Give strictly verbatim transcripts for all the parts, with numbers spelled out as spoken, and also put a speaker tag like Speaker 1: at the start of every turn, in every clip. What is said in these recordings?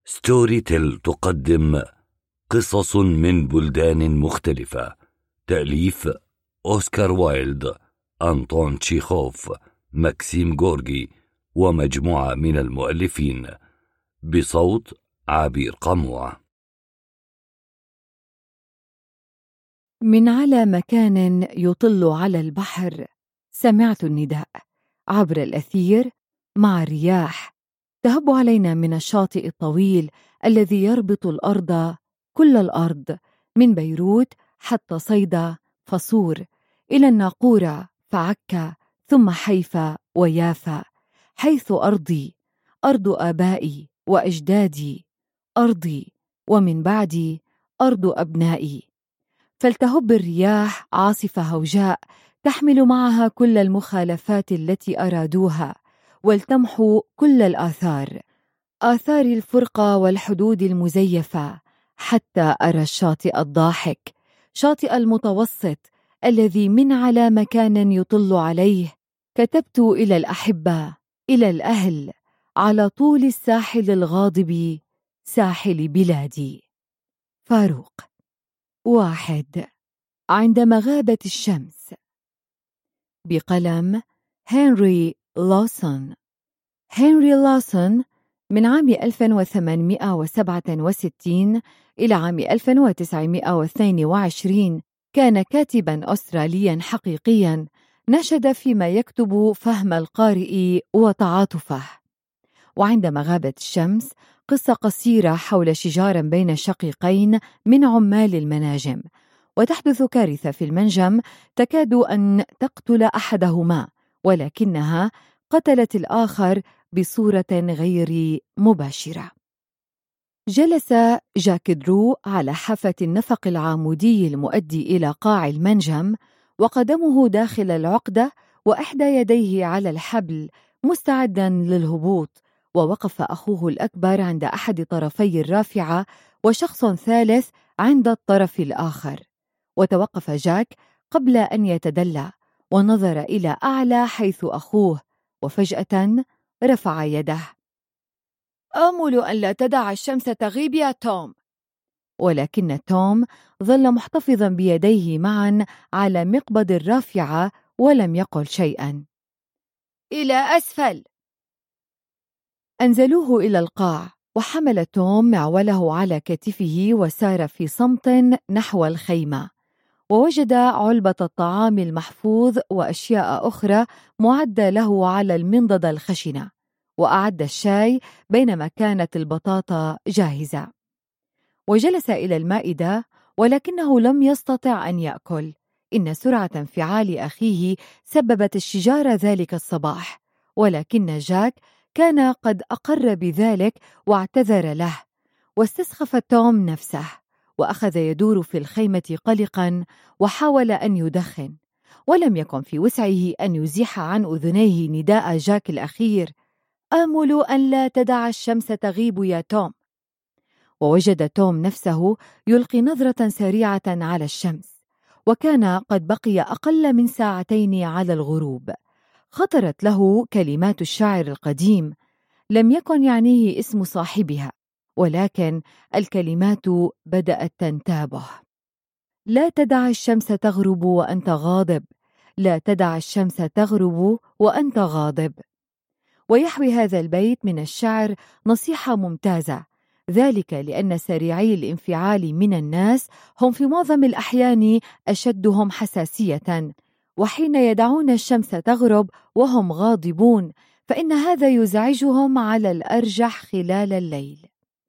Speaker 1: ستوري تيل تقدم قصص من بلدان مختلفة. تأليف أوسكار وايلد، أنطون تشيخوف، ماكسيم غورغي، ومجموعة من المؤلفين، بصوت عبير قموع.
Speaker 2: من على مكان يطل على البحر سمعت النداء عبر الأثير مع الرياح تهب علينا من الشاطئ الطويل الذي يربط الأرض، كل الأرض، من بيروت حتى صيدا فصور إلى الناقورة فعكا ثم حيفا ويافا، حيث أرضي، أرض آبائي وأجدادي، أرضي ومن بعدي أرض أبنائي. فلتهب الرياح عاصفة هوجاء تحمل معها كل المخالفات التي أرادوها، ولتمحو كل الآثار، آثار الفرقة والحدود المزيفة، حتى أرى الشاطئ الضاحك، شاطئ المتوسط الذي من على مكان يطل عليه كتبت إلى الأحبة، إلى الأهل، على طول الساحل الغاضب، ساحل بلادي. فاروق. واحد. عندما غابت الشمس، بقلم هنري لوسون. هنري لوسون من عام ألف وثمانمائة وسبعة وستين إلى عام ألف وتسعمائة واثنين وعشرين كان كاتباً أسترالياً حقيقياً، نشد فيما يكتب فهم القارئ وتعاطفه. وعندما غابت الشمس، قصة قصيرة حول شجار بين شقيقين من عمال المناجم، وتحدث كارثة في المنجم تكاد أن تقتل أحدهما، ولكنها قتلت الآخر بصورة غير مباشرة. جلس جاك درو على حافة النفق العمودي المؤدي إلى قاع المنجم، وقدمه داخل العقدة وإحدى يديه على الحبل مستعداً للهبوط، ووقف أخوه الأكبر عند أحد طرفي الرافعة وشخص ثالث عند الطرف الآخر. وتوقف جاك قبل أن يتدلى ونظر إلى أعلى حيث أخوه، وفجأة رفع يده. آمل أن لا تدع الشمس تغيب يا توم. ولكن توم ظل محتفظا بيديه معا على مقبض الرافعة ولم يقل شيئا. إلى أسفل. أنزلوه إلى القاع، وحمل توم معوله على كتفه وسار في صمت نحو الخيمة، ووجد علبة الطعام المحفوظ وأشياء أخرى معدة له على المنضدة الخشنة، وأعد الشاي بينما كانت البطاطا جاهزة. وجلس إلى المائدة، ولكنه لم يستطع أن يأكل. إن سرعة انفعال أخيه سببت الشجار ذلك الصباح، ولكن جاك كان قد أقر بذلك واعتذر له. واستسخف توم نفسه وأخذ يدور في الخيمة قلقا، وحاول أن يدخن، ولم يكن في وسعه أن يزيح عن أذنيه نداء جاك الأخير: آمل أن لا تدع الشمس تغيب يا توم. ووجد توم نفسه يلقي نظرة سريعة على الشمس، وكان قد بقي أقل من ساعتين على الغروب. خطرت له كلمات الشاعر القديم، لم يكن يعنيه اسم صاحبها، ولكن الكلمات بدأت تنتابه: لا تدع الشمس تغرب وأنت غاضب، لا تدع الشمس تغرب وأنت غاضب. ويحوي هذا البيت من الشعر نصيحة ممتازة، ذلك لأن سريعي الانفعال من الناس هم في معظم الأحيان أشدهم حساسية، وحين يدعون الشمس تغرب وهم غاضبون فإن هذا يزعجهم على الأرجح خلال الليل.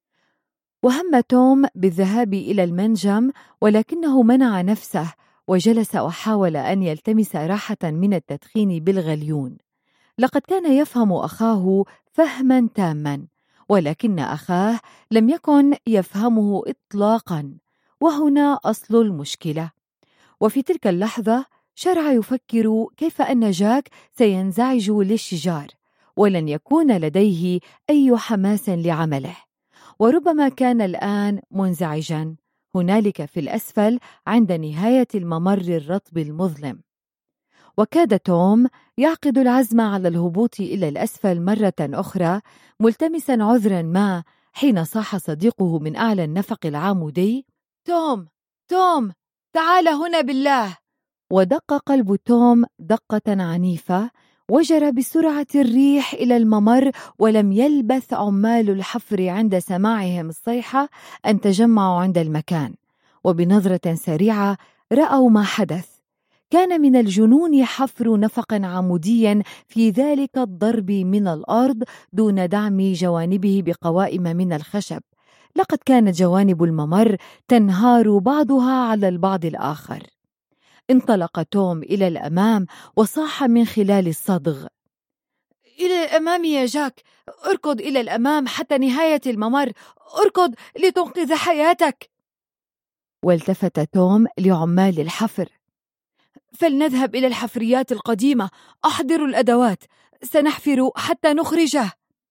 Speaker 2: وهم توم بالذهاب إلى المنجم، ولكنه منع نفسه وجلس وحاول أن يلتمس راحة من التدخين بالغليون. لقد كان يفهم أخاه فهما تاما، ولكن أخاه لم يكن يفهمه إطلاقا، وهنا أصل المشكلة. وفي تلك اللحظة شرع يفكر كيف أن جاك سينزعج للشجار، ولن يكون لديه أي حماس لعمله، وربما كان الآن منزعجا هنالك في الأسفل عند نهاية الممر الرطب المظلم. وكاد توم يعقد العزم على الهبوط إلى الأسفل مرة أخرى، ملتمسا عذرا ما حين صاح صديقه من أعلى النفق العامودي: توم توم تعال هنا بالله. ودق قلب توم دقة عنيفة، وجرى بسرعة الريح إلى الممر، ولم يلبث عمال الحفر عند سماعهم الصيحة أن تجمعوا عند المكان، وبنظرة سريعة رأوا ما حدث. كان من الجنون حفر نفقا عموديا في ذلك الضرب من الأرض دون دعم جوانبه بقوائم من الخشب. لقد كانت جوانب الممر تنهار بعضها على البعض الآخر. انطلق توم إلى الأمام وصاح من خلال الصدغ: إلى الأمام يا جاك، اركض إلى الأمام حتى نهاية الممر، اركض لتنقذ حياتك. والتفت توم لعمال الحفر: فلنذهب إلى الحفريات القديمة، أحضروا الأدوات، سنحفر حتى نخرجه.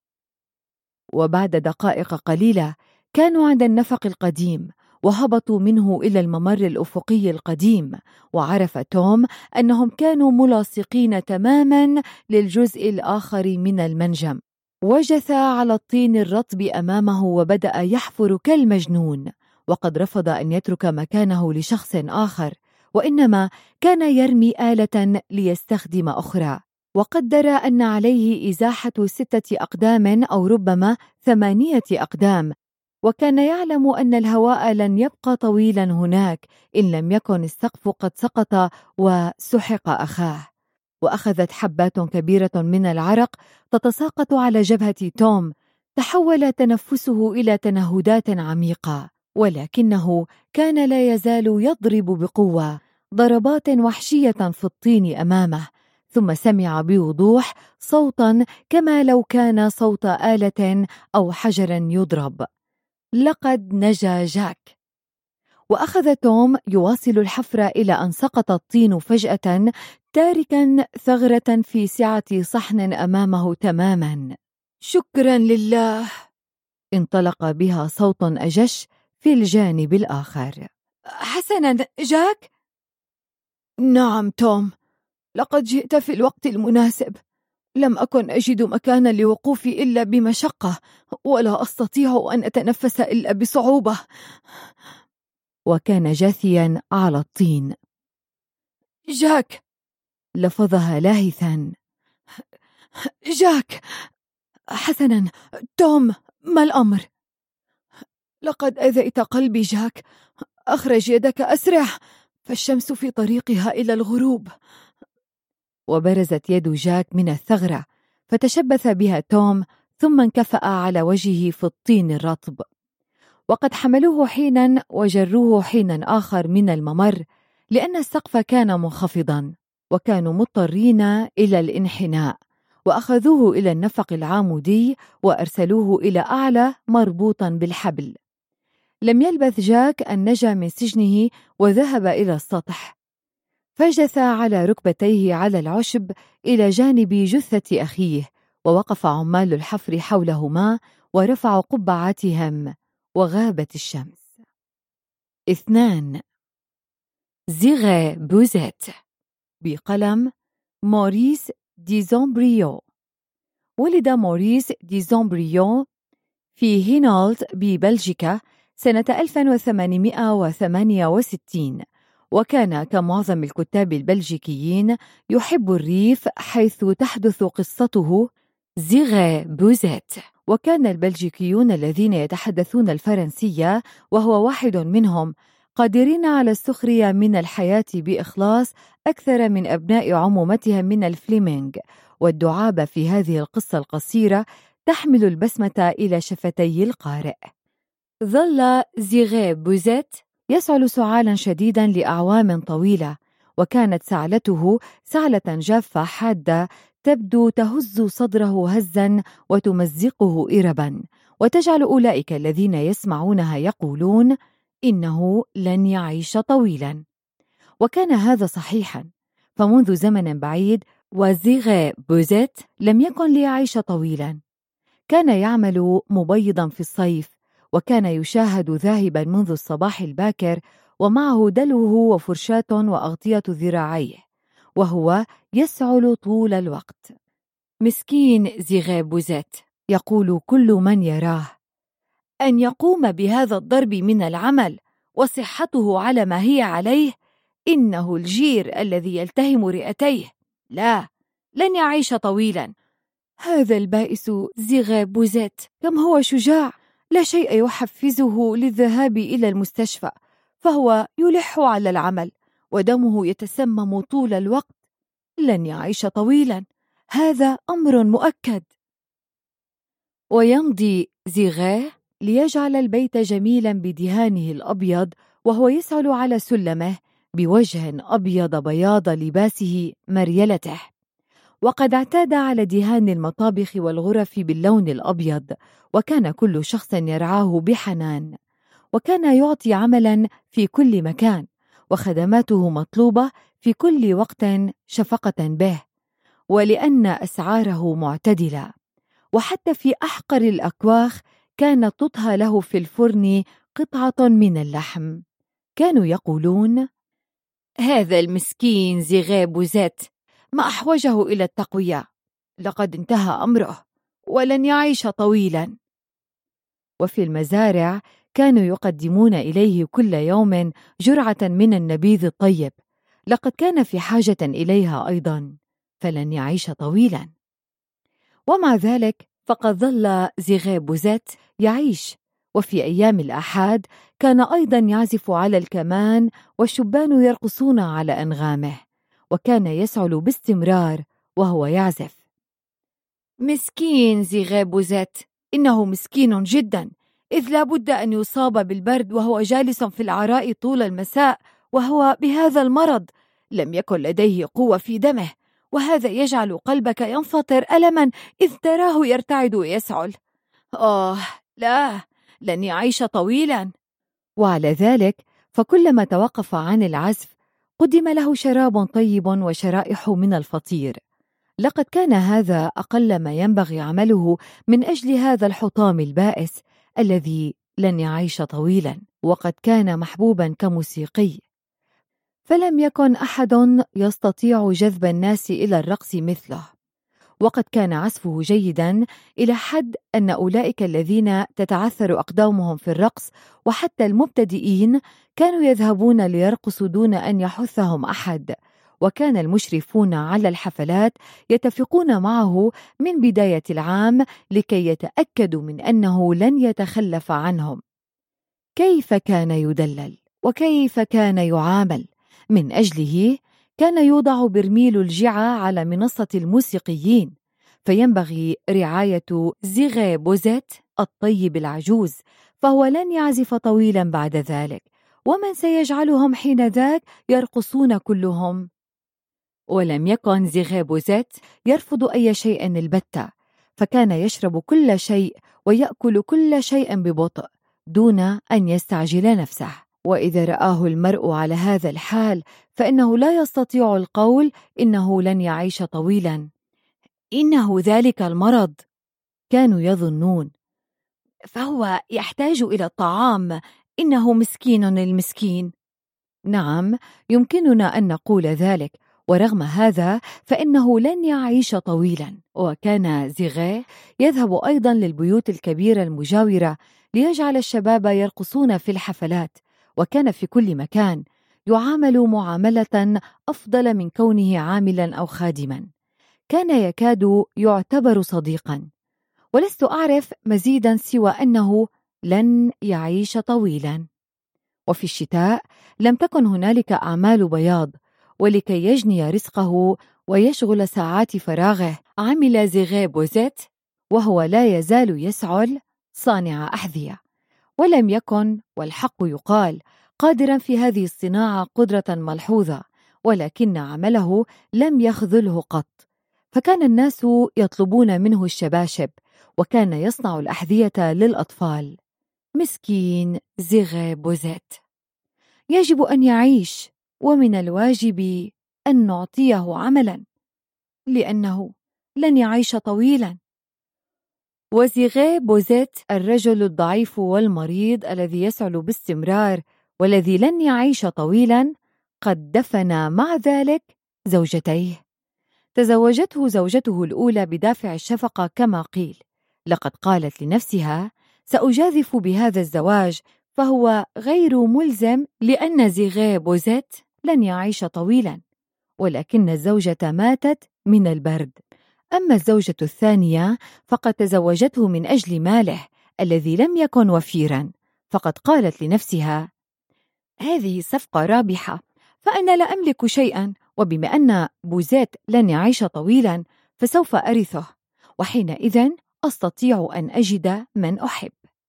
Speaker 2: وبعد دقائق قليلة كانوا عند النفق القديم، وهبطوا منه إلى الممر الأفقي القديم، وعرف توم أنهم كانوا ملاصقين تماما للجزء الآخر من المنجم. وجث على الطين الرطب أمامه وبدأ يحفر كالمجنون، وقد رفض أن يترك مكانه لشخص آخر، وإنما كان يرمي آلة ليستخدم أخرى. وقدر أن عليه إزاحة ستة أقدام أو ربما ثمانية أقدام، وكان يعلم أن الهواء لن يبقى طويلا هناك إن لم يكن السقف قد سقط وسحق أخاه. وأخذت حبات كبيرة من العرق تتساقط على جبهة توم. تحول تنفسه إلى تنهدات عميقة، ولكنه كان لا يزال يضرب بقوة ضربات وحشية في الطين أمامه. ثم سمع بوضوح صوتا كما لو كان صوت آلة أو حجر يضرب. لقد نجا جاك. وأخذ توم يواصل الحفر إلى أن سقط الطين فجأة، تاركا ثغرة في سعة صحن أمامه تماما. شكرا لله، انطلق بها صوت أجش في الجانب الآخر. حسنا جاك. نعم توم، لقد جئت في الوقت المناسب. لم أكن أجد مكانا لوقوفي إلا بمشقة، ولا أستطيع أن أتنفس إلا بصعوبة. وكان جاثيا على الطين. جاك، لفظها لاهثا. جاك. حسنا توم، ما الأمر؟ لقد أذيت قلبي جاك. أخرج يدك أسرع، فالشمس في طريقها إلى الغروب. وبرزت يد جاك من الثغرة، فتشبث بها توم، ثم انكفأ على وجهه في الطين الرطب. وقد حملوه حينا وجروه حينا آخر من الممر، لأن السقف كان منخفضا، وكانوا مضطرين إلى الانحناء. وأخذوه إلى النفق العامودي وأرسلوه إلى أعلى مربوطا بالحبل. لم يلبث جاك أن نجا من سجنه وذهب إلى السطح، فجث على ركبتيه على العشب إلى جانب جثة أخيه، ووقف عمال الحفر حولهما ورفعوا قبعاتهم، وغابت الشمس. اثنان. زيغي بوزيت، بقلم موريس ديزومبريو. ولد موريس ديزومبريو في هينولت ببلجيكا سنة ألف وثمانمائة وثمانية وستين، وكان كمعظم الكتاب البلجيكيين يحب الريف حيث تحدث قصته زيغي بوزيت. وكان البلجيكيون الذين يتحدثون الفرنسية، وهو واحد منهم، قادرين على السخرية من الحياة بإخلاص أكثر من أبناء عمومتهم من الفليمنغ. والدعابة في هذه القصة القصيرة تحمل البسمة إلى شفتي القارئ. ظل زيغي بوزيت يسعل سعالا شديدا لأعوام طويلة، وكانت سعلته سعلة جافة حادة تبدو تهز صدره هزا وتمزقه إربا، وتجعل أولئك الذين يسمعونها يقولون إنه لن يعيش طويلا. وكان هذا صحيحا، فمنذ زمن بعيد وزيغي بوزيت لم يكن ليعيش طويلا. كان يعمل مبيضا في الصيف، وكان يشاهد ذاهبا منذ الصباح الباكر، ومعه دلوه وفرشاة وأغطية ذراعيه، وهو يسعل طول الوقت. مسكين زيغي بوزيت، يقول كل من يراه. أن يقوم بهذا الضرب من العمل وصحته على ما هي عليه، إنه الجير الذي يلتهم رئتيه، لا، لن يعيش طويلا. هذا البائس زيغي بوزيت كم هو شجاع، لا شيء يحفزه للذهاب إلى المستشفى، فهو يلح على العمل ودمه يتسمم طول الوقت. لن يعيش طويلا، هذا أمر مؤكد. ويمضي زيغي ليجعل البيت جميلا بدهانه الأبيض، وهو يسعل على سلمه بوجه أبيض بياض لباسه مريلته، وقد اعتاد على دهان المطابخ والغرف باللون الأبيض، وكان كل شخص يرعاه بحنان، وكان يعطي عملا في كل مكان، وخدماته مطلوبة في كل وقت شفقة به، ولأن أسعاره معتدلة، وحتى في أحقر الأكواخ كانت تطهى له في الفرن قطعة من اللحم. كانوا يقولون: هذا المسكين زيغي بوزيت ما أحوجه إلى التقوية، لقد انتهى أمره ولن يعيش طويلا. وفي المزارع كانوا يقدمون إليه كل يوم جرعة من النبيذ الطيب، لقد كان في حاجة إليها أيضا، فلن يعيش طويلا. ومع ذلك فقد ظل زيغي بوزيت يعيش، وفي أيام الأحد كان أيضا يعزف على الكمان، والشبان يرقصون على أنغامه، وكان يسعل باستمرار وهو يعزف. مسكين زيغي بوزيت، إنه مسكين جدا، إذ لا بد أن يصاب بالبرد وهو جالس في العراء طول المساء، وهو بهذا المرض لم يكن لديه قوة في دمه، وهذا يجعل قلبك ينفطر ألما إذ تراه يرتعد ويسعل. آه لا، لن يعيش طويلا. وعلى ذلك فكلما توقف عن العزف قدم له شراب طيب وشرائح من الفطير، لقد كان هذا أقل ما ينبغي عمله من أجل هذا الحطام البائس الذي لن يعيش طويلا، وقد كان محبوبا كموسيقي، فلم يكن أحد يستطيع جذب الناس إلى الرقص مثله، وقد كان عزفه جيدا إلى حد أن أولئك الذين تتعثر أقدامهم في الرقص وحتى المبتدئين كانوا يذهبون ليرقصوا دون أن يحثهم أحد، وكان المشرفون على الحفلات يتفقون معه من بداية العام لكي يتأكدوا من أنه لن يتخلف عنهم. كيف كان يدلل وكيف كان يعامل! من أجله كان يوضع برميل الجعة على منصة الموسيقيين، فينبغي رعاية زيغي بوزيت الطيب العجوز، فهو لن يعزف طويلا بعد ذلك، ومن سيجعلهم حين ذاك يرقصون كلهم؟ ولم يكن زيغي بوزيت يرفض أي شيء البتة، فكان يشرب كل شيء ويأكل كل شيء ببطء دون أن يستعجل نفسه، وإذا رآه المرء على هذا الحال فإنه لا يستطيع القول إنه لن يعيش طويلا، إنه ذلك المرض. كانوا يظنون: فهو يحتاج إلى الطعام، إنه مسكين المسكين. نعم، يمكننا أن نقول ذلك، ورغم هذا فإنه لن يعيش طويلا. وكان زيغي يذهب أيضا للبيوت الكبيرة المجاورة ليجعل الشباب يرقصون في الحفلات، وكان في كل مكان يعامل معاملة أفضل من كونه عاملا أو خادما، كان يكاد يعتبر صديقا، ولست أعرف مزيدا سوى أنه لن يعيش طويلا. وفي الشتاء لم تكن هنالك أعمال بياض، ولكي يجني رزقه ويشغل ساعات فراغه عمل زيغي بوزيت، وهو لا يزال يسعل صانع أحذية، ولم يكن، والحق يقال، قادرا في هذه الصناعة قدرة ملحوظة، ولكن عمله لم يخذله قط، فكان الناس يطلبون منه الشباشب، وكان يصنع الأحذية للأطفال. مسكين زيغي بوزيت، يجب أن يعيش، ومن الواجب أن نعطيه عملا، لأنه لن يعيش طويلا. وزيغي بوزيت الرجل الضعيف والمريض الذي يسعل باستمرار والذي لن يعيش طويلا قد دفن مع ذلك زوجتيه. تزوجته زوجته الأولى بدافع الشفقة كما قيل، لقد قالت لنفسها: سأجازف بهذا الزواج، فهو غير ملزم لأن زيغي بوزيت لن يعيش طويلا، ولكن الزوجة ماتت من البرد. أما الزوجة الثانية فقد تزوجته من أجل ماله الذي لم يكن وفيرا، فقد قالت لنفسها: هذه صفقة رابحة، فأنا لا أملك شيئا، وبما أن بوزيت لن يعيش طويلا فسوف أرثه، وحينئذ أستطيع أن أجد من أحب.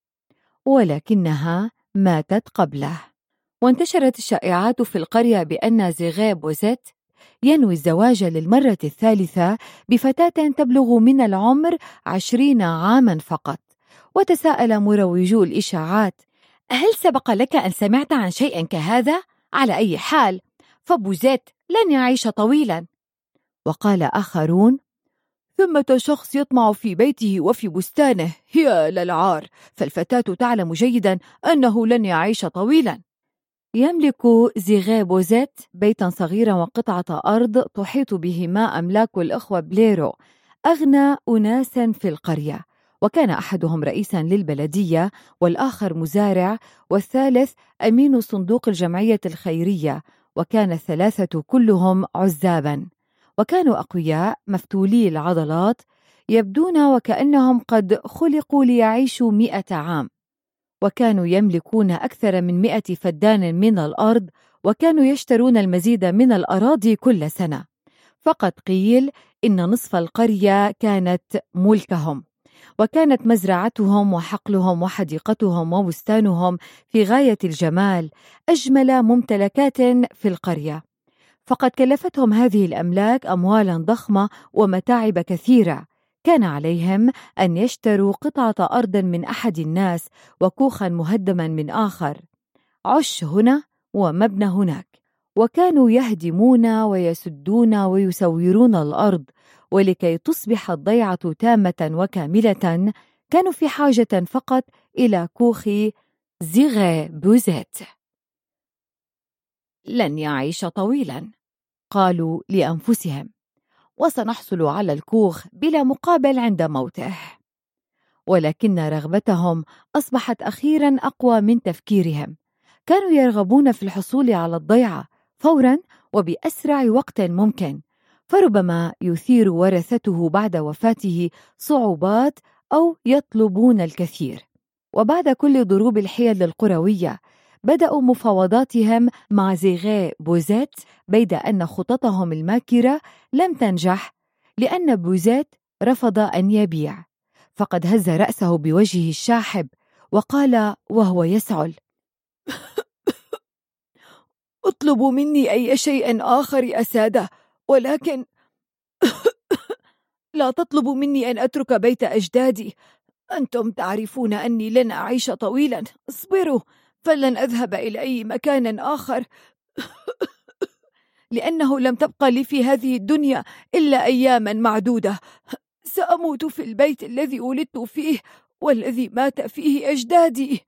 Speaker 2: ولكنها ماتت قبله. وانتشرت الشائعات في القرية بأن زيغي بوزيت ينوي الزواج للمرة الثالثة بفتاة تبلغ من العمر عشرين عاما فقط. وتساءل مروجو الإشاعات: هل سبق لك أن سمعت عن شيء كهذا؟ على أي حال فبوزيت لن يعيش طويلا. وقال آخرون: ثمة شخص يطمع في بيته وفي بستانه، يا للعار، فالفتاة تعلم جيدا أنه لن يعيش طويلا. يملك زيغي بوزيت بيتا صغيرا وقطعة أرض تحيط بهما أملاك الأخوة بليرو، أغنى أناسا في القرية، وكان أحدهم رئيسا للبلدية، والآخر مزارع، والثالث أمين صندوق الجمعية الخيرية، وكان الثلاثة كلهم عزابا، وكانوا أقوياء مفتولي العضلات، يبدون وكأنهم قد خلقوا ليعيشوا مئة عام، وكانوا يملكون أكثر من مئة فدان من الأرض، وكانوا يشترون المزيد من الأراضي كل سنة. فقد قيل إن نصف القرية كانت ملكهم، وكانت مزرعتهم وحقلهم وحديقتهم وبستانهم في غاية الجمال، أجمل ممتلكات في القرية. فقد كلفتهم هذه الأملاك أموالا ضخمة ومتاعب كثيرة. كان عليهم أن يشتروا قطعة أرض من أحد الناس وكوخا مهدما من آخر، عش هنا ومبنى هناك، وكانوا يهدمون ويسدون ويسورون الأرض، ولكي تصبح الضيعة تامة وكاملة كانوا في حاجة فقط إلى كوخ زيغي بوزيت. لن يعيش طويلا، قالوا لأنفسهم، وسنحصل على الكوخ بلا مقابل عند موته. ولكن رغبتهم أصبحت أخيرا أقوى من تفكيرهم. كانوا يرغبون في الحصول على الضيعة فورا وبأسرع وقت ممكن، فربما يثير ورثته بعد وفاته صعوبات أو يطلبون الكثير. وبعد كل ضروب الحيل القروية بدأوا مفاوضاتهم مع زيغي بوزيت، بيد أن خططهم الماكرة لم تنجح لأن بوزيت رفض أن يبيع. فقد هز رأسه بوجهه الشاحب وقال وهو يسعل: اطلبوا مني أي شيء آخر يا سادة، ولكن لا تطلبوا مني أن أترك بيت أجدادي. أنتم تعرفون أني لن أعيش طويلا، اصبروا، فلن أذهب إلى أي مكان آخر لأنه لم تبقى لي في هذه الدنيا إلا أياما معدودة. سأموت في البيت الذي ولدت فيه والذي مات فيه أجدادي.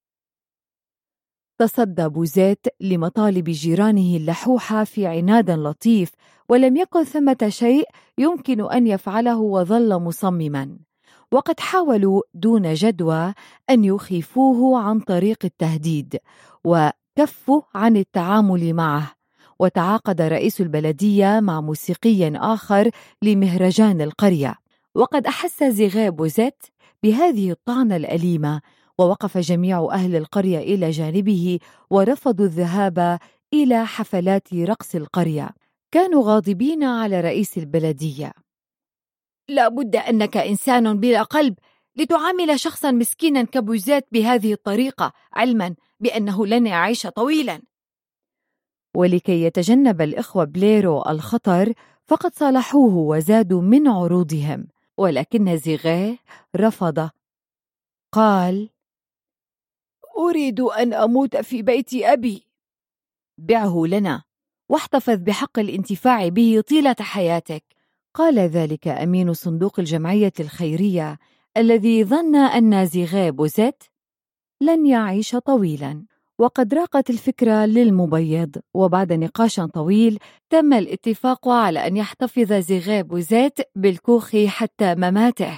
Speaker 2: تصدى بوزيت لمطالب جيرانه اللحوحة في عناد لطيف، ولم يكن ثمة شيء يمكن أن يفعله وظل مصمما. وقد حاولوا دون جدوى أن يخيفوه عن طريق التهديد وكفوا عن التعامل معه. وتعاقد رئيس البلدية مع موسيقي آخر لمهرجان القرية، وقد أحس زيغي بوزيت بهذه الطعنة الأليمة، ووقف جميع أهل القرية إلى جانبه ورفضوا الذهاب إلى حفلات رقص القرية. كانوا غاضبين على رئيس البلدية. لا بد أنك إنسان بلا قلب لتعامل شخصا مسكينا كبوزيت بهذه الطريقة، علما بأنه لن يعيش طويلا. ولكي يتجنب الإخوة بليرو الخطر فقد صالحوه وزادوا من عروضهم، ولكن زيغي رفض. قال: أريد أن أموت في بيت أبي. بعه لنا واحتفظ بحق الانتفاع به طيلة حياتك. قال ذلك أمين صندوق الجمعية الخيرية الذي ظن أن زيغي بوزيت لن يعيش طويلا. وقد راقت الفكرة للمبيض، وبعد نقاش طويل تم الاتفاق على أن يحتفظ زيغي بوزيت بالكوخ حتى مماته.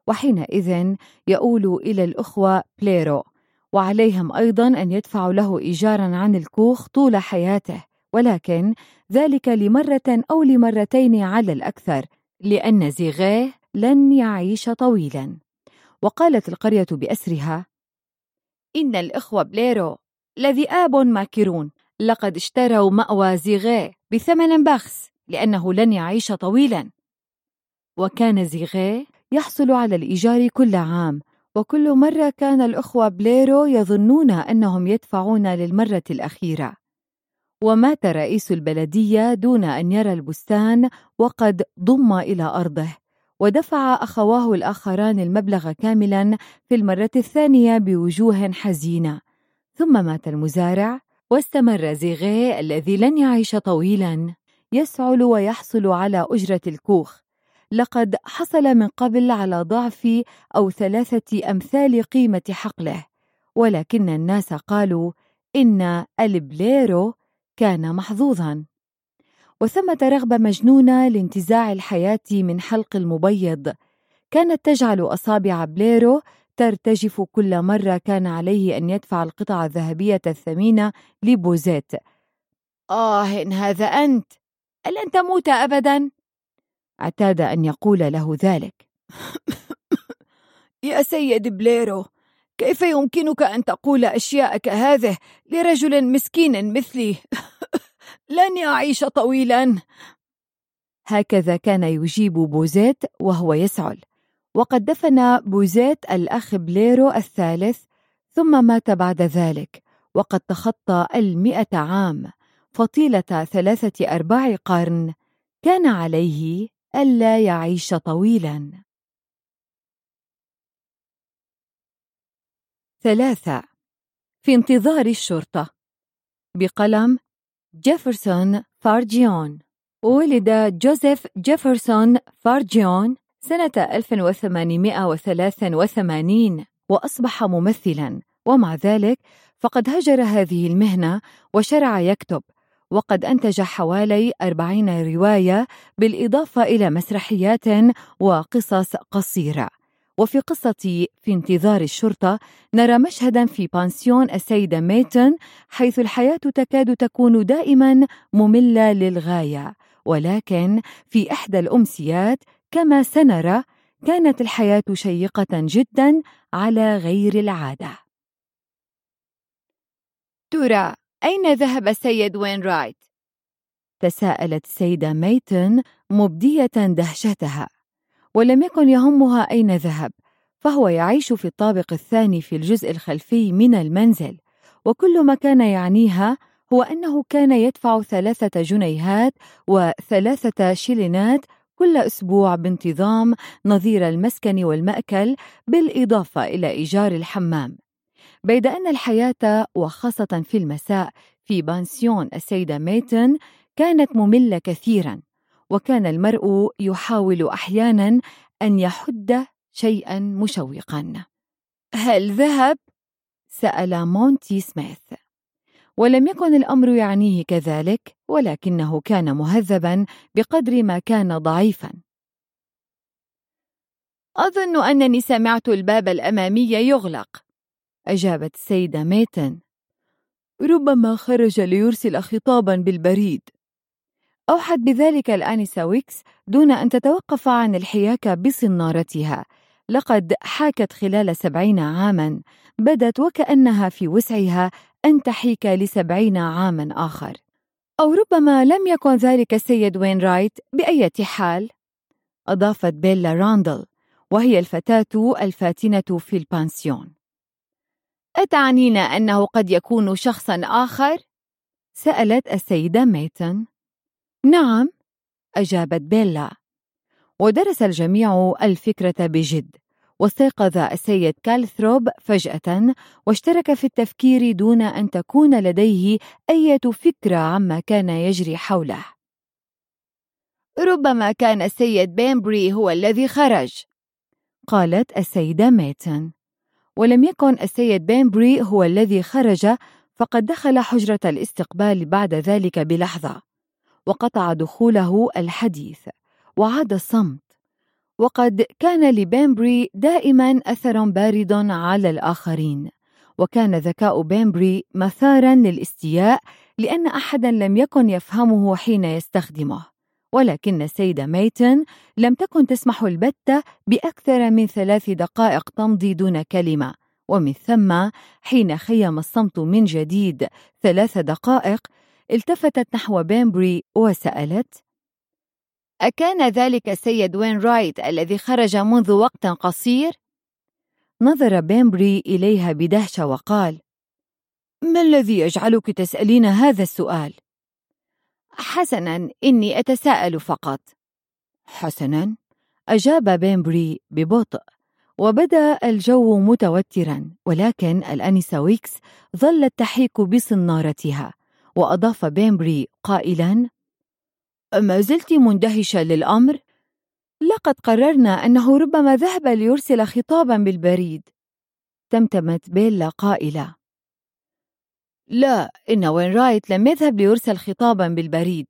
Speaker 2: وحينئذ يؤول إلى الأخوة بليرو، وعليهم أيضا أن يدفعوا له إيجارا عن الكوخ طول حياته، ولكن ذلك لمرة أو لمرتين على الأكثر، لأن زيغيه لن يعيش طويلا. وقالت القرية بأسرها: إن الإخوة بليرو لذئاب ماكرون، لقد اشتروا مأوى زيغيه بثمن بخس لأنه لن يعيش طويلا. وكان زيغيه يحصل على الإيجار كل عام، وكل مرة كان الأخوة بليرو يظنون أنهم يدفعون للمرة الأخيرة. ومات رئيس البلدية دون أن يرى البستان وقد ضم إلى أرضه، ودفع أخواه الآخران المبلغ كاملا في المرة الثانية بوجوه حزينة. ثم مات المزارع، واستمر زيغيه الذي لن يعيش طويلا يسعل ويحصل على أجرة الكوخ. لقد حصل من قبل على ضعف أو ثلاثة أمثال قيمة حقله، ولكن الناس قالوا إن البليرو كان محظوظا. وثمة رغبة مجنونة لانتزاع الحياة من حلق المبيض كانت تجعل أصابع بليرو ترتجف كل مرة كان عليه أن يدفع القطعة الذهبية الثمينة لبوزيت. آه إن هذا أنت، ألن تموت أبدا؟ اعتاد أن يقول له ذلك. يا سيد بليرو، كيف يمكنك أن تقول أشياء كهذه لرجل مسكين مثلي؟ لن يعيش طويلا. هكذا كان يجيب بوزيت وهو يسعل. وقد دفن بوزيت الأخ بليرو الثالث، ثم مات بعد ذلك وقد تخطى المئة عام، فطيلة ثلاثة أرباع قرن كان عليه ألا يعيش طويلا. ثلاثة. في انتظار الشرطة، بقلم جيفرسون فارجيون. ولد جوزيف جيفرسون فارجيون سنة ألف وثمانمائة وثلاثة وثمانين، وأصبح ممثلا، ومع ذلك فقد هجر هذه المهنة وشرع يكتب، وقد أنتج حوالي أربعين رواية بالإضافة إلى مسرحيات وقصص قصيرة. وفي قصة في انتظار الشرطة نرى مشهدا في بانسيون السيدة ميتون، حيث الحياة تكاد تكون دائما مملة للغاية، ولكن في إحدى الأمسيات كما سنرى كانت الحياة شيقة جدا على غير العادة. ترى أين ذهب السيد وينرايت؟ تساءلت السيدة ميتون مبدية دهشتها، ولم يكن يهمها أين ذهب، فهو يعيش في الطابق الثاني في الجزء الخلفي من المنزل، وكل ما كان يعنيها هو أنه كان يدفع ثلاثة جنيهات وثلاثة شلينات كل أسبوع بانتظام، نظير المسكن والمأكل بالإضافة إلى إيجار الحمام. بيد أن الحياة وخاصة في المساء في بانسيون السيدة ميتون كانت مملة كثيرا، وكان المرء يحاول أحيانا أن يحد شيئا مشوقا. هل ذهب؟ سأل مونتي سميث، ولم يكن الأمر يعنيه كذلك، ولكنه كان مهذبا بقدر ما كان ضعيفا. أظن أنني سمعت الباب الأمامي يغلق، أجابت السيدة ميتون. ربما خرج ليرسل خطابا بالبريد. أوحت بذلك الآنسة ويكس دون أن تتوقف عن الحياكة بصنارتها. لقد حاكت خلال سبعين عاما، بدت وكأنها في وسعها أن تحيك لسبعين عاما آخر. أو ربما لم يكن ذلك السيد وينرايت بأية حال، أضافت بيلا راندل وهي الفتاة الفاتنة في البانسيون. أتعنين أنه قد يكون شخصا آخر؟ سألت السيدة ميتون. نعم، أجابت بيلا. ودرس الجميع الفكرة بجد، واستيقظ السيد كالثروب فجأة واشترك في التفكير دون أن تكون لديه أي فكرة عما كان يجري حوله. ربما كان السيد بينبري هو الذي خرج، قالت السيدة ميتون. ولم يكن السيد بينبري هو الذي خرج، فقد دخل حجرة الاستقبال بعد ذلك بلحظة، وقطع دخوله الحديث، وعاد الصمت. وقد كان لبيمبري دائما أثر بارد على الآخرين، وكان ذكاء بيمبري مثارا للاستياء لأن أحدا لم يكن يفهمه حين يستخدمه. ولكن السيدة ميتن لم تكن تسمح البتة بأكثر من ثلاث دقائق تمضي دون كلمة، ومن ثم حين خيم الصمت من جديد ثلاث دقائق التفتت نحو بيمبري وسألت: أكان ذلك السيد وين رايت الذي خرج منذ وقت قصير؟ نظر بيمبري إليها بدهشة وقال: ما الذي يجعلك تسألين هذا السؤال؟ حسناً، إني أتساءل فقط. حسناً، أجاب بيمبري ببطء، وبدأ الجو متوتراً، ولكن الآنسة ويكس ظلت تحيك بصنارتها. وأضاف بيمبري قائلاً: ما زلت مندهشة للأمر؟ لقد قررنا أنه ربما ذهب ليرسل خطاباً بالبريد. تمتمت بيلا قائلة: لا، إن وين رايت لم يذهب ليرسل خطاباً بالبريد.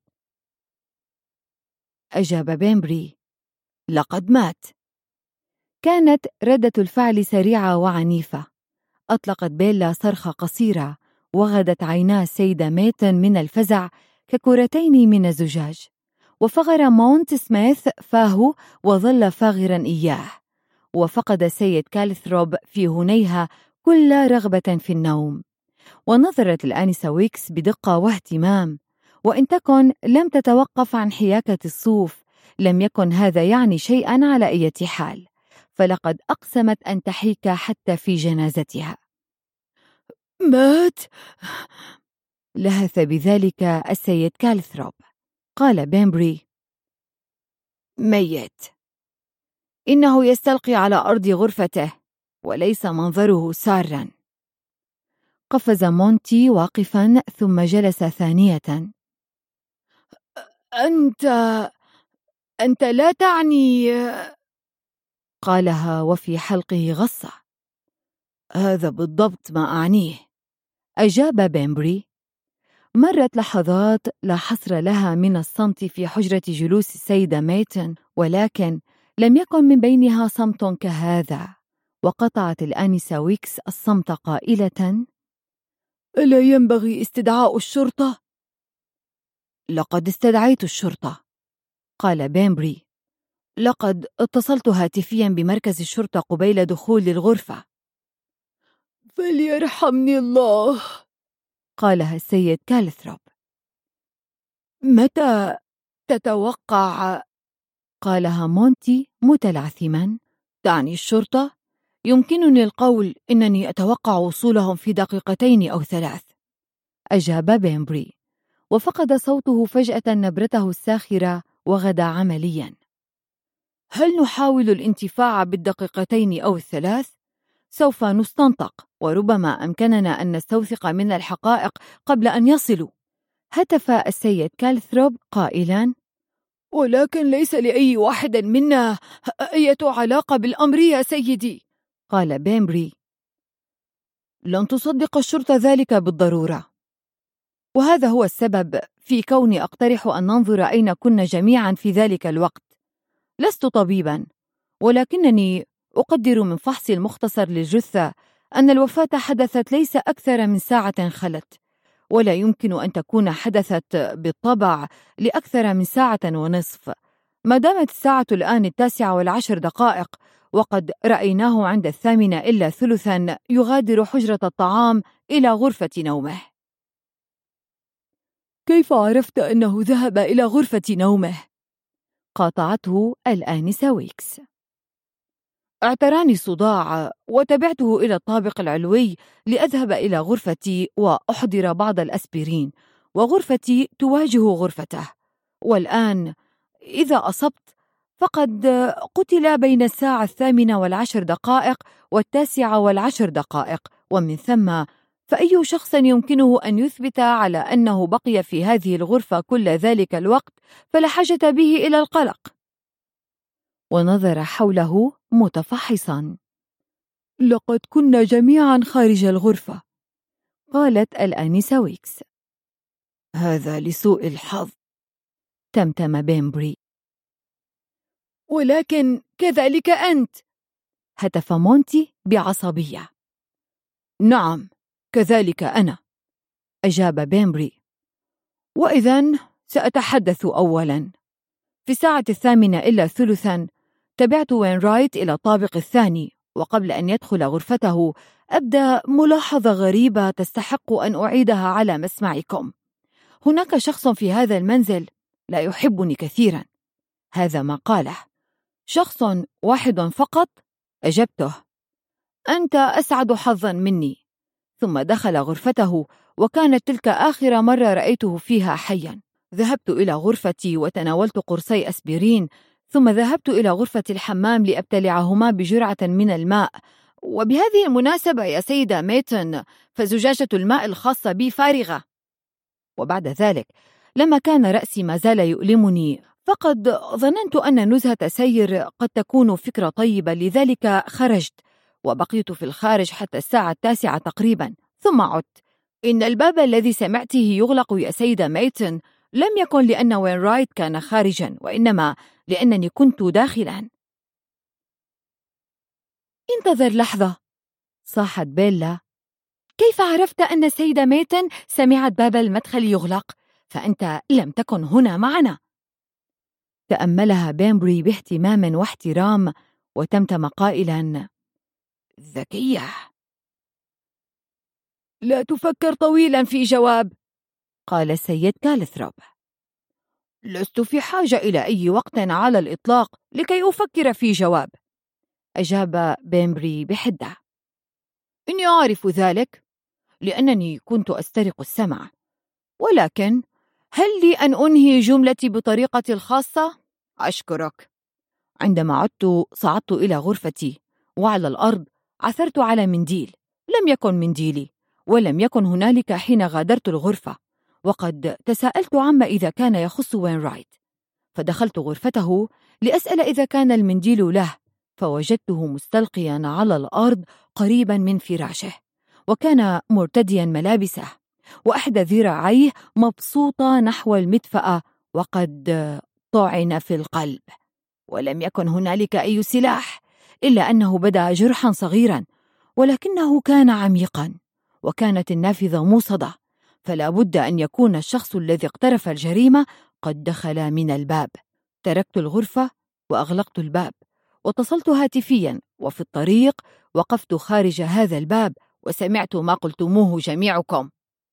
Speaker 2: أجاب بيمبري: لقد مات. كانت ردة الفعل سريعة وعنيفة. أطلقت بيلا صرخة قصيرة، وغدت عينا السيدة ميتن من الفزع ككرتين من الزجاج، وفغر مونت سميث فاه وظل فاغرا إياه، وفقد السيد كالثروب في هنيها كل رغبة في النوم. ونظرت الآنسة ويكس بدقة واهتمام، وإن تكن لم تتوقف عن حياكة الصوف، لم يكن هذا يعني شيئا على أي حال، فلقد أقسمت أن تحيك حتى في جنازتها. مات؟ لهث بذلك السيد كالثروب. قال بيمبري: ميت. إنه يستلقي على أرض غرفته، وليس منظره سارا. قفز مونتي واقفا ثم جلس ثانية. أنت أنت لا تعني، قالها وفي حلقه غصة. هذا بالضبط ما أعنيه، أجاب بيمبري. مرت لحظات لا حصر لها من الصمت في حجرة جلوس السيدة ميتن، ولكن لم يكن من بينها صمت كهذا. وقطعت الآنسة ويكس الصمت قائلة: ألا ينبغي استدعاء الشرطة؟ لقد استدعيت الشرطة، قال بيمبري. لقد اتصلت هاتفيا بمركز الشرطة قبيل دخول الغرفة. فليرحمني الله، قالها السيد كالثروب. متى تتوقع؟ قالها مونتي متلعثما. تعني الشرطة؟ يمكنني القول إنني أتوقع وصولهم في دقيقتين أو ثلاث، أجاب بيمبري، وفقد صوته فجأة نبرته الساخرة وغدا عمليا. هل نحاول الانتفاع بالدقيقتين أو الثلاث؟ سوف نستنطق، وربما أمكننا أن نستوثق من الحقائق قبل أن يصلوا. هتف السيد كالثروب قائلا: ولكن ليس لأي واحد منا أي علاقة بالأمر يا سيدي. قال بيمبري: لن تصدق الشرطة ذلك بالضرورة، وهذا هو السبب في كوني أقترح أن ننظر أين كنا جميعا في ذلك الوقت. لست طبيبا، ولكنني أقدر من فحصي المختصر للجثة أن الوفاة حدثت ليس أكثر من ساعة خلت، ولا يمكن أن تكون حدثت بالطبع لأكثر من ساعة ونصف، ما دامت الساعة الآن التاسعة والعشر دقائق، وقد رأيناه عند الثامنة إلا ثلثا يغادر حجرة الطعام إلى غرفة نومه. كيف عرفت أنه ذهب إلى غرفة نومه؟ قاطعته الآنسة ويكس. اعتراني صداع، وتبعته إلى الطابق العلوي لأذهب إلى غرفتي وأحضر بعض الأسبرين، وغرفتي تواجه غرفته. والآن إذا أصبت فقد قتل بين الساعة الثامنة والعشر دقائق والتاسعة والعشر دقائق، ومن ثم فأي شخص يمكنه أن يثبت على أنه بقي في هذه الغرفة كل ذلك الوقت فلا حاجة به إلى القلق. ونظر حوله متفحصا. لقد كنا جميعا خارج الغرفة، قالت الآنسة ويكس. هذا لسوء الحظ، تمتم بيمبري. ولكن كذلك أنت، هتف مونتي بعصبية. نعم، كذلك أنا، أجاب بيمبري. وإذن سأتحدث أولاً. في الساعة الثامنة إلا ثلثاً تبعت وينرايت إلى الطابق الثاني، وقبل أن يدخل غرفته أبدأ ملاحظة غريبة تستحق أن أعيدها على مسمعكم. هناك شخص في هذا المنزل لا يحبني كثيراً، هذا ما قاله. شخص واحد فقط، أجبته. أنت أسعد حظاً مني. ثم دخل غرفته، وكانت تلك آخر مرة رأيته فيها حياً. ذهبت إلى غرفتي وتناولت قرصي أسبرين، ثم ذهبت إلى غرفة الحمام لأبتلعهما بجرعة من الماء. وبهذه المناسبة يا سيدة ميتن، فزجاجة الماء الخاصة بي فارغة. وبعد ذلك، لما كان رأسي ما زال يؤلمني، فقد ظننت أن نزهة سير قد تكون فكرة طيبة، لذلك خرجت وبقيت في الخارج حتى الساعة التاسعة تقريبا، ثم عدت. إن الباب الذي سمعته يغلق يا سيدة ميتن لم يكن لأن وينرايت كان خارجا، وإنما لأنني كنت داخلا. انتظر لحظة، صاحت بيلا. كيف عرفت أن السيدة ميتن سمعت باب المدخل يغلق؟ فأنت لم تكن هنا معنا. تأملها بيمبري باهتمام واحترام، وتمتم قائلا: ذكية. لا تفكر طويلا في جواب، قال السيد كالثروب. لست في حاجة إلى أي وقت على الإطلاق لكي أفكر في جواب، أجاب بيمبري بحدة. إني أعرف ذلك لأنني كنت أسترق السمع، ولكن هل لي أن أنهي جملتي بطريقتي الخاصة؟ أشكرك. عندما عدت صعدت إلى غرفتي، وعلى الأرض عثرت على منديل لم يكن منديلي، ولم يكن هنالك حين غادرت الغرفة، وقد تساءلت عما إذا كان يخص وينرايت، فدخلت غرفته لأسأل إذا كان المنديل له، فوجدته مستلقيا على الأرض قريبا من فراشه، وكان مرتديا ملابسه، وأحدى ذراعيه مبسوطة نحو المدفأة، وقد طعن في القلب، ولم يكن هنالك أي سلاح، إلا أنه بدا جرحا صغيرا، ولكنه كان عميقا، وكانت النافذة موصدة، فلا بد أن يكون الشخص الذي اقترف الجريمة قد دخل من الباب. تركت الغرفة وأغلقت الباب، واتصلت هاتفيا، وفي الطريق وقفت خارج هذا الباب وسمعت ما قلتموه جميعكم.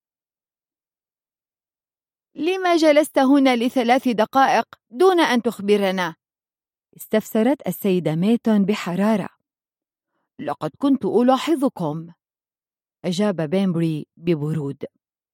Speaker 2: لما جلست هنا لثلاث دقائق دون أن تخبرنا؟ استفسرت السيدة ميتون بحرارة. لقد كنت ألاحظكم، أجاب بيمبري ببرود.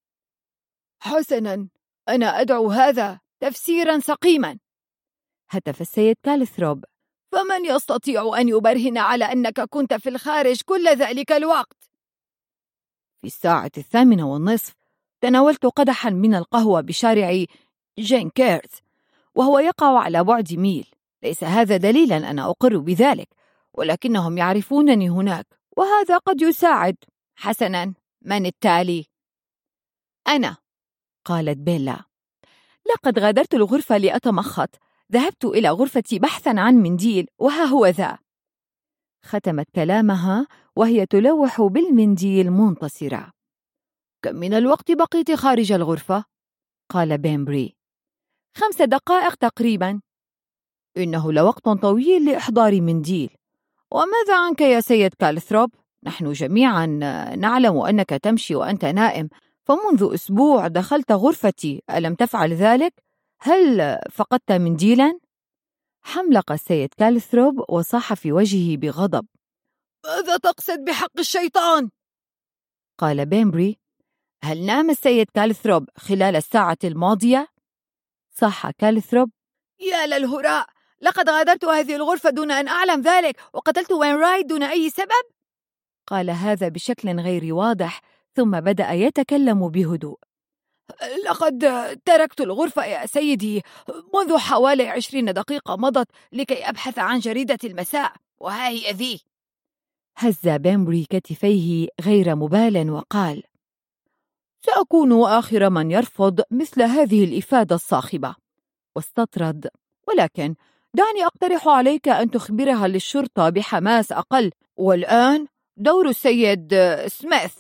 Speaker 2: حسنا، أنا أدعو هذا تفسيرا سقيما، هتف السيد كالثروب. فمن يستطيع أن يبرهن على أنك كنت في الخارج كل ذلك الوقت؟ في الساعة الثامنة والنصف تناولت قدحا من القهوة بشارع جينكيرز، وهو يقع على بعد ميل. ليس هذا دليلا أنا أقر بذلك، ولكنهم يعرفونني هناك، وهذا قد يساعد. حسنا، من التالي؟ أنا، قالت بيلا. لقد غادرت الغرفة لأتمخط، ذهبت إلى غرفتي بحثا عن منديل، وها هو ذا. ختمت كلامها وهي تلوح بالمنديل منتصرة. كم من الوقت بقيت خارج الغرفة؟ قال بيمبري. خمس دقائق تقريبا. إنه لوقت طويل لإحضار منديل. وماذا عنك يا سيد كالثروب؟ نحن جميعا نعلم أنك تمشي وأنت نائم، فمنذ أسبوع دخلت غرفتي، ألم تفعل ذلك؟ هل فقدت منديلا؟ حملق السيد كالثروب وصاح في وجهه بغضب. ماذا تقصد بحق الشيطان؟ قال بيمبري. هل نام السيد كالثروب خلال الساعة الماضية؟ صاح كالثروب. يا للهراء، لقد غادرت هذه الغرفة دون أن أعلم ذلك، وقتلت وينرايت دون أي سبب. قال هذا بشكل غير واضح، ثم بدأ يتكلم بهدوء. لقد تركت الغرفة يا سيدي منذ حوالي عشرين دقيقة مضت لكي أبحث عن جريدة المساء، وها هي ذي. هز بيمبري كتفيه غير مبال وقال: سأكون آخر من يرفض مثل هذه الإفادة الصاخبة. واستطرد: ولكن دعني أقترح عليك أن تخبرها للشرطة بحماس أقل. والآن دور السيد سميث.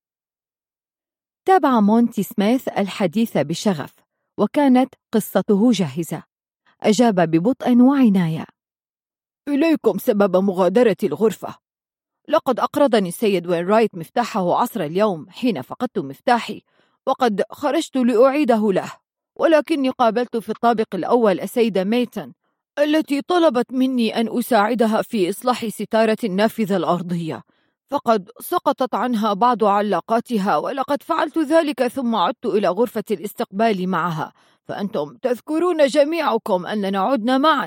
Speaker 2: تابع مونتي سميث الحديث بشغف، وكانت قصته جاهزة. أجاب ببطء وعناية: إليكم سبب مغادرة الغرفة. لقد أقرضني السيد وين رايت مفتاحه عصر اليوم حين فقدت مفتاحي، وقد خرجت لأعيده له، ولكني قابلت في الطابق الأول السيدة ميتن التي طلبت مني أن أساعدها في إصلاح ستارة النافذة الأرضية، فقد سقطت عنها بعض علاقاتها، ولقد فعلت ذلك ثم عدت إلى غرفة الاستقبال معها، فأنتم تذكرون جميعكم أننا عدنا معا.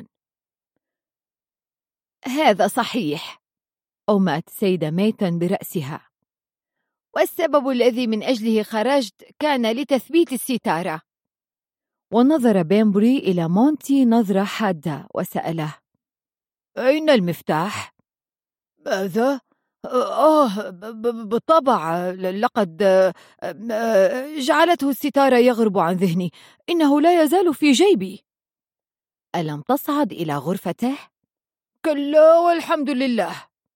Speaker 2: هذا صحيح، أومأت السيدة ميتن برأسها. والسبب الذي من أجله خرجت كان لتثبيت الستارة. ونظر بيمبري إلى مونتي نظرة حادة وسأله: أين المفتاح؟ ماذا؟ آه بالطبع، لقد جعلته الستارة يغرب عن ذهني، إنه لا يزال في جيبي. ألم تصعد إلى غرفته؟ كلا والحمد لله.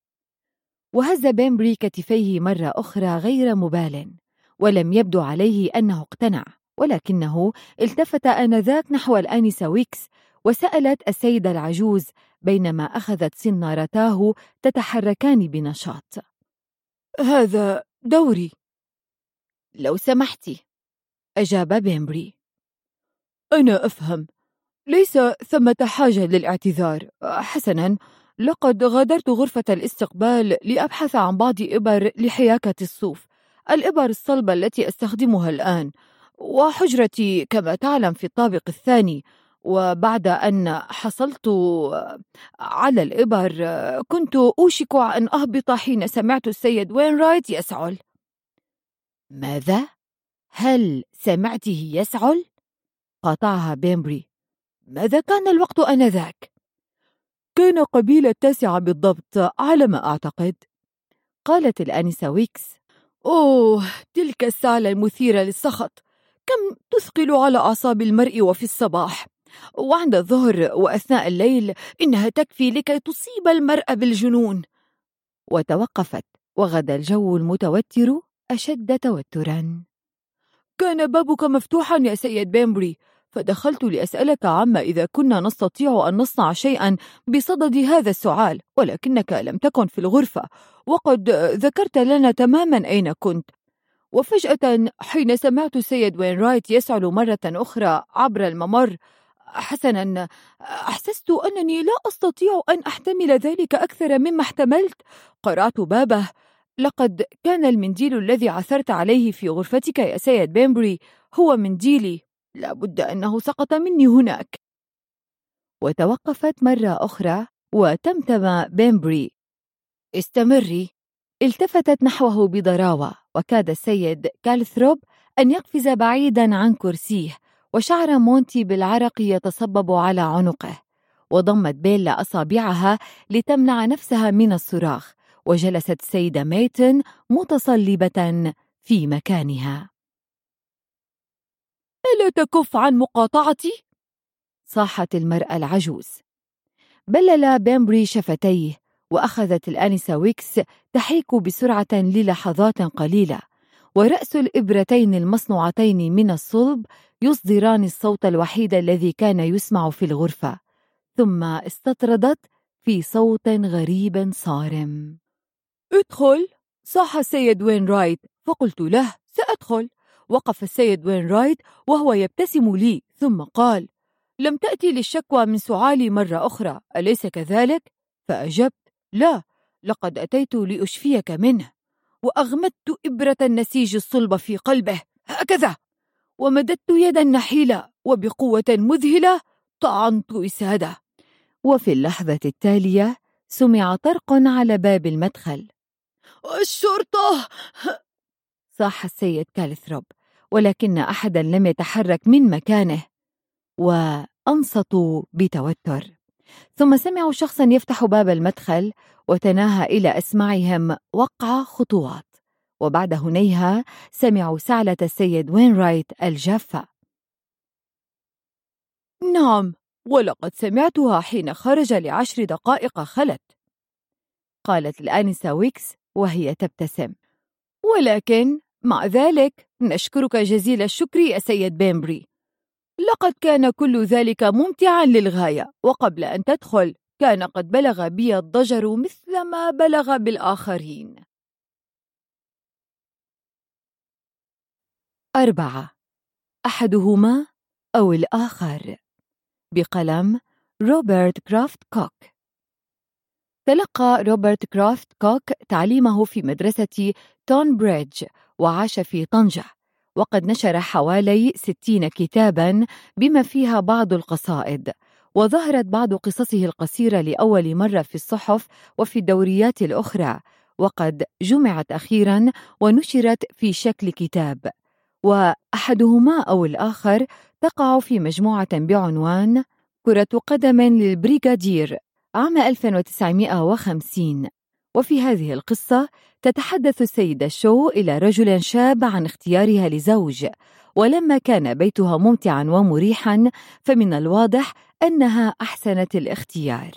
Speaker 2: وهز بيمبري كتفيه مرة أخرى غير مبال، ولم يبدو عليه أنه اقتنع، ولكنه التفت آنذاك نحو الآنسة ويكس وسألت السيدة العجوز بينما أخذت سنارتاه تتحركان بنشاط: هذا دوري. لو سمحتي، أجاب بيمبري. أنا أفهم، ليس ثمة حاجة للاعتذار. حسناً، لقد غادرت غرفة الاستقبال لأبحث عن بعض إبر لحياكة الصوف، الإبر الصلبة التي أستخدمها الآن، وحجرتي كما تعلم في الطابق الثاني. وبعد أن حصلت على الإبر كنت أوشك أن أهبط حين سمعت السيد وين رايت يسعل. ماذا؟ هل سمعته يسعل؟ قاطعها بيمبري. ماذا كان الوقت آنذاك؟ كان قبيل التاسعة بالضبط على ما أعتقد. قالت الآنسة ويكس: أوه، تلك الساعة المثيرة للسخط، كم تثقل على أعصاب المرء وفي الصباح، وعند الظهر وأثناء الليل إنها تكفي لكي تصيب المرء بالجنون. وتوقفت، وغدا الجو المتوتر أشد توترا. كان بابك مفتوحا يا سيد بيمبري، فدخلت لأسألك عما إذا كنا نستطيع أن نصنع شيئا بصدد هذا السعال، ولكنك لم تكن في الغرفة، وقد ذكرت لنا تماما أين كنت. وفجأة حين سمعت السيد وين رايت يسعل مرة أخرى عبر الممر، حسنا، أحسست أنني لا أستطيع أن أحتمل ذلك أكثر مما احتملت. قرعت بابه. لقد كان المنديل الذي عثرت عليه في غرفتك يا سيد بيمبري هو منديلي، لا بد أنه سقط مني هناك. وتوقفت مرة أخرى وتمتم بيمبري. استمري. التفتت نحوه بضراوة، وكاد السيد كالثروب أن يقفز بعيدا عن كرسيه، وشعر مونتي بالعرق يتصبب على عنقه. وضمت بيلا أصابعها لتمنع نفسها من الصراخ، وجلست السيدة ميتن متصلبة في مكانها. ألا تكف عن مقاطعتي؟ صاحت المرأة العجوز. بلل بيمبري شفتيه، وأخذت الآنسة ويكس تحيك بسرعة للحظات قليلة، ورأس الإبرتين المصنوعتين من الصلب يصدران الصوت الوحيد الذي كان يسمع في الغرفة. ثم استطردت في صوت غريب صارم: ادخل. صاح السيد وين رايت، فقلت له سأدخل. وقف السيد وين رايت وهو يبتسم لي، ثم قال: لم تأتي للشكوى من سعالي مرة أخرى، أليس كذلك؟ فأجبت: لا، لقد أتيت لأشفيك منه. وأغمدت إبرة النسيج الصلب في قلبه هكذا، ومددت يدا نحيلة، وبقوة مذهلة طعنت وسادة. وفي اللحظة التالية سمع طرق على باب المدخل. الشرطة! صاح السيد كالثروب، ولكن أحدا لم يتحرك من مكانه، وأنصتوا بتوتر. ثم سمعوا شخصا يفتح باب المدخل، وتناهى إلى أسماعهم وقع خطوات، وبعد هنيها سمعوا سعلة السيد وين رايت الجافة. نعم، ولقد سمعتها حين خرج لعشر دقائق خلت. قالت الآنسة ويكس وهي تبتسم. ولكن مع ذلك نشكرك جزيل الشكر يا سيد بيمبري. لقد كان كل ذلك ممتعا للغاية، وقبل أن تدخل كان قد بلغ بي الضجر مثل ما بلغ بالآخرين. أربعة. أحدهما أو الآخر، بقلم روبرت كرافت كوك. تلقى روبرت كرافت كوك تعليمه في مدرسة تون بريدج، وعاش في طنجة، وقد نشر حوالي ستين كتاباً بما فيها بعض القصائد، وظهرت بعض قصصه القصيرة لأول مرة في الصحف وفي الدوريات الأخرى، وقد جمعت أخيراً ونشرت في شكل كتاب. وأحدهما أو الآخر تقع في مجموعة بعنوان كرة قدم للبريغادير عام ألف وتسعمائة وخمسين. وفي هذه القصة تتحدث السيدة شو إلى رجل شاب عن اختيارها لزوج، ولما كان بيتها ممتعا ومريحا فمن الواضح أنها أحسنت الاختيار.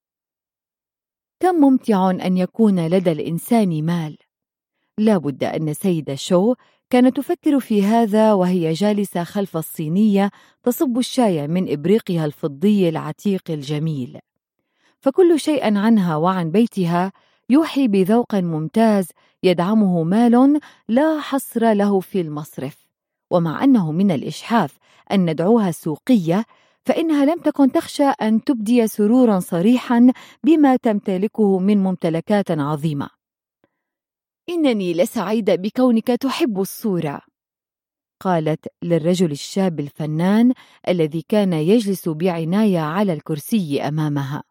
Speaker 2: كم ممتع أن يكون لدى الإنسان مال. لا بد أن السيدة شو كانت تفكر في هذا وهي جالسة خلف الصينية تصب الشاي من إبريقها الفضي العتيق الجميل، فكل شيء عنها وعن بيتها يوحي بذوق ممتاز يدعمه مال لا حصر له في المصرف. ومع أنه من الإشحاف أن ندعوها سوقية، فإنها لم تكن تخشى أن تبدي سرورا صريحا بما تمتلكه من ممتلكات عظيمة. إنني لسعيدة بكونك تحب الصورة، قالت للرجل الشاب الفنان الذي كان يجلس بعناية على الكرسي أمامها.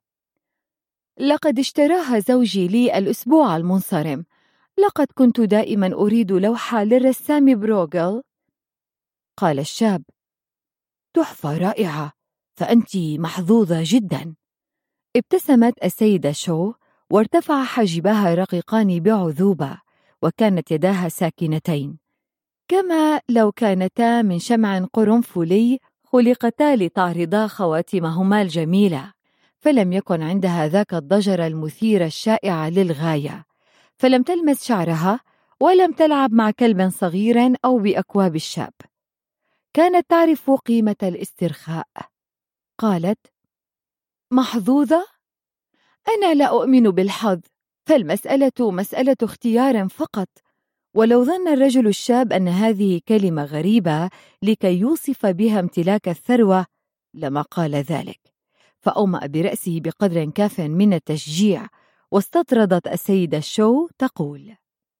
Speaker 2: لقد اشتراها زوجي لي الأسبوع المنصرم. لقد كنت دائما أريد لوحة للرسام بروغل. قال الشاب: تحفة رائعة، فأنت محظوظة جدا. ابتسمت السيدة شو وارتفع حاجبها رقيقان بعذوبة، وكانت يداها ساكنتين كما لو كانتا من شمع قرنفلي خلقتا لتعرضا خواتمهما الجميلة. فلم يكن عندها ذاك الضجر المثير الشائع للغاية، فلم تلمس شعرها ولم تلعب مع كلب صغير أو بأكواب الشاب. كانت تعرف قيمة الاسترخاء. قالت: محظوظة؟ أنا لا أؤمن بالحظ، فالمسألة مسألة اختيار فقط. ولو ظن الرجل الشاب أن هذه كلمة غريبة لكي يوصف بها امتلاك الثروة لما قال ذلك، فأومأ برأسه بقدر كاف من التشجيع. واستطردت السيدة شو تقول: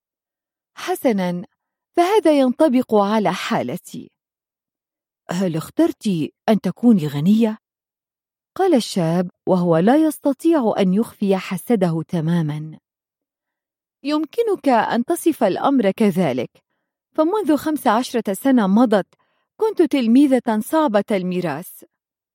Speaker 2: حسناً، فهذا ينطبق على حالتي. هل اخترت أن تكوني غنية؟ قال الشاب وهو لا يستطيع أن يخفي حسده تماماً. يمكنك أن تصف الأمر كذلك، فمنذ خمس عشرة سنة مضت كنت تلميذة صعبة الميراث.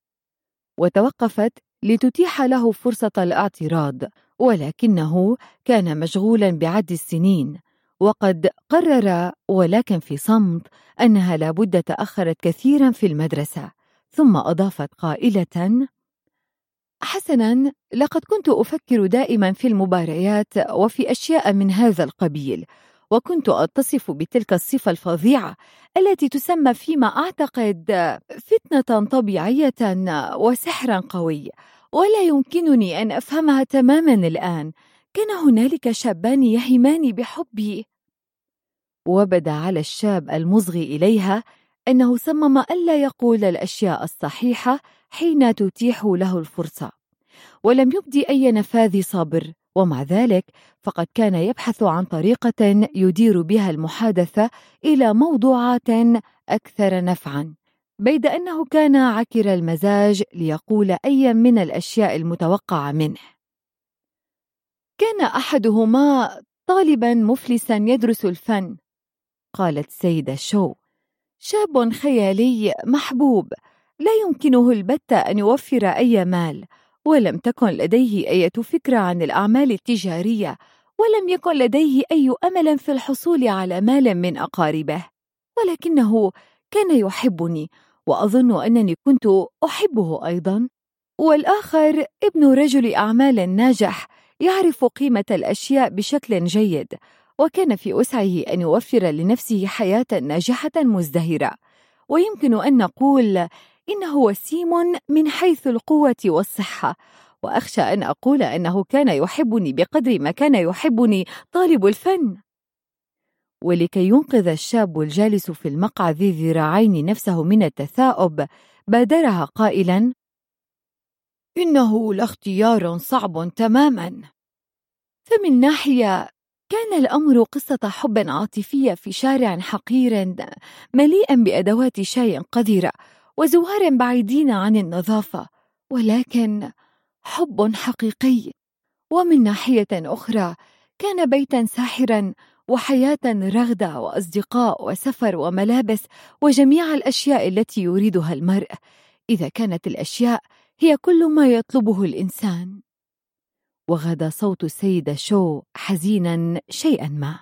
Speaker 2: وتوقفت لتتيح له فرصة الاعتراض، ولكنه كان مشغولا بعد السنين، وقد قرر ولكن في صمت أنها لابد تأخرت كثيرا في المدرسة. ثم أضافت قائلة: حسناً، لقد كنت أفكر دائماً في المباريات وفي أشياء من هذا القبيل، وكنت أتصف بتلك الصفة الفظيعة التي تسمى فيما أعتقد فتنة طبيعية وسحراً قوي، ولا يمكنني أن أفهمها تماماً الآن. كان هنالك شابان يهمان بحبي. وبدا على الشاب المصغي إليها أنه صمم ألا يقول الأشياء الصحيحة حين تتيح له الفرصة، ولم يبدي أي نفاذ صبر. ومع ذلك فقد كان يبحث عن طريقة يدير بها المحادثة إلى موضوعات أكثر نفعاً، بيد أنه كان عكر المزاج ليقول أي من الأشياء المتوقعة منه. كان أحدهما طالباً مفلساً يدرس الفن، قالت سيدة شو. شاب خيالي محبوب، لا يمكنه البتة أن يوفر أي مال، ولم تكن لديه أي فكرة عن الأعمال التجارية، ولم يكن لديه أي أمل في الحصول على مال من أقاربه، ولكنه كان يحبني وأظن أنني كنت أحبه أيضا. والآخر ابن رجل أعمال ناجح يعرف قيمة الأشياء بشكل جيد، وكان في وسعه أن يوفر لنفسه حياة ناجحة مزدهرة، ويمكن أن نقول إنه وسيم من حيث القوة والصحة. وأخشى أن أقول أنه كان يحبني بقدر ما كان يحبني طالب الفن. ولكي ينقذ الشاب الجالس في المقعد ذي ذراعين نفسه من التثاؤب، بادرها قائلاً: إنه لاختيار صعب تماماً. فمن ناحية كان الأمر قصة حب عاطفية في شارع حقير مليئا بأدوات شاي قذرة وزوار بعيدين عن النظافة، ولكن حب حقيقي. ومن ناحية أخرى كان بيتا ساحرا وحياة رغدة وأصدقاء وسفر وملابس وجميع الأشياء التي يريدها المرء، إذا كانت الأشياء هي كل ما يطلبه الإنسان. وغدا صوت السيدة شو حزينا شيئا ما.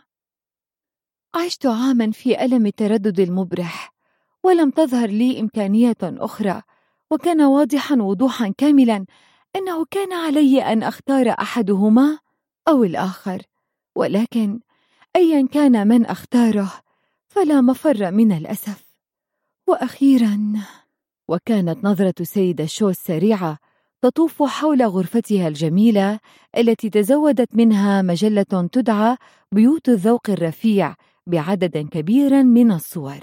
Speaker 2: عشت عاما في ألم التردد المبرح، ولم تظهر لي إمكانية أخرى، وكان واضحا وضوحا كاملا أنه كان علي أن أختار أحدهما أو الآخر، ولكن أيا كان من أختاره فلا مفر من الأسف. وأخيرا، وكانت نظرة سيدة شو السريعة تطوف حول غرفتها الجميلة التي تزودت منها مجلة تدعى بيوت الذوق الرفيع بعدد كبير من الصور.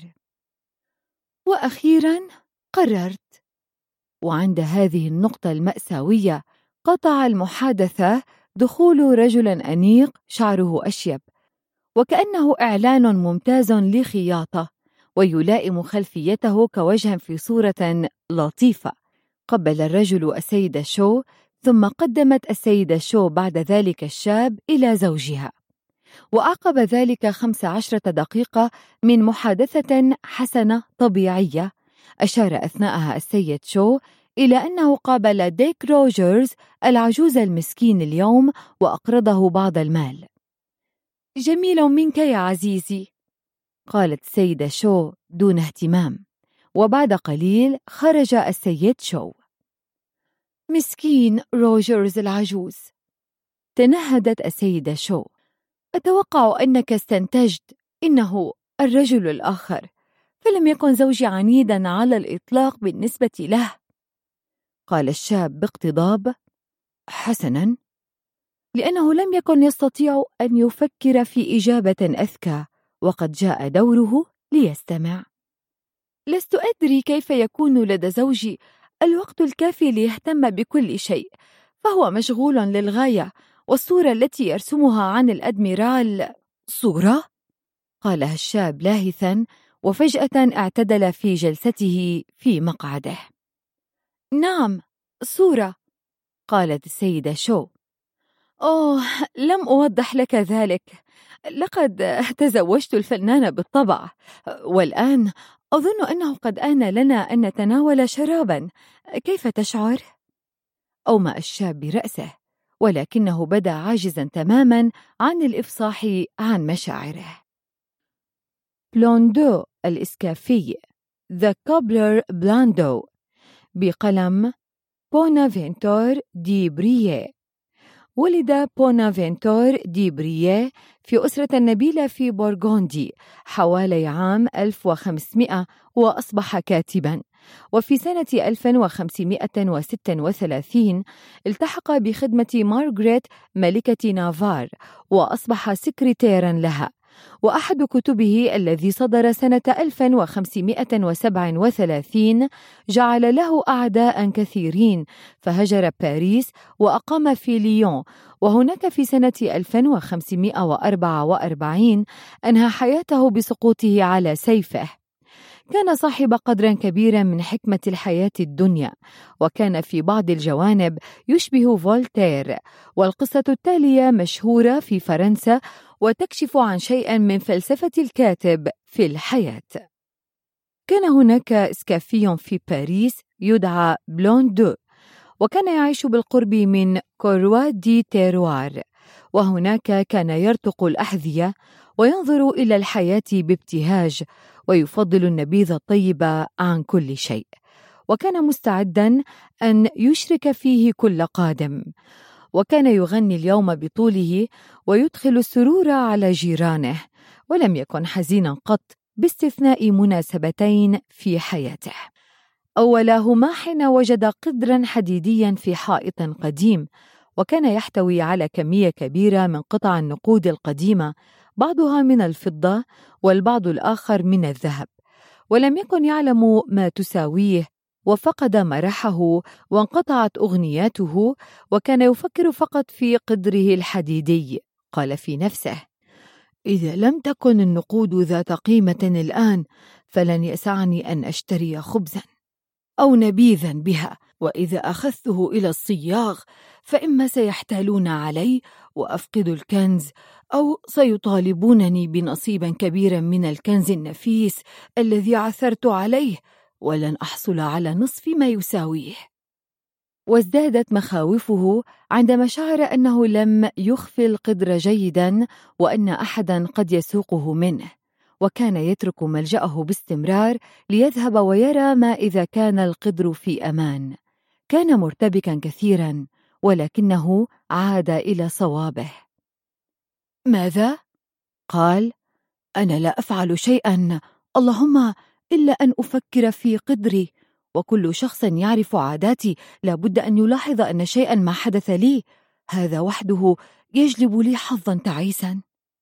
Speaker 2: وأخيرا قررت. وعند هذه النقطة المأساوية قطع المحادثة دخول رجل أنيق شعره أشيب، وكأنه إعلان ممتاز لخياطة، ويلائم خلفيته كوجه في صورة لطيفة. قبل الرجل السيدة شو، ثم قدمت السيدة شو بعد ذلك الشاب إلى زوجها. وأعقب ذلك خمس عشرة دقيقة من محادثة حسنة طبيعية، أشار أثناءها السيد شو إلى أنه قابل ديك روجرز العجوز المسكين اليوم وأقرضه بعض المال. جميل منك يا عزيزي، قالت السيدة شو دون اهتمام. وبعد قليل خرج السيد شو. مسكين روجرز العجوز، تنهدت السيدة شو. أتوقع أنك استنتجت إنه الرجل الآخر، فلم يكن زوجي عنيدا على الإطلاق بالنسبة له. قال الشاب باقتضاب: حسنا، لأنه لم يكن يستطيع أن يفكر في إجابة أذكى، وقد جاء دوره ليستمع. لست أدري كيف يكون لدى زوجي الوقت الكافي ليهتم بكل شيء، فهو مشغول للغاية. والصورة التي يرسمها عن الأدميرال صورة؟ قالها الشاب لاهثا، وفجأة اعتدل في جلسته في مقعده. نعم، صورة، قالت السيدة شو. أوه، لم أوضح لك ذلك. لقد تزوجت الفنان بالطبع، والآن أظن أنه قد آن لنا أن نتناول شرابا. كيف تشعر؟ أومأ الشاب برأسه، ولكنه بدا عاجزا تماما عن الإفصاح عن مشاعره. بلوندو الإسكافي، The Cobbler Blondeau، بقلم بونافنتور دي برييه. ولد بونافنتور دي برييه في أسرة نبيلة في بورغوندي حوالي عام ألف وخمسمائة، وأصبح كاتباً. وفي سنة ألف وخمسمائة وستة وثلاثين التحق بخدمة مارغريت ملكة نافار، وأصبح سكرتيراً لها. وأحد كتبه الذي صدر سنة ألف وخمسمائة وسبعة وثلاثين جعل له أعداء كثيرين، فهجر باريس وأقام في ليون، وهناك في سنة ألف وخمسمائة وأربعة وأربعين أنهى حياته بسقوطه على سيفه. كان صاحب قدر كبير من حكمة الحياة الدنيا، وكان في بعض الجوانب يشبه فولتير. والقصة التالية مشهورة في فرنسا وتكشف عن شيء من فلسفة الكاتب في الحياة. كان هناك إسكافي في باريس يدعى بلوندو، وكان يعيش بالقرب من كوروا دي تيروار، وهناك كان يرتق الأحذية، وينظر إلى الحياة بابتهاج، ويفضل النبيذ الطيب عن كل شيء، وكان مستعداً أن يشرك فيه كل قادم، وكان يغني اليوم بطوله ويدخل السرور على جيرانه، ولم يكن حزيناً قط باستثناء مناسبتين في حياته. أولاهما حين وجد قدراً حديدياً في حائط قديم، وكان يحتوي على كمية كبيرة من قطع النقود القديمة، بعضها من الفضة والبعض الآخر من الذهب، ولم يكن يعلم ما تساويه، وفقد مرحه وانقطعت أغنياته، وكان يفكر فقط في قدره الحديدي. قال في نفسه: إذا لم تكن النقود ذات قيمة الآن فلن يسعني أن أشتري خبزاً أو نبيذاً بها، وإذا أخذته إلى الصياغ فإما سيحتالون علي وأفقد الكنز، أو سيطالبونني بنصيب كبير من الكنز النفيس الذي عثرت عليه، ولن أحصل على نصف ما يساويه. وازدادت مخاوفه عندما شعر أنه لم يخفي القدر جيداً، وأن أحداً قد يسوقه منه، وكان يترك ملجأه باستمرار ليذهب ويرى ما إذا كان القدر في أمان. كان مرتبكاً كثيراً، ولكنه عاد إلى صوابه. ماذا؟ قال: أنا لا أفعل شيئاً، اللهم إلا أن أفكر في قدري، وكل شخص يعرف عاداتي لابد أن يلاحظ أن شيئاً ما حدث لي، هذا وحده يجلب لي حظاً تعيساً.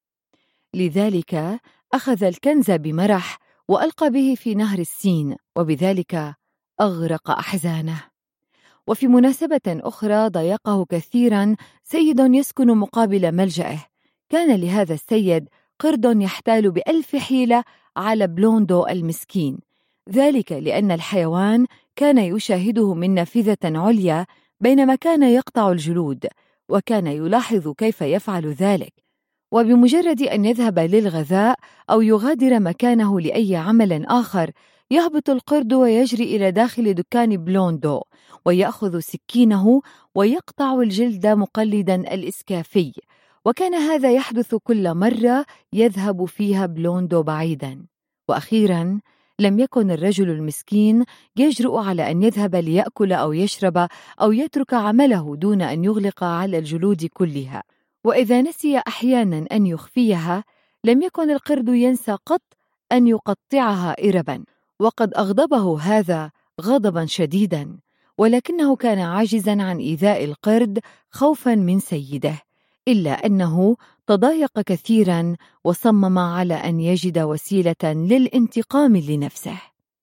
Speaker 2: لذلك أخذ الكنز بمرح وألقى به في نهر السين، وبذلك أغرق أحزانه. وفي مناسبة أخرى ضايقه كثيراً سيد يسكن مقابل ملجأه. كان لهذا السيد قرد يحتال بألف حيلة على بلوندو المسكين، ذلك لأن الحيوان كان يشاهده من نافذة عليا بينما كان يقطع الجلود، وكان يلاحظ كيف يفعل ذلك، وبمجرد أن يذهب للغذاء أو يغادر مكانه لأي عمل آخر يهبط القرد ويجري إلى داخل دكان بلوندو ويأخذ سكينه ويقطع الجلد مقلدا الإسكافي، وكان هذا يحدث كل مرة يذهب فيها بلوندو بعيدا. وأخيرا لم يكن الرجل المسكين يجرؤ على أن يذهب ليأكل أو يشرب أو يترك عمله دون أن يغلق على الجلود كلها، وإذا نسي أحيانا أن يخفيها لم يكن القرد ينسى قط أن يقطعها إربا، وقد أغضبه هذا غضبا شديدا، ولكنه كان عاجزا عن إيذاء القرد خوفا من سيده، إلا أنه تضايق كثيرا وصمم على أن يجد وسيلة للانتقام لنفسه.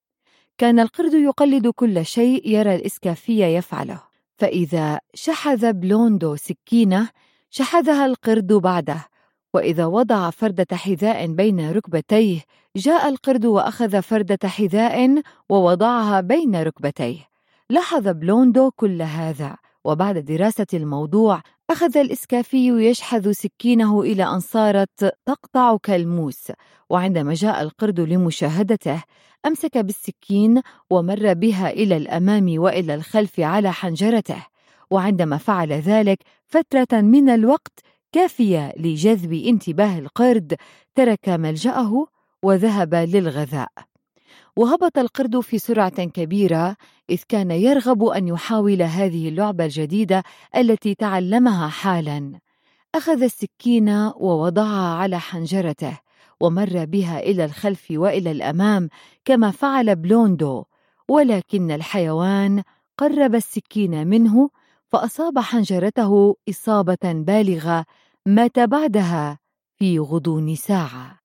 Speaker 2: كان القرد يقلد كل شيء يرى الإسكافي يفعله، فإذا شحذ بلوندو سكينة شحذها القرد بعده، وإذا وضع فردة حذاء بين ركبتيه جاء القرد وأخذ فردة حذاء ووضعها بين ركبتيه. لاحظ بلوندو كل هذا، وبعد دراسة الموضوع أخذ الإسكافي يشحذ سكينه إلى أن صارت تقطع كالموس، وعندما جاء القرد لمشاهدته أمسك بالسكين ومر بها إلى الأمام وإلى الخلف على حنجرته، وعندما فعل ذلك فترة من الوقت كافية لجذب انتباه القرد ترك ملجأه وذهب للغذاء. وهبط القرد في سرعة كبيرة، إذ كان يرغب أن يحاول هذه اللعبة الجديدة التي تعلمها حالاً. أخذ السكين ووضعها على حنجرته ومر بها إلى الخلف وإلى الأمام كما فعل بلوندو، ولكن الحيوان قرب السكين منه فأصاب حنجرته إصابة بالغة مات بعدها في غضون ساعة.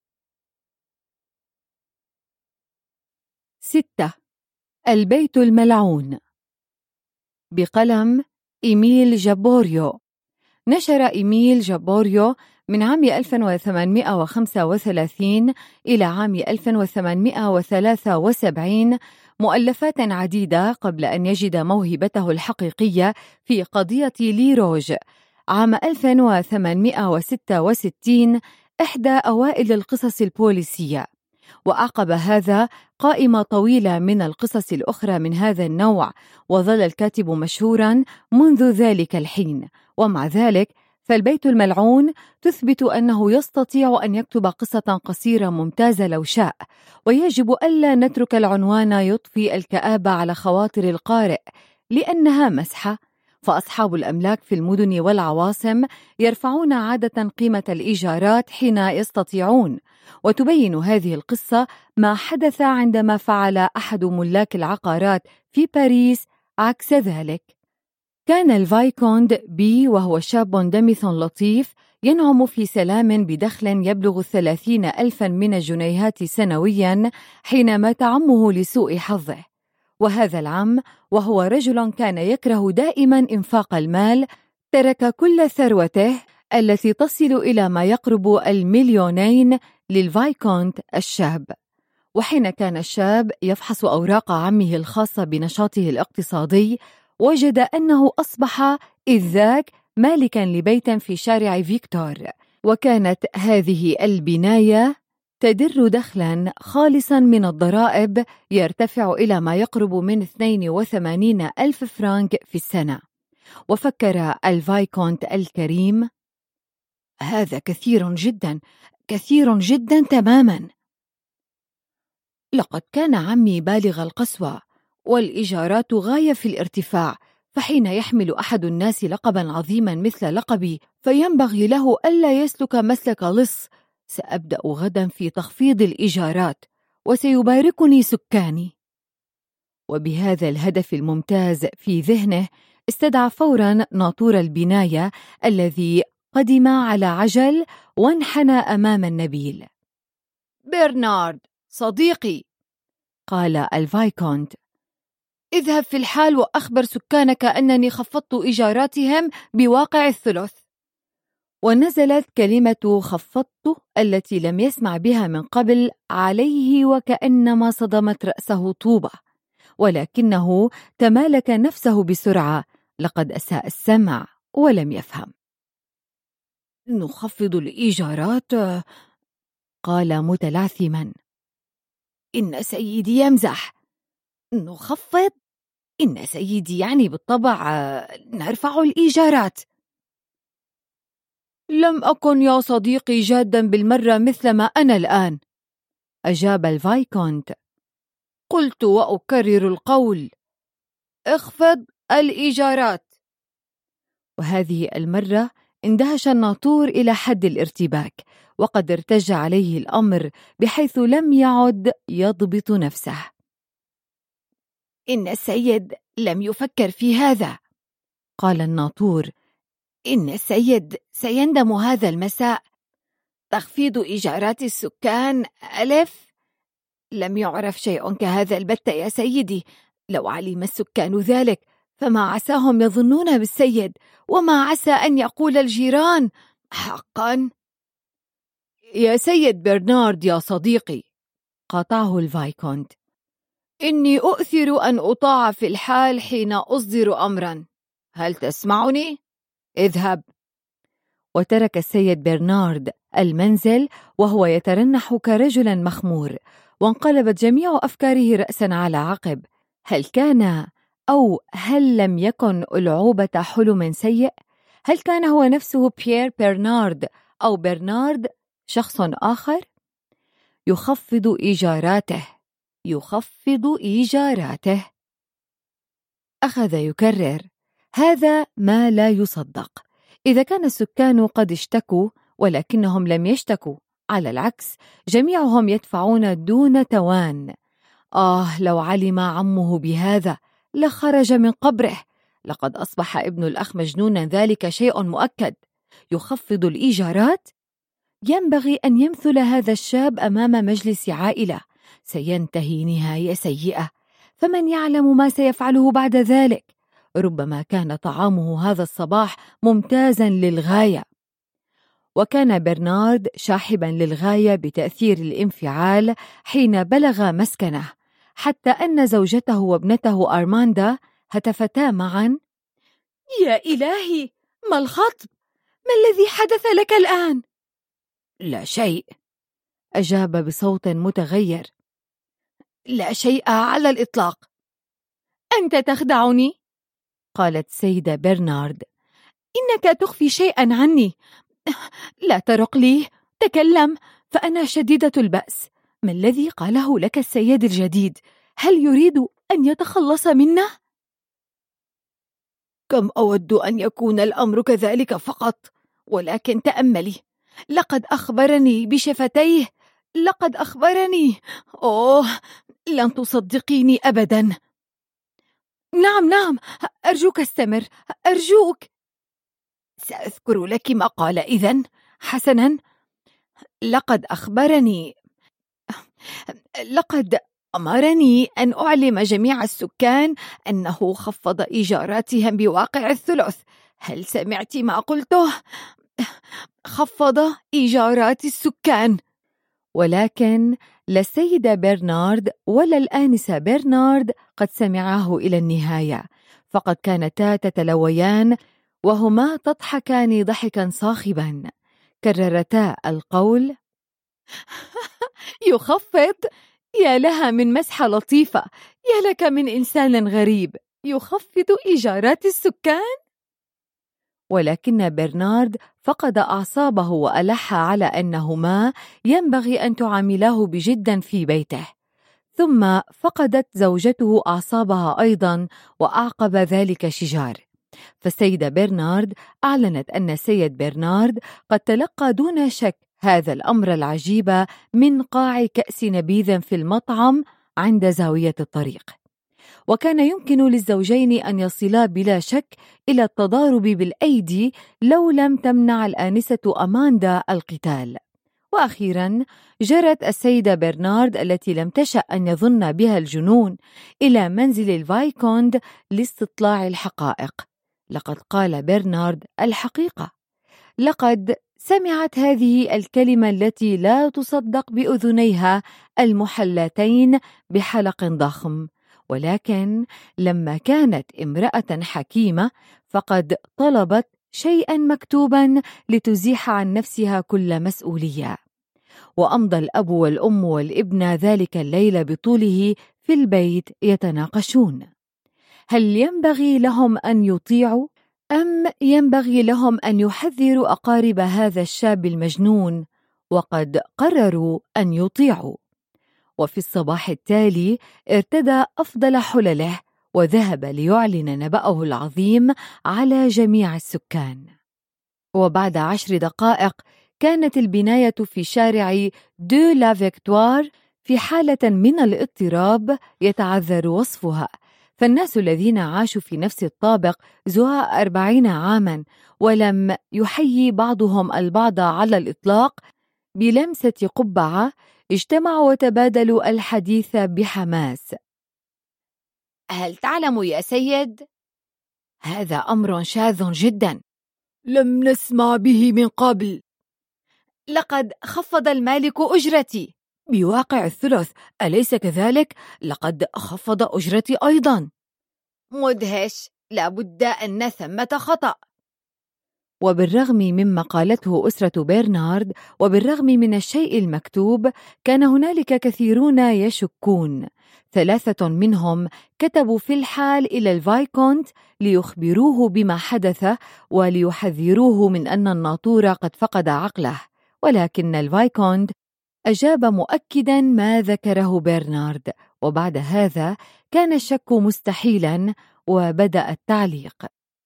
Speaker 2: ستة. البيت الملعون، بقلم إيميل جابوريو. نشر إيميل جابوريو من عام ألف وثمانمائة وخمسة وثلاثين إلى عام ألف وثمانمائة وثلاثة وسبعين مؤلفات عديدة قبل أن يجد موهبته الحقيقية في قضية لي روج. عام ألف وثمانمائة وستة وستين إحدى أوائل القصص البوليسية، وأعقب هذا قائمة طويلة من القصص الأخرى من هذا النوع، وظل الكاتب مشهورا منذ ذلك الحين، ومع ذلك فالبيت الملعون تثبت أنه يستطيع أن يكتب قصة قصيرة ممتازة لو شاء، ويجب ألا نترك العنوان يضفي الكآبة على خواطر القارئ لأنها مسحة، فأصحاب الأملاك في المدن والعواصم يرفعون عادة قيمة الإيجارات حين يستطيعون، وتبين هذه القصة ما حدث عندما فعل أحد ملاك العقارات في باريس عكس ذلك. كان الفايكوند بي وهو شاب دمث لطيف ينعم في سلام بدخل يبلغ ثلاثين ألفا من الجنيهات سنويا حين مات عمه لسوء حظه، وهذا العم وهو رجل كان يكره دائما إنفاق المال ترك كل ثروته التي تصل إلى ما يقرب المليونين للفايكونت الشاب. وحين كان الشاب يفحص أوراق عمه الخاصة بنشاطه الاقتصادي وجد أنه أصبح إذ ذاك مالكا لبيت في شارع فيكتور، وكانت هذه البناية تدر دخلا خالصا من الضرائب يرتفع إلى ما يقرب من اثنين وثمانين ألف فرنك في السنة. وفكر الفايكونت الكريم: هذا كثير جدا كثير جدا تماما. لقد كان عمي بالغ القسوة والإيجارات غاية في الارتفاع، فحين يحمل أحد الناس لقبا عظيما مثل لقبي فينبغي له ألا يسلك مسلك لص. سأبدأ غدا في تخفيض الإيجارات وسيباركني سكاني. وبهذا الهدف الممتاز في ذهنه استدعى فورا ناطور البناية الذي قدم على عجل وانحنى أمام النبيل. برنارد صديقي، قال الفايكونت، اذهب في الحال وأخبر سكانك أنني خفضت إيجاراتهم بواقع الثلث. ونزلت كلمة خفضت التي لم يسمع بها من قبل عليه وكأنما صدمت رأسه طوبة، ولكنه تمالك نفسه بسرعة، لقد أساء السمع ولم يفهم. نخفض الإيجارات؟ قال متلعثما. إن سيدي يمزح. نخفض؟ إن سيدي يعني بالطبع نرفع الإيجارات. لم أكن يا صديقي جادا بالمرة مثلما أنا الآن، أجاب الفايكونت. قلت وأكرر القول: اخفض الإيجارات. وهذه المرة اندهش الناطور إلى حد الارتباك، وقد ارتج عليه الأمر بحيث لم يعد يضبط نفسه. إن السيد لم يفكر في هذا، قال الناطور. إن السيد سيندم هذا المساء. تخفيض إيجارات السكان ألف؟ لم يعرف شيء كهذا البتة يا سيدي. لو علم السكان ذلك فما عساهم يظنون بالسيد، وما عسى أن يقول الجيران. حقا يا سيد برنارد يا صديقي، قاطعه الفايكونت، إني أؤثر أن أطاع في الحال حين أصدر أمرا. هل تسمعني؟ اذهب. وترك السيد برنارد المنزل وهو يترنح كرجل مخمور، وانقلبت جميع أفكاره رأسا على عقب. هل كان أو هل لم يكن ألعوبة حلم سيء؟ هل كان هو نفسه بيير برنارد أو برنارد شخص آخر؟ يخفض إيجاراته، يخفض إيجاراته. أخذ يكرر: هذا ما لا يصدق. إذا كان السكان قد اشتكوا ولكنهم لم يشتكوا، على العكس جميعهم يدفعون دون توان. آه لو علم عمه بهذا لخرج من قبره. لقد أصبح ابن الأخ مجنونا، ذلك شيء مؤكد. يخفض الإيجارات؟ ينبغي أن يمثل هذا الشاب أمام مجلس عائلة. سينتهي نهاية سيئة، فمن يعلم ما سيفعله بعد ذلك. ربما كان طعامه هذا الصباح ممتازا للغاية. وكان برنارد شاحبا للغاية بتأثير الانفعال حين بلغ مسكنه، حتى أن زوجته وابنته أرماندا هتفتا معا: يا إلهي، ما الخطب؟ ما الذي حدث لك الآن؟ لا شيء، أجاب بصوت متغير. لا شيء على الإطلاق. أنت تخدعني، قالت سيدة برنارد. إنك تخفي شيئا عني. لا ترق لي، تكلم، فأنا شديدة البأس. ما الذي قاله لك السيد الجديد؟ هل يريد أن يتخلص منه؟ كم أود أن يكون الأمر كذلك فقط، ولكن تأملي، لقد أخبرني بشفتيه، لقد أخبرني. أوه، لن تصدقيني أبدا. نعم نعم، أرجوك استمر، أرجوك. سأذكر لك ما قال إذن. حسنا، لقد أخبرني لقد أمرني أن أعلم جميع السكان أنه خفض إيجاراتهم بواقع الثلث. هل سمعت ما قلته؟ خفض إيجارات السكان. ولكن لا السيدة برنارد ولا الآنسة برنارد قد سمعاه إلى النهاية، فقد كانتا تتلويان وهما تضحكان ضحكا صاخبا. كررتا القول: يخفض؟ يا لها من مسحة لطيفة، يا لك من إنسان غريب، يخفض إيجارات السكان؟ ولكن برنارد فقد أعصابه وألح على أنهما ينبغي أن تعاملاه بجد في بيته. ثم فقدت زوجته أعصابها أيضا، وأعقب ذلك شجار. فالسيدة برنارد أعلنت أن السيد برنارد قد تلقى دون شك هذا الأمر العجيب من قاع كأس نبيذ في المطعم عند زاوية الطريق. وكان يمكن للزوجين أن يصلا بلا شك إلى التضارب بالأيدي لو لم تمنع الآنسة أماندا القتال. وأخيرا جرت السيدة برنارد التي لم تشأ أن يظن بها الجنون إلى منزل الفايكوند لاستطلاع الحقائق. لقد قال برنارد الحقيقة. لقد سمعت هذه الكلمة التي لا تصدق بأذنيها المحلتين بحلق ضخم، ولكن لما كانت امرأة حكيمة فقد طلبت شيئا مكتوبا لتزيح عن نفسها كل مسؤولية. وأمضى الأب والأم والابن ذلك الليل بطوله في البيت يتناقشون: هل ينبغي لهم أن يطيعوا أم ينبغي لهم أن يحذروا أقارب هذا الشاب المجنون؟ وقد قرروا أن يطيعوا. وفي الصباح التالي ارتدى أفضل حلله وذهب ليعلن نبأه العظيم على جميع السكان. وبعد عشر دقائق كانت البناية في شارع دو لا فيكتوار في حالة من الاضطراب يتعذر وصفها، فالناس الذين عاشوا في نفس الطابق زهاء أربعين عاما ولم يحيي بعضهم البعض على الإطلاق بلمسة قبعة اجتمعوا وتبادلوا الحديث بحماس. هل تعلم يا سيد؟ هذا أمر شاذ جدا، لم نسمع به من قبل. لقد خفض المالك أجرتي بواقع الثلث، أليس كذلك؟ لقد خفض أجرتي أيضا. مدهش، لابد أن ثمة خطأ. وبالرغم مما قالته أسرة برنارد، وبالرغم من الشيء المكتوب، كان هنالك كثيرون يشكون. ثلاثة منهم كتبوا في الحال إلى الفايكونت ليخبروه بما حدث وليحذروه من أن الناطور قد فقد عقله، ولكن الفايكونت أجاب مؤكدا ما ذكره برنارد. وبعد هذا كان الشك مستحيلا، وبدأ التعليق: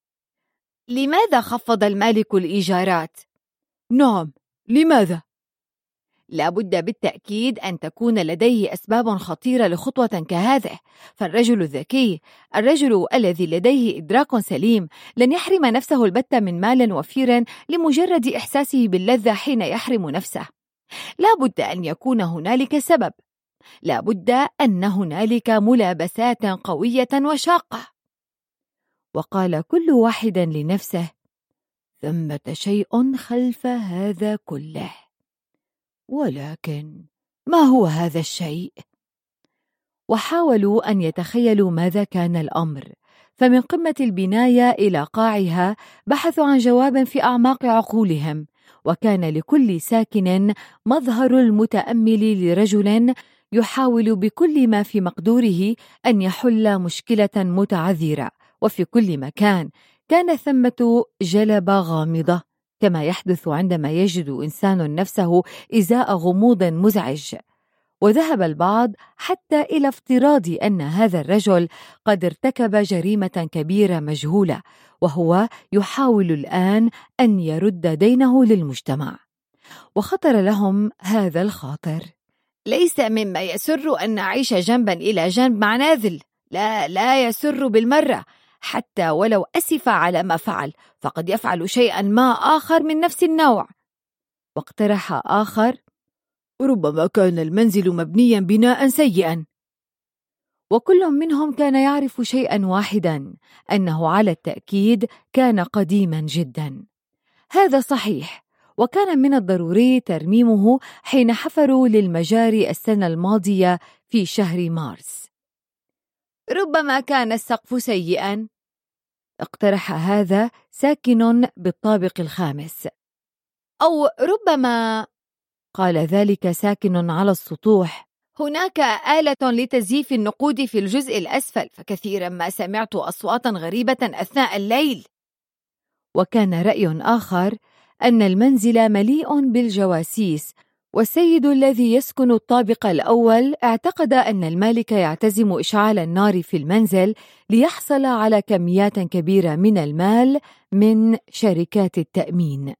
Speaker 2: لماذا خفض المالك الإيجارات؟ نعم، لماذا؟ لابد بالتأكيد أن تكون لديه أسباب خطيرة لخطوة كهذه، فالرجل الذكي، الرجل الذي لديه إدراك سليم، لن يحرم نفسه البتة من مال وفير لمجرد إحساسه باللذة حين يحرم نفسه. لابد أن يكون هنالك سبب، لابد أن هنالك ملابسات قوية وشاقة. وقال كل واحد لنفسه: ثمة شيء خلف هذا كله، ولكن ما هو هذا الشيء؟ وحاولوا أن يتخيلوا ماذا كان الأمر، فمن قمة البناية إلى قاعها بحثوا عن جواب في أعماق عقولهم، وكان لكل ساكن مظهر المتأمل لرجل يحاول بكل ما في مقدوره أن يحل مشكلة متعذرة. وفي كل مكان كان ثمة جلبة غامضة، كما يحدث عندما يجد إنسان نفسه إزاء غموض مزعج. وذهب البعض حتى إلى افتراض أن هذا الرجل قد ارتكب جريمة كبيرة مجهولة، وهو يحاول الآن أن يرد دينه للمجتمع. وخطر لهم هذا الخاطر: ليس مما يسر أن نعيش جنبا إلى جنب مع ناذل، لا لا يسر بالمرة، حتى ولو أسف على ما فعل فقد يفعل شيئا ما آخر من نفس النوع. واقترح آخر: ربما كان المنزل مبنيا بناء سيئا. وكل منهم كان يعرف شيئا واحدا، أنه على التأكيد كان قديما جدا. هذا صحيح، وكان من الضروري ترميمه حين حفروا للمجاري السنة الماضية في شهر مارس. ربما كان السقف سيئا، اقترح هذا ساكن بالطابق الخامس. أو ربما، قال ذلك ساكن على السطوح، هناك آلة لتزييف النقود في الجزء الأسفل، فكثيرا ما سمعت أصواتا غريبة أثناء الليل. وكان رأي آخر أن المنزل مليء بالجواسيس، والسيد الذي يسكن الطابق الأول اعتقد أن المالك يعتزم إشعال النار في المنزل ليحصل على كميات كبيرة من المال من شركات التأمين.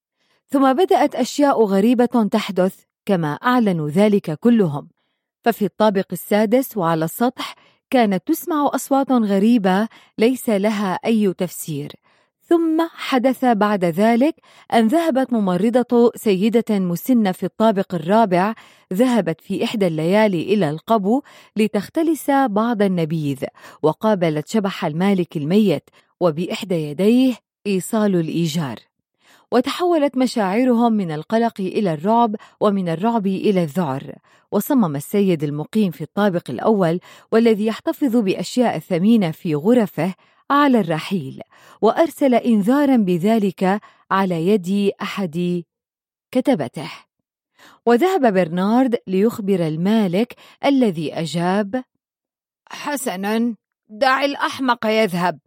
Speaker 2: ثم بدأت أشياء غريبة تحدث كما أعلنوا ذلك كلهم، ففي الطابق السادس وعلى السطح كانت تسمع أصوات غريبة ليس لها أي تفسير. ثم حدث بعد ذلك أن ذهبت ممرضة سيدة مسنة في الطابق الرابع، ذهبت في إحدى الليالي إلى القبو لتختلس بعض النبيذ، وقابلت شبح المالك الميت وبإحدى يديه إيصال الإيجار. وتحولت مشاعرهم من القلق إلى الرعب، ومن الرعب إلى الذعر. وصمم السيد المقيم في الطابق الأول والذي يحتفظ بأشياء ثمينة في غرفه على الرحيل، وأرسل إنذارا بذلك على يد أحد كتبته. وذهب برنارد ليخبر المالك، الذي أجاب: حسنا، دع الأحمق يذهب.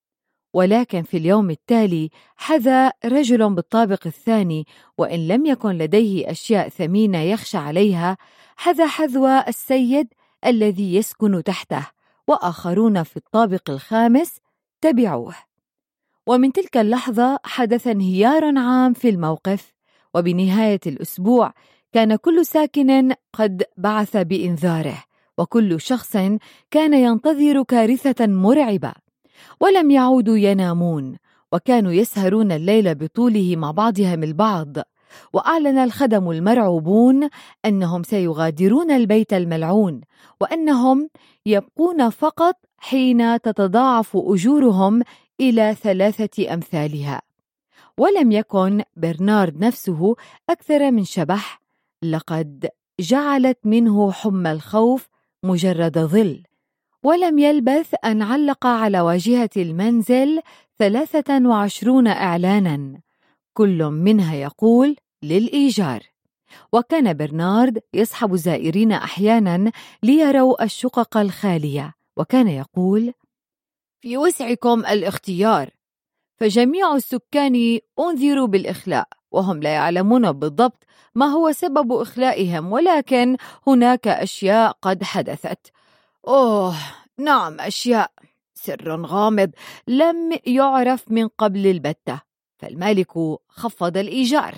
Speaker 2: ولكن في اليوم التالي حذا رجل بالطابق الثاني، وإن لم يكن لديه أشياء ثمينة يخشى عليها، حذا حذو السيد الذي يسكن تحته، وآخرون في الطابق الخامس تبعوه. ومن تلك اللحظة حدث انهيار عام في الموقف، وبنهاية الأسبوع كان كل ساكن قد بعث بإنذاره، وكل شخص كان ينتظر كارثة مرعبة. ولم يعودوا ينامون، وكانوا يسهرون الليل بطوله مع بعضهم البعض. وأعلن الخدم المرعوبون أنهم سيغادرون البيت الملعون، وأنهم يبقون فقط حين تتضاعف أجورهم إلى ثلاثة أمثالها. ولم يكن برنارد نفسه أكثر من شبح، لقد جعلت منه حمى الخوف مجرد ظل. ولم يلبث أن علق على واجهة المنزل ثلاثة وعشرون إعلانا، كل منها يقول للإيجار. وكان برنارد يصحب الزائرين أحيانا ليروا الشقق الخالية، وكان يقول: في وسعكم الاختيار، فجميع السكان أنذروا بالإخلاء، وهم لا يعلمون بالضبط ما هو سبب إخلائهم، ولكن هناك أشياء قد حدثت. أوه نعم، أشياء، سر غامض لم يعرف من قبل البتة، فالمالك خفض الإيجار.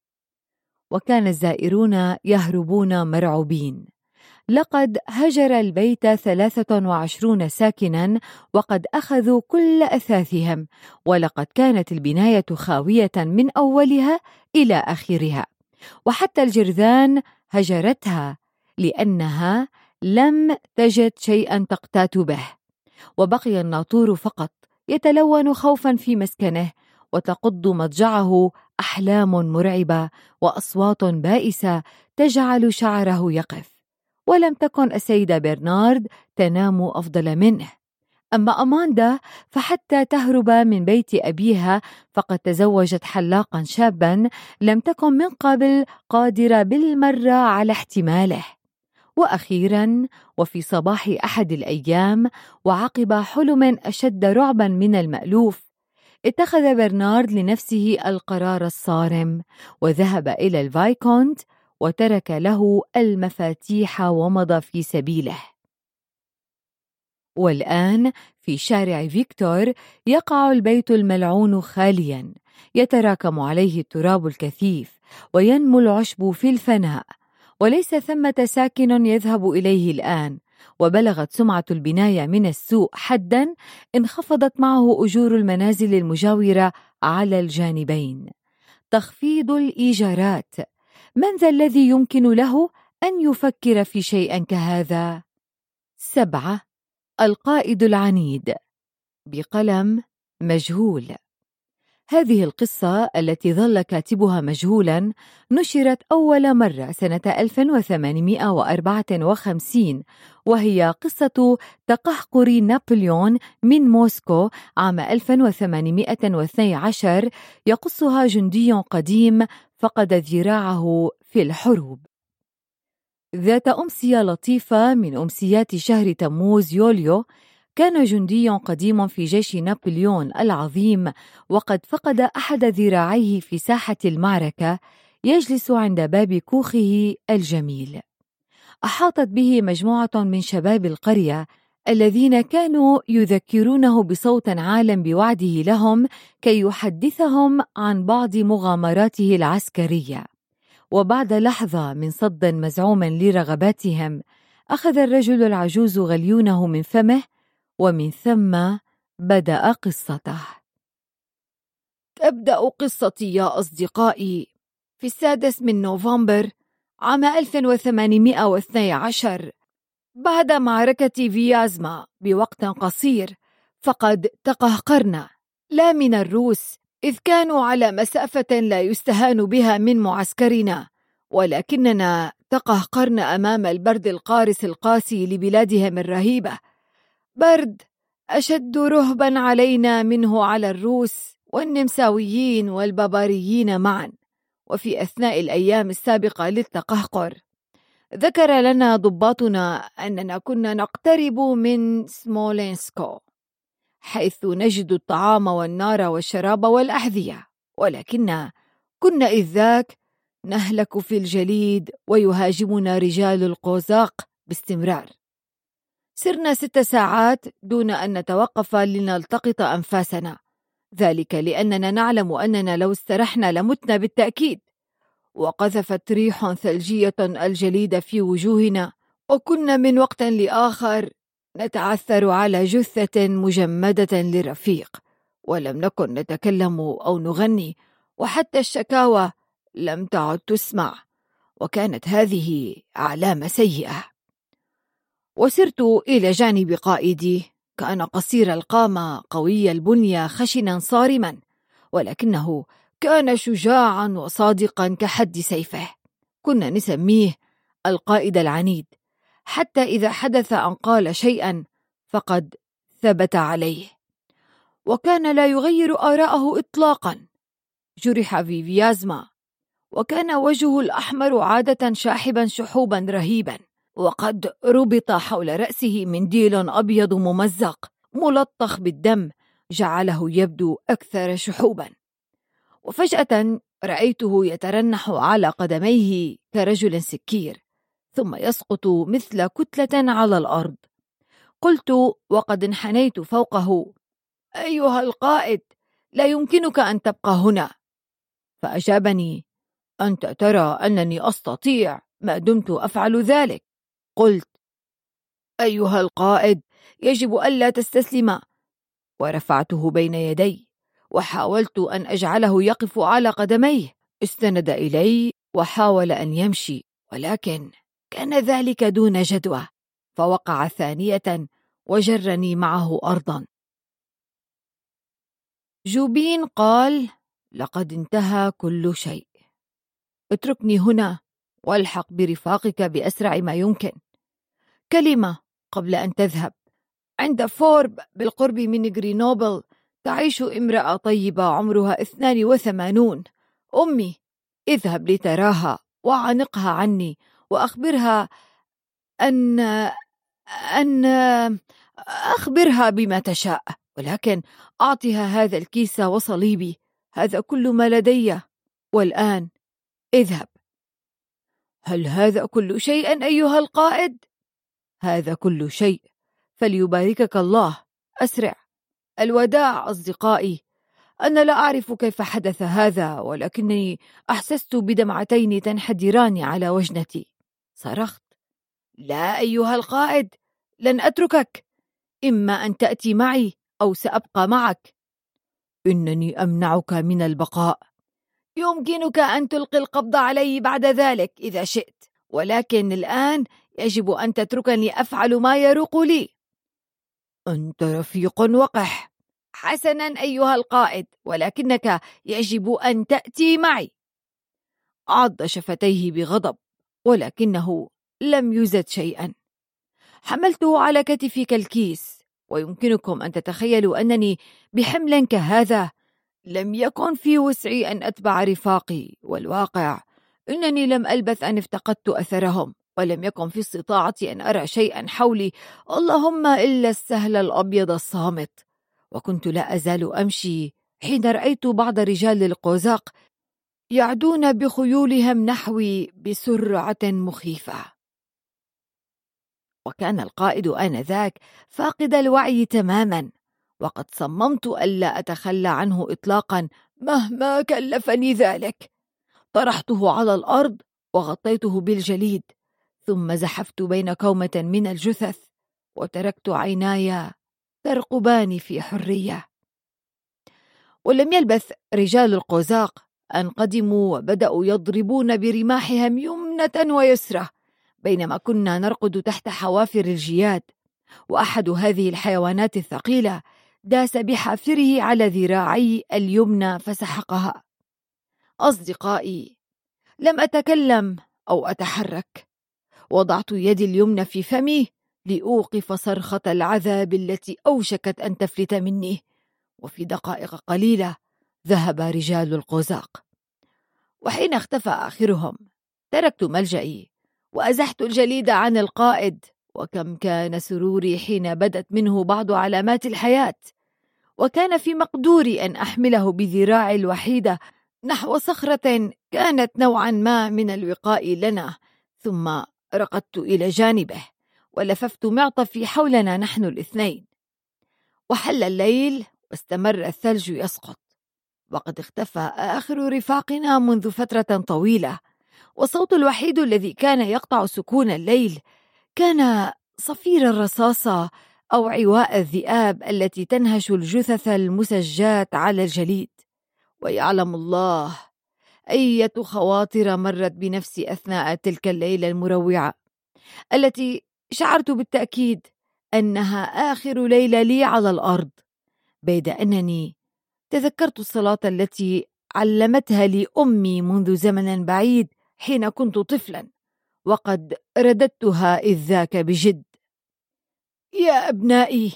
Speaker 2: وكان الزائرون يهربون مرعوبين. لقد هجر البيت ثلاثة وعشرون ساكنا، وقد أخذوا كل أثاثهم، ولقد كانت البناية خاوية من أولها إلى آخرها، وحتى الجرذان هجرتها لأنها لم تجد شيئا تقتات به. وبقي الناطور فقط يتلون خوفا في مسكنه، وتقض مضجعه أحلام مرعبة وأصوات بائسة تجعل شعره يقف. ولم تكن السيدة برنارد تنام أفضل منه. أما أماندا فحتى تهرب من بيت أبيها فقد تزوجت حلاقا شابا لم تكن من قبل قادرة بالمرة على احتماله. وأخيرا، وفي صباح أحد الأيام، وعقب حلم أشد رعبا من المألوف، اتخذ برنارد لنفسه القرار الصارم وذهب إلى الفايكونت وترك له المفاتيح ومضى في سبيله. والآن في شارع فيكتور يقع البيت الملعون خاليا، يتراكم عليه التراب الكثيف وينمو العشب في الفناء، وليس ثمة ساكن يذهب إليه الآن، وبلغت سمعة البناية من السوء حداً انخفضت معه أجور المنازل المجاورة على الجانبين. تخفيض الإيجارات، من ذا الذي يمكن له أن يفكر في شيء كهذا؟ سبعة. القائد العنيد، بقلم مجهول. هذه القصة التي ظل كاتبها مجهولا نشرت أول مرة سنة ألف وثمانمائة وأربعة وخمسين، وهي قصة تقهقر نابليون من موسكو عام ألف وثمانمائة واثني عشر، يقصها جندي قديم فقد ذراعه في الحروب. ذات أمسية لطيفة من أمسيات شهر تموز يوليو، كان جندي قديم في جيش نابليون العظيم وقد فقد أحد ذراعيه في ساحة المعركة، يجلس عند باب كوخه الجميل. أحاطت به مجموعة من شباب القرية الذين كانوا يذكرونه بصوت عال بوعده لهم كي يحدثهم عن بعض مغامراته العسكرية. وبعد لحظة من صد مزعوم لرغباتهم، أخذ الرجل العجوز غليونه من فمه، ومن ثم بدأ قصته. تبدأ قصتي يا أصدقائي في السادس من نوفمبر عام ألف وثمانمائة واثني عشر، بعد معركة فيازما بوقت قصير، فقد تقهقرنا، لا من الروس إذ كانوا على مسافة لا يستهان بها من معسكرنا، ولكننا تقهقرنا أمام البرد القارس القاسي لبلادهم الرهيبة، برد أشد رهبا علينا منه على الروس والنمساويين والباباريين معا. وفي أثناء الأيام السابقة للتقهقر ذكر لنا ضباطنا أننا كنا نقترب من سمولينسكو، حيث نجد الطعام والنار والشراب والأحذية، ولكن كنا إذ ذاك نهلك في الجليد ويهاجمنا رجال القوزاق باستمرار. سرنا ست ساعات دون أن نتوقف لنلتقط أنفاسنا، ذلك لأننا نعلم أننا لو استرحنا لمتنا بالتأكيد. وقذفت ريح ثلجية الجليد في وجوهنا، وكنا من وقت لآخر نتعثر على جثة مجمدة لرفيق، ولم نكن نتكلم أو نغني، وحتى الشكاوى لم تعد تسمع، وكانت هذه علامة سيئة. وسرت إلى جانب قائدي، كان قصير القامة قوي البنية خشنا صارما، ولكنه كان شجاعا وصادقا كحد سيفه. كنا نسميه القائد العنيد، حتى إذا حدث أن قال شيئا فقد ثبت عليه، وكان لا يغير آراءه إطلاقا. جرح في فيازما، وكان وجهه الأحمر عادة شاحبا شحوبا رهيبا، وقد ربط حول رأسه منديل أبيض ممزق ملطخ بالدم جعله يبدو أكثر شحوبا. وفجأة رأيته يترنح على قدميه كرجل سكير، ثم يسقط مثل كتلة على الأرض. قلت وقد انحنيت فوقه: أيها القائد، لا يمكنك أن تبقى هنا. فأجابني: أنت ترى أنني أستطيع ما دمت أفعل ذلك. قلت: أيها القائد، يجب ألا تستسلم. ورفعته بين يدي وحاولت أن أجعله يقف على قدميه. استند إلي وحاول أن يمشي، ولكن كان ذلك دون جدوى، فوقع ثانية وجرني معه أرضا. جوبين قال: لقد انتهى كل شيء، اتركني هنا والحق برفاقك بأسرع ما يمكن. كلمة قبل أن تذهب: عند فورب بالقرب من غرينوبل تعيش امرأة طيبة عمرها اثنان وثمانون، أمي. اذهب لتراها وعانقها عني وأخبرها أن أن أخبرها بما تشاء، ولكن أعطها هذا الكيس وصليبي، هذا كل ما لدي، والآن اذهب. هل هذا كل شيء أيها القائد؟ هذا كل شيء، فليباركك الله. أسرع. الوداع أصدقائي. أنا لا أعرف كيف حدث هذا، ولكنني أحسست بدمعتين تنحدران على وجنتي. صرخت: لا أيها القائد، لن أتركك، إما أن تأتي معي أو سأبقى معك. إنني أمنعك من البقاء. يمكنك أن تلقي القبض علي بعد ذلك إذا شئت، ولكن الآن يجب أن تتركني أفعل ما يروق لي. أنت رفيق وقح. حسنا أيها القائد، ولكنك يجب أن تأتي معي. عض شفتيه بغضب، ولكنه لم يزد شيئا. حملته على كتفي كالكيس، ويمكنكم أن تتخيلوا أنني بحمل كهذا لم يكن في وسعي أن أتبع رفاقي، والواقع إنني لم ألبث أن افتقدت أثرهم، ولم يكن في استطاعتي أن أرى شيئا حولي، اللهم إلا السهل الأبيض الصامت. وكنت لا أزال أمشي حين رأيت بعض رجال القوزاق يعدون بخيولهم نحوي بسرعة مخيفة. وكان القائد آنذاك فاقد الوعي تماما، وقد صممت ألا أتخلى عنه إطلاقا مهما كلفني ذلك. طرحته على الأرض وغطيته بالجليد، ثم زحفت بين كومة من الجثث، وتركت عيناي ترقبان في حرية. ولم يلبث رجال القوزاق أن قدموا وبدأوا يضربون برماحهم يمنة ويسرى، بينما كنا نرقد تحت حوافر الجياد، وأحد هذه الحيوانات الثقيلة داس بحافره على ذراعي اليمنى فسحقها. أصدقائي، لم أتكلم أو أتحرك. وضعت يدي اليمنى في فمي لأوقف صرخة العذاب التي أوشكت أن تفلت مني، وفي دقائق قليلة ذهب رجال القوزاق. وحين اختفى آخرهم تركت ملجئي وأزحت الجليد عن القائد، وكم كان سروري حين بدت منه بعض علامات الحياة، وكان في مقدوري أن أحمله بذراعي الوحيدة نحو صخرة كانت نوعا ما من الوقاء لنا، ثم رقدت إلى جانبه ولففت معطفي حولنا نحن الاثنين. وحل الليل واستمر الثلج يسقط، وقد اختفى آخر رفاقنا منذ فترة طويلة، والصوت الوحيد الذي كان يقطع سكون الليل كان صفير الرصاصة أو عواء الذئاب التي تنهش الجثث المسجات على الجليد. ويعلم الله أية خواطر مرت بنفسي أثناء تلك الليلة المروعة، التي شعرت بالتأكيد أنها آخر ليلة لي على الأرض، بيد أنني تذكرت الصلاة التي علمتها لي أمي منذ زمن بعيد حين كنت طفلا، وقد رددتها إذ ذاك بجد. يا أبنائي،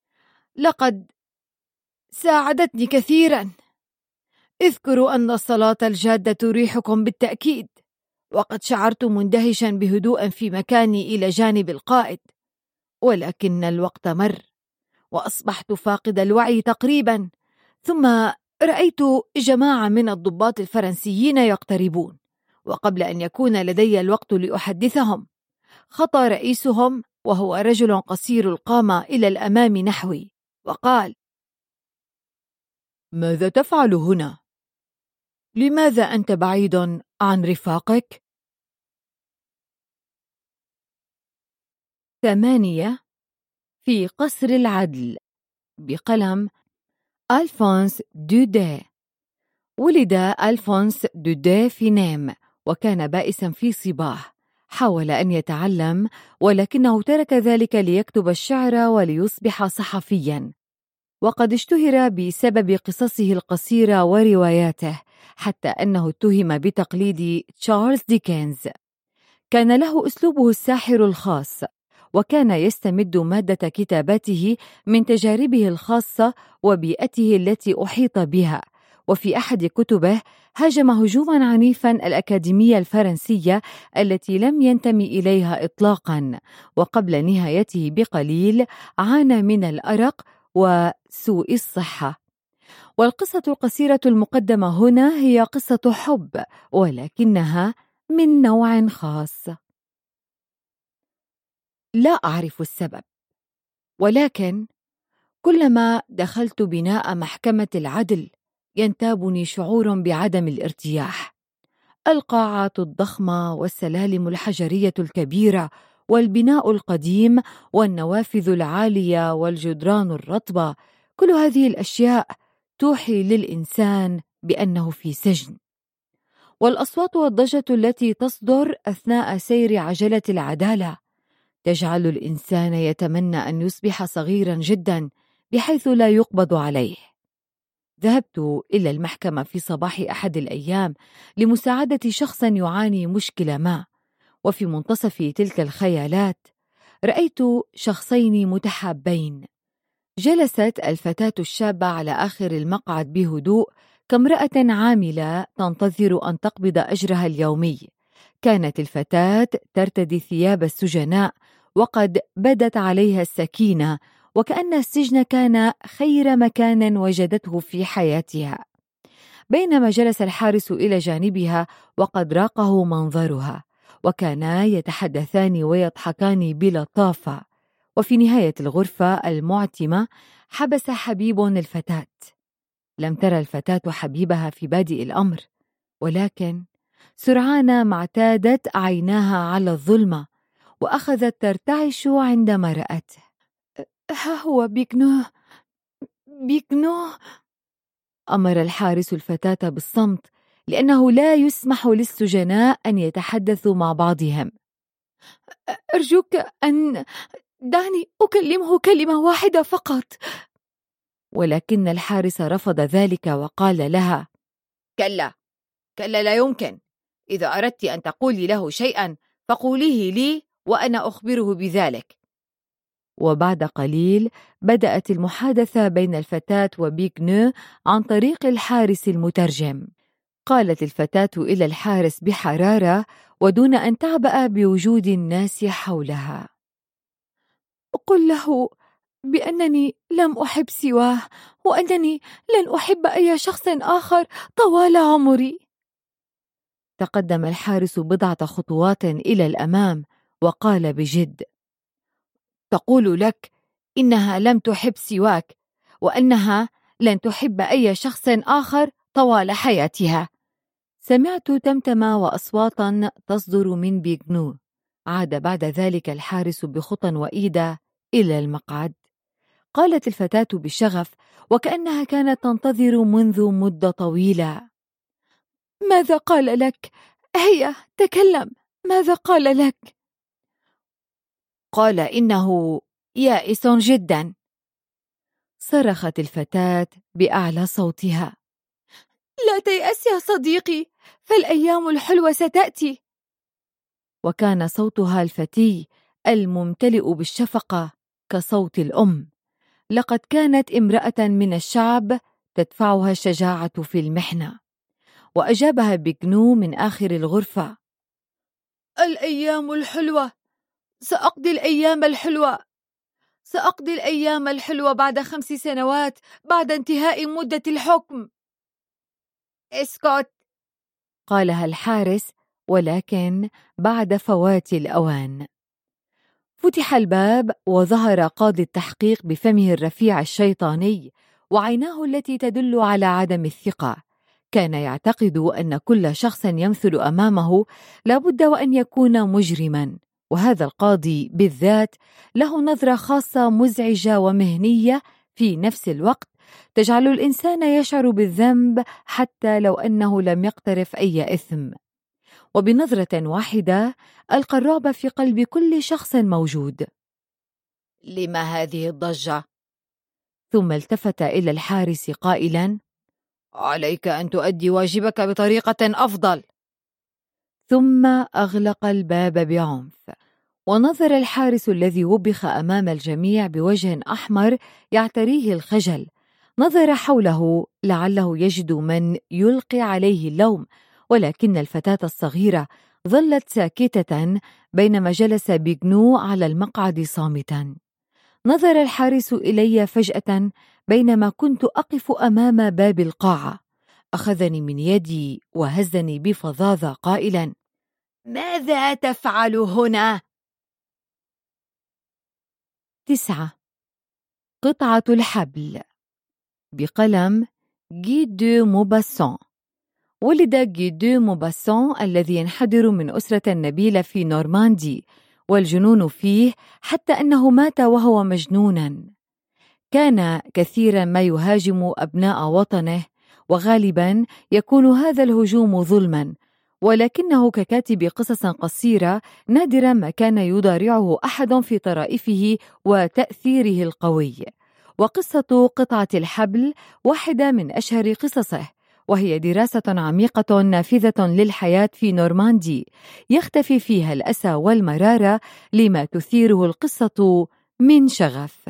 Speaker 2: لقد ساعدتني كثيرا. اذكروا أن الصلاة الجادة تريحكم بالتأكيد، وقد شعرت مندهشا بهدوء في مكاني إلى جانب القائد، ولكن الوقت مر وأصبحت فاقد الوعي تقريبا. ثم رأيت جماعة من الضباط الفرنسيين يقتربون، وقبل أن يكون لدي الوقت لأحدثهم خطى رئيسهم وهو رجل قصير القامة إلى الأمام نحوي وقال: ماذا تفعل هنا؟ لماذا أنت بعيد عن رفاقك؟ ثمانية في قصر العدل بقلم ألفونس دودي. ولد ألفونس دودي في نيم، وكان بائسا في صباح. حاول أن يتعلم، ولكنه ترك ذلك ليكتب الشعر وليصبح صحفيا، وقد اشتهر بسبب قصصه القصيرة ورواياته، حتى أنه اتهم بتقليد تشارلز ديكنز. كان له أسلوبه الساحر الخاص، وكان يستمد مادة كتاباته من تجاربه الخاصة وبيئته التي أحيط بها. وفي أحد كتبه هاجم هجوما عنيفا الأكاديمية الفرنسية التي لم ينتمي إليها إطلاقا، وقبل نهايته بقليل عانى من الأرق وسوء الصحة. والقصة القصيرة المقدمة هنا هي قصة حب، ولكنها من نوع خاص. لا أعرف السبب، ولكن كلما دخلت بناء محكمة العدل ينتابني شعور بعدم الارتياح. القاعات الضخمة والسلالم الحجرية الكبيرة والبناء القديم والنوافذ العالية والجدران الرطبة، كل هذه الأشياء توحي للإنسان بأنه في سجن. والأصوات والضجة التي تصدر أثناء سير عجلة العدالة تجعل الإنسان يتمنى أن يصبح صغيرا جدا بحيث لا يقبض عليه. ذهبت إلى المحكمة في صباح أحد الأيام لمساعدة شخص يعاني مشكلة ما، وفي منتصف تلك الخيالات رأيت شخصين متحابين. جلست الفتاة الشابة على آخر المقعد بهدوء كامرأة عاملة تنتظر أن تقبض أجرها اليومي. كانت الفتاة ترتدي ثياب السجناء وقد بدت عليها السكينة، وكأن السجن كان خير مكان وجدته في حياتها. بينما جلس الحارس إلى جانبها وقد راقه منظرها، وكانا يتحدثان ويضحكان بلطافة. وفي نهاية الغرفة المعتمة حبس حبيب الفتاة. لم ترى الفتاة حبيبها في بادئ الأمر، ولكن سرعان ما اعتادت عيناها على الظلمة وأخذت ترتعش عندما رأته. ها هو بيكنو بيكنو أمر الحارس الفتاة بالصمت، لأنه لا يسمح للسجناء أن يتحدثوا مع بعضهم. أرجوك أن دعني أكلمه كلمة واحدة فقط. ولكن الحارس رفض ذلك وقال لها: كلا كلا، لا يمكن. إذا أردت أن تقولي له شيئا فقوليه لي وأنا أخبره بذلك. وبعد قليل بدأت المحادثة بين الفتاة وبيكنو عن طريق الحارس المترجم. قالت الفتاة إلى الحارس بحرارة ودون أن تعبأ بوجود الناس حولها: قل له بأنني لم أحب سواه، وأنني لن أحب أي شخص آخر طوال عمري. تقدم الحارس بضعة خطوات إلى الأمام وقال بجد: تقول لك إنها لم تحب سواك، وأنها لن تحب أي شخص آخر طوال حياتها. سمعت تمتمة وأصواتا تصدر من بيكنو. عاد بعد ذلك الحارس بخطى وإيدة إلى المقعد. قالت الفتاة بشغف وكأنها كانت تنتظر منذ مدة طويلة: ماذا قال لك؟ هيا تكلم، ماذا قال لك؟ قال إنه يائس جدا. صرخت الفتاة بأعلى صوتها: لا تيأس يا صديقي، فالأيام الحلوة ستأتي. وكان صوتها الفتي الممتلئ بالشفقة كصوت الأم. لقد كانت امرأة من الشعب تدفعها الشجاعة في المحنة. وأجابها بيكنو من آخر الغرفة: الأيام الحلوة، سأقضي الأيام الحلوة سأقضي الأيام الحلوة بعد خمس سنوات بعد انتهاء مدة الحكم. اسكت، قالها الحارس، ولكن بعد فوات الأوان. فتح الباب وظهر قاضي التحقيق بفمه الرفيع الشيطاني وعيناه التي تدل على عدم الثقة. كان يعتقد أن كل شخص يمثل أمامه لابد وأن يكون مجرما، وهذا القاضي بالذات له نظرة خاصة مزعجة ومهنية في نفس الوقت، تجعل الإنسان يشعر بالذنب حتى لو أنه لم يقترف أي إثم. وبنظرة واحدة ألقى الرعب في قلب كل شخص موجود. لما هذه الضجة؟ ثم التفت إلى الحارس قائلا: عليك أن تؤدي واجبك بطريقة أفضل. ثم أغلق الباب بعنف. ونظر الحارس الذي وبخ أمام الجميع بوجه أحمر يعتريه الخجل. نظر حوله لعله يجد من يلقي عليه اللوم، ولكن الفتاة الصغيرة ظلت ساكتة بينما جلس بيكنو على المقعد صامتا. نظر الحارس إلي فجأة بينما كنت أقف أمام باب القاعة. أخذني من يدي وهزني بفظاظة قائلا: ماذا تفعل هنا؟ تسعة. قطعة الحبل بقلم غي دو موباسون. ولد غي دو موباسون الذي ينحدر من أسرة نبيلة في نورماندي، والجنون فيه حتى أنه مات وهو مجنونا. كان كثيرا ما يهاجم أبناء وطنه، وغالبا يكون هذا الهجوم ظلما، ولكنه ككاتب قصص قصيرة نادرا ما كان يضارعه أحد في طرائفه وتأثيره القوي. وقصة قطعة الحبل واحدة من أشهر قصصه، وهي دراسة عميقة نافذة للحياة في نورماندي، يختفي فيها الأسى والمرارة لما تثيره القصة من شغف.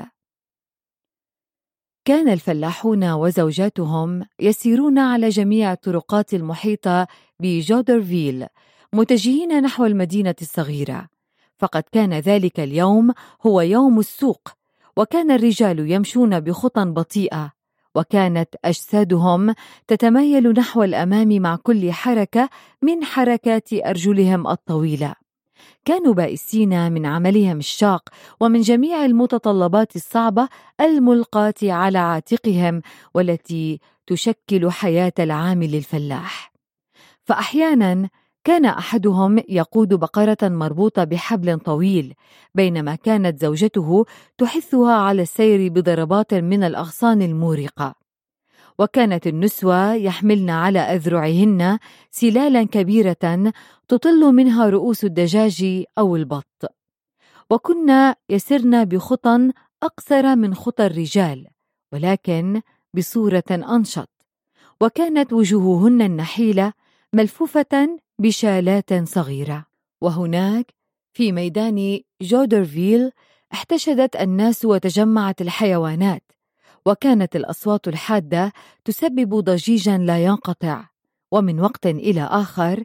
Speaker 2: كان الفلاحون وزوجاتهم يسيرون على جميع الطرقات المحيطة بجودرفيل متجهين نحو المدينة الصغيرة، فقد كان ذلك اليوم هو يوم السوق، وكان الرجال يمشون بخطى بطيئة، وكانت أجسادهم تتمايل نحو الأمام مع كل حركة من حركات أرجلهم الطويلة. كانوا بائسين من عملهم الشاق ومن جميع المتطلبات الصعبة الملقاة على عاتقهم والتي تشكل حياة العامل الفلاح. فأحيانا كان أحدهم يقود بقرة مربوطة بحبل طويل، بينما كانت زوجته تحثها على السير بضربات من الأغصان المورقة. وكانت النسوة يحملن على أذرعهن سلالا كبيرة تطل منها رؤوس الدجاج أو البط، وكنا يسرن بخطى أقصر من خطى الرجال ولكن بصورة أنشط، وكانت وجوههن النحيلة ملفوفة بشالات صغيرة. وهناك في ميدان جودرفيل احتشدت الناس وتجمعت الحيوانات، وكانت الأصوات الحادة تسبب ضجيجا لا ينقطع، ومن وقت إلى آخر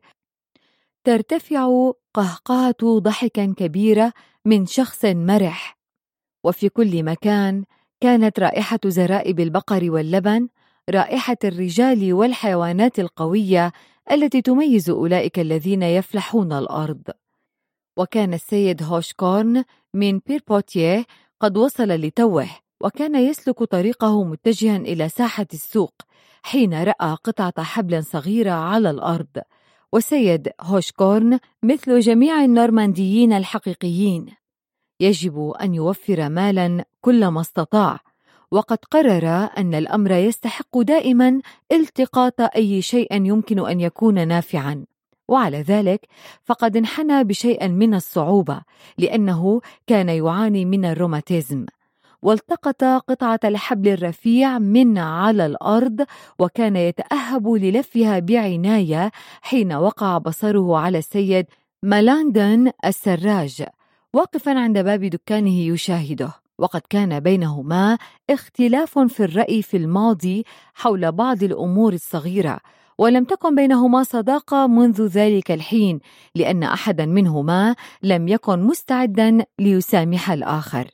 Speaker 2: ترتفع قهقهة ضحك كبيرة من شخص مرح. وفي كل مكان كانت رائحة زرائب البقر واللبن، رائحة الرجال والحيوانات القوية التي تميز أولئك الذين يفلحون الأرض. وكان السيد هوشكورن من بيربوتيه قد وصل لتوه، وكان يسلك طريقه متجها إلى ساحة السوق حين رأى قطعة حبل صغيرة على الأرض. وسيد هوشكورن مثل جميع النورمانديين الحقيقيين يجب أن يوفر مالا كلما استطاع، وقد قرر أن الأمر يستحق دائما التقاط أي شيء يمكن أن يكون نافعا، وعلى ذلك فقد انحنى بشيء من الصعوبة لأنه كان يعاني من الروماتيزم. والتقط قطعة الحبل الرفيع من على الأرض، وكان يتأهب للفها بعناية حين وقع بصره على السيد مالاندن السراج واقفا عند باب دكانه يشاهده، وقد كان بينهما اختلاف في الرأي في الماضي حول بعض الأمور الصغيرة، ولم تكن بينهما صداقة منذ ذلك الحين لأن أحدا منهما لم يكن مستعدا ليسامح الآخر.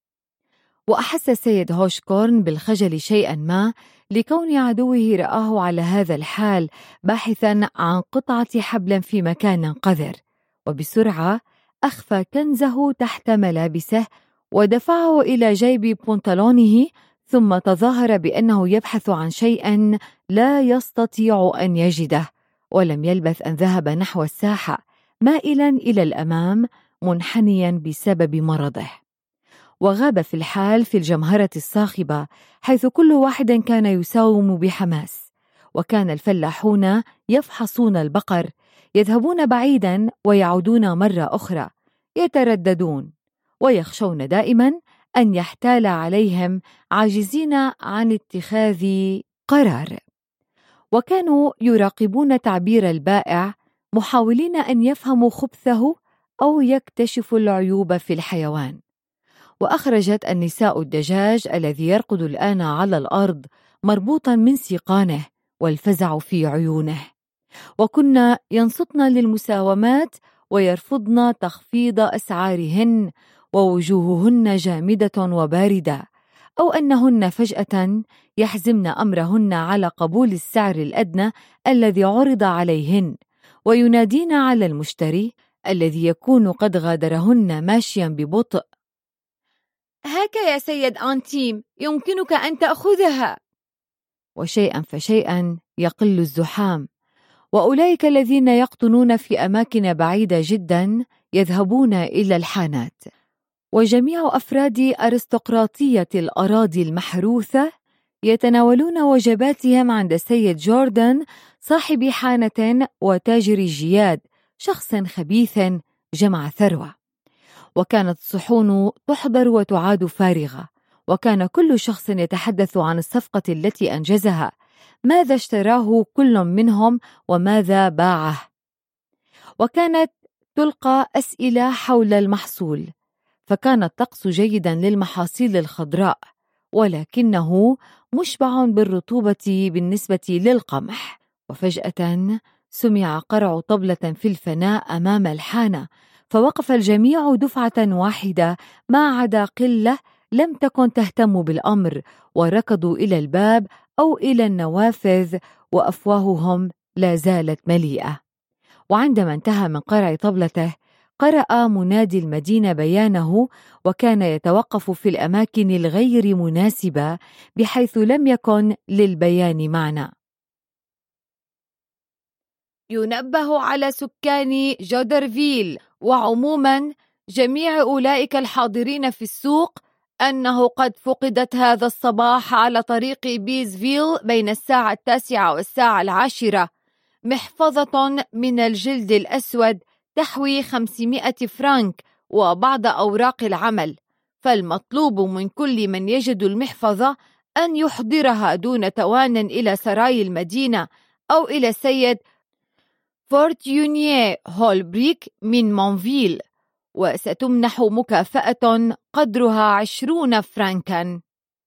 Speaker 2: وأحس السيد هوشكورن بالخجل شيئا ما لكون عدوه رآه على هذا الحال باحثا عن قطعة حبل في مكان قذر، وبسرعة أخفى كنزه تحت ملابسه ودفعه إلى جيب بنطلونه، ثم تظاهر بأنه يبحث عن شيء لا يستطيع أن يجده، ولم يلبث أن ذهب نحو الساحة مائلا إلى الأمام منحنيا بسبب مرضه. وغاب في الحال في الجمهرة الصاخبة حيث كل واحد كان يساوم بحماس، وكان الفلاحون يفحصون البقر، يذهبون بعيدا ويعودون مرة أخرى، يترددون ويخشون دائما أن يحتال عليهم عاجزين عن اتخاذ قرار. وكانوا يراقبون تعبير البائع محاولين أن يفهموا خبثه أو يكتشفوا العيوب في الحيوان. وأخرجت النساء الدجاج الذي يرقد الآن على الأرض مربوطا من سيقانه والفزع في عيونه، وكنا ينصتن للمساومات ويرفضن تخفيض أسعارهن، ووجوههن جامدة وباردة، أو أنهن فجأة يحزمن أمرهن على قبول السعر الأدنى الذي عرض عليهن، وينادين على المشتري الذي يكون قد غادرهن ماشيا ببطء: هاك يا سيد أنتيم، يمكنك أن تأخذها. وشيئا فشيئا يقل الزحام، وأولئك الذين يقطنون في أماكن بعيدة جدا يذهبون إلى الحانات. وجميع أفراد أرستقراطية الأراضي المحروثة يتناولون وجباتهم عند السيد جوردن صاحب حانة وتاجر الجياد، شخص خبيث جمع ثروة. وكانت الصحون تحضر وتعاد فارغة، وكان كل شخص يتحدث عن الصفقة التي أنجزها، ماذا اشتراه كل منهم وماذا باعه. وكانت تلقى أسئلة حول المحصول، فكان الطقس جيدا للمحاصيل الخضراء، ولكنه مشبع بالرطوبة بالنسبة للقمح. وفجأة سمع قرع طبلة في الفناء أمام الحانة، فوقف الجميع دفعة واحدة ما عدا قلة لم تكن تهتم بالأمر، وركضوا إلى الباب أو إلى النوافذ، وأفواههم لا زالت مليئة. وعندما انتهى من قرع طبلته قرأ منادي المدينة بيانه، وكان يتوقف في الأماكن الغير مناسبة بحيث لم يكن للبيان معنى. ينبه على سكان جودرفيل وعموما جميع أولئك الحاضرين في السوق أنه قد فقدت هذا الصباح على طريق بيزفيل بين الساعة التاسعة والساعة العاشرة محفظة من الجلد الأسود تحوي خمسمائة فرنك وبعض أوراق العمل، فالمطلوب من كل من يجد المحفظة أن يحضرها دون توان إلى سراي المدينة أو إلى السيد فورتيونيه هولبريك من مونفيل، وستمنح مكافأة قدرها عشرون فرنكا.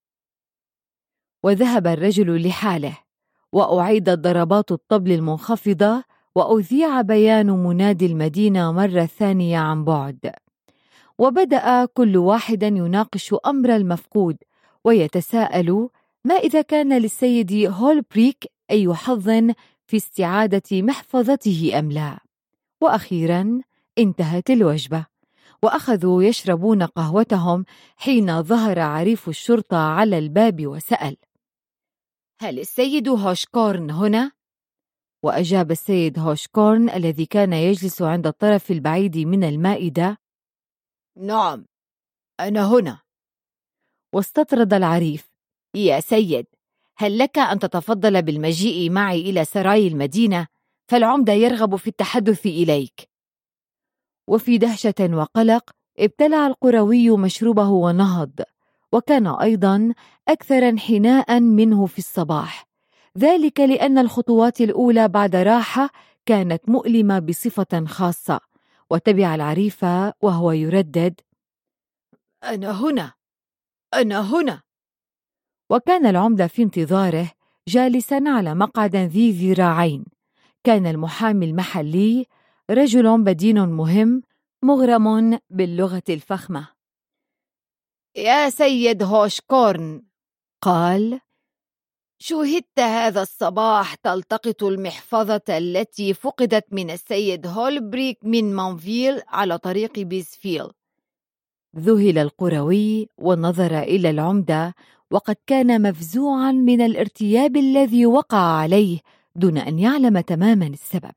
Speaker 2: وذهب الرجل لحاله، وأعيدت ضربات الطبل المنخفضة، وأذيع بيان منادي المدينة مرة ثانية عن بعد. وبدأ كل واحد يناقش أمر المفقود، ويتساءل ما إذا كان للسيد هولبريك أي حظ في استعادة محفظته أم لا. وأخيرا انتهت الوجبة، وأخذوا يشربون قهوتهم حين ظهر عريف الشرطة على الباب وسأل: هل السيد هوشكورن هنا؟ وأجاب السيد هوشكورن الذي كان يجلس عند الطرف البعيد من المائدة: نعم، أنا هنا. واستطرد العريف: يا سيد، هل لك أن تتفضل بالمجيء معي إلى سراي المدينة؟ فالعمدة يرغب في التحدث إليك. وفي دهشة وقلق ابتلع القروي مشروبه ونهض، وكان أيضا أكثر انحناء منه في الصباح، ذلك لأن الخطوات الأولى بعد راحة كانت مؤلمة بصفة خاصة. وتبع العريف وهو يردد: أنا هنا، أنا هنا. وكان العمدة في انتظاره جالسا على مقعد ذي ذراعين. كان المحامي المحلي رجل بدين مهم مغرم باللغة الفخمة. يا سيد هوشكورن، قال، شوهدت هذا الصباح تلتقط المحفظة التي فقدت من السيد هولبريك من مونفيل على طريق بيزفيل. ذهل القروي ونظر إلى العمدة، وقد كان مفزوعا من الارتياب الذي وقع عليه دون أن يعلم تماما السبب.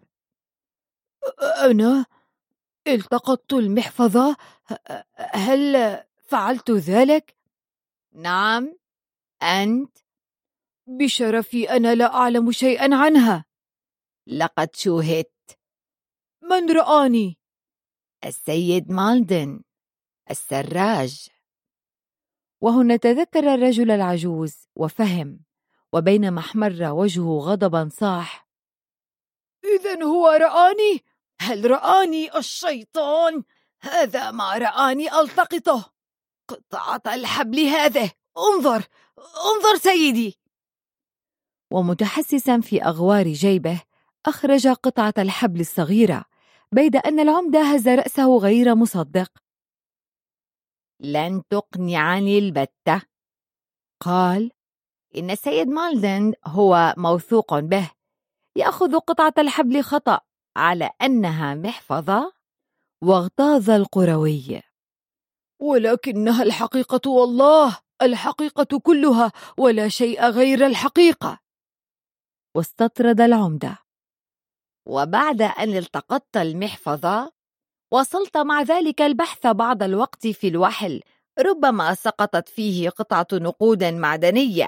Speaker 2: أنا التقطت المحفظة؟ هل فعلت ذلك؟ نعم، أنت. بشرفي، أنا لا أعلم شيئا عنها. لقد شوهدت. من رآني؟ السيد مالدن السراج. وهنا تذكر الرجل العجوز وفهم، وبينما احمر وجهه غضبا صاح: إذن هو رآني؟ هل رآني الشيطان؟ هذا ما رآني ألتقطه. قطعة الحبل هذه، انظر انظر سيدي. ومتحسسا في أغوار جيبه أخرج قطعة الحبل الصغيرة، بيد أن العمدة هز رأسه غير مصدق. لن تقنعني البتة. قال: إن السيد مالدن هو موثوق به يأخذ قطعة الحبل خطأ على أنها محفظة. واغتاظ القروي: ولكنها الحقيقة، والله الحقيقة كلها ولا شيء غير الحقيقة. واستطرد العمدة: وبعد أن التقطت المحفظة وصلت مع ذلك البحث بعض الوقت في الوحل، ربما سقطت فيه قطعة نقود معدنية.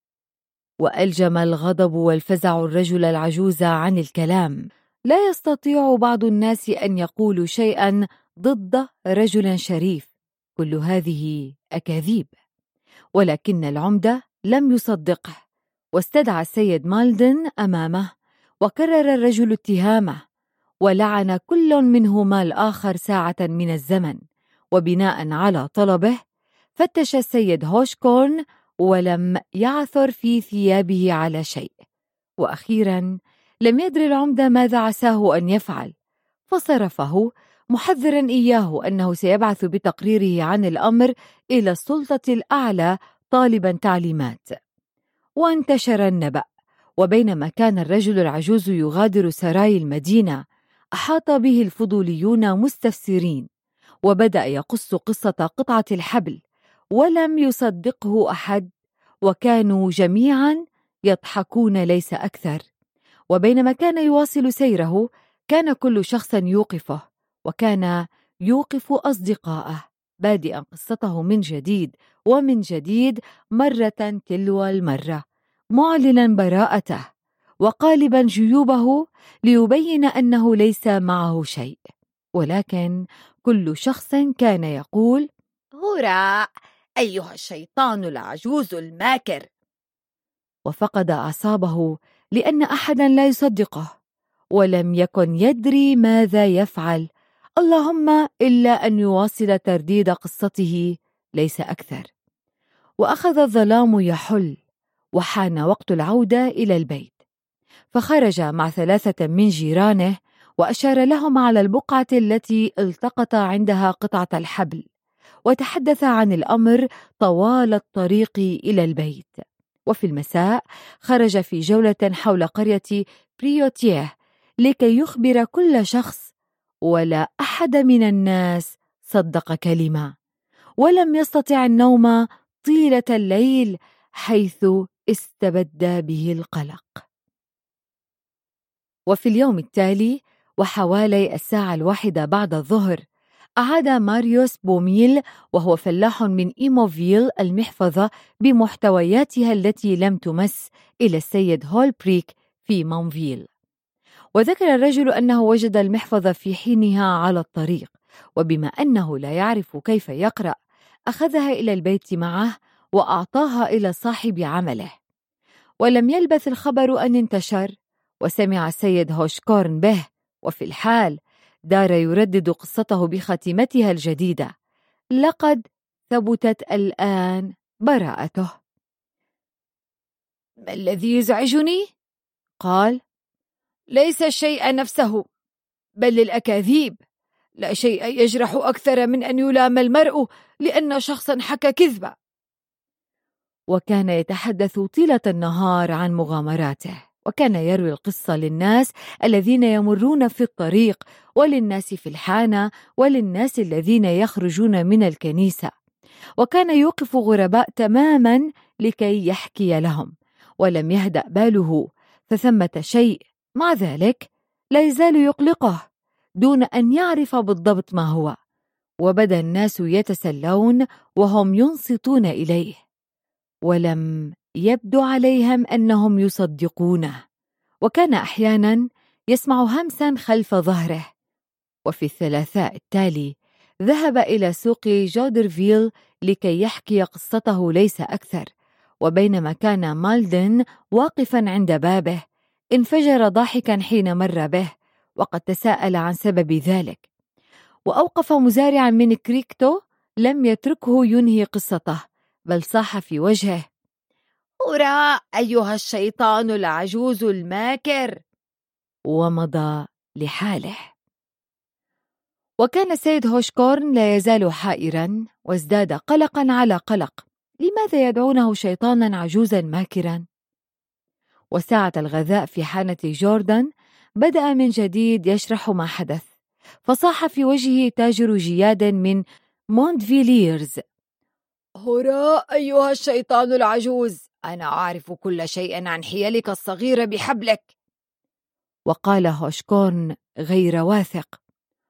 Speaker 2: وألجم الغضب والفزع الرجل العجوز عن الكلام. لا يستطيع بعض الناس أن يقولوا شيئا ضد رجل شريف، كل هذه أكاذيب. ولكن العمدة لم يصدقه، واستدعى السيد مالدن أمامه، وكرر الرجل اتهامه، ولعن كل منهما الآخر ساعة من الزمن. وبناء على طلبه فتش السيد هوشكورن ولم يعثر في ثيابه على شيء. وأخيرا لم يدر العمدة ماذا عساه أن يفعل، فصرفه محذرا إياه أنه سيبعث بتقريره عن الأمر إلى السلطة الأعلى طالبا تعليمات. وانتشر النبأ. وبينما كان الرجل العجوز يغادر سراي المدينة، أحاط به الفضوليون مستفسرين، وبدأ يقص قصة قطعة الحبل، ولم يصدقه أحد، وكانوا جميعا يضحكون ليس أكثر. وبينما كان يواصل سيره، كان كل شخص يوقفه، وكان يوقف أصدقائه، بادئا قصته من جديد ومن جديد مرة تلو المرة، معلنا براءته وقالبا جيوبه ليبين أنه ليس معه شيء. ولكن كل شخص كان يقول: هراء أيها الشيطان العجوز الماكر. وفقد أعصابه لأن أحدا لا يصدقه، ولم يكن يدري ماذا يفعل، اللهم إلا أن يواصل ترديد قصته ليس أكثر. وأخذ الظلام يحل، وحان وقت العودة إلى البيت، فخرج مع ثلاثة من جيرانه وأشار لهم على البقعة التي التقط عندها قطعة الحبل، وتحدث عن الأمر طوال الطريق إلى البيت. وفي المساء خرج في جولة حول قرية بريوتيه لكي يخبر كل شخص، ولا أحد من الناس صدق كلمة، ولم يستطع النوم طيلة الليل حيث استبد به القلق. وفي اليوم التالي وحوالي الساعة الواحدة بعد الظهر، أعاد ماريوس بوميل وهو فلاح من إيموفيل المحفظة بمحتوياتها التي لم تمس إلى السيد هولبريك في مونفيل. وذكر الرجل أنه وجد المحفظة في حينها على الطريق، وبما أنه لا يعرف كيف يقرأ أخذها إلى البيت معه وأعطاها إلى صاحب عمله. ولم يلبث الخبر أن انتشر، وسمع السيد هوشكورن به، وفي الحال دار يردد قصته بخاتمتها الجديدة: لقد ثبتت الآن براءته. ما الذي يزعجني؟ قال: ليس الشيء نفسه، بل الأكاذيب. لا شيء يجرح أكثر من أن يلام المرء لأن شخصا حكى كذبة. وكان يتحدث طيلة النهار عن مغامراته، وكان يروي القصة للناس الذين يمرون في الطريق، وللناس في الحانة، وللناس الذين يخرجون من الكنيسة. وكان يوقف غرباء تماما لكي يحكي لهم، ولم يهدأ باله، فثمة شيء مع ذلك لا يزال يقلقه دون أن يعرف بالضبط ما هو. وبدا الناس يتسلون وهم ينصتون إليه، ولم يبدو عليهم أنهم يصدقونه. وكان أحيانا يسمع همسا خلف ظهره. وفي الثلاثاء التالي ذهب إلى سوق جودرفيل لكي يحكي قصته ليس أكثر. وبينما كان مالدن واقفا عند بابه، انفجر ضاحكا حين مر به، وقد تساءل عن سبب ذلك. وأوقف مزارعا من كريكتو لم يتركه ينهي قصته، بل صاح في وجهه: هراء أيها الشيطان العجوز الماكر، ومضى لحاله. وكان السيد هوشكورن لا يزال حائرا، وازداد قلقا على قلق. لماذا يدعونه شيطانا عجوزا ماكرا؟ وساعة الغذاء في حانة جوردان بدأ من جديد يشرح ما حدث، فصاح في وجهه تاجر جياد من مونتفيليرز: هراء أيها الشيطان العجوز، أنا أعرف كل شيء عن حيلك الصغيرة بحبلك. وقال هوشكورن غير واثق: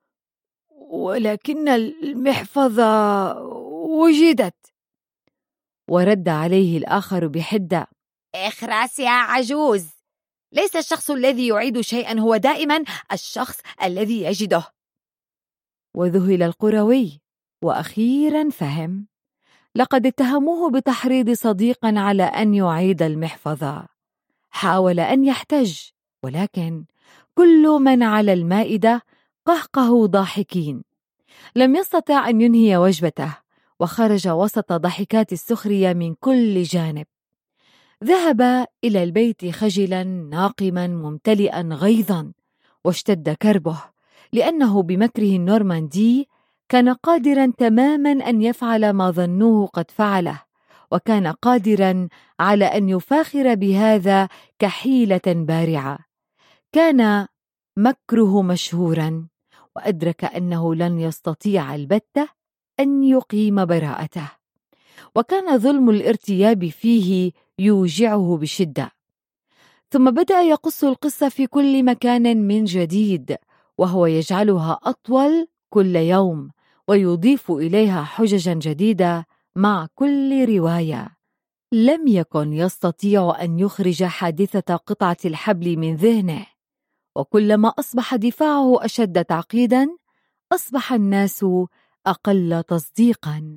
Speaker 2: ولكن المحفظة وجدت. ورد عليه الآخر بحدة: اخرس يا عجوز، ليس الشخص الذي يعيد شيئا هو دائما الشخص الذي يجده. وذهل القروي وأخيرا فهم. لقد اتهموه بتحريض صديق على أن يعيد المحفظة. حاول أن يحتج، ولكن كل من على المائدة قهقهوا ضاحكين. لم يستطع أن ينهي وجبته، وخرج وسط ضحكات السخرية من كل جانب. ذهب إلى البيت خجلا ناقما ممتلئا غيظا، واشتد كربه لأنه بمكره النورماندي كان قادرا تماما أن يفعل ما ظنوه قد فعله، وكان قادرا على أن يفاخر بهذا كحيلة بارعة. كان مكره مشهورا، وأدرك أنه لن يستطيع البتة أن يقيم براءته، وكان ظلم الارتياب فيه يوجعه بشدة. ثم بدأ يقص القصة في كل مكان من جديد، وهو يجعلها أطول كل يوم، ويضيف إليها حججا جديدة مع كل رواية. لم يكن يستطيع أن يخرج حادثة قطعة الحبل من ذهنه، وكلما أصبح دفاعه أشد تعقيدا أصبح الناس أقل تصديقا،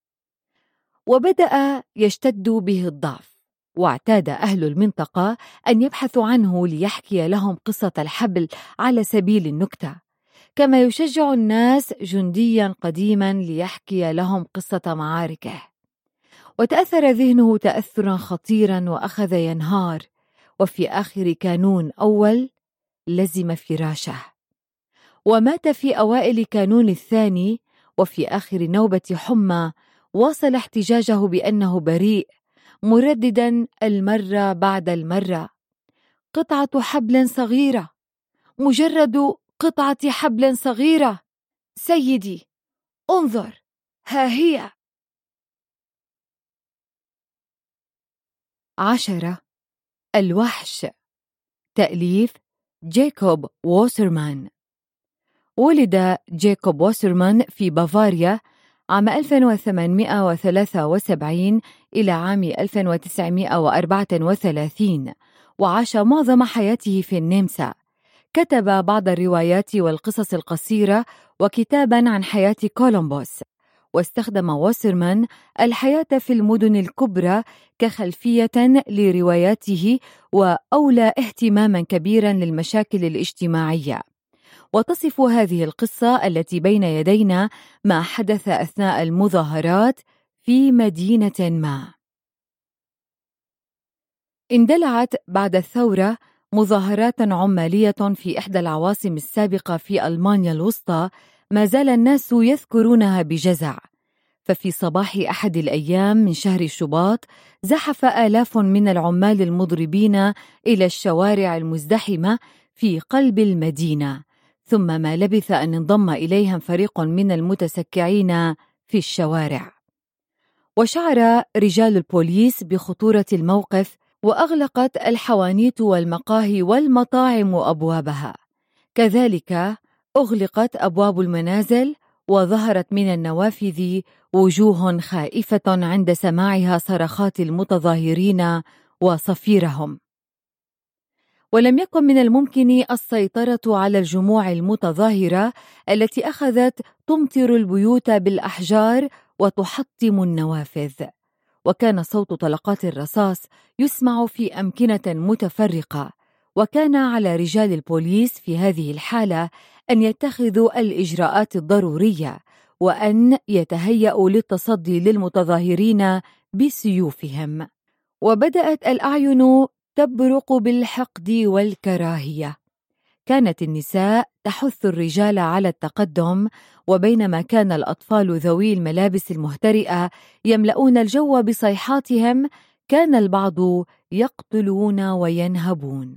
Speaker 2: وبدأ يشتد به الضعف. واعتاد أهل المنطقة أن يبحثوا عنه ليحكي لهم قصة الحبل على سبيل النكتة، كما يشجع الناس جنديا قديما ليحكي لهم قصة معاركه. وتأثر ذهنه تأثرا خطيرا وأخذ ينهار، وفي آخر كانون أول لزم فراشه، ومات في أوائل كانون الثاني. وفي آخر نوبة حمى واصل احتجاجه بأنه بريء، مرددا المرة بعد المرة: قطعة حبل صغيرة، مجرد قطعة حبل صغيرة، سيدي انظر، ها هي. عشرة. الوحش، تأليف جاكوب ووسرمان. ولد جاكوب ووسرمان في بافاريا عام ألف وثمانمائة وثلاثة وسبعين إلى عام ألف وتسعمائة وأربعة وثلاثين، وعاش معظم حياته في النمسا. كتب بعض الروايات والقصص القصيرة وكتابا عن حياة كولومبوس. واستخدم ووسرمان الحياة في المدن الكبرى كخلفية لرواياته، وأولى اهتماما كبيرا للمشاكل الاجتماعية. وتصف هذه القصة التي بين يدينا ما حدث أثناء المظاهرات في مدينة ما. اندلعت بعد الثورة مظاهرات عمالية في إحدى العواصم السابقة في ألمانيا الوسطى، ما زال الناس يذكرونها بجزع. ففي صباح أحد الأيام من شهر شباط زحف آلاف من العمال المضربين إلى الشوارع المزدحمة في قلب المدينة، ثم ما لبث أن انضم إليهم فريق من المتسكعين في الشوارع. وشعر رجال البوليس بخطورة الموقف، وأغلقت الحوانيت والمقاهي والمطاعم أبوابها. كذلك أغلقت أبواب المنازل، وظهرت من النوافذ وجوه خائفة عند سماعها صرخات المتظاهرين وصفيرهم. ولم يكن من الممكن السيطرة على الجموع المتظاهرة التي أخذت تمطر البيوت بالأحجار وتحطم النوافذ، وكان صوت طلقات الرصاص يسمع في أمكنة متفرقة. وكان على رجال البوليس في هذه الحالة أن يتخذوا الإجراءات الضرورية، وأن يتهيأوا للتصدي للمتظاهرين بسيوفهم. وبدأت الأعين تبرق بالحقد والكراهية. كانت النساء تحث الرجال على التقدم، وبينما كان الأطفال ذوي الملابس المهترئة يملؤون الجو بصيحاتهم، كان البعض يقتلون وينهبون.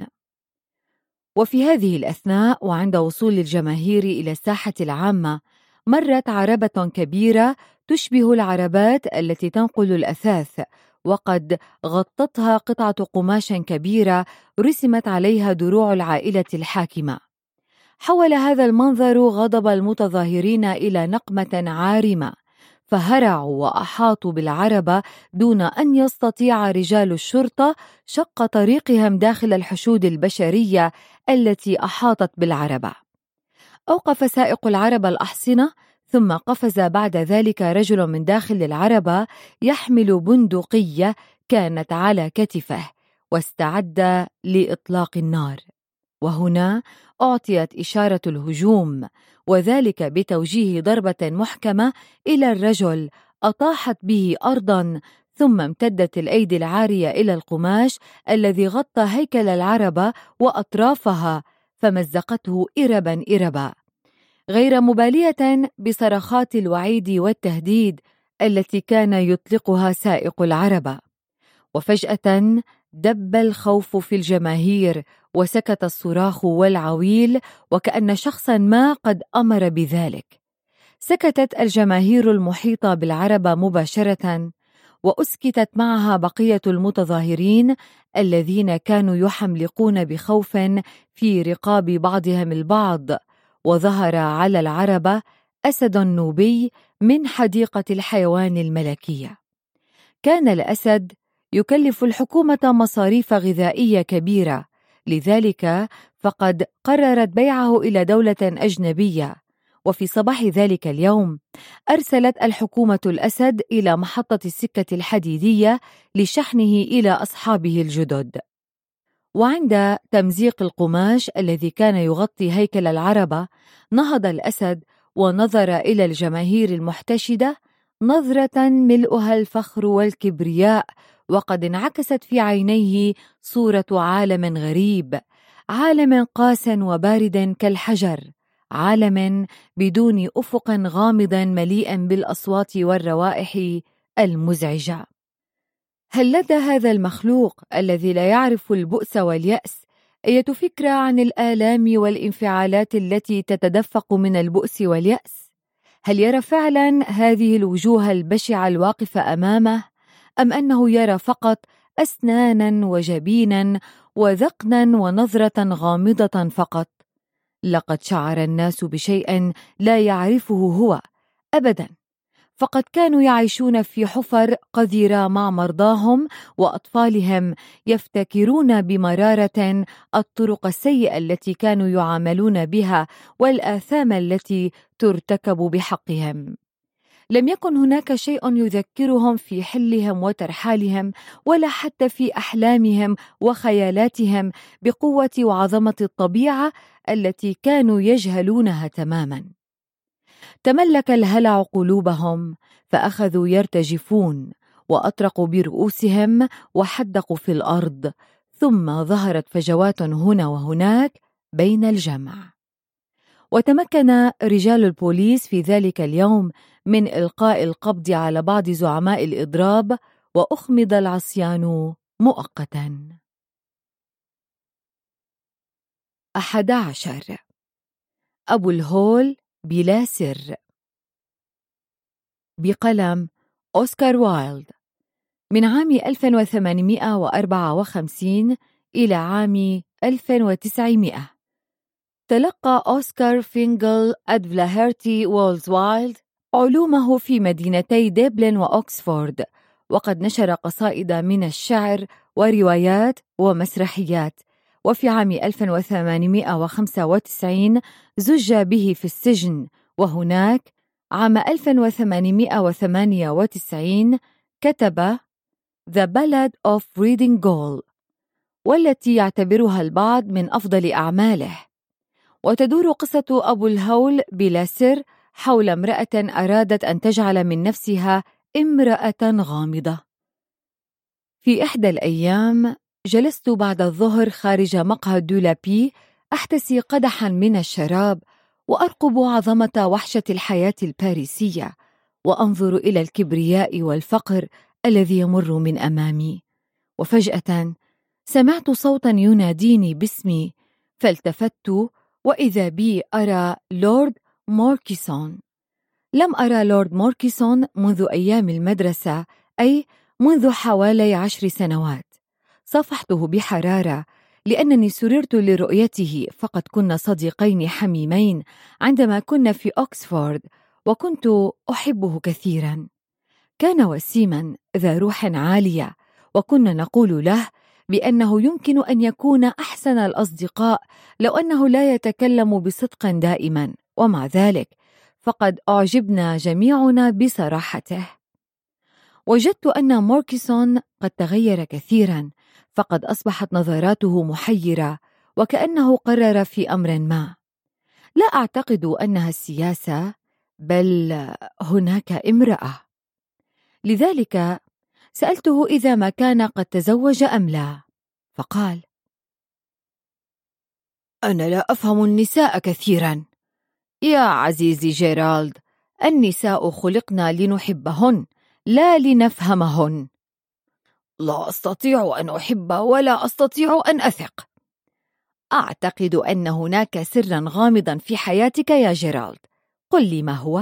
Speaker 2: وفي هذه الأثناء وعند وصول الجماهير إلى الساحة العامة، مرت عربة كبيرة تشبه العربات التي تنقل الأثاث، وقد غطتها قطعة قماش كبيرة رسمت عليها دروع العائلة الحاكمة. حول هذا المنظر غضب المتظاهرين إلى نقمة عارمة، فهرعوا وأحاطوا بالعربة دون أن يستطيع رجال الشرطة شق طريقهم داخل الحشود البشرية التي أحاطت بالعربة. أوقف سائق العربة الأحصنة، ثم قفز بعد ذلك رجل من داخل العربة يحمل بندقية كانت على كتفه، واستعد لإطلاق النار. وهنا أعطيت إشارة الهجوم، وذلك بتوجيه ضربة محكمة إلى الرجل أطاحت به أرضاً، ثم امتدت الأيدي العارية إلى القماش الذي غطى هيكل العربة وأطرافها، فمزقته إرباً إرباً، غير مبالية بصرخات الوعيد والتهديد التي كان يطلقها سائق العربة. وفجأة دب الخوف في الجماهير، وسكت الصراخ والعويل، وكأن شخصا ما قد أمر بذلك. سكتت الجماهير المحيطة بالعربة مباشرة، وأسكتت معها بقية المتظاهرين الذين كانوا يحملقون بخوف في رقاب بعضهم البعض. وظهر على العربة أسد نوبي من حديقة الحيوان الملكية. كان الأسد يكلف الحكومة مصاريف غذائية كبيرة، لذلك فقد قررت بيعه إلى دولة أجنبية. وفي صباح ذلك اليوم أرسلت الحكومة الأسد إلى محطة السكة الحديدية لشحنه إلى أصحابه الجدد. وعند تمزيق القماش الذي كان يغطي هيكل العربة، نهض الأسد ونظر إلى الجماهير المحتشدة نظرة ملؤها الفخر والكبرياء، وقد انعكست في عينيه صورة عالم غريب، عالم قاس وبارد كالحجر، عالم بدون أفق غامض مليء بالأصوات والروائح المزعجة. هل لدى هذا المخلوق الذي لا يعرف البؤس واليأس أي فكرة عن الآلام والانفعالات التي تتدفق من البؤس واليأس؟ هل يرى فعلا هذه الوجوه البشعة الواقفة أمامه، أم أنه يرى فقط أسنانا وجبينا وذقنا ونظرة غامضة فقط؟ لقد شعر الناس بشيء لا يعرفه هو أبدا، فقد كانوا يعيشون في حفر قذرة مع مرضاهم وأطفالهم، يفتكرون بمرارة الطرق السيئة التي كانوا يعاملون بها والآثام التي ترتكب بحقهم. لم يكن هناك شيء يذكرهم في حلهم وترحالهم، ولا حتى في أحلامهم وخيالاتهم بقوة وعظمة الطبيعة التي كانوا يجهلونها تماما. تملك الهلع قلوبهم، فأخذوا يرتجفون وأطرقوا برؤوسهم وحدقوا في الأرض، ثم ظهرت فجوات هنا وهناك بين الجمع. وتمكن رجال البوليس في ذلك اليوم من إلقاء القبض على بعض زعماء الإضراب، وأخمد العصيان مؤقتا. أحد عشر. أبو الهول بلا سر، بقلم أوسكار وايلد، من عام ألف وثمانمائة وأربعة وخمسين إلى عام ألف وتسعمائة. تلقى أوسكار فينغل أدفلاهرتي وولز وايلد علومه في مدينتي دبلن وأكسفورد، وقد نشر قصائد من الشعر وروايات ومسرحيات. وفي عام ألف وثمانمائة وخمسة وتسعين زج به في السجن، وهناك عام ألف وثمانمائة وثمانية وتسعين كتب The Ballad of Reading Gaol، والتي يعتبرها البعض من أفضل أعماله. وتدور قصة أبو الهول بلا سر حول امرأة أرادت أن تجعل من نفسها امرأة غامضة. في إحدى الأيام جلست بعد الظهر خارج مقهى دولابي أحتسي قدحا من الشراب وأرقب عظمة وحشة الحياة الباريسية، وأنظر إلى الكبرياء والفقر الذي يمر من أمامي. وفجأة سمعت صوتا يناديني باسمي، فالتفت وإذا بي أرى لورد موركيسون. لم أرى لورد موركيسون منذ أيام المدرسة، أي منذ حوالي عشر سنوات. صافحته بحرارة لأنني سررت لرؤيته، فقد كنا صديقين حميمين عندما كنا في أكسفورد، وكنت أحبه كثيرا. كان وسيما ذا روح عالية، وكنا نقول له بأنه يمكن أن يكون أحسن الأصدقاء لو أنه لا يتكلم بصدق دائما، ومع ذلك فقد أعجبنا جميعنا بصراحته. وجدت أن موركيسون قد تغير كثيرا، فقد أصبحت نظراته محيرة وكأنه قرر في أمر ما. لا أعتقد أنها السياسة، بل هناك امرأة. لذلك سألته إذا ما كان قد تزوج أم لا، فقال: أنا لا أفهم النساء كثيرا يا عزيزي جيرالد، النساء خلقنا لنحبهن لا لنفهمهن. لا أستطيع أن أحب ولا أستطيع أن أثق. أعتقد أن هناك سرا غامضا في حياتك يا جيرالد، قل لي ما هو؟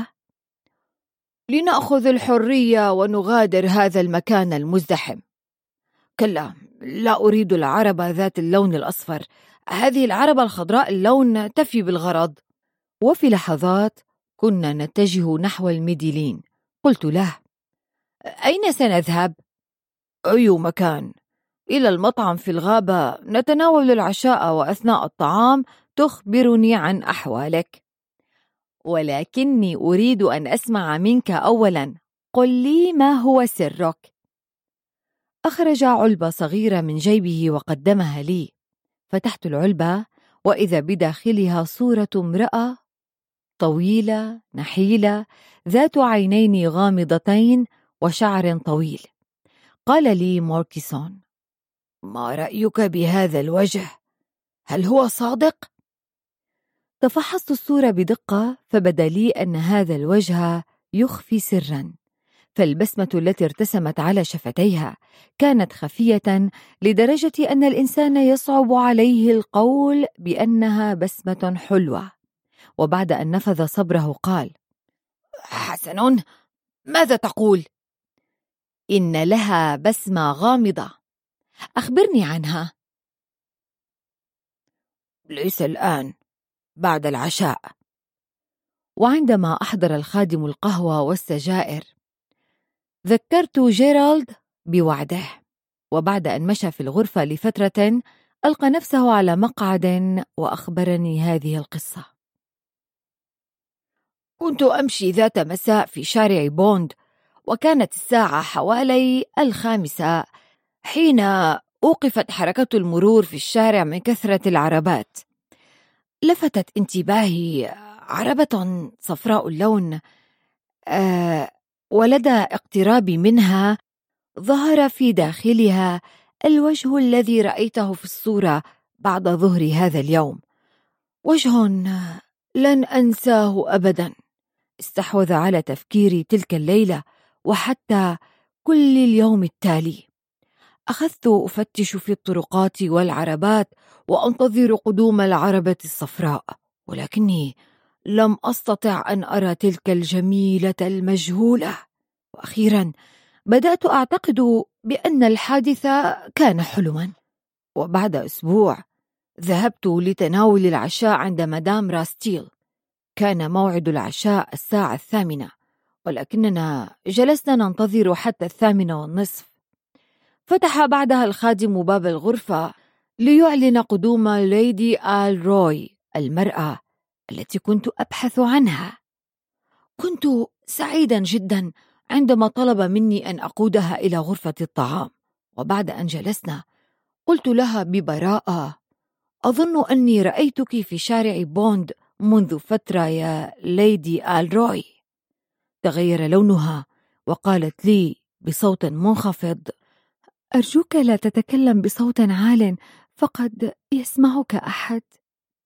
Speaker 2: لنأخذ الحرية ونغادر هذا المكان المزدحم. كلا، لا أريد العربة ذات اللون الأصفر، هذه العربة الخضراء اللون تفي بالغرض. وفي لحظات كنا نتجه نحو الميديلين. قلت له: أين سنذهب؟ أي مكان؟ إلى المطعم في الغابة، نتناول العشاء، وأثناء الطعام تخبرني عن أحوالك. ولكني أريد أن أسمع منك أولا، قل لي ما هو سرك؟ أخرج علبة صغيرة من جيبه وقدمها لي. فتحت العلبة وإذا بداخلها صورة امرأة طويلة نحيلة ذات عينين غامضتين وشعر طويل. قال لي موركيسون: ما رأيك بهذا الوجه؟ هل هو صادق؟ تفحصت الصورة بدقة، فبدا لي أن هذا الوجه يخفي سرا، فالبسمة التي ارتسمت على شفتيها كانت خفية لدرجة أن الإنسان يصعب عليه القول بأنها بسمة حلوة. وبعد أن نفذ صبره قال: حسن، ماذا تقول؟ إن لها بسمة غامضة، أخبرني عنها. ليس الآن، بعد العشاء. وعندما أحضر الخادم القهوة والسجائر ذكرت جيرالد بوعده، وبعد أن مشى في الغرفة لفترة ألقى نفسه على مقعد وأخبرني هذه القصة: كنت أمشي ذات مساء في شارع بوند، وكانت الساعة حوالي الخامسة حين أوقفت حركة المرور في الشارع من كثرة العربات. لفتت انتباهي عربة صفراء اللون، آه ولدى اقترابي منها ظهر في داخلها الوجه الذي رأيته في الصورة بعد ظهر هذا اليوم، وجه لن أنساه أبدا. استحوذ على تفكيري تلك الليلة وحتى كل اليوم التالي. أخذت أفتش في الطرقات والعربات وأنتظر قدوم العربة الصفراء، ولكني لم أستطع أن أرى تلك الجميلة المجهولة. وأخيرا بدأت أعتقد بأن الحادث كان حلما. وبعد أسبوع ذهبت لتناول العشاء عند مدام راستيل. كان موعد العشاء الساعة الثامنة، ولكننا جلسنا ننتظر حتى الثامنة والنصف. فتح بعدها الخادم باب الغرفة ليعلن قدوم ليدي آل روي، المرأة التي كنت أبحث عنها. كنت سعيدا جدا عندما طلب مني أن أقودها إلى غرفة الطعام، وبعد أن جلسنا قلت لها ببراءة: أظن أني رأيتك في شارع بوند منذ فترة يا ليدي آل روي. تغير لونها وقالت لي بصوت منخفض: أرجوك لا تتكلم بصوت عال، فقد يسمعك أحد.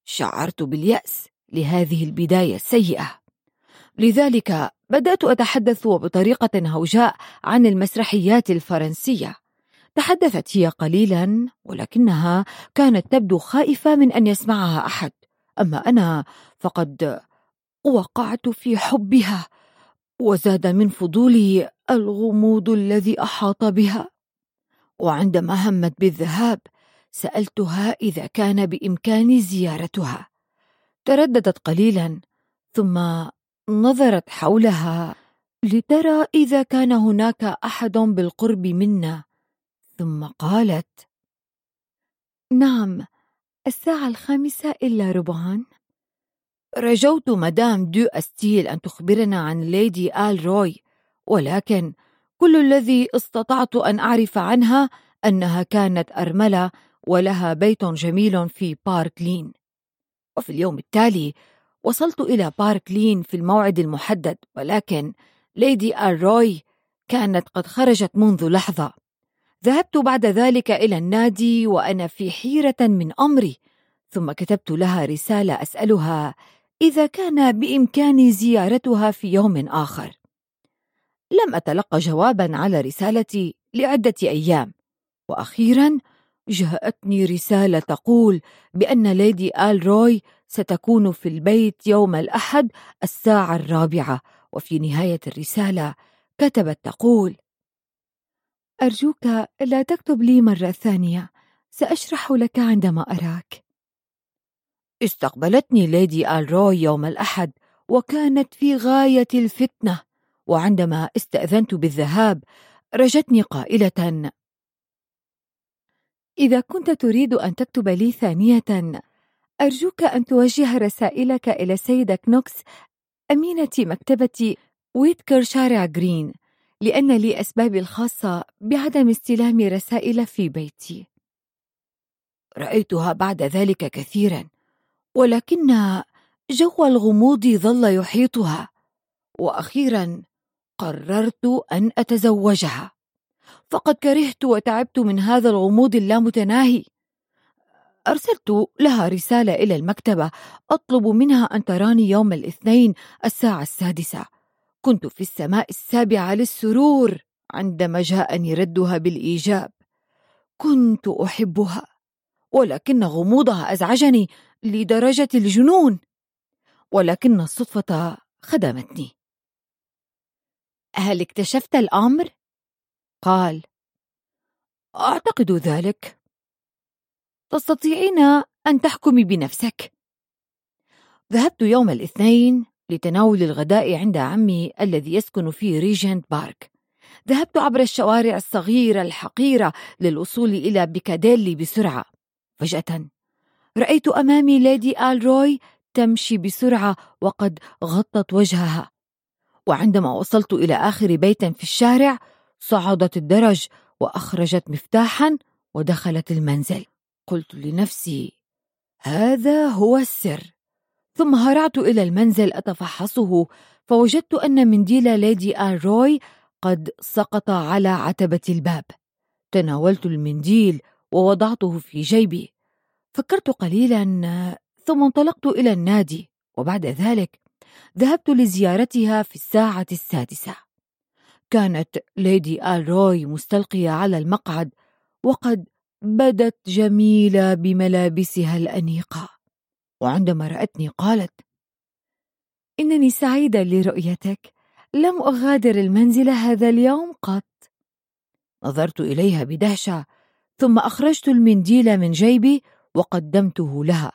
Speaker 2: شعرت باليأس لهذه البداية السيئة، لذلك بدأت أتحدث بطريقة هوجاء عن المسرحيات الفرنسية. تحدثت هي قليلا، ولكنها كانت تبدو خائفة من أن يسمعها أحد، أما أنا فقد وقعت في حبها، وزاد من فضولي الغموض الذي أحاط بها. وعندما همت بالذهاب سألتها إذا كان بإمكاني زيارتها. ترددت قليلا، ثم نظرت حولها لترى إذا كان هناك أحد بالقرب منا، ثم قالت: نعم، الساعة الخامسة إلا ربعا. رجوت مدام دو أستيل أن تخبرنا عن ليدي آل روي، ولكن كل الذي استطعت أن أعرف عنها أنها كانت أرملة ولها بيت جميل في بارك لين. وفي اليوم التالي وصلت إلى بارك لين في الموعد المحدد، ولكن ليدي آل روي كانت قد خرجت منذ لحظة. ذهبت بعد ذلك إلى النادي وأنا في حيرة من أمري، ثم كتبت لها رسالة أسألها إذا كان بإمكاني زيارتها في يوم آخر. لم أتلقى جوابا على رسالتي لعدة أيام، وأخيرا جاءتني رسالة تقول بأن ليدي آل روي ستكون في البيت يوم الأحد الساعة الرابعة. وفي نهاية الرسالة كتبت تقول: أرجوك لا تكتب لي مرة ثانية، سأشرح لك عندما أراك. استقبلتني ليدي آل روي يوم الأحد وكانت في غاية الفتنة، وعندما استأذنت بالذهاب رجتني قائلة: إذا كنت تريد أن تكتب لي ثانية أرجوك أن توجه رسائلك إلى سيدة كنوكس أمينة مكتبة ويتكر شارع جرين، لأن لي أسبابي الخاصة بعدم استلام رسائل في بيتي. رأيتها بعد ذلك كثيرا، ولكن جو الغموض ظل يحيطها، وأخيرا قررت أن أتزوجها، فقد كرهت وتعبت من هذا الغموض اللامتناهي. أرسلت لها رسالة إلى المكتبة أطلب منها أن تراني يوم الاثنين الساعة السادسة. كنت في السماء السابعة للسرور عندما جاءني ردها بالإيجاب. كنت أحبها، ولكن غموضها أزعجني لدرجة الجنون، ولكن الصدفة خدمتني. هل اكتشفت الأمر؟ قال: أعتقد ذلك. تستطيعين أن تحكمي بنفسك. ذهبت يوم الاثنين لتناول الغداء عند عمي الذي يسكن في ريجنت بارك. ذهبت عبر الشوارع الصغيرة الحقيرة للوصول إلى بيكاديلي بسرعة. فجأة رأيت أمامي ليدي آل روي تمشي بسرعة وقد غطت وجهها، وعندما وصلت إلى آخر بيت في الشارع صعدت الدرج وأخرجت مفتاحا ودخلت المنزل. قلت لنفسي: هذا هو السر. ثم هرعت إلى المنزل أتفحصه، فوجدت أن منديل ليدي آل روي قد سقط على عتبة الباب. تناولت المنديل ووضعته في جيبي. فكرت قليلا ثم انطلقت إلى النادي، وبعد ذلك ذهبت لزيارتها في الساعة السادسة. كانت ليدي آل روي مستلقية على المقعد، وقد بدت جميلة بملابسها الأنيقة، وعندما رأتني قالت: إنني سعيدة لرؤيتك، لم أغادر المنزل هذا اليوم قط. نظرت إليها بدهشة، ثم أخرجت المنديل من جيبي وقدمته لها.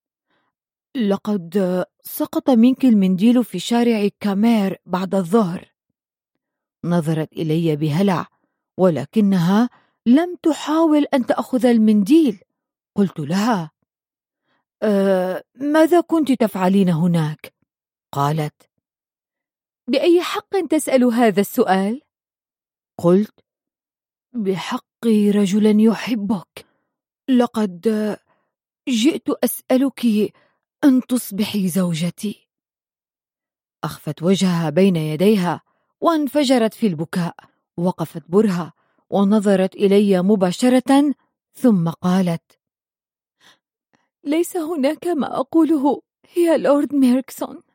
Speaker 2: لقد سقط منك المنديل في شارع كامير بعد الظهر. نظرت إلي بهلع، ولكنها لم تحاول أن تأخذ المنديل. قلت لها: أه ماذا كنت تفعلين هناك؟ قالت: بأي حق تسأل هذا السؤال؟ قلت: بحق رجل يحبك. لقد جئت أسألك أن تصبحي زوجتي. أخفت وجهها بين يديها وانفجرت في البكاء. وقفت برهة ونظرت إلي مباشرة، ثم قالت: ليس هناك ما أقوله يا لورد ميركسون.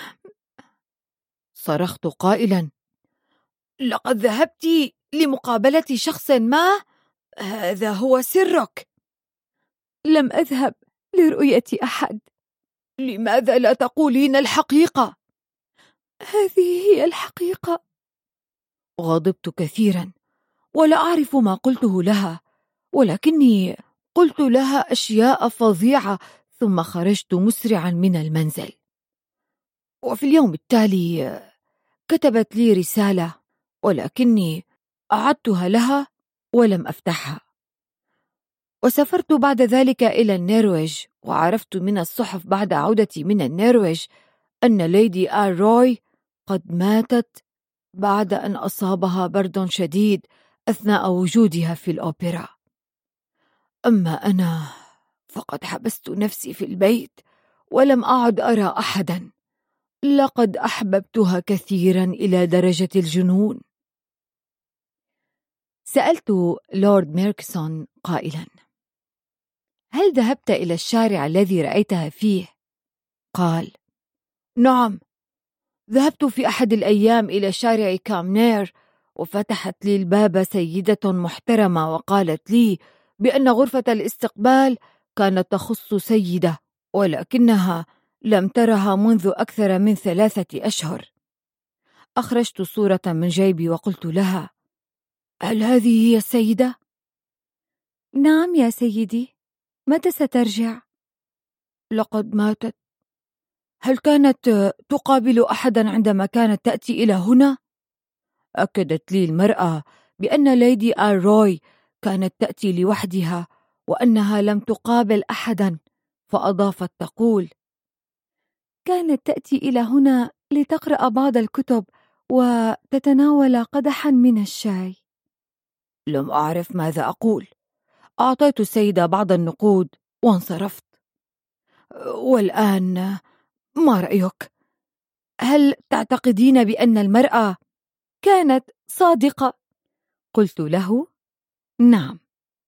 Speaker 2: صرخت قائلا: لقد ذهبت لمقابلة شخص ما، هذا هو سرك. لم أذهب لرؤية أحد. لماذا لا تقولين الحقيقة؟ هذه هي الحقيقة. غضبت كثيرا ولا أعرف ما قلته لها، ولكني قلت لها أشياء فظيعة، ثم خرجت مسرعا من المنزل. وفي اليوم التالي كتبت لي رسالة، ولكني أعدتها لها ولم أفتحها. وسافرت بعد ذلك إلى النرويج، وعرفت من الصحف بعد عودتي من النرويج أن ليدي آل روي قد ماتت بعد أن أصابها برد شديد أثناء وجودها في الأوبرا. أما أنا فقد حبست نفسي في البيت ولم أعد أرى أحدا. لقد أحببتها كثيرا إلى درجة الجنون. سألت لورد ميركسون قائلا: هل ذهبت إلى الشارع الذي رأيتها فيه؟ قال: نعم، ذهبت في أحد الأيام إلى شارع كامنير، وفتحت لي الباب سيدة محترمة وقالت لي بأن غرفة الاستقبال كانت تخص سيدة، ولكنها لم ترها منذ أكثر من ثلاثة أشهر. أخرجت صورة من جيبي وقلت لها: هل هذه هي السيدة؟ نعم يا سيدي. متى سترجع؟ لقد ماتت. هل كانت تقابل أحدا عندما كانت تأتي إلى هنا؟ أكدت لي المرأة بأن ليدي آل روي كانت تأتي لوحدها وأنها لم تقابل أحدا، فأضافت تقول: كانت تأتي إلى هنا لتقرأ بعض الكتب وتتناول قدحا من الشاي. لم أعرف ماذا أقول. أعطيت السيدة بعض النقود وانصرفت. والآن ما رأيك؟ هل تعتقدين بأن المرأة كانت صادقة؟ قلت له: نعم.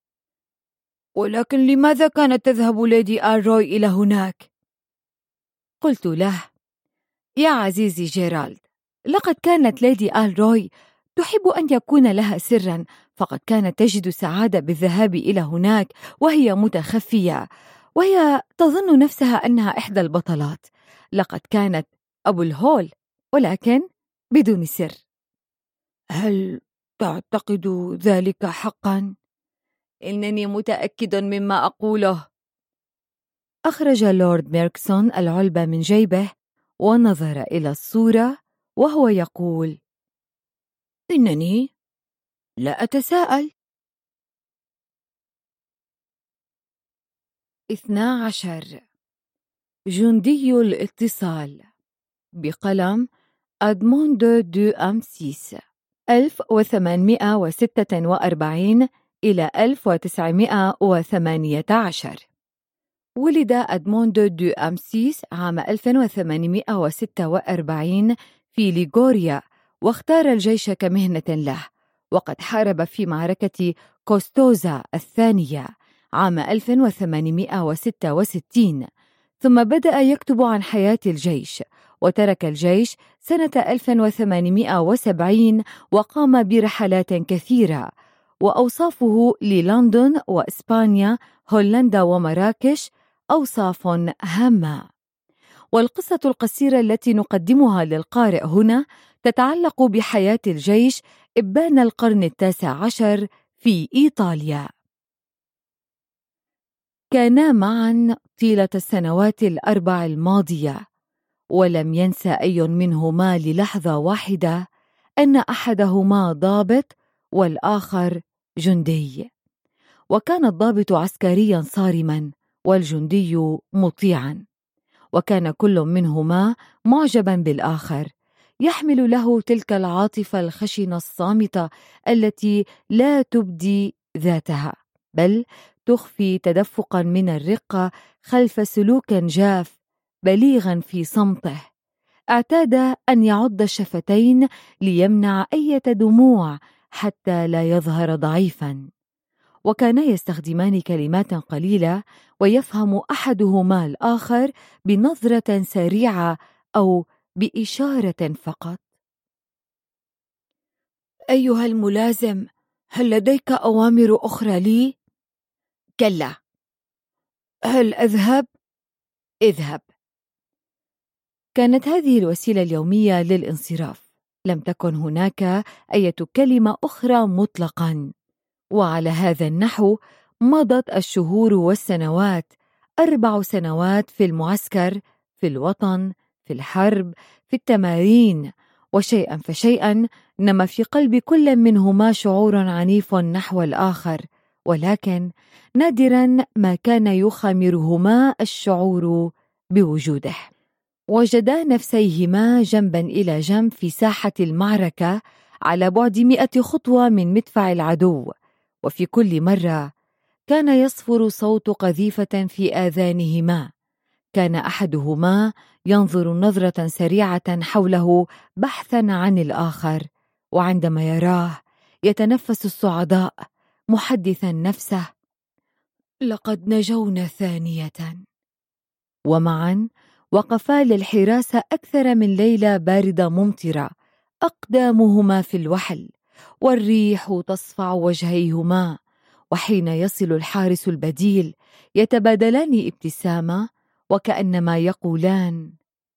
Speaker 2: ولكن لماذا كانت تذهب ليدي آل روي إلى هناك؟ قلت له: يا عزيزي جيرالد، لقد كانت ليدي آل روي تحب أن يكون لها سرا، فقد كانت تجد سعادة بالذهاب إلى هناك وهي متخفية، وهي تظن نفسها أنها إحدى البطلات. لقد كانت أبو الهول، ولكن بدون سر. هل تعتقد ذلك حقا؟ إنني متأكد مما أقوله. أخرج لورد ميركسون العلبة من جيبه ونظر إلى الصورة وهو يقول: إنني لا أتساءل. اثنا عشر. جندي الاتصال، بقلم أدموند دو أمسيس، ألف وثمانمائة وستة وأربعين إلى ألف وتسعمائة وثمانية عشر. ولد أدموند دو أمسيس عام ألف وثمانمائة وستة وأربعين في ليغوريا، واختار الجيش كمهنة له، وقد حارب في معركة كوستوزا الثانية عام ألف وثمانمائة وستة وستين، ثم بدأ يكتب عن حياة الجيش، وترك الجيش سنة ألف وثمانمائة وسبعين وقام برحلات كثيرة، وأوصافه للندن وإسبانيا هولندا ومراكش أوصاف هامة. والقصة القصيرة التي نقدمها للقارئ هنا تتعلق بحياة الجيش إبان القرن التاسع عشر في إيطاليا. كانا معا طيلة السنوات الأربع الماضية، ولم ينسى أي منهما للحظة واحدة أن أحدهما ضابط والآخر جندي، وكان الضابط عسكريا صارما والجندي مطيعا، وكان كل منهما معجبا بالآخر، يحمل له تلك العاطفة الخشنة الصامتة التي لا تبدي ذاتها، بل تخفي تدفقا من الرقة خلف سلوك جاف بليغا في صمته. اعتاد أن يعض الشفتين ليمنع أي دموع حتى لا يظهر ضعيفا، وكانا يستخدمان كلمات قليلة ويفهم أحدهما الآخر بنظرة سريعة أو بإشارة فقط. أيها الملازم، هل لديك أوامر أخرى لي؟ كلا. هل أذهب؟ اذهب. كانت هذه الوسيلة اليومية للانصراف، لم تكن هناك أي كلمة أخرى مطلقاً. وعلى هذا النحو مضت الشهور والسنوات، أربع سنوات في المعسكر، في الوطن، في الحرب، في التمارين، وشيئا فشيئا نما في قلب كل منهما شعور عنيف نحو الآخر، ولكن نادرا ما كان يخامرهما الشعور بوجوده. وجدا نفسيهما جنبا إلى جنب في ساحة المعركة على بعد مئة خطوة من مدفع العدو، وفي كل مرة كان يصفر صوت قذيفة في آذانهما. كان أحدهما ينظر نظرة سريعة حوله بحثا عن الآخر، وعندما يراه يتنفس الصعداء محدثا نفسه: لقد نجونا ثانية. ومعا وقفا للحراسة أكثر من ليلة باردة ممطرة، أقدامهما في الوحل والريح تصفع وجهيهما، وحين يصل الحارس البديل يتبادلان ابتسامة وكأنما يقولان: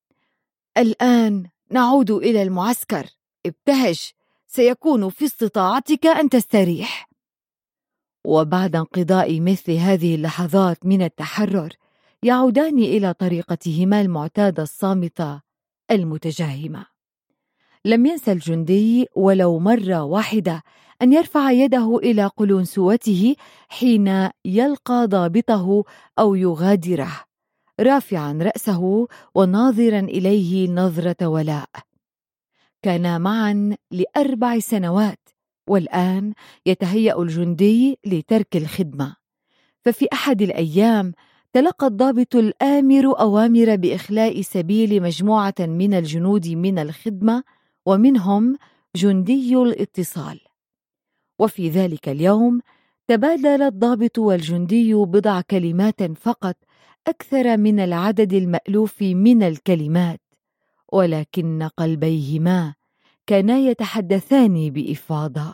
Speaker 2: الآن نعود إلى المعسكر، ابتهج، سيكون في استطاعتك أن تستريح. وبعد انقضاء مثل هذه اللحظات من التحرر يعودان إلى طريقتهما المعتادة الصامتة المتجهمة. لم ينسى الجندي ولو مرة واحدة أن يرفع يده إلى قلنسوته حين يلقى ضابطه أو يغادره، رافعا رأسه وناظرا إليه نظرة ولاء. كانا معا لأربع سنوات، والآن يتهيأ الجندي لترك الخدمة. ففي أحد الأيام تلقى الضابط الآمر أوامر بإخلاء سبيل مجموعة من الجنود من الخدمة، ومنهم جندي الاتصال. وفي ذلك اليوم تبادل الضابط والجندي بضع كلمات فقط، أكثر من العدد المألوف من الكلمات، ولكن قلبيهما كانا يتحدثان بإفاضة.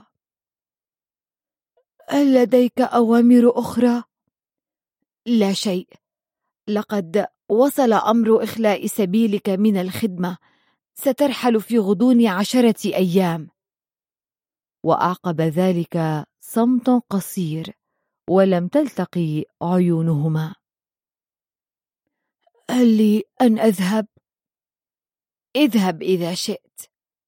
Speaker 2: هل لديك أوامر أخرى؟ لا شيء، لقد وصل أمر إخلاء سبيلك من الخدمة، سترحل في غضون عشرة أيام. وأعقب ذلك صمت قصير، ولم تلتقي عيونهما. هل لي أن أذهب؟ اذهب إذا شئت.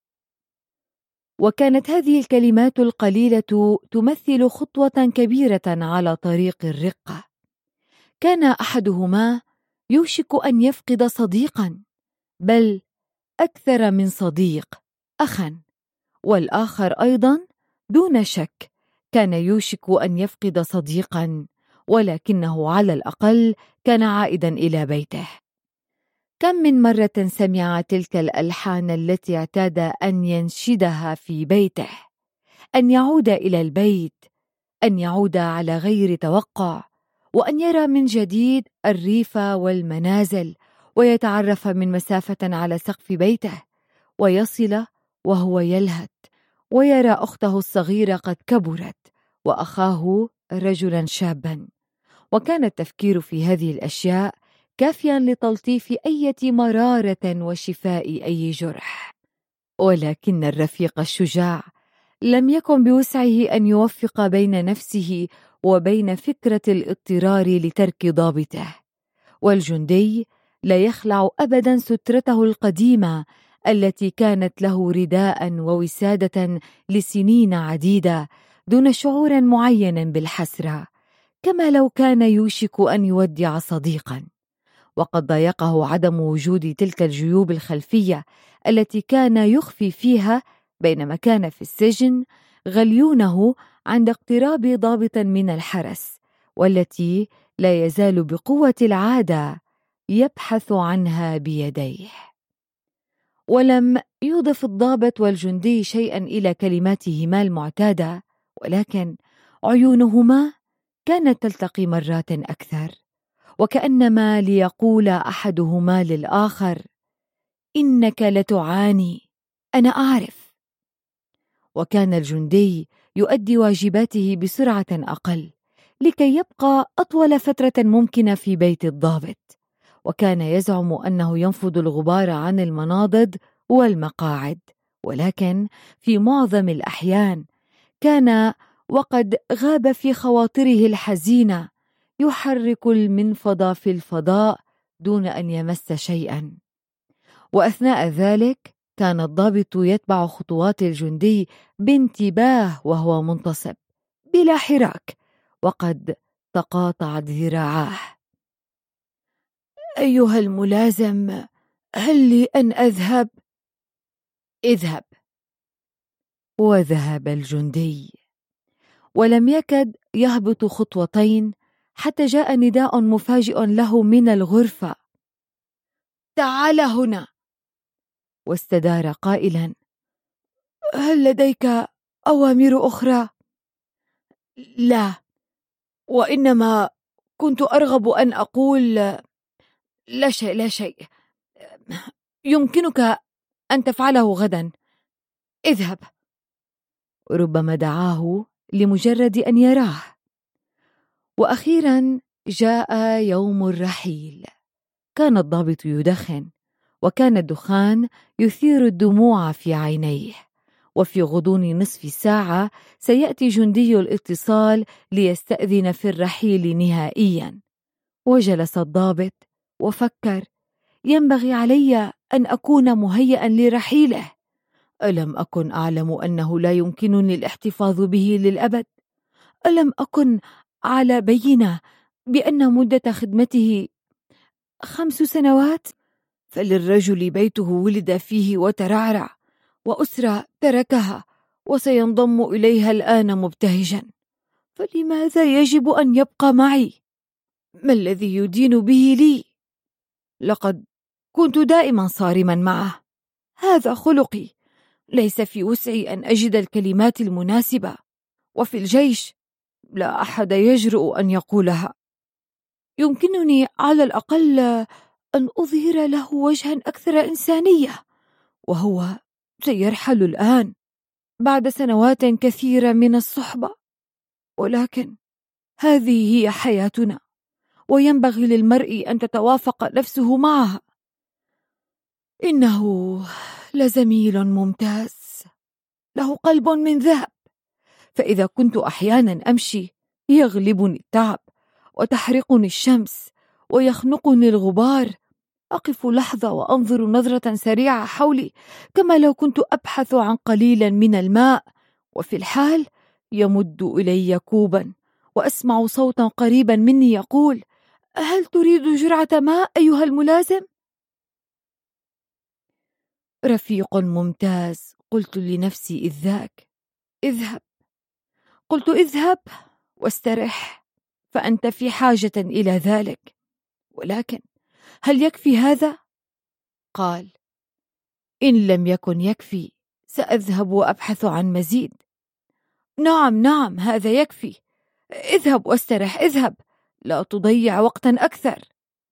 Speaker 2: وكانت هذه الكلمات القليلة تمثل خطوة كبيرة على طريق الرقة. كان أحدهما يوشك أن يفقد صديقا، بل أكثر من صديق، أخا، والآخر أيضا دون شك كان يوشك أن يفقد صديقا، ولكنه على الأقل كان عائدا إلى بيته. كم من مرة سمع تلك الألحان التي اعتاد أن ينشدها في بيته، أن يعود إلى البيت، أن يعود على غير توقع، وأن يرى من جديد الريف والمنازل، ويتعرف من مسافة على سقف بيته، ويصل وهو يلهث ويرى أخته الصغيرة قد كبرت وأخاه رجلا شابا. وكان التفكير في هذه الأشياء كافيا لتلطيف أي مرارة وشفاء أي جرح. ولكن الرفيق الشجاع لم يكن بوسعه أن يوفق بين نفسه وبين فكرة الاضطرار لترك ضابطه، والجندي لا يخلع أبدا سترته القديمة التي كانت له رداء ووسادة لسنين عديدة دون شعور معين بالحسرة، كما لو كان يوشك أن يودع صديقا. وقد ضايقه عدم وجود تلك الجيوب الخلفية التي كان يخفي فيها بينما كان في السجن غليونه عند اقتراب ضابط من الحرس، والتي لا يزال بقوة العادة يبحث عنها بيديه. ولم يضف الضابط والجندي شيئا إلى كلماتهما المعتادة، ولكن عيونهما كانت تلتقي مرات أكثر، وكأنما ليقول أحدهما للآخر: إنك لتعاني، أنا أعرف. وكان الجندي يؤدي واجباته بسرعة أقل لكي يبقى أطول فترة ممكنة في بيت الضابط، وكان يزعم أنه ينفض الغبار عن المناضد والمقاعد، ولكن في معظم الأحيان كان وقد غاب في خواطره الحزينة يحرك المنفض في الفضاء دون أن يمس شيئا. وأثناء ذلك كان الضابط يتبع خطوات الجندي بانتباه وهو منتصب بلا حراك، وقد تقاطعت ذراعاه. أيها الملازم، هل لي أن أذهب؟ اذهب. وذهب الجندي، ولم يكد يهبط خطوتين حتى جاء نداء مفاجئ له من الغرفة: تعال هنا. واستدار قائلا: هل لديك أوامر أخرى؟ لا، وإنما كنت أرغب أن أقول لا شيء لا شيء، يمكنك أن تفعله غدا، اذهب. ربما دعاه لمجرد أن يراه. وأخيرا جاء يوم الرحيل. كان الضابط يدخن، وكان الدخان يثير الدموع في عينيه. وفي غضون نصف ساعة سيأتي جندي الاتصال ليستأذن في الرحيل نهائيا. وجلس الضابط وفكر: ينبغي علي أن أكون مهيئا لرحيله. ألم أكن أعلم أنه لا يمكنني الاحتفاظ به للأبد؟ ألم أكن على بينة بأن مدة خدمته خمس سنوات؟ فللرجل بيته ولد فيه وترعرع، وأسرة تركها وسينضم إليها الآن مبتهجا، فلماذا يجب أن يبقى معي؟ ما الذي يدين به لي؟ لقد كنت دائما صارما معه، هذا خلقي، ليس في وسعي أن أجد الكلمات المناسبة، وفي الجيش لا أحد يجرؤ أن يقولها. يمكنني على الأقل أن أظهر له وجها أكثر إنسانية، وهو سيرحل الآن بعد سنوات كثيرة من الصحبة، ولكن هذه هي حياتنا، وينبغي للمرء أن تتوافق نفسه معها. إنه لزميل ممتاز، له قلب من ذهب، فإذا كنت أحيانا أمشي يغلبني التعب وتحرقني الشمس ويخنقني الغبار، أقف لحظة وأنظر نظرة سريعة حولي كما لو كنت أبحث عن قليل من الماء، وفي الحال يمد إلي كوبا وأسمع صوتا قريبا مني يقول: هل تريد جرعة ماء أيها الملازم؟ رفيق ممتاز، قلت لنفسي إذ ذاك. اذهب، قلت اذهب واسترح، فأنت في حاجة إلى ذلك. ولكن هل يكفي هذا؟ قال: إن لم يكن يكفي سأذهب وأبحث عن مزيد. نعم نعم، هذا يكفي، اذهب واسترح، اذهب، لا تضيع وقتا أكثر.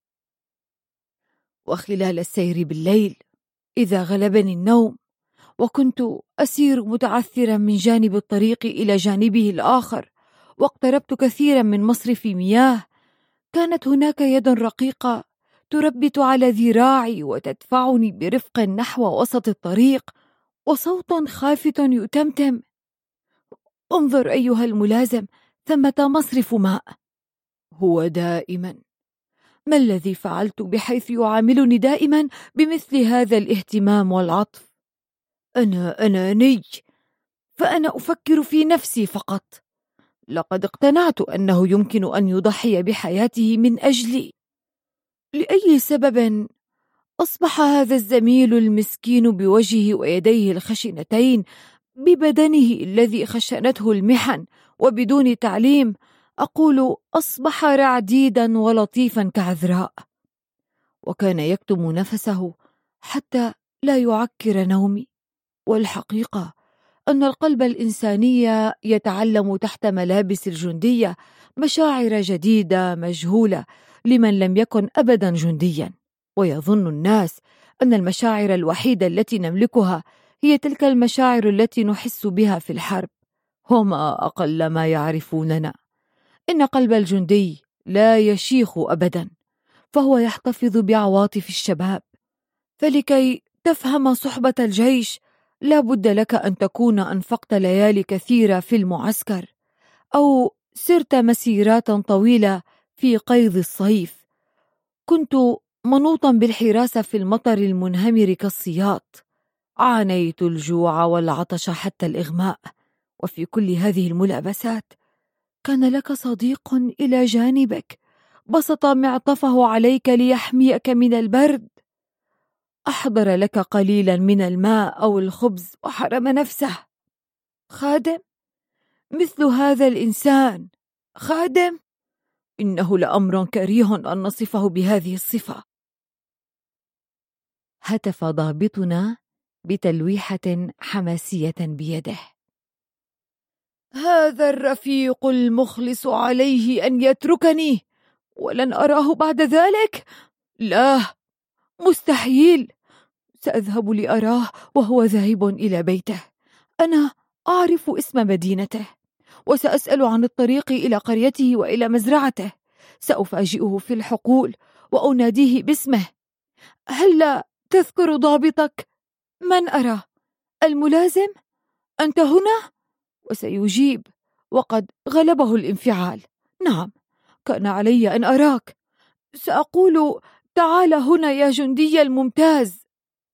Speaker 2: وخلال السير بالليل إذا غلبني النوم وكنت أسير متعثرا من جانب الطريق إلى جانبه الآخر، واقتربت كثيرا من مصرف مياه، كانت هناك يد رقيقة تربت على ذراعي وتدفعني برفق نحو وسط الطريق، وصوت خافت يتمتم: انظر أيها الملازم، ثمة مصرف ماء. هو دائما، ما الذي فعلت بحيث يعاملني دائما بمثل هذا الاهتمام والعطف؟ أنا أناني، فأنا أفكر في نفسي فقط. لقد اقتنعت أنه يمكن أن يضحي بحياته من أجلي. لأي سبب أصبح هذا الزميل المسكين بوجهه ويديه الخشنتين، ببدنه الذي خشنته المحن وبدون تعليم، أقول أصبح رعديدا ولطيفا كعذراء؟ وكان يكتم نفسه حتى لا يعكر نومي، والحقيقة أن القلب الإنساني يتعلم تحت ملابس الجندية مشاعر جديدة مجهولة لمن لم يكن أبدا جنديا، ويظن الناس أن المشاعر الوحيدة التي نملكها هي تلك المشاعر التي نحس بها في الحرب. وما أقل ما يعرفوننا إن قلب الجندي لا يشيخ أبدا، فهو يحتفظ بعواطف الشباب. فلكي تفهم صحبة الجيش لا بد لك أن تكون أنفقت ليالي كثيرة في المعسكر، أو سرت مسيرات طويلة في قيظ الصيف. كنت منوطا بالحراسة في المطر المنهمر كالصياط، عانيت الجوع والعطش حتى الإغماء، وفي كل هذه الملابسات كان لك صديق إلى جانبك بسط معطفه عليك ليحميك من البرد، أحضر لك قليلا من الماء أو الخبز وحرم نفسه. خادم مثل هذا الإنسان، خادم، إنه لأمر كريه أن نصفه بهذه الصفة. هتف ضابطنا بتلويحة حماسية بيده: هذا الرفيق المخلص عليه أن يتركني ولن أراه بعد ذلك؟ لا، مستحيل. سأذهب لأراه وهو ذاهب إلى بيته. أنا أعرف اسم مدينته، وسأسأل عن الطريق إلى قريته وإلى مزرعته. سأفاجئه في الحقول وأناديه باسمه: هل لا تذكر ضابطك؟ من أرى؟ الملازم؟ أنت هنا؟ وسيجيب وقد غلبه الانفعال: نعم، كان علي أن أراك. سأقول: تعال هنا يا جندي الممتاز.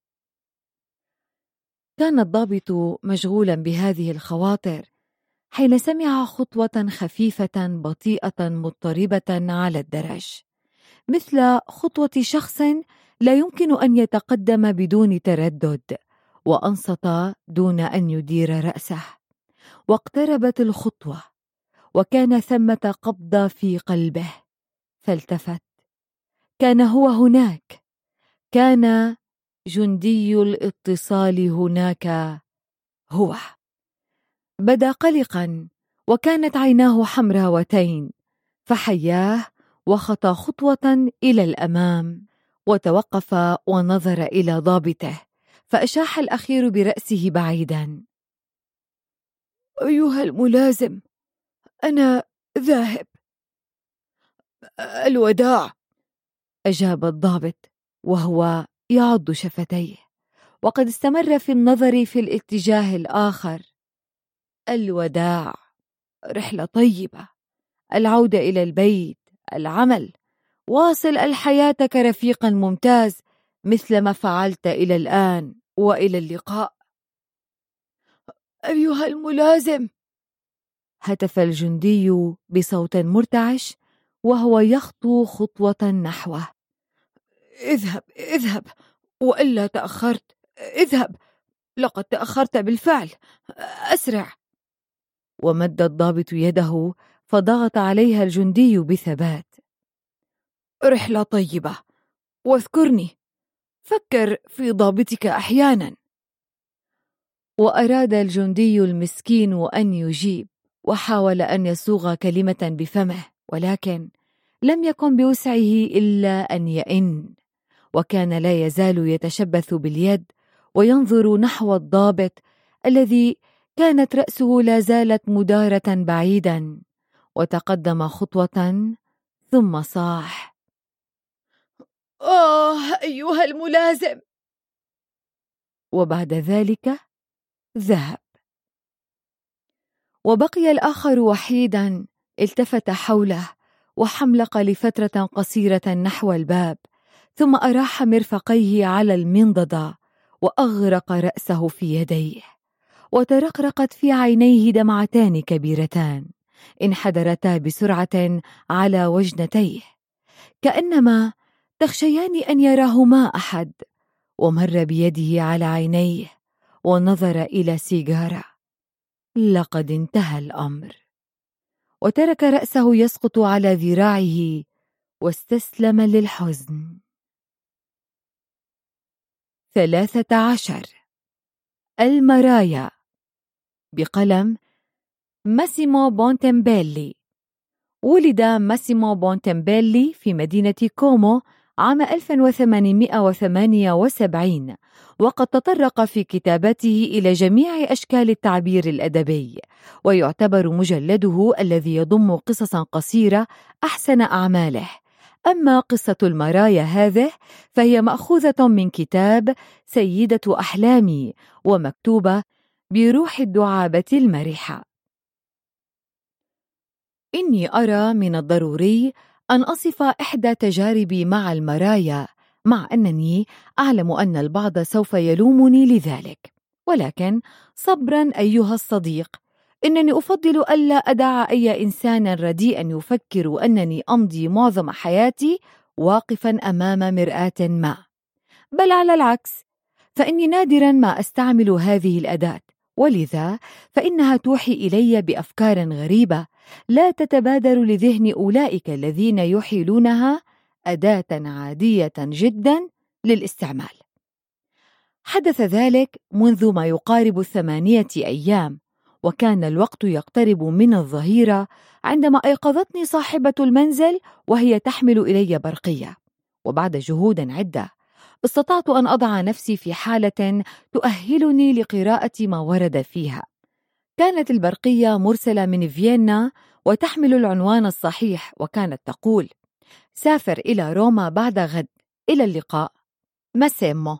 Speaker 2: كان الضابط مشغولا بهذه الخواطر حين سمع خطوة خفيفة بطيئة مضطربة على الدرج، مثل خطوة شخص لا يمكن أن يتقدم بدون تردد، وأنصت دون أن يدير رأسه. واقتربت الخطوة، وكان ثمة قبضة في قلبه، فالتفت. كان هو هناك، كان جندي الاتصال هناك هو. بدا قلقا، وكانت عيناه حمراوتين، فحياه وخطى خطوة إلى الأمام، وتوقف ونظر إلى ضابطه، فأشاح الأخير برأسه بعيدا: أيها الملازم، أنا ذاهب. الوداع، أجاب الضابط وهو يعض شفتيه، وقد استمر في النظر في الاتجاه الآخر. الوداع، رحلة طيبة، العودة إلى البيت، العمل، واصل الحياة كرفيق ممتاز مثل ما فعلت إلى الآن، وإلى اللقاء. أيها الملازم، هتف الجندي بصوت مرتعش وهو يخطو خطوة نحوه: اذهب اذهب، وإلا تأخرت. اذهب، لقد تأخرت بالفعل. أسرع. ومد الضابط يده فضغط عليها الجندي بثبات: رحلة طيبة، واذكرني، فكر في ضابطك أحيانا. وأراد الجندي المسكين أن يجيب، وحاول أن يصوغ كلمة بفمه، ولكن لم يكن بوسعه إلا أن يئن، وكان لا يزال يتشبث باليد وينظر نحو الضابط الذي كانت رأسه لا زالت مدارة بعيدا. وتقدم خطوة ثم صاح: آه أيها الملازم. وبعد ذلك ذهب. وبقي الآخر وحيدا. التفت حوله وحملق لفترة قصيرة نحو الباب، ثم أراح مرفقيه على المنضدة وأغرق رأسه في يديه، وترقرقت في عينيه دمعتان كبيرتان انحدرتا بسرعة على وجنتيه، كأنما تخشيان أن يراهما أحد. ومر بيده على عينيه ونظر إلى سيجارة. لقد انتهى الأمر، وترك رأسه يسقط على ذراعه واستسلم للحزن. ثلاثة عشر. المرايا. بقلم ماسيمو بونتمبيلي. ولد ماسيمو بونتمبيلي في مدينة كومو عام ألف وثمانمائة وثمانية وسبعين، وقد تطرق في كتابته إلى جميع أشكال التعبير الأدبي، ويعتبر مجلده الذي يضم قصصا قصيرة أحسن أعماله. أما قصة المرايا هذه فهي مأخوذة من كتاب سيدة أحلامي، ومكتوبة بروح الدعابة المرحة. إني أرى من الضروري أن أصف إحدى تجاربي مع المرايا، مع أنني أعلم أن البعض سوف يلومني لذلك، ولكن صبراً أيها الصديق، إنني أفضل ألا أدع أي إنسان رديء يفكر أنني أمضي معظم حياتي واقفاً أمام مرآة ما، بل على العكس، فإني نادراً ما أستعمل هذه الأداة، ولذا فإنها توحي إلي بأفكار غريبة لا تتبادر لذهن أولئك الذين يحيلونها أداة عادية جدا للاستعمال. حدث ذلك منذ ما يقارب ثمانية أيام، وكان الوقت يقترب من الظهيرة عندما أيقظتني صاحبة المنزل وهي تحمل إلي برقية، وبعد جهود عدة استطعت أن أضع نفسي في حالة تؤهلني لقراءة ما ورد فيها. كانت البرقية مرسلة من فيينا وتحمل العنوان الصحيح، وكانت تقول: سافر إلى روما بعد غد، إلى اللقاء، ماسيمو.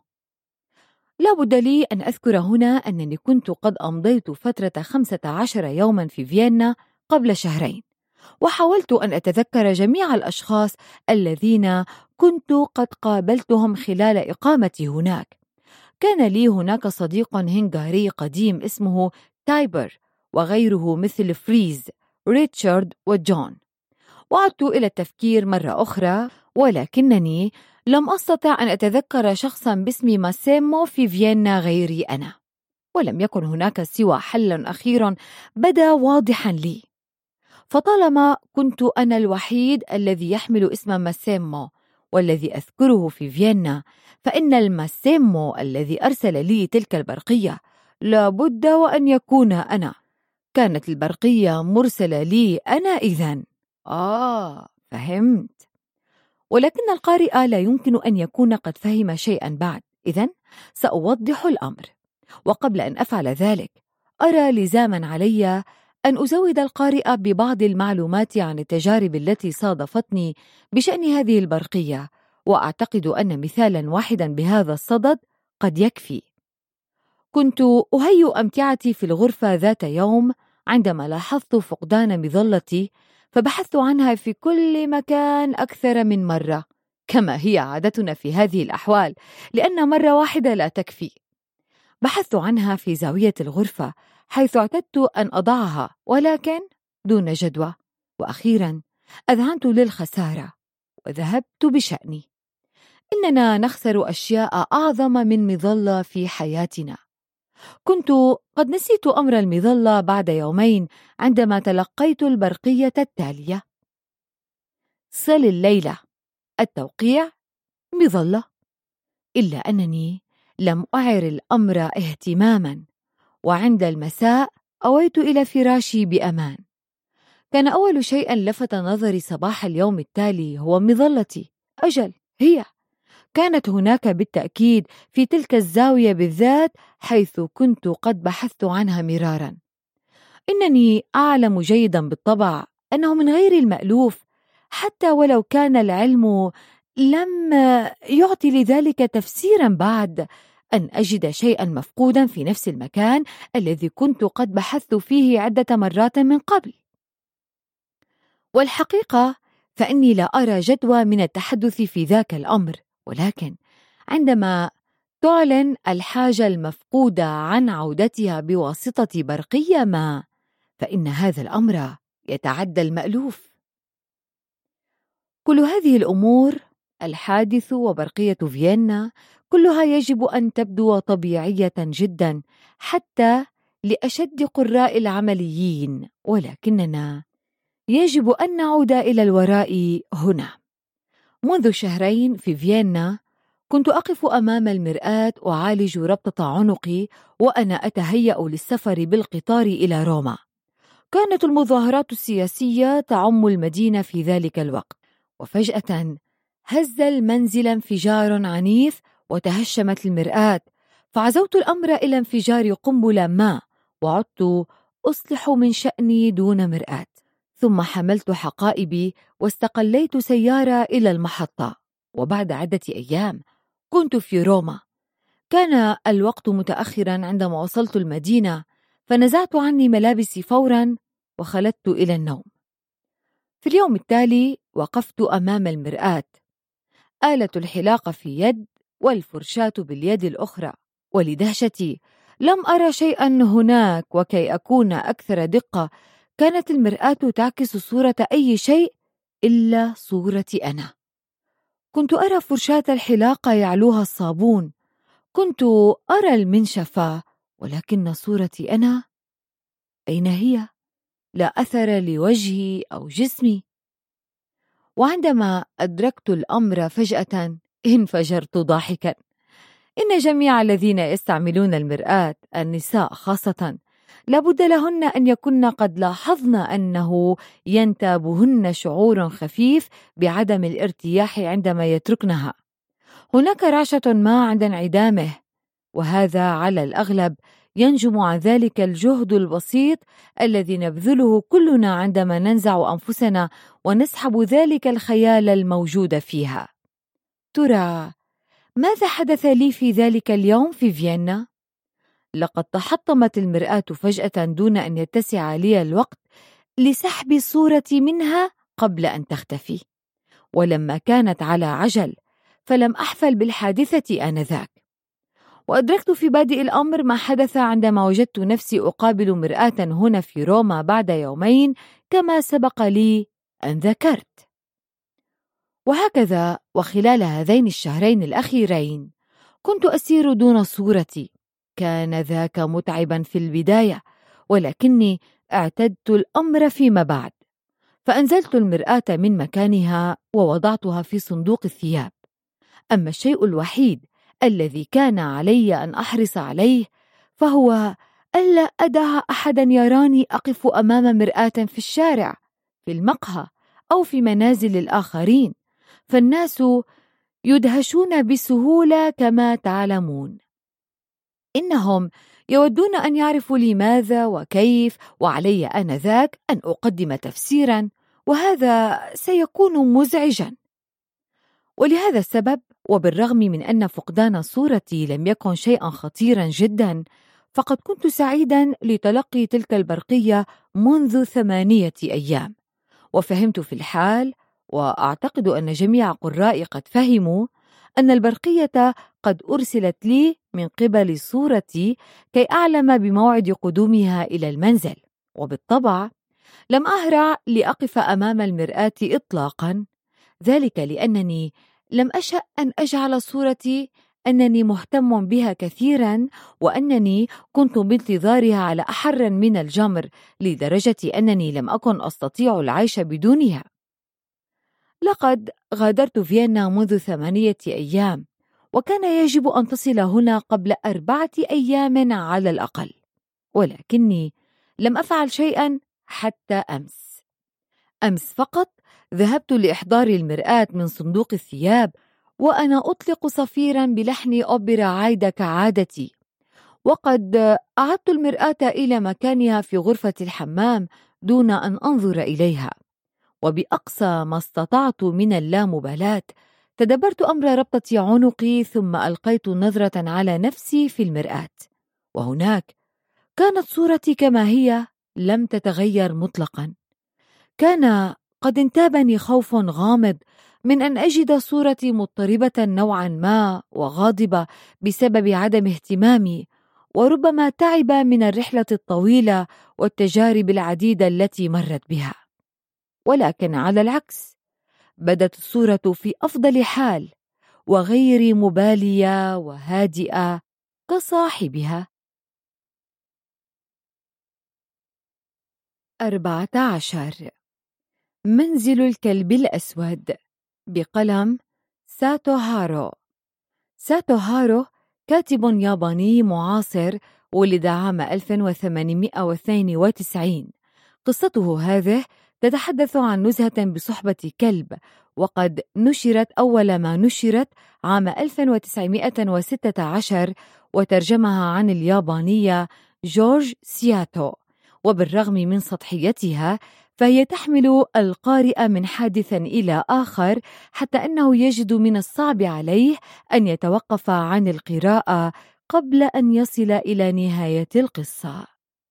Speaker 2: لا بد لي أن أذكر هنا أنني كنت قد أمضيت فترة خمسة عشر يوما في فيينا قبل شهرين، وحاولت أن أتذكر جميع الأشخاص الذين كنت قد قابلتهم خلال إقامتي هناك. كان لي هناك صديق هنغاري قديم اسمه تايبر، وغيره مثل فريز، ريتشارد وجون. وعدت إلى التفكير مرة أخرى، ولكنني لم أستطع أن أتذكر شخصا باسم ماسيمو في فيينا غيري أنا، ولم يكن هناك سوى حل أخير بدا واضحا لي. فطالما كنت أنا الوحيد الذي يحمل اسم ماسيمو والذي أذكره في فيينا، فإن الماسيمو الذي أرسل لي تلك البرقية لابد وأن يكون أنا. كانت البرقية مرسلة لي أنا إذن. آه، فهمت. ولكن القارئ لا يمكن أن يكون قد فهم شيئا بعد، إذن سأوضح الأمر. وقبل أن أفعل ذلك أرى لزاما علي أن أزود القارئ ببعض المعلومات عن التجارب التي صادفتني بشأن هذه البرقية، وأعتقد أن مثالا واحدا بهذا الصدد قد يكفي. كنت أهيئ أمتعتي في الغرفة ذات يوم عندما لاحظت فقدان مظلتي، فبحثت عنها في كل مكان أكثر من مرة، كما هي عادتنا في هذه الأحوال، لأن مرة واحدة لا تكفي. بحثت عنها في زاوية الغرفة حيث اعتدت أن أضعها، ولكن دون جدوى، وأخيرا أذعنت للخسارة وذهبت بشأني. إننا نخسر أشياء أعظم من مظلة في حياتنا. كنت قد نسيت أمر المظلة بعد يومين عندما تلقيت البرقية التالية: صل الليلة، التوقيع مظلة. إلا أنني لم أعر الأمر اهتماما، وعند المساء أويت إلى فراشي بأمان. كان أول شيء لفت نظري صباح اليوم التالي هو مظلتي. أجل، هي كانت هناك بالتأكيد في تلك الزاوية بالذات حيث كنت قد بحثت عنها مرارا. إنني أعلم جيدا بالطبع أنه من غير المألوف، حتى ولو كان العلم لم يعطي لذلك تفسيرا بعد، أن أجد شيئا مفقودا في نفس المكان الذي كنت قد بحثت فيه عدة مرات من قبل. والحقيقة فإني لا أرى جدوى من التحدث في ذاك الأمر، ولكن عندما تعلن الحاجة المفقودة عن عودتها بواسطة برقية ما، فإن هذا الأمر يتعدى المألوف. كل هذه الأمور، الحادث وبرقية فيينا، كلها يجب أن تبدو طبيعية جدا حتى لأشد قراء العمليين، ولكننا يجب أن نعود إلى الوراء هنا. منذ شهرين في فيينا كنت أقف أمام المرآة أعالج ربطة عنقي وأنا أتهيأ للسفر بالقطار إلى روما. كانت المظاهرات السياسية تعم المدينة في ذلك الوقت، وفجأة هز المنزل انفجار عنيف وتهشمت المرآة، فعزوت الأمر إلى انفجار قنبلة ما، وعدت أصلح من شأني دون مرآة. ثم حملت حقائبي واستقليت سيارة إلى المحطة، وبعد عدة أيام كنت في روما. كان الوقت متأخرا عندما وصلت المدينة، فنزعت عني ملابسي فورا وخلدت إلى النوم. في اليوم التالي وقفت أمام المرآة، آلة الحلاقة في يد والفرشاة باليد الأخرى، ولدهشتي لم أرى شيئا هناك، وكي أكون أكثر دقة كانت المرآة تعكس صورة أي شيء إلا صورتي أنا. كنت أرى فرشاة الحلاقة يعلوها الصابون، كنت أرى المنشفة، ولكن صورتي أنا أين هي؟ لا أثر لوجهي أو جسمي. وعندما أدركت الأمر فجأة انفجرت ضاحكا. إن جميع الذين يستعملون المرآة، النساء خاصة، لابد لهن أن يكن قد لاحظن أنه ينتابهن شعور خفيف بعدم الارتياح عندما يتركنها. هناك رعشة ما عند انعدامه، وهذا على الأغلب ينجم عن ذلك الجهد البسيط الذي نبذله كلنا عندما ننزع أنفسنا ونسحب ذلك الخيال الموجود فيها. ترى ماذا حدث لي في ذلك اليوم في فيينا؟ لقد تحطمت المرآة فجأة دون أن يتسع لي الوقت لسحب صورتي منها قبل أن تختفي، ولما كانت على عجل فلم أحفل بالحادثة آنذاك. وأدركت في بادئ الأمر ما حدث عندما وجدت نفسي أقابل مرآة هنا في روما بعد يومين كما سبق لي أن ذكرت. وهكذا وخلال هذين الشهرين الأخيرين كنت أسير دون صورتي. كان ذاك متعبا في البداية، ولكني اعتدت الأمر فيما بعد، فأنزلت المرآة من مكانها ووضعتها في صندوق الثياب. أما الشيء الوحيد الذي كان علي أن أحرص عليه فهو ألا أدع أحدا يراني أقف أمام مرآة في الشارع، في المقهى، أو في منازل الآخرين، فالناس يدهشون بسهولة كما تعلمون. إنهم يودون أن يعرفوا لماذا وكيف، وعلي آنذاك أن أقدم تفسيرا، وهذا سيكون مزعجا. ولهذا السبب، وبالرغم من أن فقدان صورتي لم يكن شيئا خطيرا جدا، فقد كنت سعيدا لتلقي تلك البرقية منذ ثمانية أيام، وفهمت في الحال، وأعتقد أن جميع قرائي قد فهموا، أن البرقية قد أرسلت لي من قبل صورتي كي أعلم بموعد قدومها إلى المنزل. وبالطبع لم أهرع لأقف أمام المرآة إطلاقا، ذلك لأنني لم أشأ أن أجعل صورتي أنني مهتم بها كثيرا، وأنني كنت بانتظارها على أحر من الجمر، لدرجة أنني لم أكن أستطيع العيش بدونها. لقد غادرت فيينا منذ ثمانية أيام، وكان يجب أن تصل هنا قبل أربعة أيام على الأقل، ولكني لم أفعل شيئا حتى أمس. أمس فقط ذهبت لإحضار المرآة من صندوق الثياب، وأنا أطلق صفيرا بلحن أوبرا عايدة كعادتي، وقد أعدت المرآة إلى مكانها في غرفة الحمام دون أن أنظر إليها، وبأقصى ما استطعت من اللامبالاة تدبرت أمر ربطة عنقي، ثم ألقيت نظرة على نفسي في المرآة، وهناك كانت صورتي كما هي لم تتغير مطلقا. كان قد انتابني خوف غامض من أن أجد صورتي مضطربة نوعا ما وغاضبة بسبب عدم اهتمامي، وربما تعب من الرحلة الطويلة والتجارب العديدة التي مرت بها. ولكن على العكس، بدت الصورة في أفضل حال وغير مبالية وهادئة كصاحبها. أربعة عشر. منزل الكلب الأسود، بقلم ساتو هارو. ساتو هارو كاتب ياباني معاصر ولد عام ألف وثمانمائة واثنين وتسعين. قصته هذه تتحدث عن نزهة بصحبة كلب، وقد نشرت أول ما نشرت عام ألف وتسعمائة وستة عشر، وترجمها عن اليابانية جورج سياتو. وبالرغم من سطحيتها فهي تحمل القارئ من حادث إلى آخر، حتى أنه يجد من الصعب عليه أن يتوقف عن القراءة قبل أن يصل إلى نهاية القصة.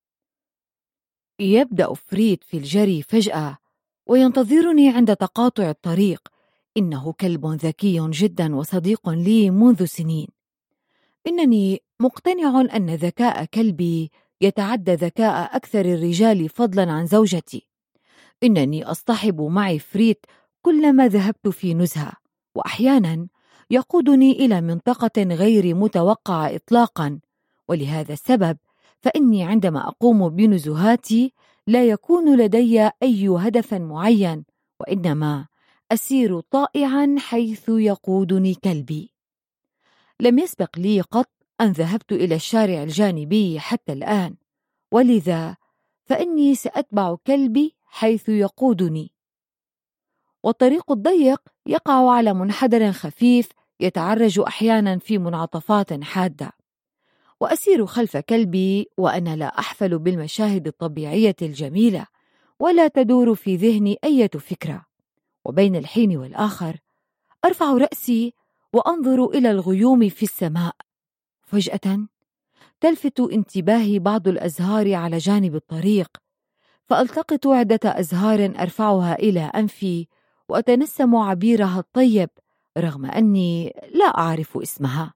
Speaker 2: يبدأ فريد في الجري فجأة وينتظرني عند تقاطع الطريق. إنه كلب ذكي جدا وصديق لي منذ سنين. إنني مقتنع أن ذكاء كلبي يتعدى ذكاء أكثر الرجال فضلا عن زوجتي. إنني أصطحب معي فريد كلما ذهبت في نزهة، وأحيانا يقودني إلى منطقة غير متوقعة إطلاقا. ولهذا السبب فإني عندما أقوم بنزهاتي لا يكون لدي أي هدف معين، وإنما أسير طائعا حيث يقودني كلبي. لم يسبق لي قط أن ذهبت إلى الشارع الجانبي حتى الآن، ولذا فإني سأتبع كلبي حيث يقودني. والطريق الضيق يقع على منحدر خفيف يتعرج أحيانا في منعطفات حادة، وأسير خلف كلبي وأنا لا أحفل بالمشاهد الطبيعية الجميلة، ولا تدور في ذهني أي فكرة. وبين الحين والآخر أرفع رأسي وأنظر إلى الغيوم في السماء. فجأة تلفت انتباهي بعض الأزهار على جانب الطريق، فألتقط عدة أزهار أرفعها إلى أنفي وأتنسم عبيرها الطيب رغم أني لا أعرف اسمها.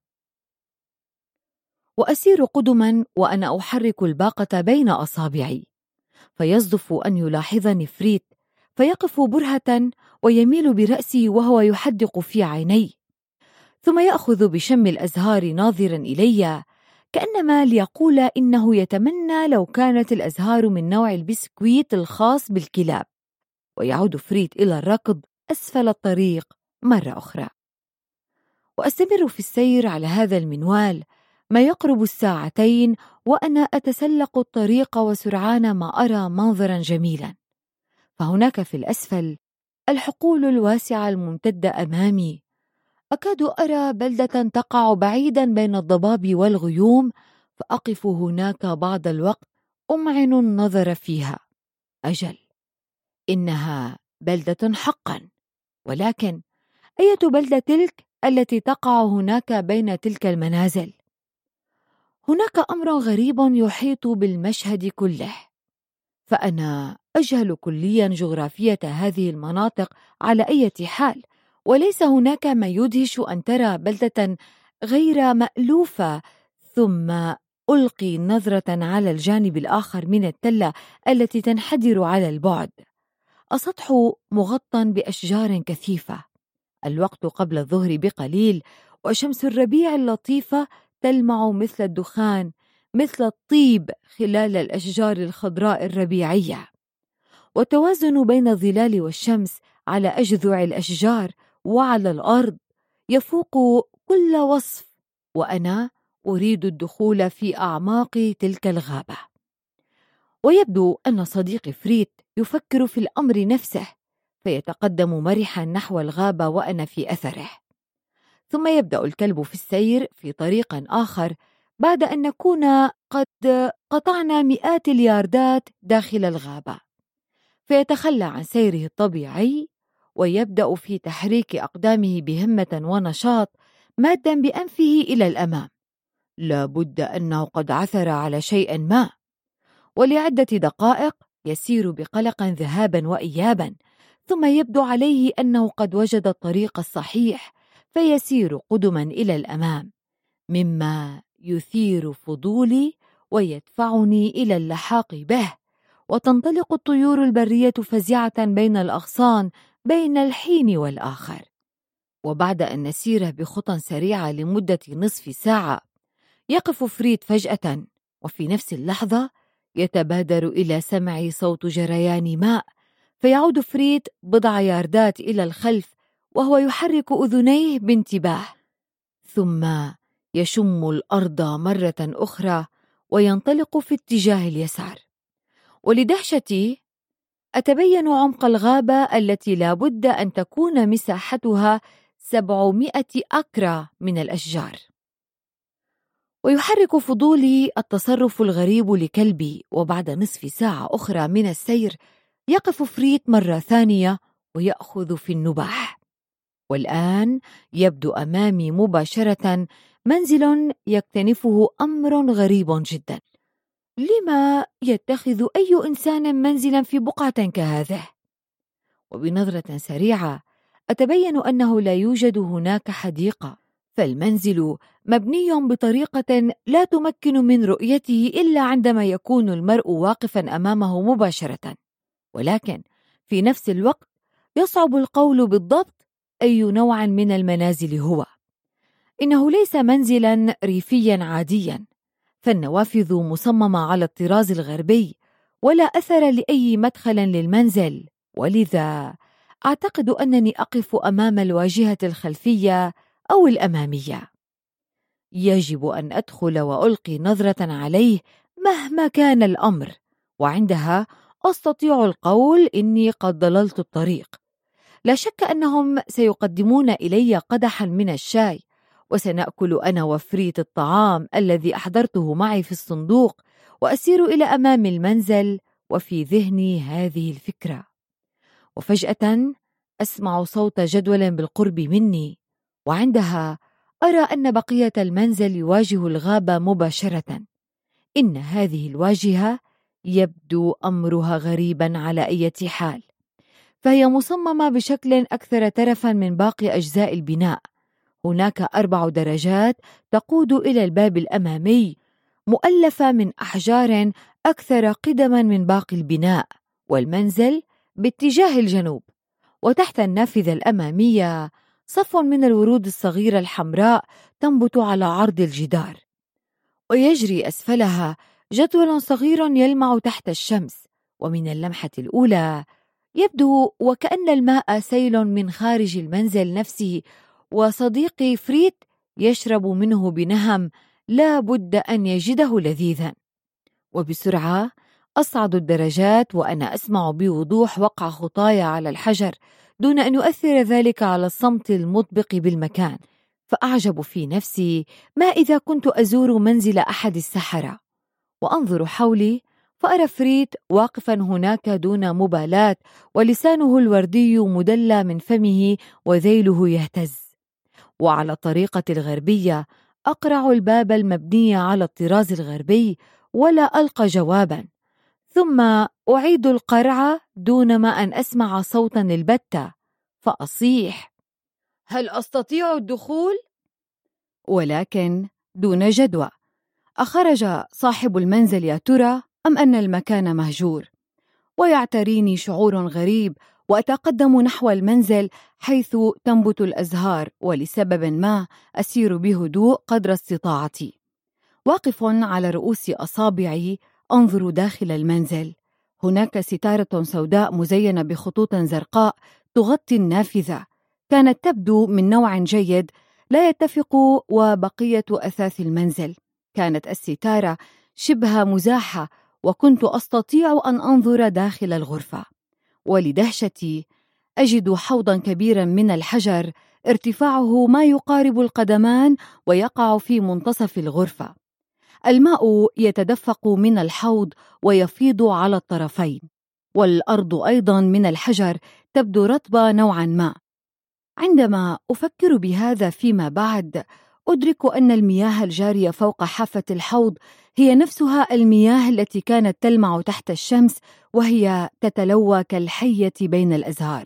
Speaker 2: وأسير قدما وأنا أحرك الباقة بين أصابعي، فيصدف أن يلاحظني فريد فيقف برهة ويميل برأسي وهو يحدق في عيني، ثم يأخذ بشم الأزهار ناظرا إلي كأنما ليقول إنه يتمنى لو كانت الأزهار من نوع البسكويت الخاص بالكلاب. ويعود فريد إلى الركض أسفل الطريق مرة أخرى. وأستمر في السير على هذا المنوال ما يقرب الساعتين وأنا أتسلق الطريق وسرعان ما أرى منظرا جميلا. فهناك في الأسفل الحقول الواسعة الممتدة أمامي، أكاد أرى بلدة تقع بعيدا بين الضباب والغيوم، فأقف هناك بعض الوقت أمعن النظر فيها. أجل، إنها بلدة حقا، ولكن أية بلدة تلك التي تقع هناك بين تلك المنازل؟ هناك أمر غريب يحيط بالمشهد كله، فأنا أجهل كليا جغرافية هذه المناطق على أي حال، وليس هناك ما يدهش أن ترى بلدة غير مألوفة ثم ألقي نظرة على الجانب الآخر من التلة التي تنحدر على البعد. السطح مغطى بأشجار كثيفة، الوقت قبل الظهر بقليل، وشمس الربيع اللطيفة تلمع مثل الدخان، مثل الطيب خلال الأشجار الخضراء الربيعية. والتوازن بين الظلال والشمس على أجذع الأشجار وعلى الأرض يفوق كل وصف، وأنا أريد الدخول في أعماق تلك الغابة. ويبدو أن صديقي فريد يفكر في الأمر نفسه، فيتقدم مرحا نحو الغابة وأنا في أثره. ثم يبدأ الكلب في السير في طريق آخر بعد أن نكون قد قطعنا مئات الياردات داخل الغابة، فيتخلى عن سيره الطبيعي ويبدأ في تحريك أقدامه بهمة ونشاط، مادا بأنفه إلى الأمام. لا بد أنه قد عثر على شيء ما. ولعدة دقائق يسير بقلق ذهابا وإيابا، ثم يبدو عليه أنه قد وجد الطريق الصحيح، فيسير قدما إلى الأمام، مما يثير فضولي ويدفعني إلى اللحاق به. وتنطلق الطيور البرية فزعة بين الأغصان بين الحين والآخر. وبعد أن نسير بخطى سريعة لمدة نصف ساعة يقف فريد فجأة، وفي نفس اللحظة يتبادر إلى سمعي صوت جريان ماء، فيعود فريد بضع ياردات إلى الخلف وهو يحرك أذنيه بانتباه، ثم يشم الأرض مرة أخرى وينطلق في اتجاه اليسار. ولدهشتي أتبين عمق الغابة التي لا بد أن تكون مساحتها سبعمائة أكرة من الأشجار. ويحرك فضولي التصرف الغريب لكلبي، وبعد نصف ساعة أخرى من السير يقف فريت مرة ثانية ويأخذ في النباح. والآن يبدو أمامي مباشرة منزل يكتنفه أمر غريب جدا. لما يتخذ أي إنسان منزلا في بقعة كهذه؟ وبنظرة سريعة أتبين أنه لا يوجد هناك حديقة، فالمنزل مبني بطريقة لا تمكن من رؤيته إلا عندما يكون المرء واقفا أمامه مباشرة. ولكن في نفس الوقت يصعب القول بالضبط أي نوع من المنازل هو. إنه ليس منزلا ريفيا عاديا، فالنوافذ مصممة على الطراز الغربي ولا أثر لأي مدخل للمنزل، ولذا أعتقد أنني أقف أمام الواجهة الخلفية أو الأمامية. يجب أن أدخل وألقي نظرة عليه مهما كان الأمر، وعندها أستطيع القول إني قد ضللت الطريق. لا شك أنهم سيقدمون إلي قدحا من الشاي، وسنأكل أنا وفريت الطعام الذي أحضرته معي في الصندوق، وأسير إلى أمام المنزل وفي ذهني هذه الفكرة. وفجأة أسمع صوت جدول بالقرب مني، وعندها أرى أن بقية المنزل يواجه الغابة مباشرة. إن هذه الواجهة يبدو أمرها غريبا على أي حال، فهي مصممة بشكل أكثر ترفا من باقي أجزاء البناء. هناك أربع درجات تقود إلى الباب الأمامي، مؤلفة من أحجار أكثر قدما من باقي البناء، والمنزل باتجاه الجنوب. وتحت النافذة الأمامية صف من الورود الصغيرة الحمراء تنبت على عرض الجدار، ويجري أسفلها جدول صغير يلمع تحت الشمس. ومن اللمحة الأولى يبدو وكأن الماء سيل من خارج المنزل نفسه، وصديقي فريت يشرب منه بنهم لا بد أن يجده لذيذا. وبسرعة أصعد الدرجات وأنا أسمع بوضوح وقع خطاي على الحجر دون أن يؤثر ذلك على الصمت المطبق بالمكان. فأعجب في نفسي ما إذا كنت أزور منزل أحد السحرة، وأنظر حولي فأرى فريت واقفا هناك دون مبالاة، ولسانه الوردي مدلى من فمه وذيله يهتز. وعلى الطريقة الغربية أقرع الباب المبني على الطراز الغربي ولا ألقى جوابا، ثم أعيد القرع دون ما أن أسمع صوتا البتة، فأصيح: هل أستطيع الدخول؟ ولكن دون جدوى. أخرج صاحب المنزل يا ترى أم أن المكان مهجور؟ ويعتريني شعور غريب، وأتقدم نحو المنزل حيث تنبت الأزهار، ولسبب ما أسير بهدوء قدر استطاعتي. واقف على رؤوس أصابعي أنظر داخل المنزل. هناك ستارة سوداء مزينة بخطوط زرقاء تغطي النافذة، كانت تبدو من نوع جيد لا يتفق وبقية أثاث المنزل. كانت الستارة شبه مزاحة، وكنت أستطيع أن أنظر داخل الغرفة. ولدهشتي أجد حوضا كبيرا من الحجر ارتفاعه ما يقارب القدمان، ويقع في منتصف الغرفة. الماء يتدفق من الحوض ويفيض على الطرفين، والأرض أيضا من الحجر تبدو رطبة نوعا ما. عندما أفكر بهذا فيما بعد أدرك أن المياه الجارية فوق حافة الحوض هي نفسها المياه التي كانت تلمع تحت الشمس، وهي تتلوى كالحية بين الأزهار.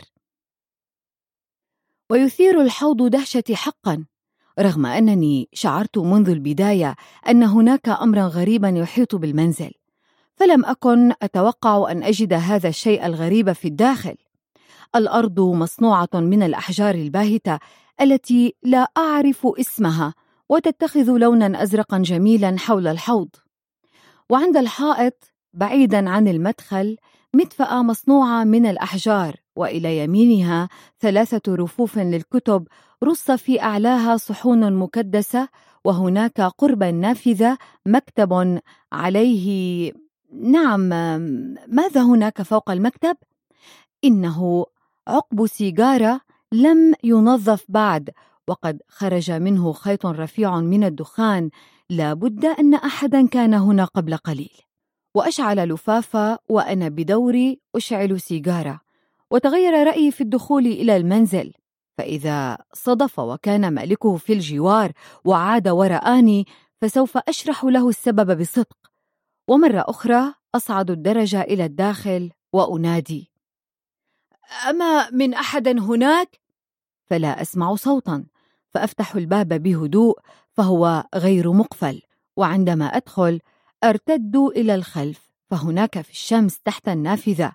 Speaker 2: ويثير الحوض دهشتي حقا، رغم أنني شعرت منذ البداية أن هناك أمرا غريبا يحيط بالمنزل، فلم أكن أتوقع أن أجد هذا الشيء الغريب في الداخل. الأرض مصنوعة من الأحجار الباهتة التي لا أعرف اسمها، وتتخذ لونا أزرقا جميلا حول الحوض. وعند الحائط بعيدا عن المدخل مدفأة مصنوعة من الأحجار، وإلى يمينها ثلاثة رفوف للكتب، رص في أعلاها صحون مكدسة، وهناك قرب النافذة مكتب عليه. نعم، ماذا هناك فوق المكتب؟ إنه عقب سيجارة لم ينظف بعد، وقد خرج منه خيط رفيع من الدخان. لا بد أن أحدا كان هنا قبل قليل. وأشعل لفافة وأنا بدوري أشعل سيجارة، وتغير رأيي في الدخول إلى المنزل، فإذا صدف وكان مالكه في الجوار وعاد ورآني فسوف أشرح له السبب بصدق. ومرة أخرى أصعد الدرجة إلى الداخل وأنادي: أما من أحد هناك؟ فلا أسمع صوتا، فأفتح الباب بهدوء فهو غير مقفل. وعندما أدخل أرتد إلى الخلف، فهناك في الشمس تحت النافذة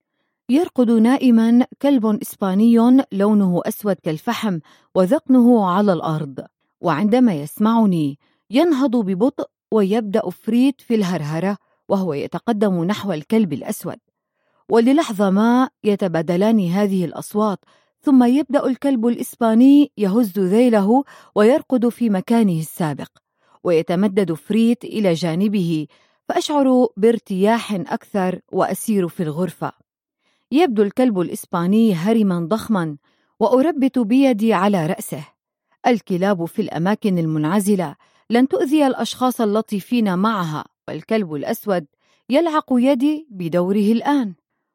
Speaker 2: يرقد نائما كلب إسباني لونه أسود كالفحم وذقنه على الأرض. وعندما يسمعني ينهض ببطء ويبدأ فريت في الهرهرة وهو يتقدم نحو الكلب الأسود، وللحظة ما يتبادلان هذه الأصوات، ثم يبدأ الكلب الإسباني يهز ذيله ويرقد في مكانه السابق، ويتمدد فريت إلى جانبه، فأشعر بارتياح أكثر وأسير في الغرفة. يبدو الكلب الإسباني هرما ضخما، وأربت بيدي على رأسه. الكلاب في الأماكن المنعزلة لن تؤذي الأشخاص اللطيفين معها، والكلب الأسود يلعق يدي بدوره الآن.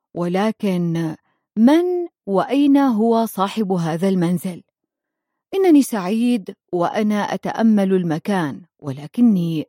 Speaker 2: ولكن من وأين هو صاحب هذا المنزل؟ إنني سعيد وأنا أتأمل المكان، ولكني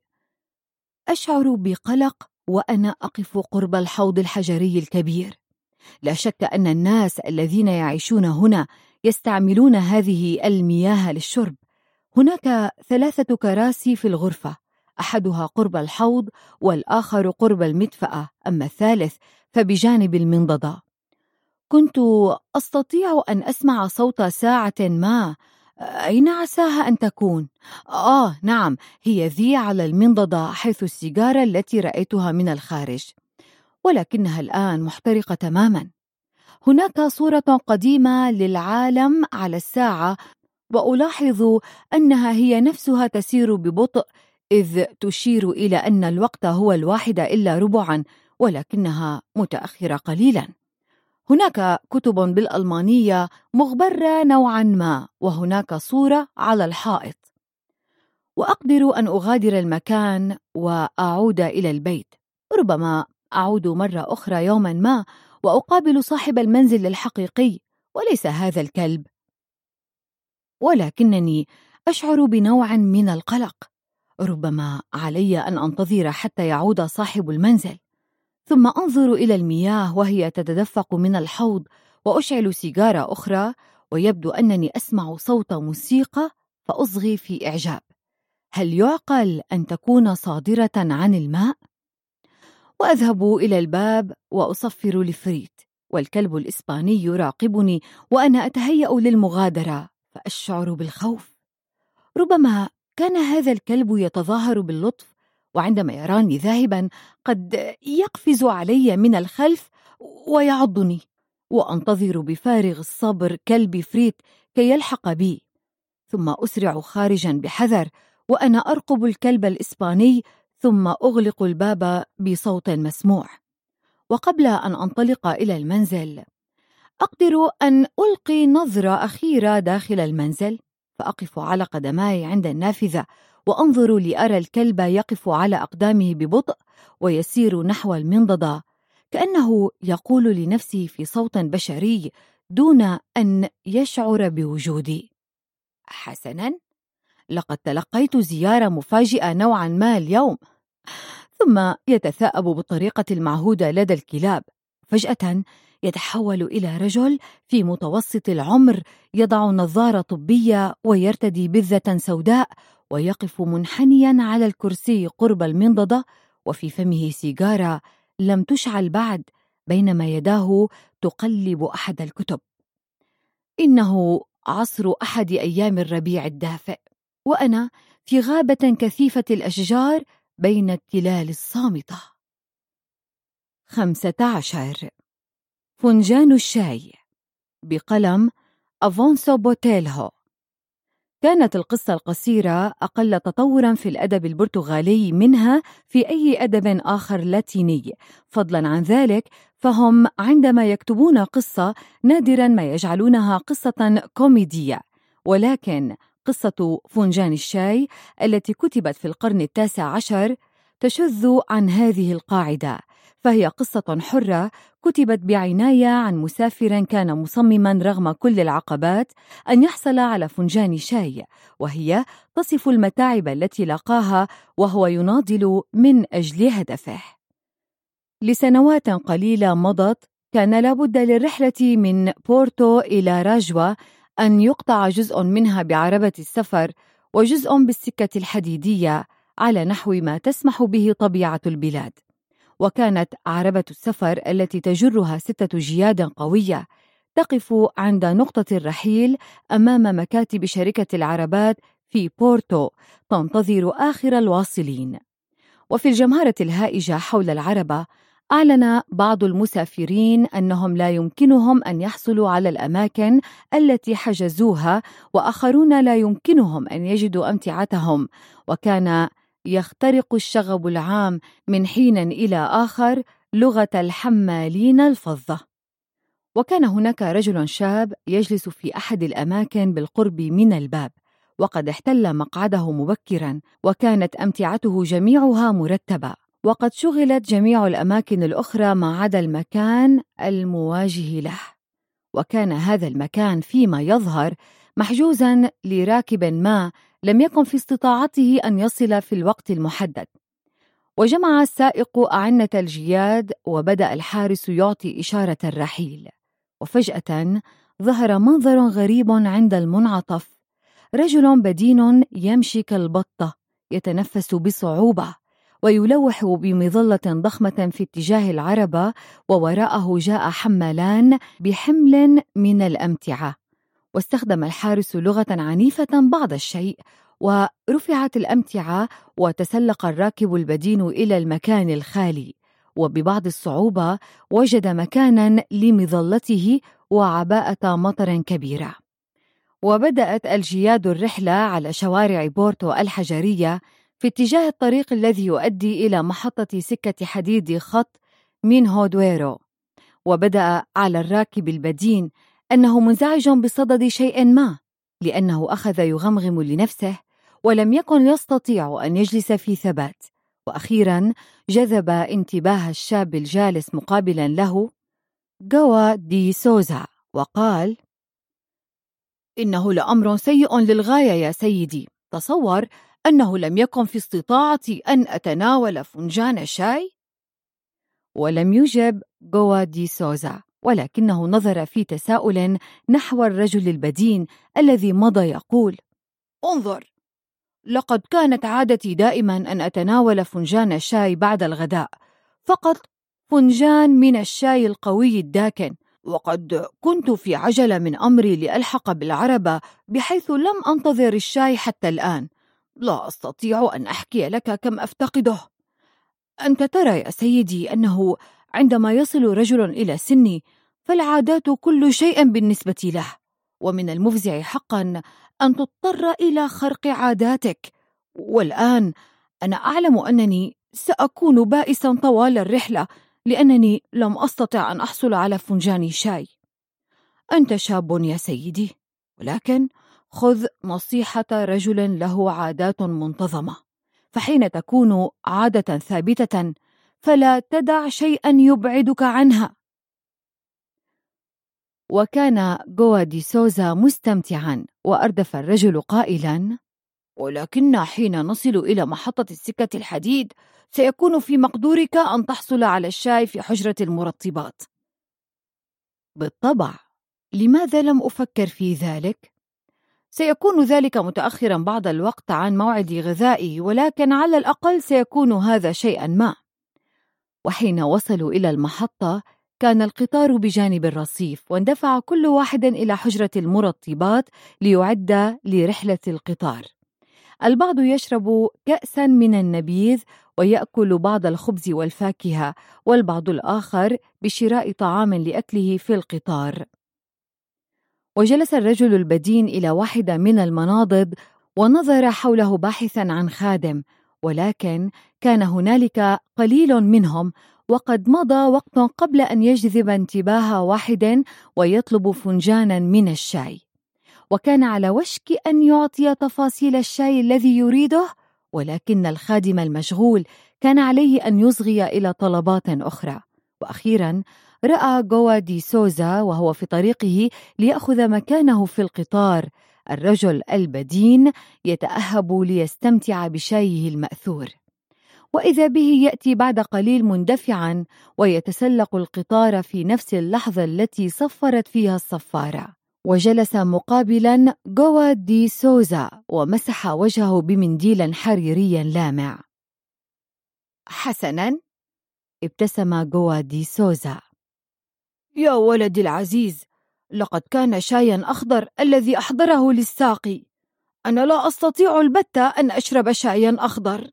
Speaker 2: أشعر بقلق وأنا أقف قرب الحوض الحجري الكبير. لا شك أن الناس الذين يعيشون هنا يستعملون هذه المياه للشرب. هناك ثلاثة كراسي في الغرفة، أحدها قرب الحوض والآخر قرب المدفأة، أما الثالث فبجانب المنضدة. كنت أستطيع أن أسمع صوت ساعة ما. أين عساها أن تكون؟ آه نعم، هي ذي على المنضدة حيث السيجارة التي رأيتها من الخارج، ولكنها الآن محترقة تماما. هناك صورة قديمة للعالم على الساعة، وألاحظ أنها هي نفسها تسير ببطء، إذ تشير إلى أن الوقت هو الواحدة إلا ربعا، ولكنها متأخرة قليلا. هناك كتب بالألمانية مغبرة نوعا ما، وهناك صورة على الحائط. وأقدر أن أغادر المكان وأعود إلى البيت. ربما أعود مرة أخرى يوما ما وأقابل صاحب المنزل الحقيقي، وليس هذا الكلب. ولكنني أشعر بنوع من القلق. ربما علي أن أنتظر حتى يعود صاحب المنزل، ثم أنظر إلى المياه وهي تتدفق من الحوض، وأشعل سيجارة أخرى، ويبدو أنني أسمع صوت موسيقى فأصغي في إعجاب. هل يعقل أن تكون صادرة عن الماء؟ وأذهب إلى الباب وأصفر لفريت، والكلب الإسباني يراقبني وأنا أتهيأ للمغادرة، فأشعر بالخوف. ربما كان هذا الكلب يتظاهر باللطف، وعندما يراني ذاهبا قد يقفز علي من الخلف ويعضني. وأنتظر بفارغ الصبر كلبي فريت كي يلحق بي، ثم أسرع خارجا بحذر وأنا أرقب الكلب الإسباني، ثم أغلق الباب بصوت مسموع. وقبل أن أنطلق إلى المنزل أقدر أن ألقي نظرة أخيرة داخل المنزل، فأقف على قدماي عند النافذة وأنظر لأرى الكلب يقف على أقدامه ببطء ويسير نحو المنضدة، كأنه يقول لنفسه في صوت بشري دون أن يشعر بوجودي: حسناً، لقد تلقيت زيارة مفاجئة نوعا ما اليوم. ثم يتثاءب بالطريقة المعهودة لدى الكلاب. فجأة يتحول إلى رجل في متوسط العمر، يضع نظارة طبية ويرتدي بذة سوداء، ويقف منحنيا على الكرسي قرب المنضدة، وفي فمه سيجارة لم تشعل بعد، بينما يداه تقلب أحد الكتب. إنه عصر أحد أيام الربيع الدافئ، وأنا في غابة كثيفة الأشجار بين التلال الصامتة. خمسة عشر. فنجان الشاي، بقلم أفونسو بوتيلهو، كانت القصة القصيرة أقل تطوراً في الأدب البرتغالي منها في أي أدب آخر لاتيني. فضلاً عن ذلك، فهم عندما يكتبون قصة نادراً ما يجعلونها قصة كوميدية، ولكن قصة فنجان الشاي التي كتبت في القرن التاسع عشر تشذ عن هذه القاعدة، فهي قصة حرة كتبت بعناية عن مسافر كان مصمماً رغم كل العقبات أن يحصل على فنجان شاي، وهي تصف المتاعب التي لاقاها وهو يناضل من أجل هدفه. لسنوات قليلة مضت، كان لابد للرحلة من بورتو إلى راجوا أن يقطع جزء منها بعربة السفر وجزء بالسكة الحديدية على نحو ما تسمح به طبيعة البلاد. وكانت عربة السفر التي تجرها ستة جياد قوية تقف عند نقطة الرحيل أمام مكاتب شركة العربات في بورتو تنتظر آخر الواصلين. وفي الجمهرة الهائجة حول العربة، أعلن بعض المسافرين أنهم لا يمكنهم أن يحصلوا على الأماكن التي حجزوها، وآخرون لا يمكنهم أن يجدوا أمتعتهم، وكان يخترق الشغب العام من حين إلى آخر لغة الحمالين الفظة. وكان هناك رجل شاب يجلس في أحد الأماكن بالقرب من الباب، وقد احتل مقعده مبكراً، وكانت أمتعته جميعها مرتبة، وقد شغلت جميع الأماكن الأخرى ما عدا المكان المواجه له. وكان هذا المكان فيما يظهر محجوزاً لراكب ما لم يكن في استطاعته أن يصل في الوقت المحدد. وجمع السائق أعنة الجياد، وبدأ الحارس يعطي إشارة الرحيل. وفجأة ظهر منظر غريب عند المنعطف، رجل بدين يمشي كالبطة يتنفس بصعوبة ويلوح بمظلة ضخمة في اتجاه العربة، ووراءه جاء حمالان بحمل من الأمتعة. واستخدم الحارس لغة عنيفة بعض الشيء، ورفعت الأمتعة وتسلق الراكب البدين إلى المكان الخالي، وببعض الصعوبة وجد مكاناً لمظلته وعباءة مطر كبيرة. وبدأت الجياد الرحلة على شوارع بورتو الحجرية في اتجاه الطريق الذي يؤدي إلى محطة سكة حديد خط من هودويرو. وبدأ على الراكب البدين أنه منزعج بصدد شيء ما، لأنه أخذ يغمغم لنفسه ولم يكن يستطيع أن يجلس في ثبات. وأخيراً جذب انتباه الشاب الجالس مقابلاً له غوا دي سوزا، وقال: إنه لأمر سيء للغاية يا سيدي. تصور أنه لم يكن في استطاعتي أن أتناول فنجان شاي. ولم يجب غوا دي سوزا، ولكنه نظر في تساؤل نحو الرجل البدين الذي مضى يقول: انظر، لقد كانت عادتي دائما أن أتناول فنجان الشاي بعد الغداء، فقط فنجان من الشاي القوي الداكن، وقد كنت في عجلة من أمري لألحق بالعربة، بحيث لم أنتظر الشاي حتى الآن. لا أستطيع أن أحكي لك كم أفتقده. أنت ترى يا سيدي أنه عندما يصل رجل إلى سني فالعادات كل شيء بالنسبة له، ومن المفزع حقا أن تضطر إلى خرق عاداتك. والآن أنا أعلم أنني سأكون بائسا طوال الرحلة لأنني لم أستطع أن أحصل على فنجان شاي. أنت شاب يا سيدي، ولكن خذ نصيحة رجل له عادات منتظمة، فحين تكون عادة ثابتة فلا تدع شيئا يبعدك عنها. وكان غوا دي سوزا مستمتعا، وأردف الرجل قائلا: ولكن حين نصل إلى محطة السكة الحديد سيكون في مقدورك أن تحصل على الشاي في حجرة المرطبات. بالطبع، لماذا لم أفكر في ذلك؟ سيكون ذلك متأخرا بعض الوقت عن موعد غذائي، ولكن على الأقل سيكون هذا شيئا ما. وحين وصلوا إلى المحطة كان القطار بجانب الرصيف، واندفع كل واحد إلى حجرة المرطبات ليعد لرحلة القطار. البعض يشرب كأسا من النبيذ ويأكل بعض الخبز والفاكهة، والبعض الآخر بشراء طعام لأكله في القطار. وجلس الرجل البدين إلى واحدة من المناضد ونظر حوله باحثاً عن خادم، ولكن كان هنالك قليل منهم، وقد مضى وقت قبل أن يجذب انتباه واحد ويطلب فنجاناً من الشاي، وكان على وشك أن يعطي تفاصيل الشاي الذي يريده، ولكن الخادم المشغول كان عليه أن يصغي إلى طلبات أخرى. وأخيراً رأى غوا دي سوزا وهو في طريقه ليأخذ مكانه في القطار الرجل البدين يتأهب ليستمتع بشايه المأثور، وإذا به يأتي بعد قليل مندفعاً ويتسلق القطار في نفس اللحظة التي صفرت فيها الصفارة، وجلس مقابلاً غوا دي سوزا ومسح وجهه بمنديل حريري لامع. حسناً، ابتسم غوا دي سوزا. يا ولدي العزيز، لقد كان شاياً أخضر الذي أحضره للساقي. أنا لا أستطيع البتة أن أشرب شاياً أخضر.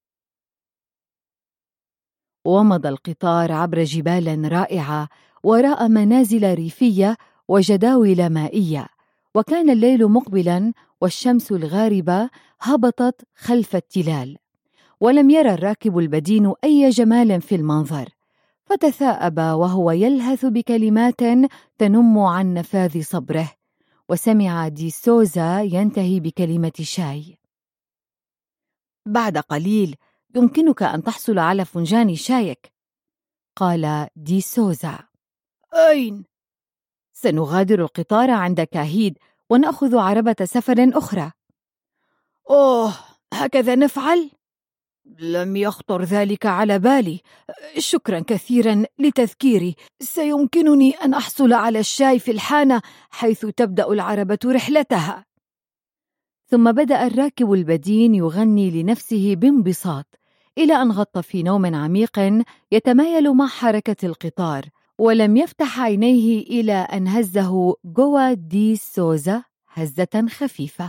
Speaker 2: ومضى القطار عبر جبال رائعة وراء منازل ريفية وجداول مائية، وكان الليل مقبلاً والشمس الغاربة هبطت خلف التلال، ولم يرى الراكب البدين أي جمال في المنظر، فتثاءب وهو يلهث بكلمات تنم عن نفاذ صبره، وسمع دي سوزا ينتهي بكلمة شاي. بعد قليل يمكنك أن تحصل على فنجان شايك، قال دي سوزا. أين؟ سنغادر القطار عند كاهيد ونأخذ عربة سفر أخرى. أوه، هكذا نفعل؟ لم يخطر ذلك على بالي. شكرا كثيرا لتذكيري، سيمكنني أن أحصل على الشاي في الحانة حيث تبدأ العربة رحلتها. ثم بدأ الراكب البدين يغني لنفسه بانبساط إلى أن غط في نوم عميق يتمايل مع حركة القطار، ولم يفتح عينيه إلى أن هزه غوا دي سوزا هزة خفيفة.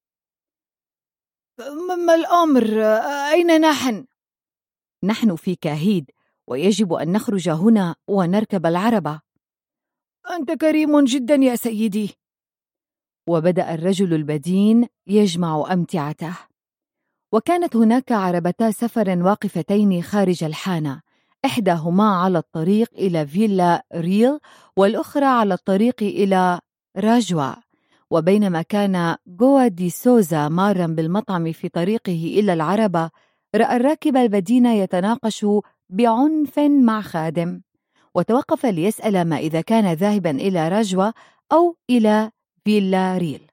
Speaker 2: ما الأمر؟ أين نحن؟ نحن في كاهيد، ويجب أن نخرج هنا ونركب العربة. أنت كريم جدا يا سيدي. وبدأ الرجل البدين يجمع أمتعته، وكانت هناك عربتا سفر واقفتين خارج الحانة، إحداهما على الطريق إلى فيلا ريل والأخرى على الطريق إلى راجوا. وبينما كان غوا دي سوزا مارا بالمطعم في طريقه إلى العربة، رأى الراكب البدين يتناقش بعنف مع خادم، وتوقف ليسأل ما إذا كان ذاهبا إلى راجوا أو إلى فيلا ريل.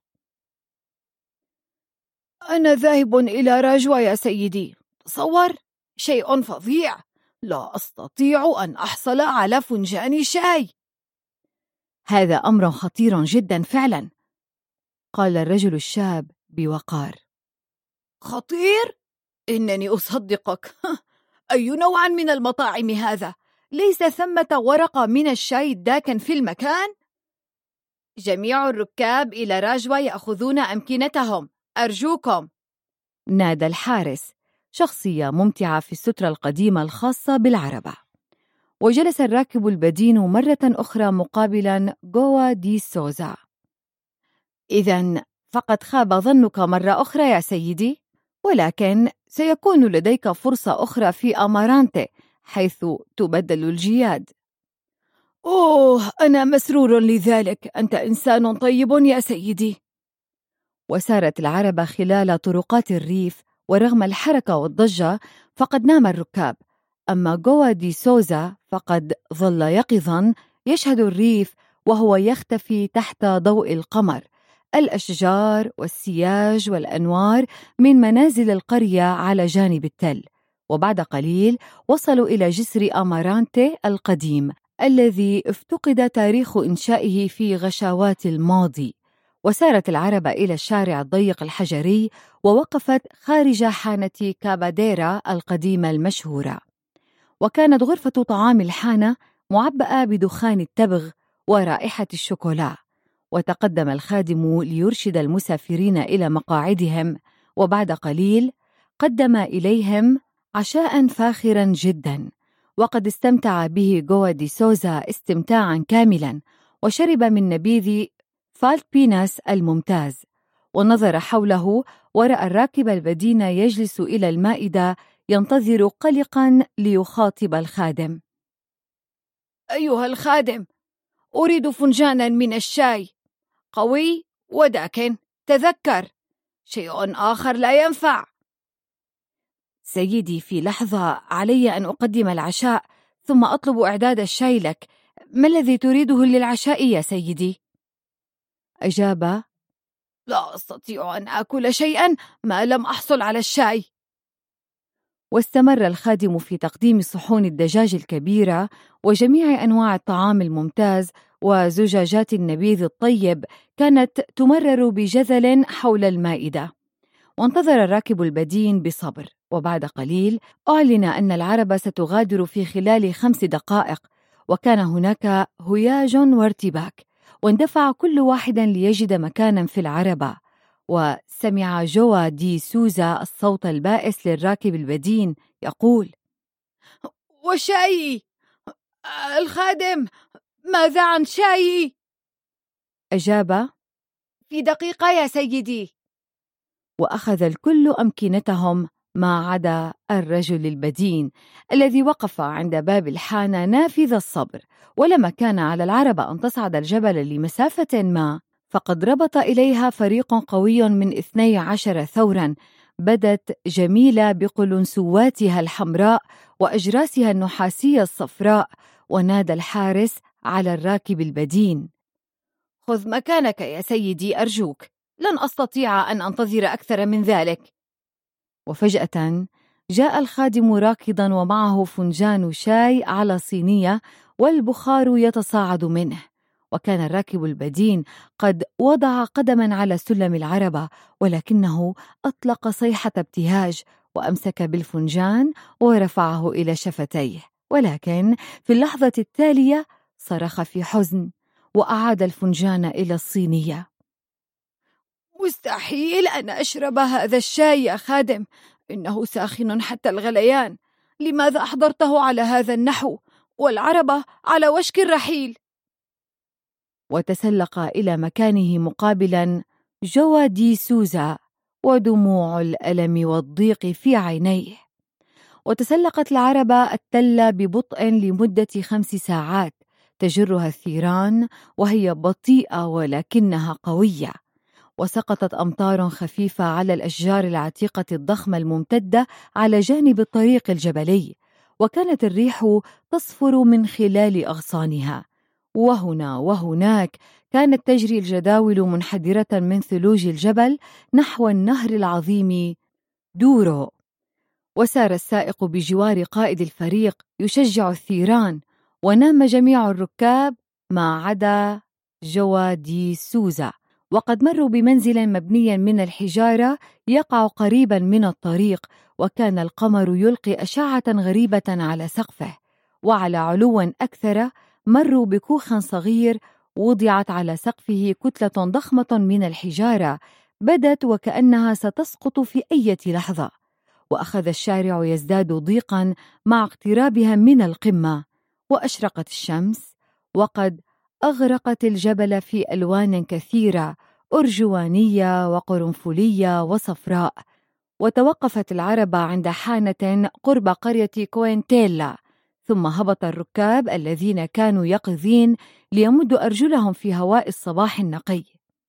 Speaker 2: أنا ذاهب إلى راجوا يا سيدي. تصور، شيء فظيع، لا أستطيع أن أحصل على فنجان شاي. هذا أمر خطير جدا فعلا، قال الرجل الشاب بوقار. خطير؟ إنني أصدقك. أي نوع من المطاعم هذا؟ ليس ثمة ورقة من الشاي الداكن في المكان؟ جميع الركاب إلى راجوا يأخذون أمكنتهم، أرجوكم، نادى الحارس، شخصية ممتعة في السترة القديمة الخاصة بالعربة. وجلس الراكب البدين مرة أخرى مقابلا غوا دي سوزا. إذن فقد خاب ظنك مرة أخرى يا سيدي، ولكن سيكون لديك فرصة أخرى في أمارانتي حيث تبدل الجياد. أوه، أنا مسرور لذلك، أنت إنسان طيب يا سيدي. وسارت العربة خلال طرقات الريف، ورغم الحركة والضجة فقد نام الركاب، أما غوا دي سوزا فقد ظل يقظا يشهد الريف وهو يختفي تحت ضوء القمر، الأشجار والسياج والأنوار من منازل القرية على جانب التل. وبعد قليل وصلوا إلى جسر أمارانتي القديم الذي افتقد تاريخ إنشائه في غشاوات الماضي. وسارت العربة إلى الشارع الضيق الحجري ووقفت خارج حانة كاباديرا القديمة المشهورة، وكانت غرفة طعام الحانة معبأة بدخان التبغ ورائحة الشوكولا. وتقدم الخادم ليرشد المسافرين إلى مقاعدهم، وبعد قليل قدم إليهم عشاء فاخرا جدا، وقد استمتع به غوا دي سوزا استمتاعا كاملا، وشرب من نبيذ فالت بيناس الممتاز، ونظر حوله ورأى الراكب البدين يجلس إلى المائدة ينتظر قلقاً ليخاطب الخادم.
Speaker 3: أيها الخادم، أريد فنجاناً من الشاي، قوي وداكن، تذكر، شيء آخر لا ينفع.
Speaker 2: سيدي، في لحظة علي أن أقدم العشاء ثم أطلب إعداد الشاي لك. ما الذي تريده للعشاء يا سيدي؟ أجاب:
Speaker 3: لا أستطيع أن آكل شيئاً ما لم أحصل على الشاي.
Speaker 2: واستمر الخادم في تقديم صحون الدجاج الكبيرة وجميع أنواع الطعام الممتاز وزجاجات النبيذ الطيب كانت تمرر بجذل حول المائدة. وانتظر الراكب البدين بصبر، وبعد قليل أعلن أن العربة ستغادر في خلال خمس دقائق، وكان هناك هياج وارتباك، واندفع كل واحد ليجد مكانا في العربة. وسمع جوا دي سوزا الصوت البائس للراكب البدين يقول:
Speaker 3: وشايي الخادم، ماذا عن شايي؟
Speaker 2: أجاب:
Speaker 3: في دقيقة يا سيدي.
Speaker 2: وأخذ الكل أمكنتهم ما عدا الرجل البدين الذي وقف عند باب الحانة نافذ الصبر. ولما كان على العربة أن تصعد الجبل لمسافة ما، فقد ربط إليها فريق قوي من اثني عشر ثورا، بدت جميلة بقلنسواتها الحمراء وأجراسها النحاسية الصفراء، ونادى الحارس على الراكب البدين:
Speaker 3: خذ مكانك يا سيدي أرجوك، لن أستطيع أن أنتظر أكثر من ذلك.
Speaker 2: وفجأة جاء الخادم راكضا ومعه فنجان شاي على صينية والبخار يتصاعد منه، وكان الراكب البدين قد وضع قدما على سلم العربة، ولكنه أطلق صيحة ابتهاج وأمسك بالفنجان ورفعه إلى شفتيه، ولكن في اللحظة التالية صرخ في حزن وأعاد الفنجان إلى الصينية.
Speaker 3: مستحيل أن أشرب هذا الشاي يا خادم، إنه ساخن حتى الغليان. لماذا أحضرته على هذا النحو والعربة على وشك الرحيل؟
Speaker 2: وتسلق إلى مكانه مقابلا جوا دي سوزا ودموع الألم والضيق في عينيه. وتسلقت العربة التلة ببطء لمدة خمس ساعات، تجرها الثيران وهي بطيئة ولكنها قوية. وسقطت أمطار خفيفة على الأشجار العتيقة الضخمة الممتدة على جانب الطريق الجبلي، وكانت الريح تصفر من خلال أغصانها. وهنا وهناك كانت تجري الجداول منحدرة من ثلوج الجبل نحو النهر العظيم دورو. وسار السائق بجوار قائد الفريق يشجع الثيران، ونام جميع الركاب ما عدا جوا دي سوزا. وقد مروا بمنزل مبني من الحجارة يقع قريبا من الطريق، وكان القمر يلقي أشعة غريبة على سقفه. وعلى علو أكثر مروا بكوخ صغير وضعت على سقفه كتلة ضخمة من الحجارة بدت وكأنها ستسقط في أي لحظة. وأخذ الشارع يزداد ضيقا مع اقترابها من القمة، وأشرقت الشمس وقد أغرقت الجبل في ألوان كثيرة أرجوانية وقرنفلية وصفراء. وتوقفت العربة عند حانة قرب قرية كوينتيلا، ثم هبط الركاب الذين كانوا يقظين ليمدوا أرجلهم في هواء الصباح النقي.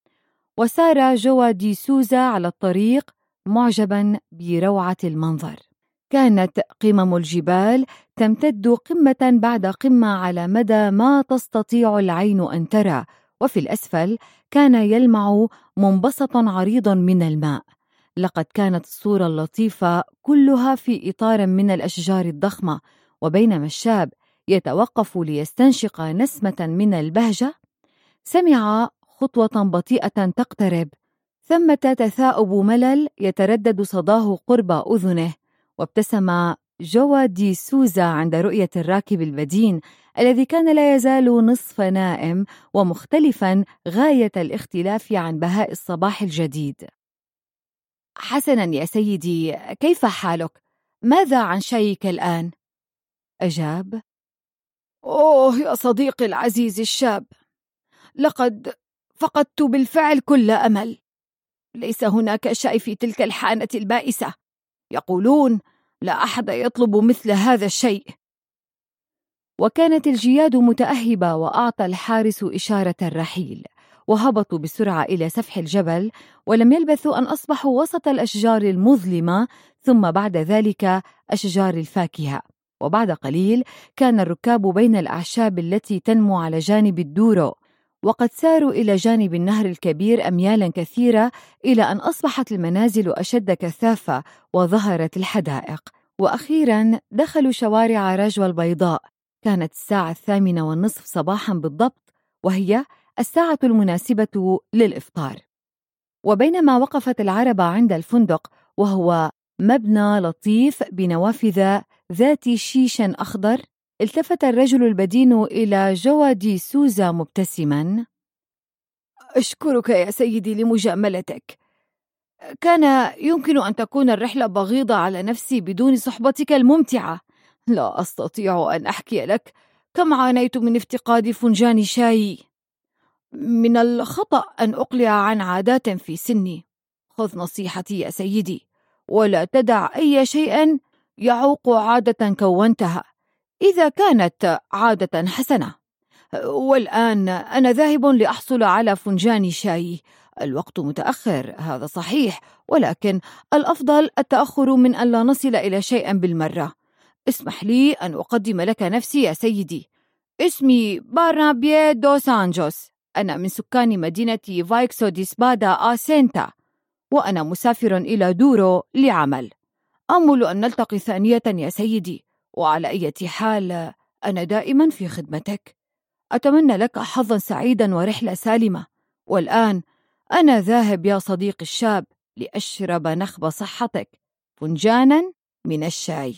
Speaker 2: وسار جوا دي سوزا على الطريق معجبا بروعة المنظر. كانت قمم الجبال تمتد قمة بعد قمة على مدى ما تستطيع العين أن ترى، وفي الأسفل كان يلمع منبسط عريض من الماء. لقد كانت الصورة اللطيفة كلها في إطار من الأشجار الضخمة، وبينما الشاب يتوقف ليستنشق نسمة من البهجة سمع خطوة بطيئة تقترب، ثمة تثاؤب ملل يتردد صداه قرب أذنه. وابتسم جوا دي سوزا عند رؤية الراكب البدين الذي كان لا يزال نصف نائم ومختلفا غاية الاختلاف عن بهاء الصباح الجديد.
Speaker 3: حسنا يا سيدي، كيف حالك؟ ماذا عن شايك الآن؟
Speaker 2: أجاب:
Speaker 3: أوه يا صديقي العزيز الشاب، لقد فقدت بالفعل كل أمل. ليس هناك شيء في تلك الحانة البائسة. يقولون لا أحد يطلب مثل هذا الشيء.
Speaker 2: وكانت الجياد متأهبة، وأعطى الحارس إشارة الرحيل، وهبطوا بسرعة إلى سفح الجبل، ولم يلبثوا أن أصبحوا وسط الأشجار المظلمة، ثم بعد ذلك أشجار الفاكهة. وبعد قليل كان الركاب بين الأعشاب التي تنمو على جانب الدورو، وقد ساروا إلى جانب النهر الكبير أميالا كثيرة، إلى أن أصبحت المنازل أشد كثافة وظهرت الحدائق. وأخيرا دخلوا شوارع رجوى البيضاء. كانت الساعة الثامنة والنصف صباحا بالضبط، وهي الساعة المناسبة للإفطار. وبينما وقفت العربة عند الفندق، وهو مبنى لطيف بنوافذ ذات شيش أخضر، التفت الرجل البدين إلى جوا دي سوزا مبتسما:
Speaker 3: أشكرك يا سيدي لمجاملتك. كان يمكن أن تكون الرحلة بغيضة على نفسي بدون صحبتك الممتعة. لا أستطيع أن أحكي لك كم عانيت من افتقاد فنجان شاي. من الخطأ أن أقلع عن عادات في سني. خذ نصيحتي يا سيدي، ولا تدع أي شيء يعوق عادة كونتها إذا كانت عادة حسنة. والآن أنا ذاهب لأحصل على فنجان شاي. الوقت متأخر، هذا صحيح، ولكن الأفضل التأخر من أن لا نصل إلى شيء بالمرة. اسمح لي أن أقدم لك نفسي يا سيدي. اسمي بارنابي دوس أنجوس. أنا من سكان مدينة فايكسو دي سبادا آسينتا، وأنا مسافر إلى دورو لعمل. أمل أن نلتقي ثانية يا سيدي، وعلى أي حال أنا دائما في خدمتك. أتمنى لك حظا سعيدا ورحلة سالمة. والآن أنا ذاهب يا صديقي الشاب لأشرب نخب صحتك، فنجانا من الشاي.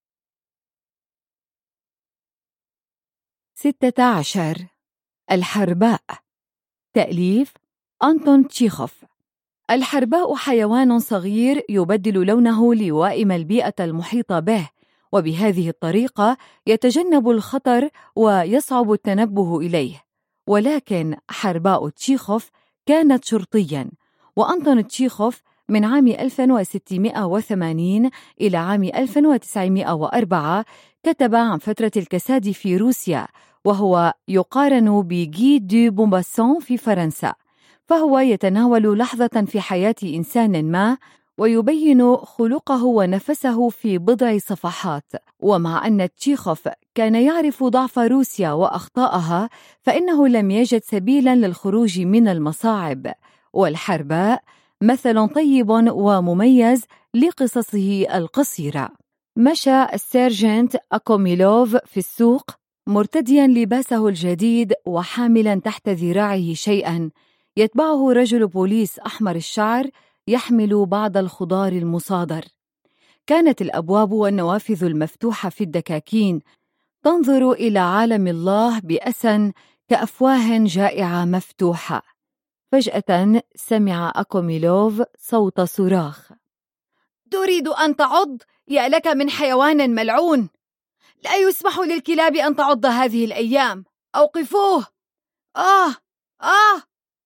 Speaker 2: ستة عشر. الحرباء. تأليف أنطون تشيخوف. الحرباء حيوان صغير يبدل لونه ليوائم البيئة المحيطة به، وبهذه الطريقة يتجنب الخطر ويصعب التنبه إليه. ولكن حرباء تشيخوف كانت شرطياً، وأنطون تشيخوف من عام ألف وستمائة وثمانين إلى عام ألف وتسعمائة وأربعة كتب عن فترة الكساد في روسيا، وهو يقارن بجي دو بومباسون في فرنسا، فهو يتناول لحظة في حياة إنسان ما ويبين خلقه ونفسه في بضع صفحات. ومع أن تشيخوف كان يعرف ضعف روسيا وأخطائها، فإنه لم يجد سبيلاً للخروج من المصاعب. والحرباء مثل طيب ومميز لقصصه القصيرة. مشى السيرجنت أكوميلوف في السوق مرتدياً لباسه الجديد وحاملاً تحت ذراعه شيئاً. يتبعه رجل بوليس أحمر الشعر يحمل بعض الخضار المصادر. كانت الأبواب والنوافذ المفتوحة في الدكاكين تنظر إلى عالم الله بأسى كأفواه جائعة مفتوحة. فجأة سمع أكوميلوف صوت صراخ:
Speaker 3: تريد أن تعض؟ يا لك من حيوان ملعون! لا يسمح للكلاب أن تعض هذه الأيام. أوقفوه! آه آه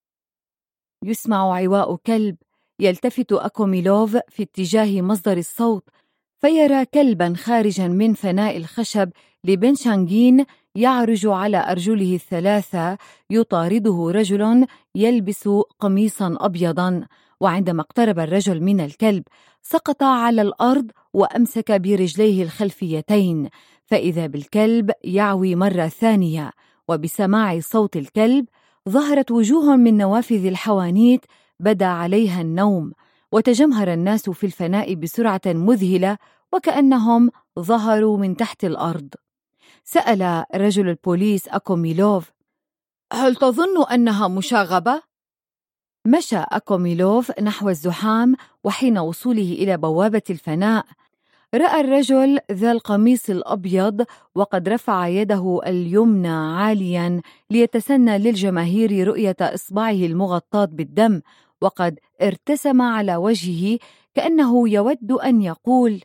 Speaker 2: يسمع عواء كلب. يلتفت أكوميلوف في اتجاه مصدر الصوت، فيرى كلبا خارجا من فناء الخشب لبنشانغين يعرج على أرجله الثلاثة. يطارده رجل يلبس قميصا أبيضا، وعندما اقترب الرجل من الكلب سقط على الأرض وأمسك برجليه الخلفيتين، فإذا بالكلب يعوي مرة ثانية. وبسماع صوت الكلب ظهرت وجوه من نوافذ الحوانيت بدا عليها النوم، وتجمهر الناس في الفناء بسرعة مذهلة وكأنهم ظهروا من تحت الأرض. سأل رجل البوليس أكوميلوف:
Speaker 3: هل تظن أنها مشاغبة؟
Speaker 2: مشى أكوميلوف نحو الزحام، وحين وصوله إلى بوابة الفناء رأى الرجل ذا القميص الأبيض وقد رفع يده اليمنى عالياً ليتسنى للجماهير رؤية إصبعه المغطاة بالدم، وقد ارتسم على وجهه كأنه يود أن يقول: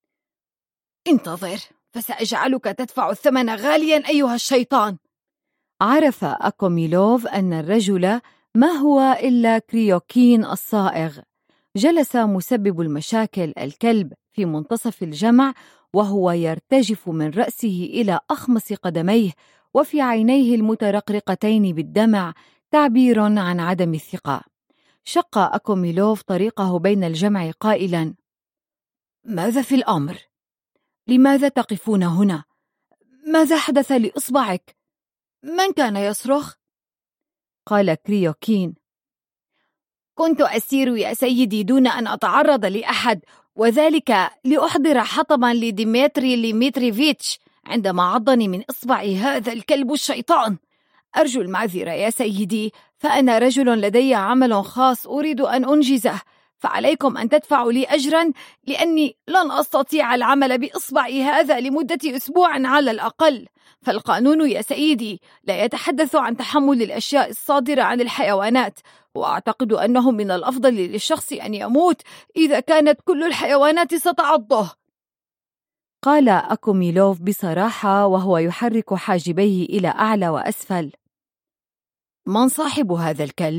Speaker 3: انتظر فسأجعلك تدفع الثمن غالياً أيها الشيطان.
Speaker 2: عرف أكوميلوف أن الرجل ما هو إلا كريوكين الصائغ. جلس مسبب المشاكل الكلب في منتصف الجمع وهو يرتجف من رأسه إلى أخمص قدميه، وفي عينيه المترقرقتين بالدمع تعبير عن عدم الثقة. شق أكوميلوف طريقه بين الجمع قائلا: ماذا في الأمر؟ لماذا تقفون هنا؟ ماذا حدث لإصبعك؟ من كان يصرخ؟ قال كريوكين:
Speaker 3: كنت أسير يا سيدي دون أن أتعرض لأحد، وذلك لأحضر حطبا لديمتري ليمتريفيتش عندما عضني من إصبعي هذا الكلب الشيطان. أرجو المعذرة يا سيدي، فأنا رجل لدي عمل خاص أريد أن أنجزه، فعليكم أن تدفعوا لي أجرا، لأني لن أستطيع العمل بإصبعي هذا لمدة أسبوع على الأقل. فالقانون يا سيدي لا يتحدث عن تحمل الأشياء الصادرة عن الحيوانات، وأعتقد أنه من الأفضل للشخص أن يموت إذا كانت كل الحيوانات ستعضه.
Speaker 2: قال أكوميلوف بصراحة وهو يحرك حاجبيه إلى أعلى وأسفل:
Speaker 3: من صاحب هذا الكلب؟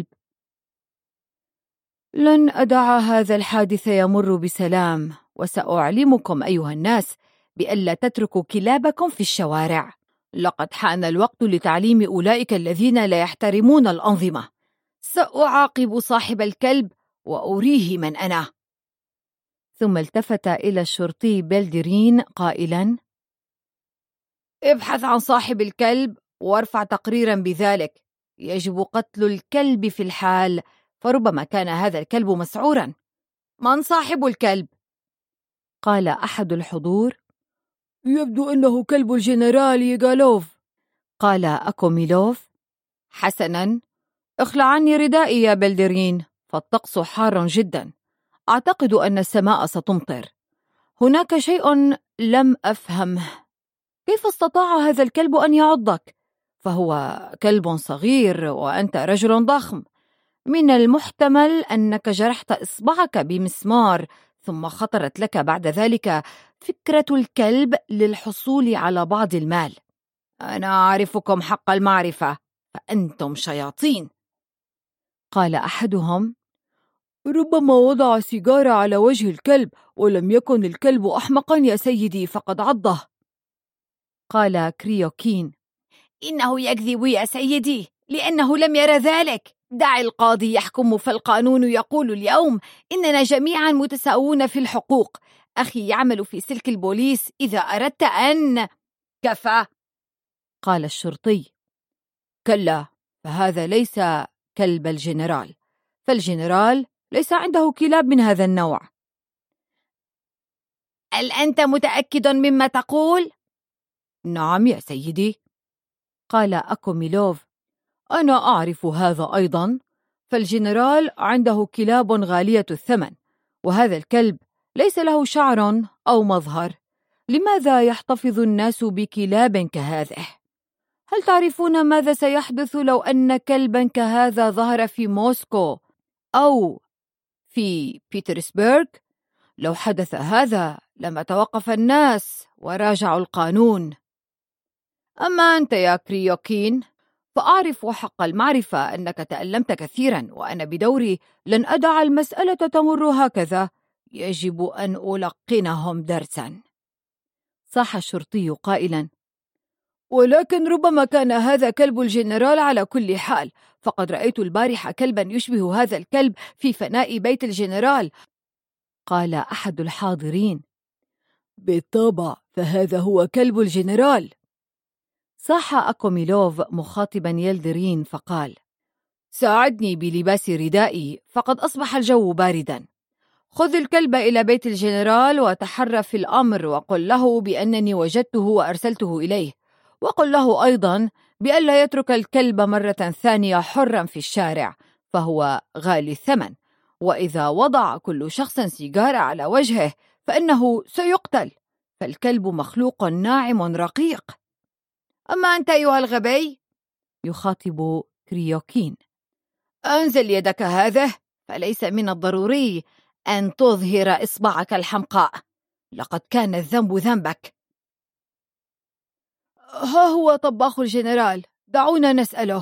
Speaker 2: لن أدع هذا الحادث يمر بسلام، وسأعلمكم أيها الناس بألا تتركوا كلابكم في الشوارع.
Speaker 3: لقد حان الوقت لتعليم أولئك الذين لا يحترمون الأنظمة. سأعاقب صاحب الكلب وأريه من أنا.
Speaker 2: ثم التفت إلى الشرطي بلدرين قائلا:
Speaker 3: ابحث عن صاحب الكلب وارفع تقريرا بذلك. يجب قتل الكلب في الحال، فربما كان هذا الكلب مسعورا. من صاحب الكلب؟
Speaker 2: قال أحد الحضور:
Speaker 3: يبدو أنه كلب الجنرال ييغالوف.
Speaker 2: قال أكوميلوف:
Speaker 3: حسنا، اخلع عني ردائي يا بلدرين، فالطقس حار جدا. أعتقد أن السماء ستمطر. هناك شيء لم أفهمه. كيف استطاع هذا الكلب أن يعضك؟ فهو كلب صغير وأنت رجل ضخم. من المحتمل أنك جرحت إصبعك بمسمار، ثم خطرت لك بعد ذلك فكرة الكلب للحصول على بعض المال. أنا أعرفكم حق المعرفة، فأنتم شياطين.
Speaker 2: قال أحدهم:
Speaker 3: ربما وضع سيجارة على وجه الكلب، ولم يكن الكلب أحمقا يا سيدي فقد عضه.
Speaker 2: قال كريوكين:
Speaker 3: إنه يكذب يا سيدي، لأنه لم يرى ذلك. دع القاضي يحكم، فالقانون يقول اليوم إننا جميعا متساوون في الحقوق. أخي يعمل في سلك البوليس، إذا أردت أن... كفى.
Speaker 2: قال الشرطي:
Speaker 3: كلا، فهذا ليس كلب الجنرال، فالجنرال ليس عنده كلاب من هذا النوع. هل أنت متأكد مما تقول؟
Speaker 2: نعم يا سيدي. قال أكوميلوف:
Speaker 3: أنا أعرف هذا أيضا، فالجنرال عنده كلاب غالية الثمن، وهذا الكلب ليس له شعر أو مظهر. لماذا يحتفظ الناس بكلاب كهذه؟ هل تعرفون ماذا سيحدث لو أن كلبا كهذا ظهر في موسكو أو في بيترسبرغ؟ لو حدث هذا لما توقف الناس وراجعوا القانون. أما أنت يا كريوكين، فأعرف حق المعرفة أنك تألمت كثيرا، وأنا بدوري لن أدع المسألة تمر هكذا. يجب أن ألقنهم درسا.
Speaker 2: صاح الشرطي قائلا:
Speaker 3: ولكن ربما كان هذا كلب الجنرال على كل حال، فقد رأيت البارحة كلبا يشبه هذا الكلب في فناء بيت الجنرال.
Speaker 2: قال أحد الحاضرين:
Speaker 3: بالطبع، فهذا هو كلب الجنرال.
Speaker 2: صاح أكوميلوف مخاطبا يلدرين فقال:
Speaker 3: ساعدني بلباس ردائي، فقد أصبح الجو باردا. خذ الكلب إلى بيت الجنرال وتحرى في الأمر، وقل له بأنني وجدته وأرسلته إليه، وقل له أيضا بألا يترك الكلب مرة ثانية حرا في الشارع، فهو غالي الثمن، وإذا وضع كل شخص سيجارة على وجهه فإنه سيقتل، فالكلب مخلوق ناعم رقيق. أما أنت أيها الغبي،
Speaker 2: يخاطب كريوكين،
Speaker 3: أنزل يدك هذه، فليس من الضروري أن تظهر إصبعك الحمقاء، لقد كان الذنب ذنبك. ها هو طباخ الجنرال، دعونا نسأله.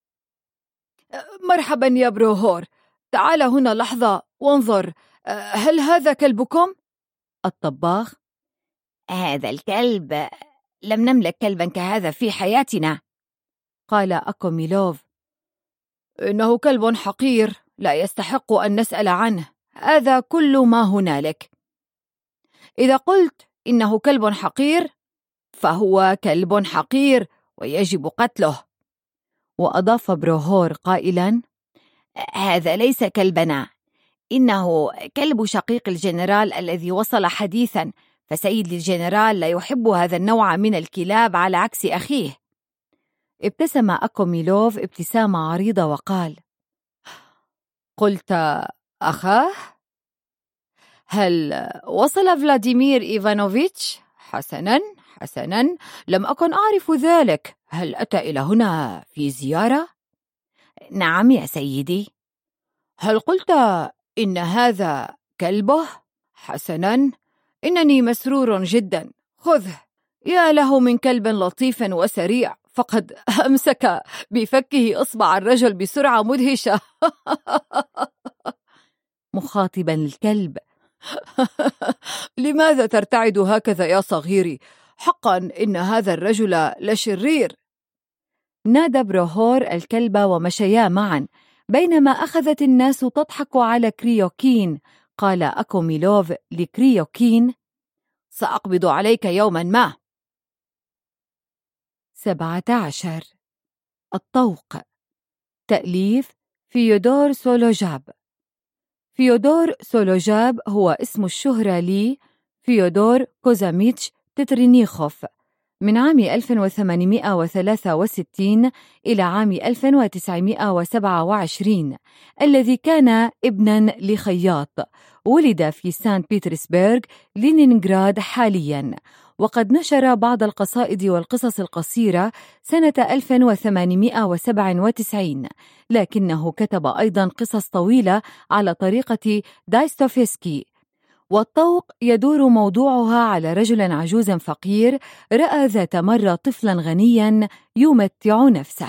Speaker 3: مرحبا يا بروهور، تعال هنا لحظة وانظر، هل هذا كلبكم؟
Speaker 2: الطباخ:
Speaker 3: هذا الكلب، لم نملك كلبا كهذا في حياتنا.
Speaker 2: قال أكوميلوف:
Speaker 3: إنه كلب حقير لا يستحق أن نسأل عنه، هذا كل ما هنالك. إذا قلت إنه كلب حقير فهو كلب حقير ويجب قتله.
Speaker 2: وأضاف بروهور قائلا:
Speaker 3: هذا ليس كلبنا، إنه كلب شقيق الجنرال الذي وصل حديثا، فسيد الجنرال لا يحب هذا النوع من الكلاب على عكس أخيه.
Speaker 2: ابتسم أكوميلوف ابتسامة عريضة وقال:
Speaker 3: قلت أخاه؟ هل وصل فلاديمير إيفانوفيتش؟ حسناً حسناً، لم أكن أعرف ذلك. هل أتى إلى هنا في زيارة؟
Speaker 2: نعم يا سيدي.
Speaker 3: هل قلت إن هذا كلبه؟ حسناً، إنني مسرور جداً. خذه. يا له من كلب لطيف وسريع، فقد أمسك بفكه إصبع الرجل بسرعة مدهشة.
Speaker 2: مخاطباً الكلب:
Speaker 3: لماذا ترتعد هكذا يا صغيري؟ حقاً إن هذا الرجل لشرير.
Speaker 2: نادى بروهور الكلب ومشيا معا، بينما أخذت الناس تضحك على كريوكين. قال أكوميلوف لكريوكين:
Speaker 3: سأقبض عليك يوما ما.
Speaker 2: سبعة عشر. الطوق. تأليف فيودور سولوجاب. فيودور سولوجاب هو اسم الشهرة لي فيودور كوزاميتش تترينيخوف، من عام ألف وثمانمائة وثلاثة وستين إلى عام ألف وتسعمائة وسبعة وعشرين، الذي كان ابناً لخياط. ولد في سان بيترسبرغ لينينغراد حالياً، وقد نشر بعض القصائد والقصص القصيرة سنة ألف وثمانمائة وسبعة وتسعين، لكنه كتب أيضاً قصص طويلة على طريقة دايستوفسكي. والطوق يدور موضوعها على رجل عجوز فقير رأى ذات مرة طفلا غنيا يمتع نفسه.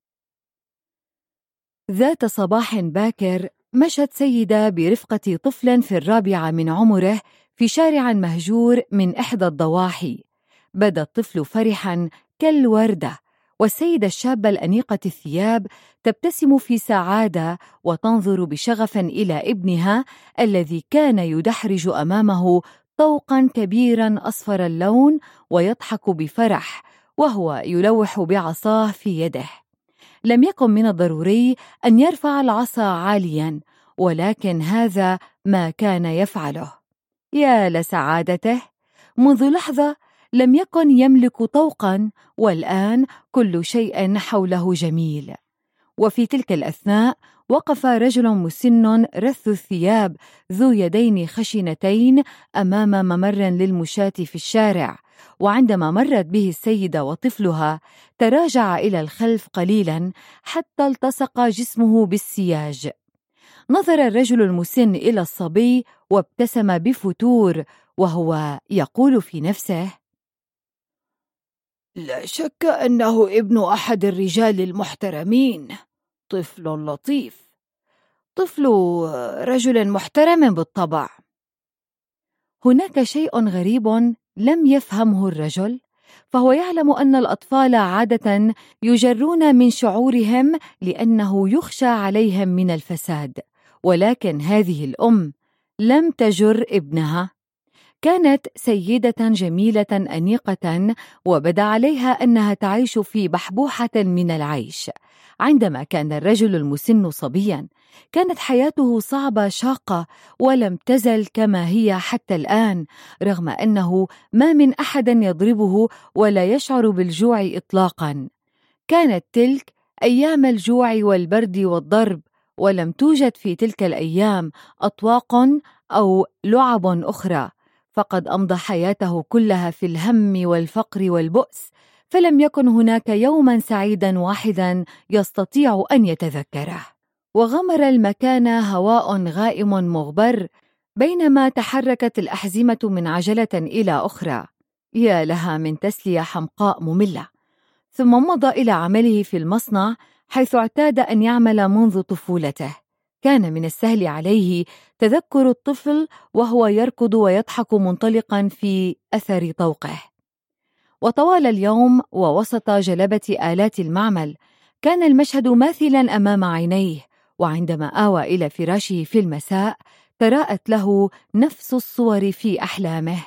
Speaker 2: ذات صباح باكر مشت سيدة برفقة طفل في الرابعة من عمره في شارع مهجور من إحدى الضواحي. بدا الطفل فرحا كالوردة، والسيدة الشابة الأنيقة الثياب تبتسم في سعادة وتنظر بشغف إلى ابنها الذي كان يدحرج أمامه طوقا كبيرا أصفر اللون ويضحك بفرح وهو يلوح بعصاه في يده. لم يكن من الضروري أن يرفع العصا عاليا، ولكن هذا ما كان يفعله. يا لسعادته! منذ لحظة لم يكن يملك طوقا، والآن كل شيء حوله جميل. وفي تلك الأثناء وقف رجل مسن رث الثياب ذو يدين خشنتين أمام ممر للمشاة في الشارع، وعندما مرت به السيدة وطفلها تراجع إلى الخلف قليلا حتى التصق جسمه بالسياج. نظر الرجل المسن إلى الصبي وابتسم بفتور وهو يقول في نفسه:
Speaker 3: لا شك أنه ابن أحد الرجال المحترمين، طفل لطيف، طفل رجل محترم بالطبع.
Speaker 2: هناك شيء غريب لم يفهمه الرجل، فهو يعلم أن الأطفال عادة يجرون من شعورهم لأنه يخشى عليهم من الفساد، ولكن هذه الأم لم تجر ابنها. كانت سيدة جميلة أنيقة، وبدا عليها أنها تعيش في بحبوحة من العيش. عندما كان الرجل المسن صبيا كانت حياته صعبة شاقة، ولم تزل كما هي حتى الآن، رغم أنه ما من أحد يضربه ولا يشعر بالجوع إطلاقا. كانت تلك أيام الجوع والبرد والضرب، ولم توجد في تلك الأيام أطواق أو لعب أخرى، فقد أمضى حياته كلها في الهم والفقر والبؤس، فلم يكن هناك يوما سعيدا واحدا يستطيع أن يتذكره. وغمر المكان هواء غائم مغبر بينما تحركت الأحزمة من عجلة إلى أخرى. يا لها من تسلية حمقاء مملة! ثم مضى إلى عمله في المصنع حيث اعتاد أن يعمل منذ طفولته. كان من السهل عليه تذكر الطفل وهو يركض ويضحك منطلقا في أثر طوقه. وطوال اليوم ووسط جلبة آلات المعمل كان المشهد ماثلا أمام عينيه، وعندما آوى إلى فراشه في المساء تراءت له نفس الصور في أحلامه.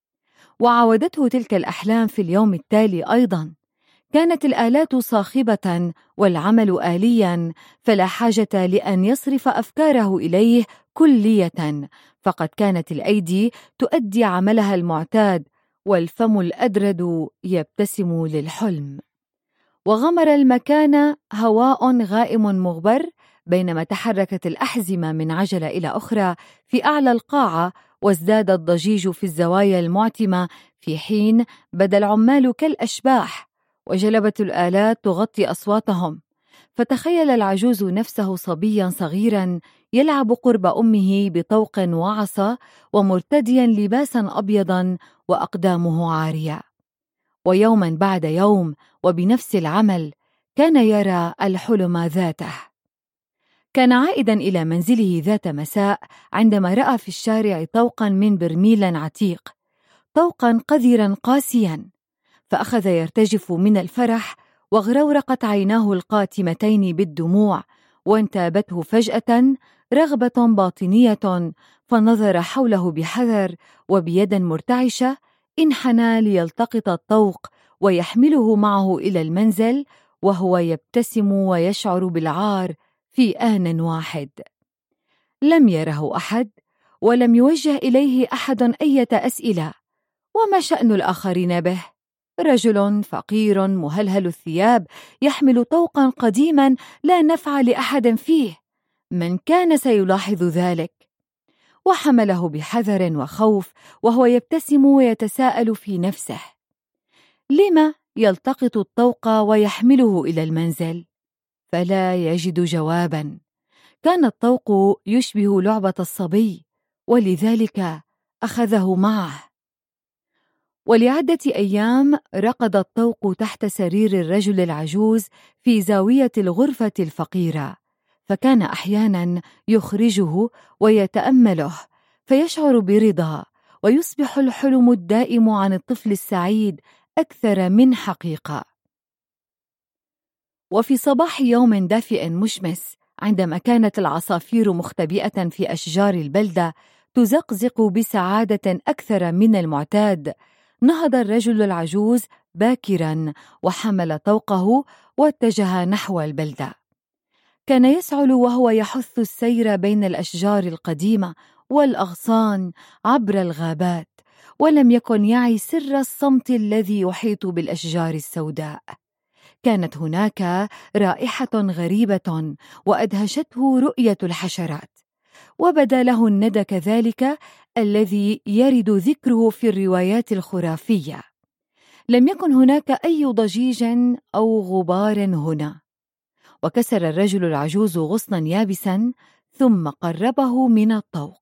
Speaker 2: وعاودته تلك الأحلام في اليوم التالي أيضا. كانت الآلات صاخبة والعمل آليا، فلا حاجة لأن يصرف أفكاره إليه كلية، فقد كانت الأيدي تؤدي عملها المعتاد والفم الأدرد يبتسم للحلم. وغمر المكان هواء غائم مغبر بينما تحركت الأحزمة من عجلة إلى أخرى في أعلى القاعة، وازداد الضجيج في الزوايا المعتمة، في حين بدا العمال كالأشباح وجلبة الآلات تغطي أصواتهم. فتخيل العجوز نفسه صبيا صغيرا يلعب قرب أمه بطوق وعصا ومرتديا لباسا أبيضا وأقدامه عارية. ويوما بعد يوم وبنفس العمل كان يرى الحلم ذاته. كان عائدا إلى منزله ذات مساء عندما رأى في الشارع طوقا من برميل عتيق، طوقا قذرا قاسيا، فأخذ يرتجف من الفرح واغرورقت عيناه القاتمتين بالدموع، وانتابته فجأة رغبة باطنية، فنظر حوله بحذر وبيد مرتعشة انحنى ليلتقط الطوق ويحمله معه إلى المنزل وهو يبتسم ويشعر بالعار في آن واحد. لم يره أحد ولم يوجه إليه أحد أي أسئلة. وما شأن الآخرين به؟ رجل فقير مهلهل الثياب يحمل طوقا قديما لا نفع لأحد فيه، من كان سيلاحظ ذلك؟ وحمله بحذر وخوف وهو يبتسم ويتساءل في نفسه: لما يلتقط الطوق ويحمله إلى المنزل؟ فلا يجد جوابا. كان الطوق يشبه لعبة الصبي، ولذلك أخذه معه. ولعدة أيام رقد الطوق تحت سرير الرجل العجوز في زاوية الغرفة الفقيرة، فكان أحيانا يخرجه ويتأمله فيشعر برضا، ويصبح الحلم الدائم عن الطفل السعيد أكثر من حقيقة. وفي صباح يوم دافئ مشمس، عندما كانت العصافير مختبئة في أشجار البلدة تزقزق بسعادة أكثر من المعتاد، نهض الرجل العجوز باكرا وحمل طوقه واتجه نحو البلدة. كان يسعل وهو يحث السير بين الأشجار القديمة والأغصان عبر الغابات، ولم يكن يعي سر الصمت الذي يحيط بالأشجار السوداء. كانت هناك رائحة غريبة وأدهشته رؤية الحشرات، وبدا له الندى كذلك الذي يرد ذكره في الروايات الخرافية. لم يكن هناك أي ضجيج أو غبار هنا. وكسر الرجل العجوز غصنا يابسا ثم قربه من الطوق،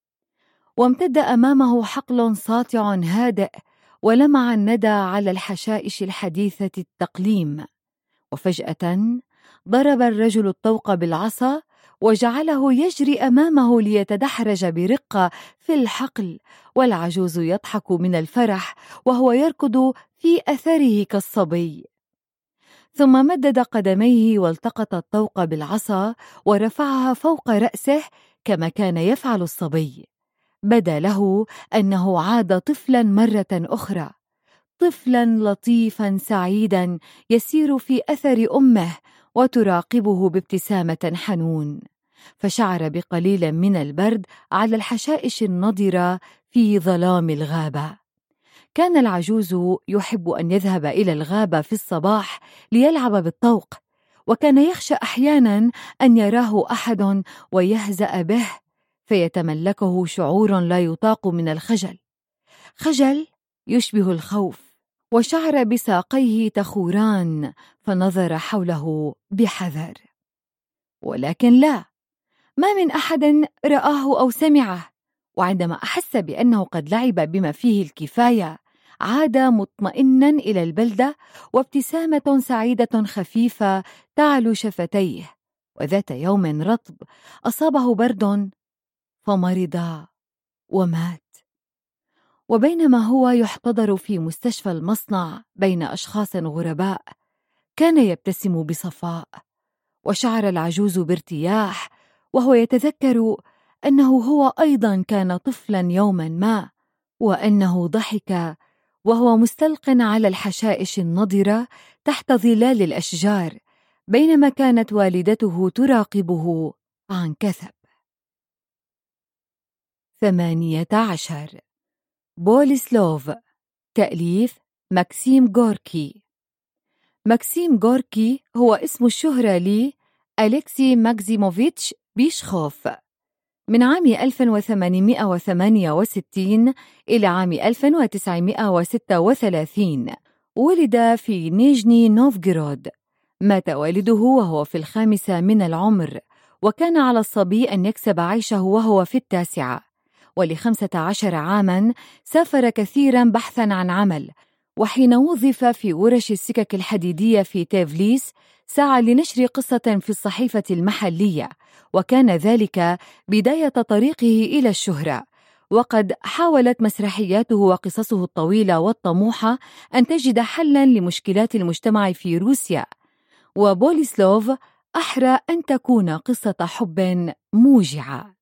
Speaker 2: وامتد أمامه حقل ساطع هادئ ولمع الندى على الحشائش الحديثة التقليم. وفجأة ضرب الرجل الطوق بالعصا وجعله يجري أمامه ليتدحرج برقة في الحقل، والعجوز يضحك من الفرح وهو يركض في أثره كالصبي. ثم مدد قدميه والتقط الطوق بالعصا ورفعها فوق رأسه كما كان يفعل الصبي. بدا له أنه عاد طفلا مرة أخرى، طفلا لطيفا سعيدا يسير في أثر أمه وتراقبه بابتسامة حنون. فشعر بقليل من البرد على الحشائش النضرة في ظلام الغابة. كان العجوز يحب أن يذهب إلى الغابة في الصباح ليلعب بالطوق، وكان يخشى أحيانا أن يراه أحد ويهزأ به فيتملكه شعور لا يطاق من الخجل، خجل يشبه الخوف. وشعر بساقيه تخوران فنظر حوله بحذر، ولكن لا، ما من أحد رآه أو سمعه. وعندما أحس بأنه قد لعب بما فيه الكفاية عاد مطمئنا إلى البلدة وابتسامة سعيدة خفيفة تعلو شفتيه. وذات يوم رطب أصابه برد فمرض ومات. وبينما هو يحتضر في مستشفى المصنع بين أشخاص غرباء كان يبتسم بصفاء، وشعر العجوز بارتياح وهو يتذكر أنه هو أيضا كان طفلا يوما ما، وأنه ضحك وهو مستلق على الحشائش النضرة تحت ظلال الأشجار بينما كانت والدته تراقبه عن كثب. ثمانية عشر. بوليسلوف. تأليف ماكسيم غوركي. ماكسيم غوركي هو اسم الشهرة لي أليكسي ماكسيموفيتش بيشخوف. من عام ألف وثمانمائة وثمانية وستين إلى عام ألف وتسعمائة وستة وثلاثين ولد في نيجني نوفغورود. مات والده وهو في الخامسة من العمر، وكان على الصبي أن يكسب عيشه وهو في التاسعة. ولخمسة عشر عاماً سافر كثيراً بحثاً عن عمل، وحين وظف في ورش السكك الحديدية في تيفليس سعى لنشر قصة في الصحيفة المحلية، وكان ذلك بداية طريقه إلى الشهرة. وقد حاولت مسرحياته وقصصه الطويلة والطموحة أن تجد حلاً لمشكلات المجتمع في روسيا، وبوليسلوف أحرى أن تكون قصة حب موجعة.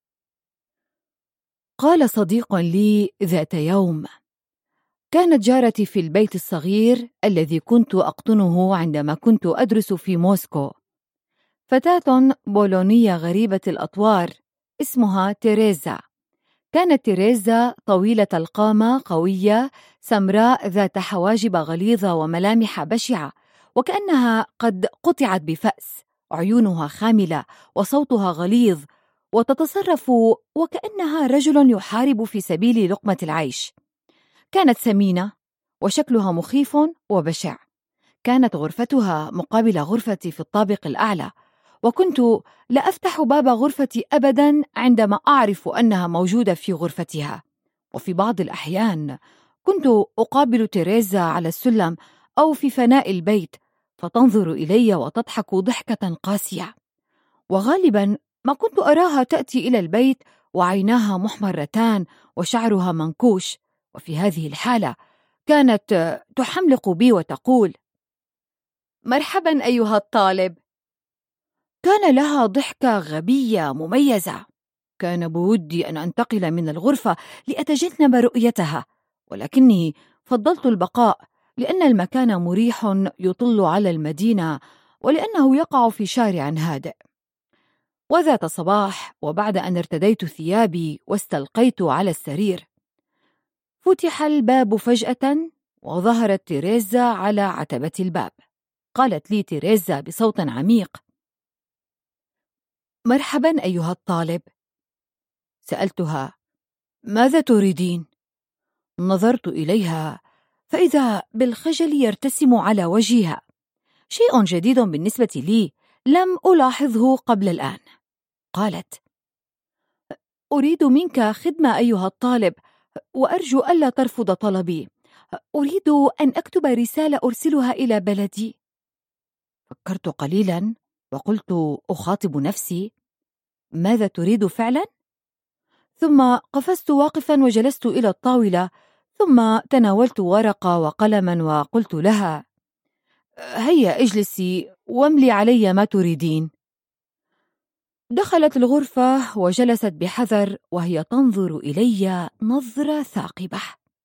Speaker 2: قال صديق لي ذات يوم: كانت جارتي في البيت الصغير الذي كنت أقطنه عندما كنت أدرس في موسكو، فتاة بولونية غريبة الأطوار اسمها تيريزا. كانت تيريزا طويلة القامة، قوية، سمراء، ذات حواجب غليظة وملامح بشعة، وكأنها قد قطعت بفأس. عيونها خاملة وصوتها غليظ، وتتصرف وكأنها رجل يحارب في سبيل لقمة العيش. كانت سمينة وشكلها مخيف وبشع. كانت غرفتها مقابل غرفتي في الطابق الأعلى، وكنت لا أفتح باب غرفتي أبداً عندما أعرف أنها موجودة في غرفتها. وفي بعض الأحيان كنت أقابل تيريزا على السلم أو في فناء البيت، فتنظر إلي وتضحك ضحكة قاسية. وغالباً ما كنت أراها تأتي إلى البيت وعيناها محمرتان وشعرها منكوش، وفي هذه الحالة كانت تحملق بي وتقول: مرحباً أيها الطالب. كان لها ضحكة غبية مميزة. كان بودي أن أنتقل من الغرفة لأتجنب رؤيتها، ولكني فضلت البقاء لأن المكان مريح يطل على المدينة، ولأنه يقع في شارع هادئ. وذات صباح، وبعد أن ارتديت ثيابي واستلقيت على السرير، فتح الباب فجأة وظهرت تيريزا على عتبة الباب. قالت لي تيريزا بصوت عميق: مرحبا أيها الطالب. سألتها: ماذا تريدين؟ نظرت إليها فإذا بالخجل يرتسم على وجهها، شيء جديد بالنسبة لي لم ألاحظه قبل الآن. قالت: أريد منك خدمة أيها الطالب، وأرجو ألا ترفض طلبي. أريد أن أكتب رسالة أرسلها إلى بلدي. فكرت قليلا وقلت أخاطب نفسي: ماذا تريد فعلا؟ ثم قفزت واقفا وجلست إلى الطاولة، ثم تناولت ورقة وقلما وقلت لها: هيا اجلسي واملي علي ما تريدين. دخلت الغرفة وجلست بحذر وهي تنظر إلي نظرة ثاقبة.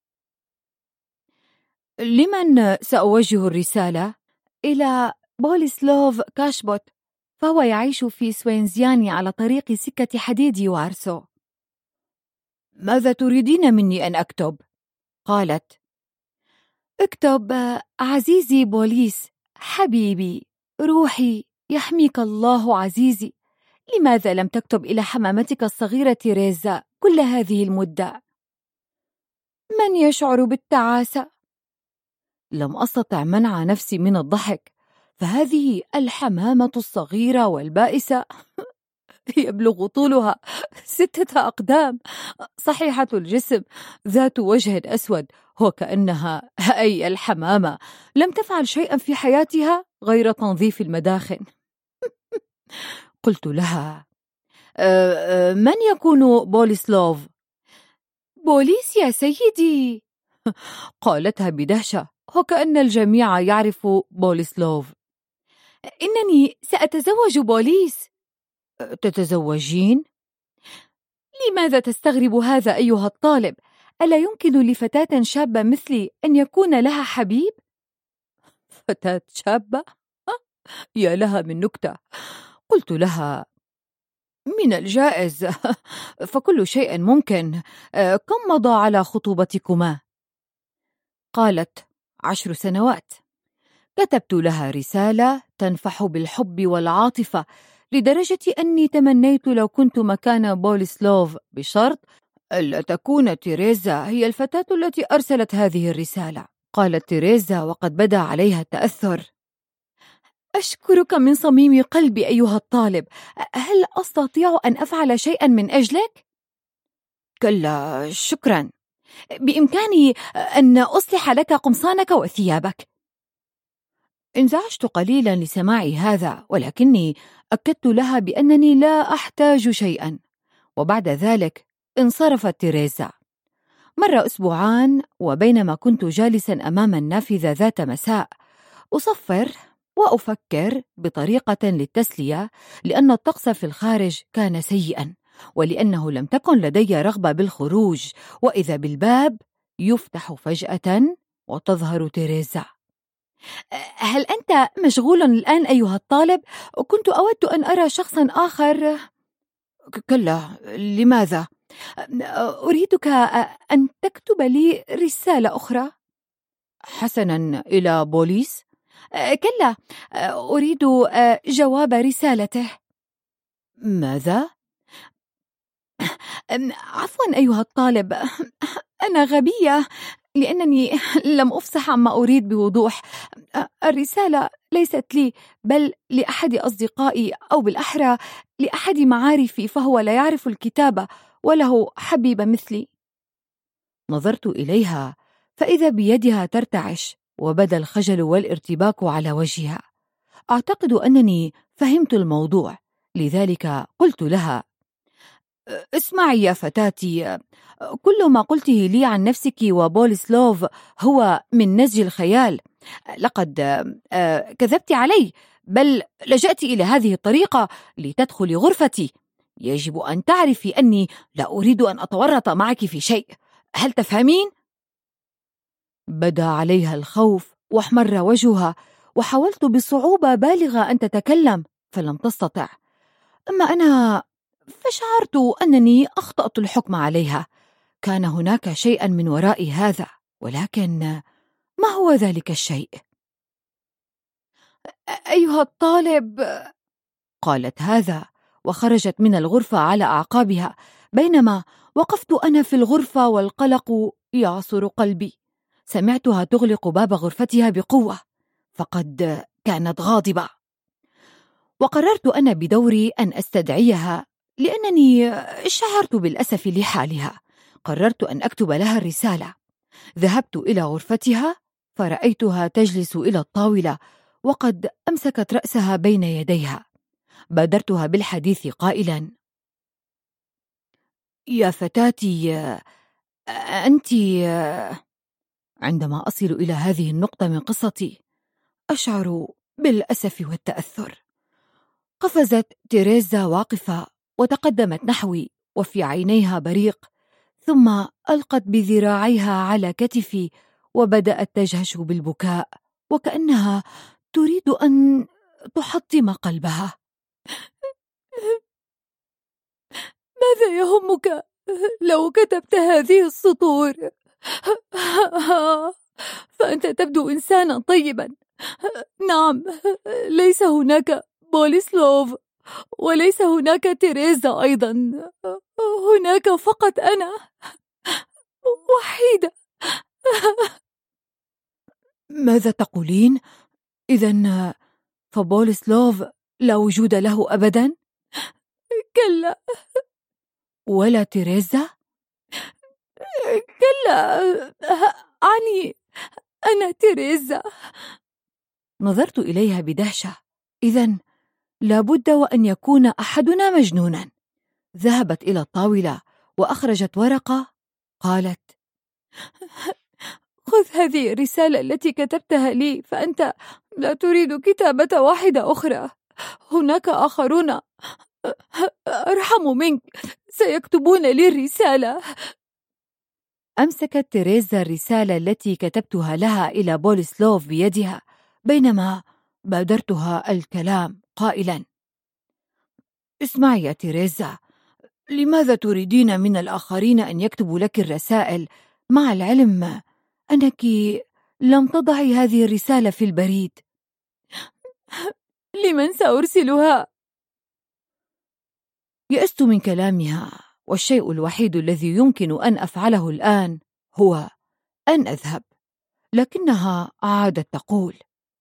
Speaker 2: لمن سأوجه الرسالة؟ إلى بوليسلوف كاشبوت، فهو يعيش في سوينزياني على طريق سكة حديد وارسو. ماذا تريدين مني أن أكتب؟ قالت: اكتب: عزيزي بوليس، حبيبي، روحي، يحميك الله عزيزي، لماذا لم تكتب إلى حمامتك الصغيرة تيريزا كل هذه المدة؟ من يشعر بالتعاسة؟ لم أستطع منع نفسي من الضحك، فهذه الحمامة الصغيرة والبائسة
Speaker 3: يبلغ طولها ستة أقدام، صحيحة الجسم، ذات وجه أسود، وكأنها أي الحمامة لم تفعل شيئا في حياتها غير تنظيف المداخن. قلت لها: أه من يكون بوليسلوف؟ بوليس يا سيدي. قالتها بدهشة وكأن الجميع يعرف بوليسلوف. إنني سأتزوج بوليس. تتزوجين؟ لماذا تستغرب هذا أيها الطالب؟ ألا يمكن لفتاة شابة مثلي أن يكون لها حبيب؟ فتاة شابة؟ يا لها من نكتة. قلت لها: من الجائز، فكل شيء ممكن. كم مضى على خطوبتكما؟ قالت: عشر سنوات. كتبت لها رسالة تنفح بالحب والعاطفة لدرجة أني تمنيت لو كنت مكان بوليسلوف، بشرط ألا تكون تيريزا هي الفتاة التي أرسلت هذه الرسالة. قالت تيريزا وقد بدا عليها التأثر: أشكرك من صميم قلبي أيها الطالب، هل أستطيع أن أفعل شيئا من أجلك؟ كلا، شكرا، بإمكاني أن أصلح لك قمصانك وثيابك. انزعجت قليلا لسماع هذا، ولكني أكدت لها بأنني لا أحتاج شيئا، وبعد ذلك انصرفت تيريزا. مر أسبوعان، وبينما كنت جالسا أمام النافذة ذات مساء أصفر وأفكر بطريقة للتسلية، لأن الطقس في الخارج كان سيئا، ولأنه لم تكن لدي رغبة بالخروج، وإذا بالباب يفتح فجأة وتظهر تيريزا. هل أنت مشغول الآن أيها الطالب؟ كنت أود أن أرى شخصا آخر. كلا، لماذا؟ أريدك أن تكتب لي رسالة أخرى. حسنا، إلى بوليس؟ كلا، أريد جواب رسالته. ماذا؟ عفوا أيها الطالب، أنا غبية لأنني لم أفصح عما أريد بوضوح. الرسالة ليست لي، بل لأحد أصدقائي، أو بالأحرى لأحد معارفي، فهو لا يعرف الكتابة وله حبيبة مثلي. نظرت إليها فإذا بيدها ترتعش، وبدا الخجل والارتباك على وجهها. أعتقد أنني فهمت الموضوع، لذلك قلت لها: اسمعي يا فتاتي، كل ما قلته لي عن نفسك وبوليسلوف هو من نسج الخيال. لقد كذبت علي، بل لجأت إلى هذه الطريقة لتدخلي غرفتي. يجب أن تعرفي أني لا أريد أن أتورط معك في شيء، هل تفهمين؟ بدا عليها الخوف واحمر وجهها، وحاولت بصعوبة بالغة أن تتكلم فلم تستطع. أما أنا فشعرت أنني أخطأت الحكم عليها. كان هناك شيئا من وراء هذا، ولكن ما هو ذلك الشيء؟ أيها الطالب، قالت هذا وخرجت من الغرفة على أعقابها، بينما وقفت أنا في الغرفة والقلق يعصر قلبي. سمعتها تغلق باب غرفتها بقوة، فقد كانت غاضبة. وقررت أنا بدوري أن أستدعيها، لأنني شعرت بالأسف لحالها. قررت أن أكتب لها الرسالة. ذهبت إلى غرفتها فرأيتها تجلس إلى الطاولة وقد أمسكت رأسها بين يديها. بادرتها بالحديث قائلا: يا فتاتي، أنت. عندما أصل إلى هذه النقطة من قصتي أشعر بالأسف والتأثر. قفزت تيريزا واقفة وتقدمت نحوي وفي عينيها بريق، ثم ألقت بذراعيها على كتفي وبدأت تجهش بالبكاء وكأنها تريد أن تحطم قلبها. ماذا يهمك لو كتبت هذه السطور؟ فأنت تبدو إنسانا طيبا. نعم، ليس هناك بوليسلوف وليس هناك تيريزا أيضا، هناك فقط أنا وحيدة. ماذا تقولين؟ إذن فبوليسلوف لا وجود له أبدا؟ كلا.
Speaker 2: ولا تيريزا؟
Speaker 3: كلا، أعني أنا تيريزا.
Speaker 2: نظرت إليها بدهشة. إذن لابد وأن يكون أحدنا مجنونا. ذهبت إلى الطاولة وأخرجت ورقة. قالت:
Speaker 3: خذ هذه الرسالة التي كتبتها لي، فأنت لا تريد كتابة واحدة أخرى. هناك آخرون أرحم منك سيكتبون لي الرسالة.
Speaker 2: أمسكت تيريزا الرسالة التي كتبتها لها إلى بوليسلوف بيدها، بينما بادرتها الكلام قائلا: اسمعي يا تيريزا، لماذا تريدين من الآخرين أن يكتبوا لك الرسائل مع العلم أنك لم تضعي هذه الرسالة في البريد؟
Speaker 3: لمن سأرسلها؟
Speaker 2: يأست من كلامها، والشيء الوحيد الذي يمكن أن أفعله الآن هو أن أذهب. لكنها عادت تقول: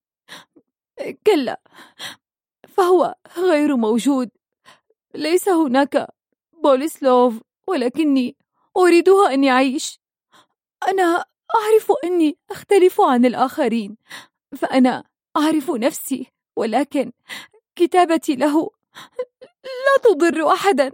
Speaker 3: كلا، فهو غير موجود. ليس هناك بوليسلوف، ولكني أريده أن يعيش. أنا أعرف أني أختلف عن الآخرين، فأنا أعرف نفسي، ولكن كتابتي له لا تضر أحدا.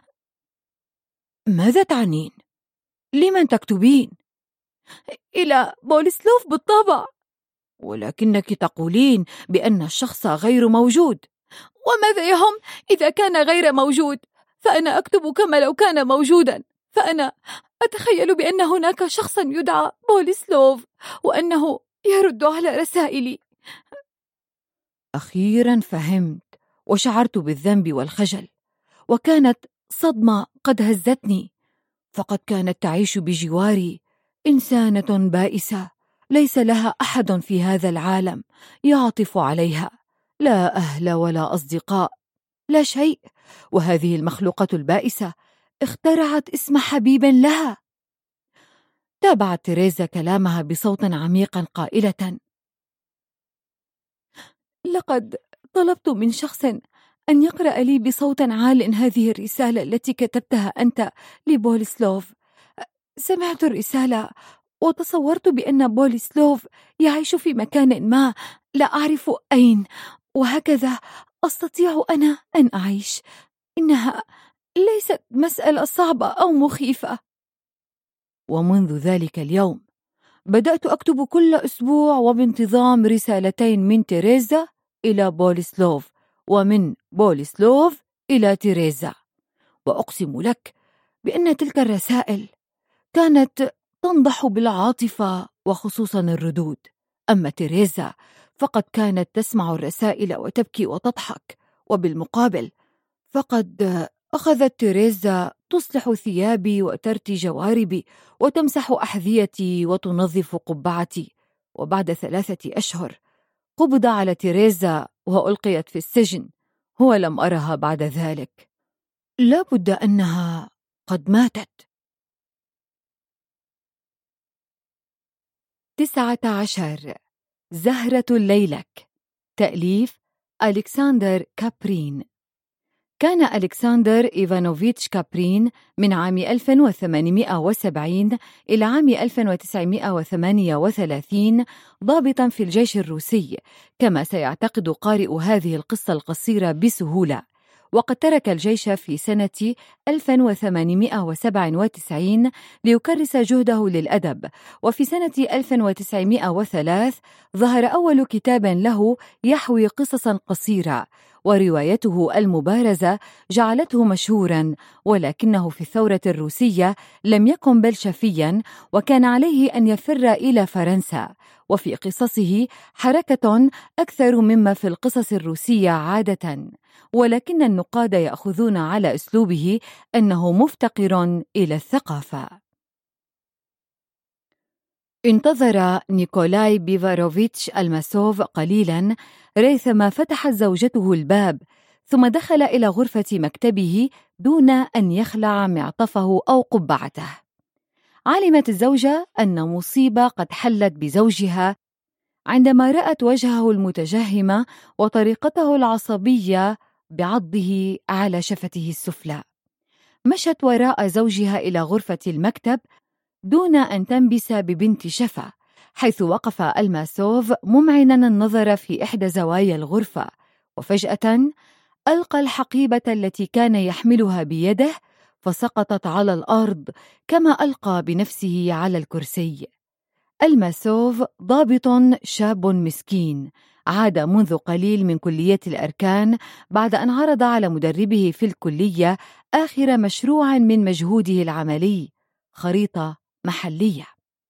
Speaker 2: ماذا تعنين؟ لمن تكتبين؟
Speaker 3: إلى بوليسلوف بالطبع.
Speaker 2: ولكنك تقولين بأن الشخص غير موجود.
Speaker 3: وماذا يهم إذا كان غير موجود؟ فأنا أكتب كما لو كان موجودا. فأنا أتخيل بأن هناك شخصا يدعى بوليسلوف، وأنه يرد على رسائلي.
Speaker 2: أخيرا فهمت، وشعرت بالذنب والخجل، وكانت صدمة قد هزتني، فقد كانت تعيش بجواري إنسانة بائسة ليس لها أحد في هذا العالم يعطف عليها، لا أهل ولا أصدقاء، لا شيء. وهذه المخلوقة البائسة اخترعت اسم حبيب لها. تابعت تيريزا كلامها بصوت عميق قائلة:
Speaker 3: لقد طلبت من شخص أن يقرأ لي بصوت عال هذه الرسالة التي كتبتها أنت لبوليسلوف. سمعت الرسالة وتصورت بأن بوليسلوف يعيش في مكان ما لا أعرف أين، وهكذا أستطيع أنا أن أعيش. إنها ليست مسألة صعبة أو مخيفة.
Speaker 2: ومنذ ذلك اليوم بدأت أكتب كل أسبوع وبانتظام رسالتين من تيريزا إلى بوليسلوف، ومن بوليسلوف إلى تيريزا. وأقسم لك بأن تلك الرسائل كانت تنضح بالعاطفة، وخصوصا الردود. أما تيريزا فقد كانت تسمع الرسائل وتبكي وتضحك، وبالمقابل فقد أخذت تيريزا تصلح ثيابي وترتي جواربي وتمسح أحذيتي وتنظف قبعتي. وبعد ثلاثة أشهر قبض على تيريزا وألقيت في السجن، ولم أرها بعد ذلك. لا بد أنها قد ماتت. تسعة عشر. زهرة الليلك. تأليف ألكسندر كابرين. كان ألكسندر إيفانوفيتش كابرين من عام ألف وثمانمائة وسبعين إلى عام ألف وتسعمائة وثمانية وثلاثين ضابطاً في الجيش الروسي، كما سيعتقد قارئ هذه القصة القصيرة بسهولة. وقد ترك الجيش في سنة ألف وثمانمائة وسبعة وتسعين ليكرس جهده للأدب، وفي سنة ألف وتسعمائة وثلاثة ظهر أول كتاب له يحوي قصصاً قصيرة، وروايته المبارزة جعلته مشهوراً. ولكنه في الثورة الروسية لم يكن بلشفياً، وكان عليه أن يفر إلى فرنسا. وفي قصصه حركة أكثر مما في القصص الروسية عادة، ولكن النقاد يأخذون على أسلوبه أنه مفتقر إلى الثقافة. انتظر نيكولاي بيفاروفيتش الماسوف قليلاً ريثما فتحت زوجته الباب، ثم دخل إلى غرفة مكتبه دون أن يخلع معطفه أو قبعته. علمت الزوجة أن مصيبة قد حلت بزوجها عندما رأت وجهه المتجهم وطريقته العصبية بعضه على شفته السفلى. مشت وراء زوجها إلى غرفة المكتب دون أن تنبس ببنت شفا، حيث وقف ألماسوف ممعنا النظر في إحدى زوايا الغرفة، وفجأة ألقى الحقيبة التي كان يحملها بيده فسقطت على الأرض، كما ألقى بنفسه على الكرسي. ألماسوف ضابط شاب مسكين عاد منذ قليل من كلية الأركان بعد أن عرض على مدربه في الكلية آخر مشروع من مجهوده العملي، خريطة محلية.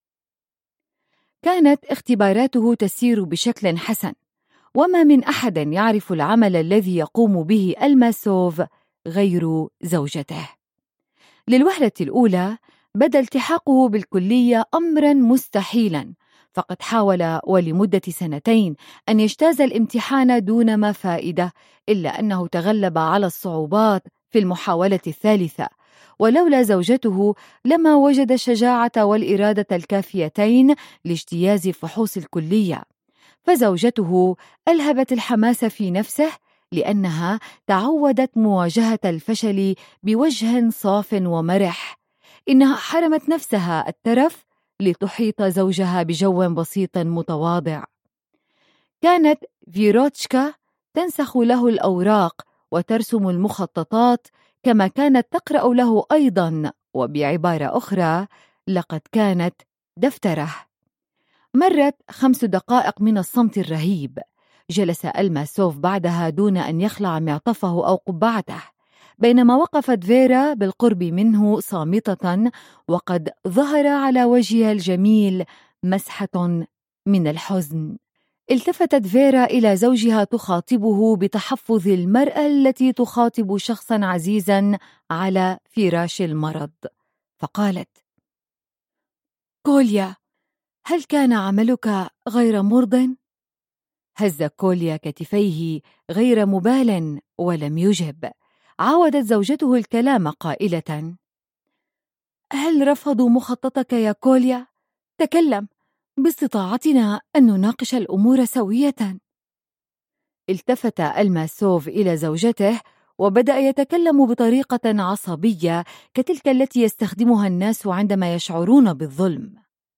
Speaker 2: كانت اختباراته تسير بشكل حسن، وما من أحد يعرف العمل الذي يقوم به ألماسوف غير زوجته. للوهلة الأولى بدا التحاقه بالكلية أمراً مستحيلاً، فقد حاول ولمدة سنتين أن يجتاز الامتحان دون ما فائدة، إلا أنه تغلب على الصعوبات في المحاولة الثالثة، ولولا زوجته لما وجد الشجاعة والإرادة الكافيتين لاجتياز فحوص الكلية. فزوجته ألهبت الحماس في نفسه لأنها تعودت مواجهة الفشل بوجه صاف ومرح. إنها حرمت نفسها الترف لتحيط زوجها بجو بسيط متواضع. كانت فيروتشكا تنسخ له الأوراق وترسم المخططات، كما كانت تقرأ له أيضاً، وبعبارة أخرى لقد كانت دفتره. مرت خمس دقائق من الصمت الرهيب. جلس ألماسوف بعدها دون أن يخلع معطفه أو قبعته، بينما وقفت فيرا بالقرب منه صامتة، وقد ظهر على وجهها الجميل مسحة من الحزن. التفتت فيرا إلى زوجها تخاطبه بتحفظ المرأة التي تخاطب شخصا عزيزا على فراش المرض، فقالت: كوليا، هل كان عملك غير مرض؟ هز كوليا كتفيه غير مبال ولم يجب. عاودت زوجته الكلام قائلة: هل رفضوا مخططك يا كوليا؟ تكلم، باستطاعتنا أن نناقش الأمور سوية. التفت ألماسوف إلى زوجته وبدأ يتكلم بطريقة عصبية كتلك التي يستخدمها الناس عندما يشعرون بالظلم.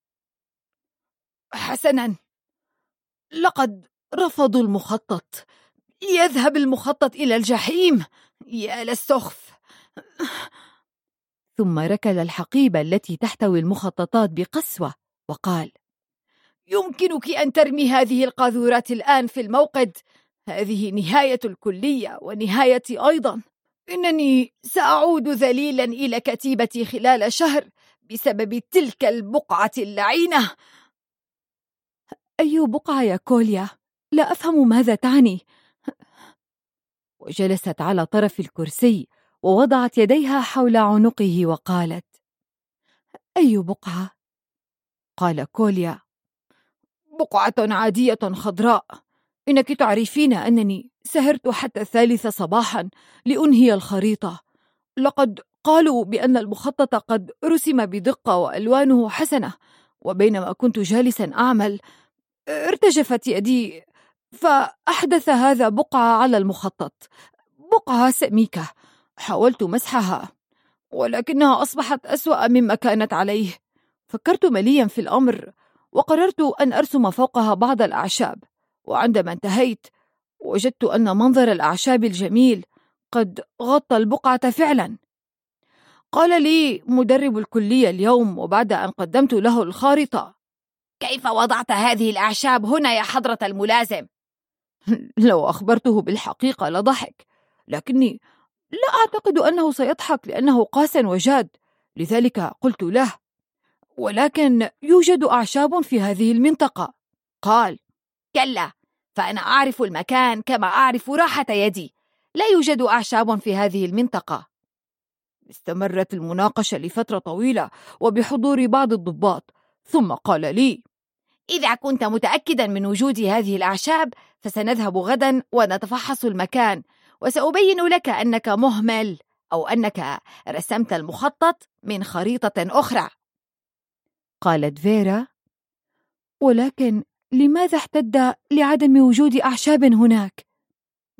Speaker 2: حسناً، لقد رفضوا المخطط. يذهب المخطط إلى الجحيم، يا للسخف. ثم ركل الحقيبة التي تحتوي المخططات بقسوة وقال: يمكنك أن ترمي هذه القاذورات الآن في الموقد. هذه نهاية الكلية ونهايتي أيضا. إنني سأعود ذليلا إلى كتيبتي خلال شهر بسبب تلك البقعة اللعينة. أي بقعة يا كوليا؟ لا أفهم ماذا تعني. وجلست على طرف الكرسي ووضعت يديها حول عنقه وقالت: أي بقعة؟ قال كوليا: بقعة عادية خضراء. إنك تعرفين أنني سهرت حتى الثالثة صباحا لأنهي الخريطة. لقد قالوا بأن المخطط قد رسم بدقة وألوانه حسنة، وبينما كنت جالسا أعمل ارتجفت يدي فأحدث هذا بقعة على المخطط، بقعة سميكة. حاولت مسحها ولكنها أصبحت أسوأ مما كانت عليه. فكرت مليا في الأمر وقررت أن أرسم فوقها بعض الأعشاب، وعندما انتهيت وجدت أن منظر الأعشاب الجميل قد غطى البقعة فعلا. قال لي مدرب الكلية اليوم وبعد أن قدمت له الخارطة: كيف وضعت هذه الأعشاب هنا يا حضرة الملازم؟ لو أخبرته بالحقيقة لضحك، لكني لا أعتقد أنه سيضحك لأنه قاس وجاد، لذلك قلت له: ولكن يوجد أعشاب في هذه المنطقة. قال: كلا، فأنا أعرف المكان كما أعرف راحة يدي. لا يوجد أعشاب في هذه المنطقة. استمرت المناقشة لفترة طويلة وبحضور بعض الضباط، ثم قال لي: إذا كنت متأكدا من وجود هذه الأعشاب فسنذهب غدا ونتفحص المكان، وسأبين لك أنك مهمل أو أنك رسمت المخطط من خريطة أخرى. قالت فيرا: ولكن لماذا احتد لعدم وجود أعشاب هناك؟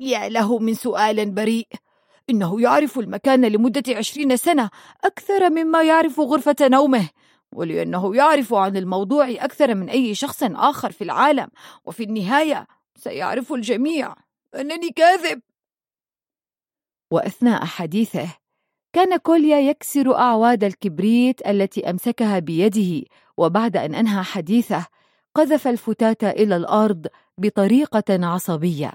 Speaker 3: يا له من سؤال بريء. إنه يعرف المكان لمدة عشرين سنة أكثر مما يعرف غرفة نومه، ولأنه يعرف عن الموضوع أكثر من أي شخص آخر في العالم، وفي النهاية سيعرف الجميع أنني كاذب.
Speaker 2: وأثناء حديثه كان كوليا يكسر أعواد الكبريت التي أمسكها بيده، وبعد أن أنهى حديثه قذف الفتاة إلى الأرض بطريقة عصبية.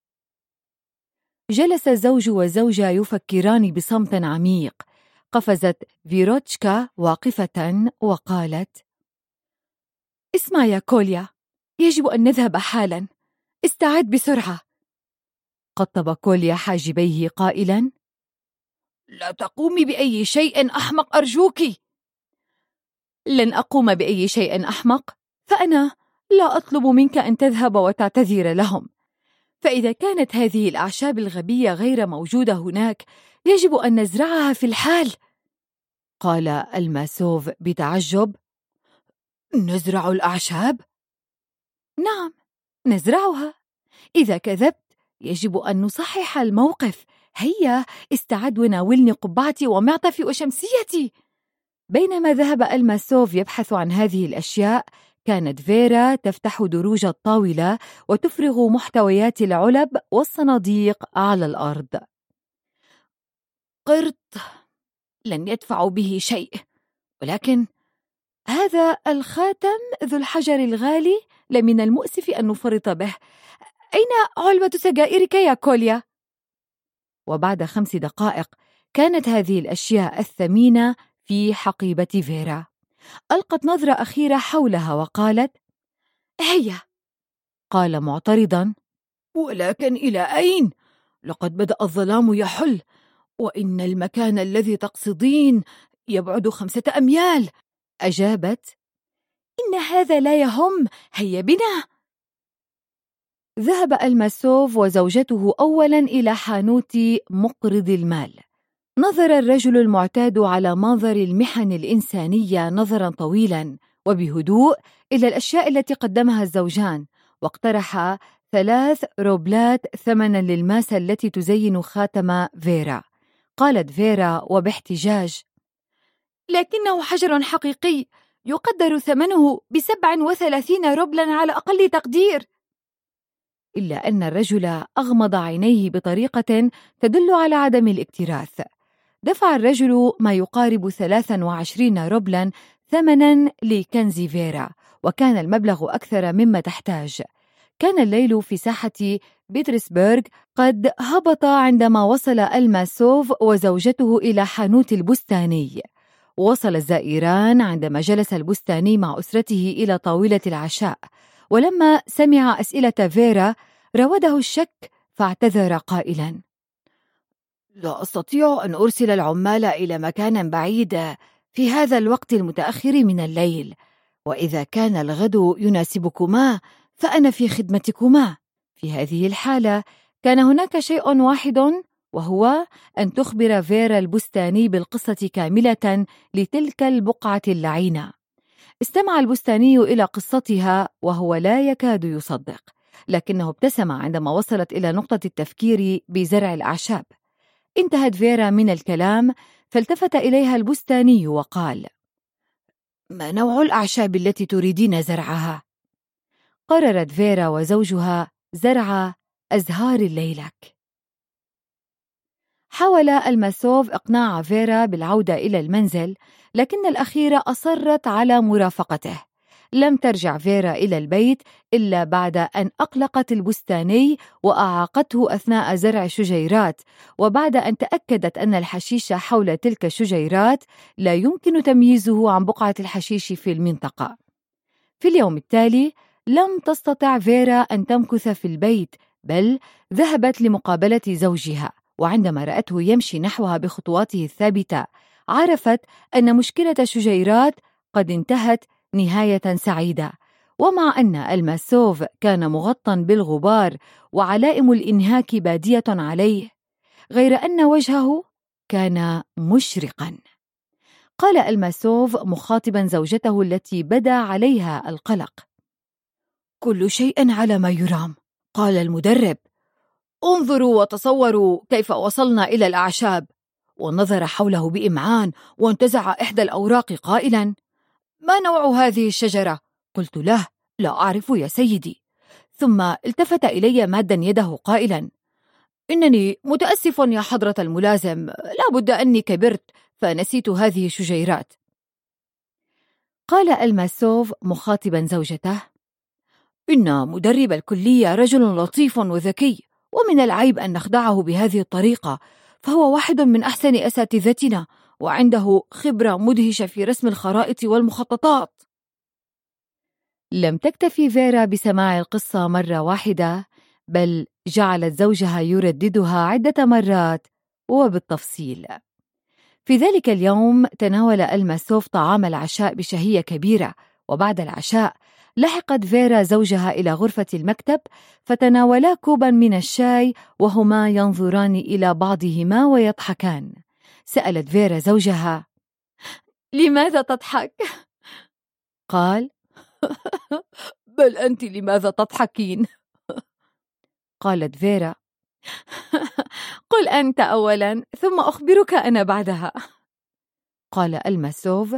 Speaker 2: جلس الزوج والزوجة يفكران بصمت عميق. قفزت فيروتشكا واقفة وقالت: اسمع يا كوليا، يجب أن نذهب حالا، استعد بسرعة. قطب كوليا حاجبيه قائلا:
Speaker 3: لا تقومي بأي شيء أحمق أرجوك.
Speaker 2: لن أقوم بأي شيء أحمق، فأنا لا أطلب منك أن تذهب وتعتذر لهم، فإذا كانت هذه الأعشاب الغبية غير موجودة هناك يجب أن نزرعها في الحال. قال الماسوف بتعجب:
Speaker 3: نزرع الأعشاب؟
Speaker 2: نعم، نزرعها. إذا كذبت يجب أن نصحح الموقف. هيا استعد وناولني قبعتي ومعطفي وشمسيتي. بينما ذهب الماسوف يبحث عن هذه الأشياء، كانت فيرا تفتح دروج الطاولة وتفرغ محتويات العلب والصناديق على الأرض.
Speaker 3: قرط لن يدفع به شيء، ولكن هذا الخاتم ذو الحجر الغالي لمن المؤسف أن نفرط به. أين علبة سجائرك يا كوليا؟
Speaker 2: وبعد خمس دقائق كانت هذه الأشياء الثمينة في حقيبة فيرا. ألقت نظرة أخيرة حولها وقالت:
Speaker 3: هيا.
Speaker 2: قال معترضا:
Speaker 3: ولكن إلى أين؟ لقد بدأ الظلام يحل، وإن المكان الذي تقصدين يبعد خمسة أميال.
Speaker 2: أجابت:
Speaker 3: إن هذا لا يهم، هيا بنا.
Speaker 2: ذهب الماسوف وزوجته أولاً إلى حانوت مقرض المال. نظر الرجل المعتاد على منظر المحن الإنسانية نظراً طويلاً وبهدوء إلى الأشياء التي قدمها الزوجان، واقترح ثلاث روبلات ثمناً للماسة التي تزين خاتم فيرا. قالت فيرا وباحتجاج:
Speaker 3: لكنه حجر حقيقي يقدر ثمنه بسبع وثلاثين روبلاً على أقل تقدير.
Speaker 2: إلا أن الرجل أغمض عينيه بطريقة تدل على عدم الاكتراث. دفع الرجل ما يقارب ثلاثا وعشرين روبلاً ثمناً لكنز فيرا، وكان المبلغ أكثر مما تحتاج. كان الليل في ساحة بيترسبرغ قد هبط عندما وصل الماسوف وزوجته إلى حانوت البستاني. وصل الزائران عندما جلس البستاني مع أسرته إلى طاولة العشاء، ولما سمع أسئلة فيرا راوده الشك فاعتذر قائلاً:
Speaker 3: لا أستطيع أن أرسل العمال إلى مكان بعيد في هذا الوقت المتأخر من الليل، وإذا كان الغد يناسبكما فأنا في خدمتكما.
Speaker 2: في هذه الحالة كان هناك شيء واحد، وهو أن تخبر فيرا البستاني بالقصة كاملة لتلك البقعة اللعينة. استمع البستاني إلى قصتها وهو لا يكاد يصدق، لكنه ابتسم عندما وصلت إلى نقطة التفكير بزرع الأعشاب. انتهت فيرا من الكلام فالتفت إليها البستاني وقال:
Speaker 3: ما نوع الأعشاب التي تريدين زرعها؟
Speaker 2: قررت فيرا وزوجها زرع أزهار الليلك. حاول الماسوف إقناع فيرا بالعودة إلى المنزل، لكن الأخيرة أصرت على مرافقته. لم ترجع فيرا إلى البيت إلا بعد أن أقلقت البستاني وأعاقته أثناء زرع شجيرات، وبعد أن تأكدت أن الحشيش حول تلك الشجيرات لا يمكن تمييزه عن بقعة الحشيش في المنطقة. في اليوم التالي لم تستطع فيرا أن تمكث في البيت، بل ذهبت لمقابلة زوجها، وعندما رأته يمشي نحوها بخطواته الثابتة عرفت أن مشكلة الشجيرات قد انتهت نهاية سعيدة. ومع أن الماسوف كان مغطى بالغبار وعلائم الإنهاك بادية عليه، غير أن وجهه كان مشرقا. قال الماسوف مخاطبا زوجته التي بدا عليها القلق:
Speaker 3: كل شيء على ما يرام. قال المدرب: انظروا وتصوروا كيف وصلنا إلى الأعشاب. ونظر حوله بإمعان وانتزع إحدى الأوراق قائلا: ما نوع هذه الشجرة؟ قلت له: لا أعرف يا سيدي. ثم التفت إلي مادا يده قائلا: إنني متأسف يا حضرة الملازم، لا بد أني كبرت فنسيت هذه الشجيرات. قال الماسوف مخاطبا زوجته: إن مدرب الكلية رجل لطيف وذكي، ومن العيب أن نخدعه بهذه الطريقة، فهو واحد من أحسن أساتذتنا وعنده خبرة مدهشة في رسم الخرائط والمخططات. لم تكتفي فيرا بسماع القصة مرة واحدة، بل جعلت زوجها يرددها عدة مرات وبالتفصيل. في ذلك اليوم تناول الماسوف طعام العشاء بشهية كبيرة، وبعد العشاء لحقت فيرا زوجها إلى غرفة المكتب، فتناولا كوبا من الشاي وهما ينظران إلى بعضهما ويضحكان. سألت فيرا زوجها: لماذا تضحك؟ قال: بل أنت لماذا تضحكين؟ قالت فيرا: قل أنت أولا ثم أخبرك أنا بعدها. قال الماسوف: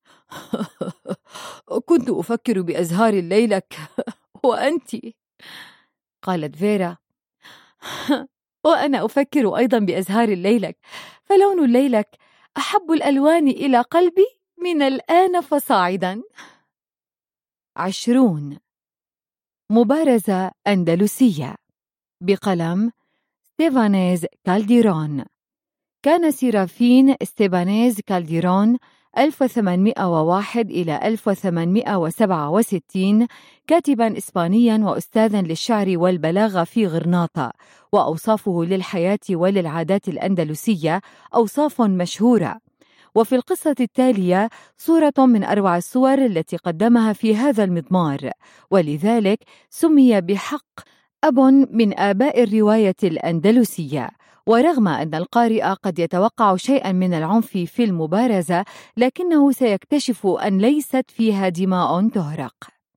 Speaker 3: كنت أفكر بأزهار الليلك وأنت. قالت فيرا: وأنا أفكر أيضا بأزهار الليلك، فلون الليلك أحب الألوان إلى قلبي من الآن فصاعدا. عشرون. مبارزة أندلسية بقلم ستيفانيز كالديرون. كان سيرافين ستيفانيز كالديرون ألف وثمانمائة وواحد إلى ألف وثمانمائة وسبعة وستين كاتباً إسبانياً وأستاذاً للشعر والبلاغة في غرناطة، وأوصافه للحياة وللعادات الأندلسية أوصاف مشهورة. وفي القصة التالية صورة من أروع الصور التي قدمها في هذا المضمار، ولذلك سمي بحق أب من آباء الرواية الأندلسية. ورغم أن القارئ قد يتوقع شيئاً من العنف في المبارزة، لكنه سيكتشف أن ليست فيها دماء تهرق.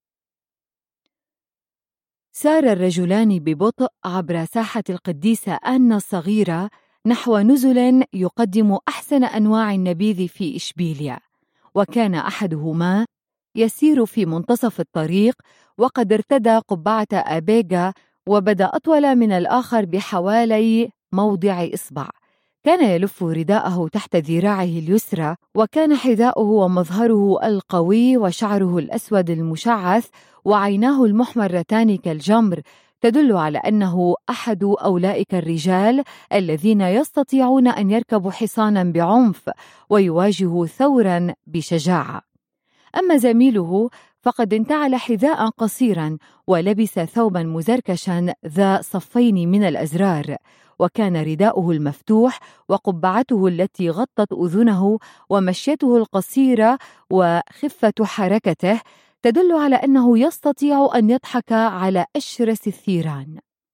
Speaker 3: سار الرجلان ببطء عبر ساحة القديسة آنا الصغيرة نحو نزل يقدم أحسن أنواع النبيذ في إشبيلية، وكان أحدهما يسير في منتصف الطريق وقد ارتدى قبعة أبيجا وبدا أطول من الآخر بحوالي موضع إصبع. كان يلف رداءه تحت ذراعه اليسرى، وكان حذاؤه ومظهره القوي وشعره الأسود المشعث وعيناه المحمرتان كالجمر تدل على أنه أحد أولئك الرجال الذين يستطيعون أن يركبوا حصانا بعنف ويواجهوا ثورا بشجاعة. أما زميله فقد انتعل حذاء قصيرا ولبس ثوبا مزركشا ذا صفين من الأزرار، وكان رداؤه المفتوح وقبعته التي غطت أذنه ومشيته القصيرة وخفة حركته تدل على أنه يستطيع أن يضحك على أشرس الثيران.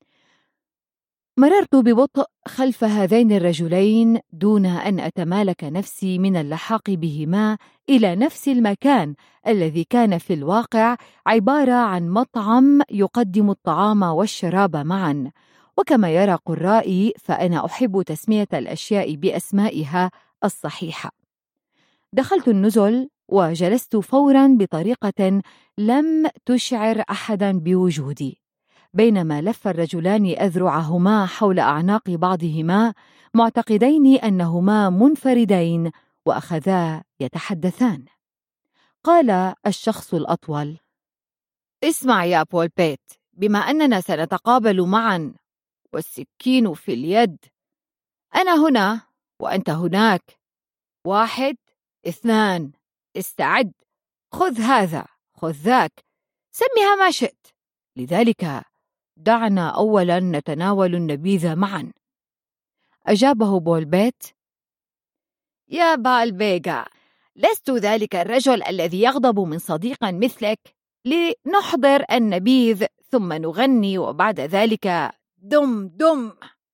Speaker 3: مررت ببطء خلف هذين الرجلين دون أن أتمالك نفسي من اللحاق بهما إلى نفس المكان الذي كان في الواقع عبارة عن مطعم يقدم الطعام والشراب معا. وكما يرى قرائي فأنا أحب تسمية الأشياء بأسمائها الصحيحة. دخلت النزل وجلست فورا بطريقة لم تشعر أحدا بوجودي، بينما لف الرجلان أذرعهما حول أعناق بعضهما معتقدين أنهما منفردين وأخذا يتحدثان. قال الشخص الأطول: اسمع يا بول بيت، بما أننا سنتقابل معا والسكين في اليد، أنا هنا وأنت هناك، واحد اثنان، استعد، خذ هذا خذ ذاك، سمها ما شئت، لذلك دعنا أولا نتناول النبيذ معا. أجابه بول بيت: يا بالبيغا، لست ذلك الرجل الذي يغضب من صديق مثلك، لنحضر النبيذ ثم نغني وبعد ذلك دم دم.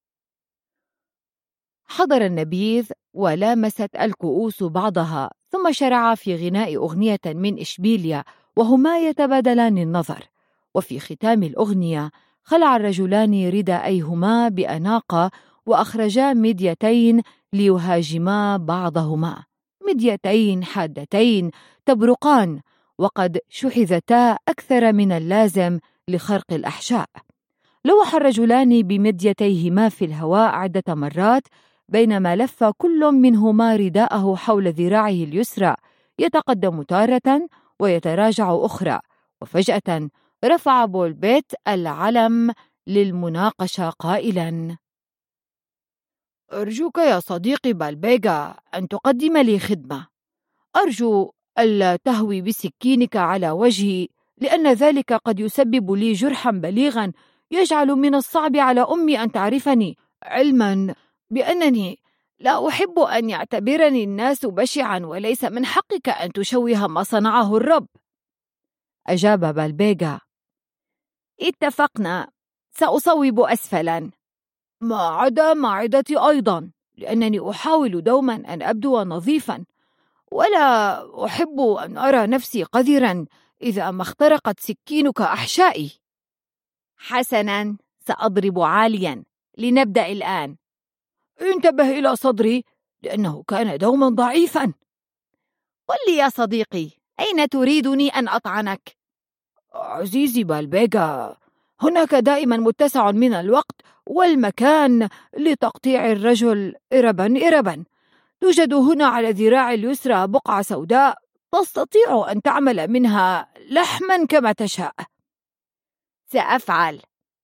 Speaker 3: حضر النبيذ ولامست الكؤوس بعضها، ثم شرع في غناء أغنية من إشبيلية وهما يتبادلان النظر. وفي ختام الأغنية
Speaker 2: خلع الرجلان رداءيهما بأناقة وأخرجا مديتين ليهاجما بعضهما، مديتين حادتين تبرقان، وقد شحذتا أكثر من اللازم لخرق الأحشاء. لوح الرجلان بمديتيهما في الهواء عدة مرات، بينما لف كل منهما رداءه حول ذراعه اليسرى، يتقدم تارة ويتراجع أخرى. وفجأة رفع بولبيت العلم للمناقشة قائلاً:
Speaker 3: أرجوك يا صديقي بالبيغا أن تقدم لي خدمة. أرجو ألا تهوي بسكينك على وجهي، لأن ذلك قد يسبب لي جرحا بليغا يجعل من الصعب على أمي أن تعرفني، علما بأنني لا أحب أن يعتبرني الناس بشعا، وليس من حقك أن تشوه ما صنعه الرب.
Speaker 2: أجاب بالبيغا:
Speaker 3: اتفقنا، سأصوب أسفلا، ما عدا معدتي أيضا، لأنني أحاول دوما أن أبدو نظيفا، ولا أحب أن أرى نفسي قذرا إذا ما اخترقت سكينك أحشائي.
Speaker 4: حسنا، سأضرب عاليا. لنبدأ الآن.
Speaker 3: انتبه إلى صدري لأنه كان دوما ضعيفا.
Speaker 4: قل لي يا صديقي، أين تريدني أن أطعنك؟
Speaker 3: عزيزي بالبيغا، هناك دائما متسع من الوقت والمكان لتقطيع الرجل إربا إربا. توجد هنا على ذراع اليسرى بقعة سوداء، تستطيع أن تعمل منها لحما كما تشاء.
Speaker 4: سأفعل،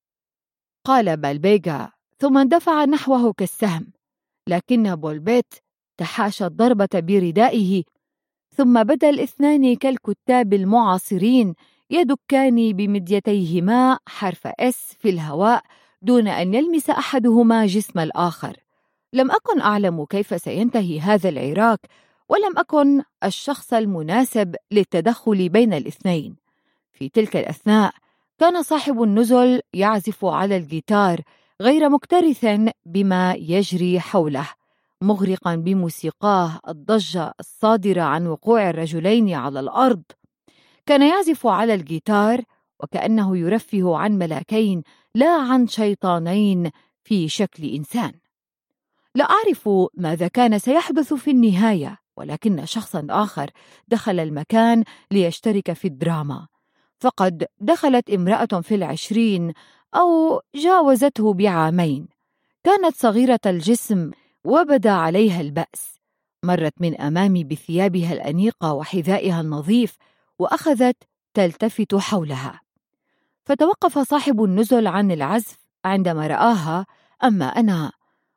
Speaker 2: قال بالبيغا، ثم اندفع نحوه كالسهم، لكن بولبيت تحاشى الضربة بردائه، ثم بدا الاثنان كالكتاب المعاصرين يدكان بمديتيهما حرف اس في الهواء دون أن يلمس أحدهما جسم الآخر. لم أكن أعلم كيف سينتهي هذا العراك، ولم أكن الشخص المناسب للتدخل بين الاثنين. في تلك الأثناء كان صاحب النزل يعزف على الجيتار غير مكترث بما يجري حوله، مغرقا بموسيقاه الضجة الصادرة عن وقوع الرجلين على الأرض. كان يعزف على الجيتار وكأنه يرفه عن ملاكين لا عن شيطانين في شكل إنسان. لا أعرف ماذا كان سيحدث في النهاية، ولكن شخصا آخر دخل المكان ليشترك في الدراما. فقد دخلت امرأة في العشرين أو جاوزته بعامين، كانت صغيرة الجسم وبدا عليها البأس. مرت من أمامي بثيابها الأنيقة وحذائها النظيف، وأخذت تلتفت حولها. فتوقف صاحب النزل عن العزف عندما رآها، أما أنا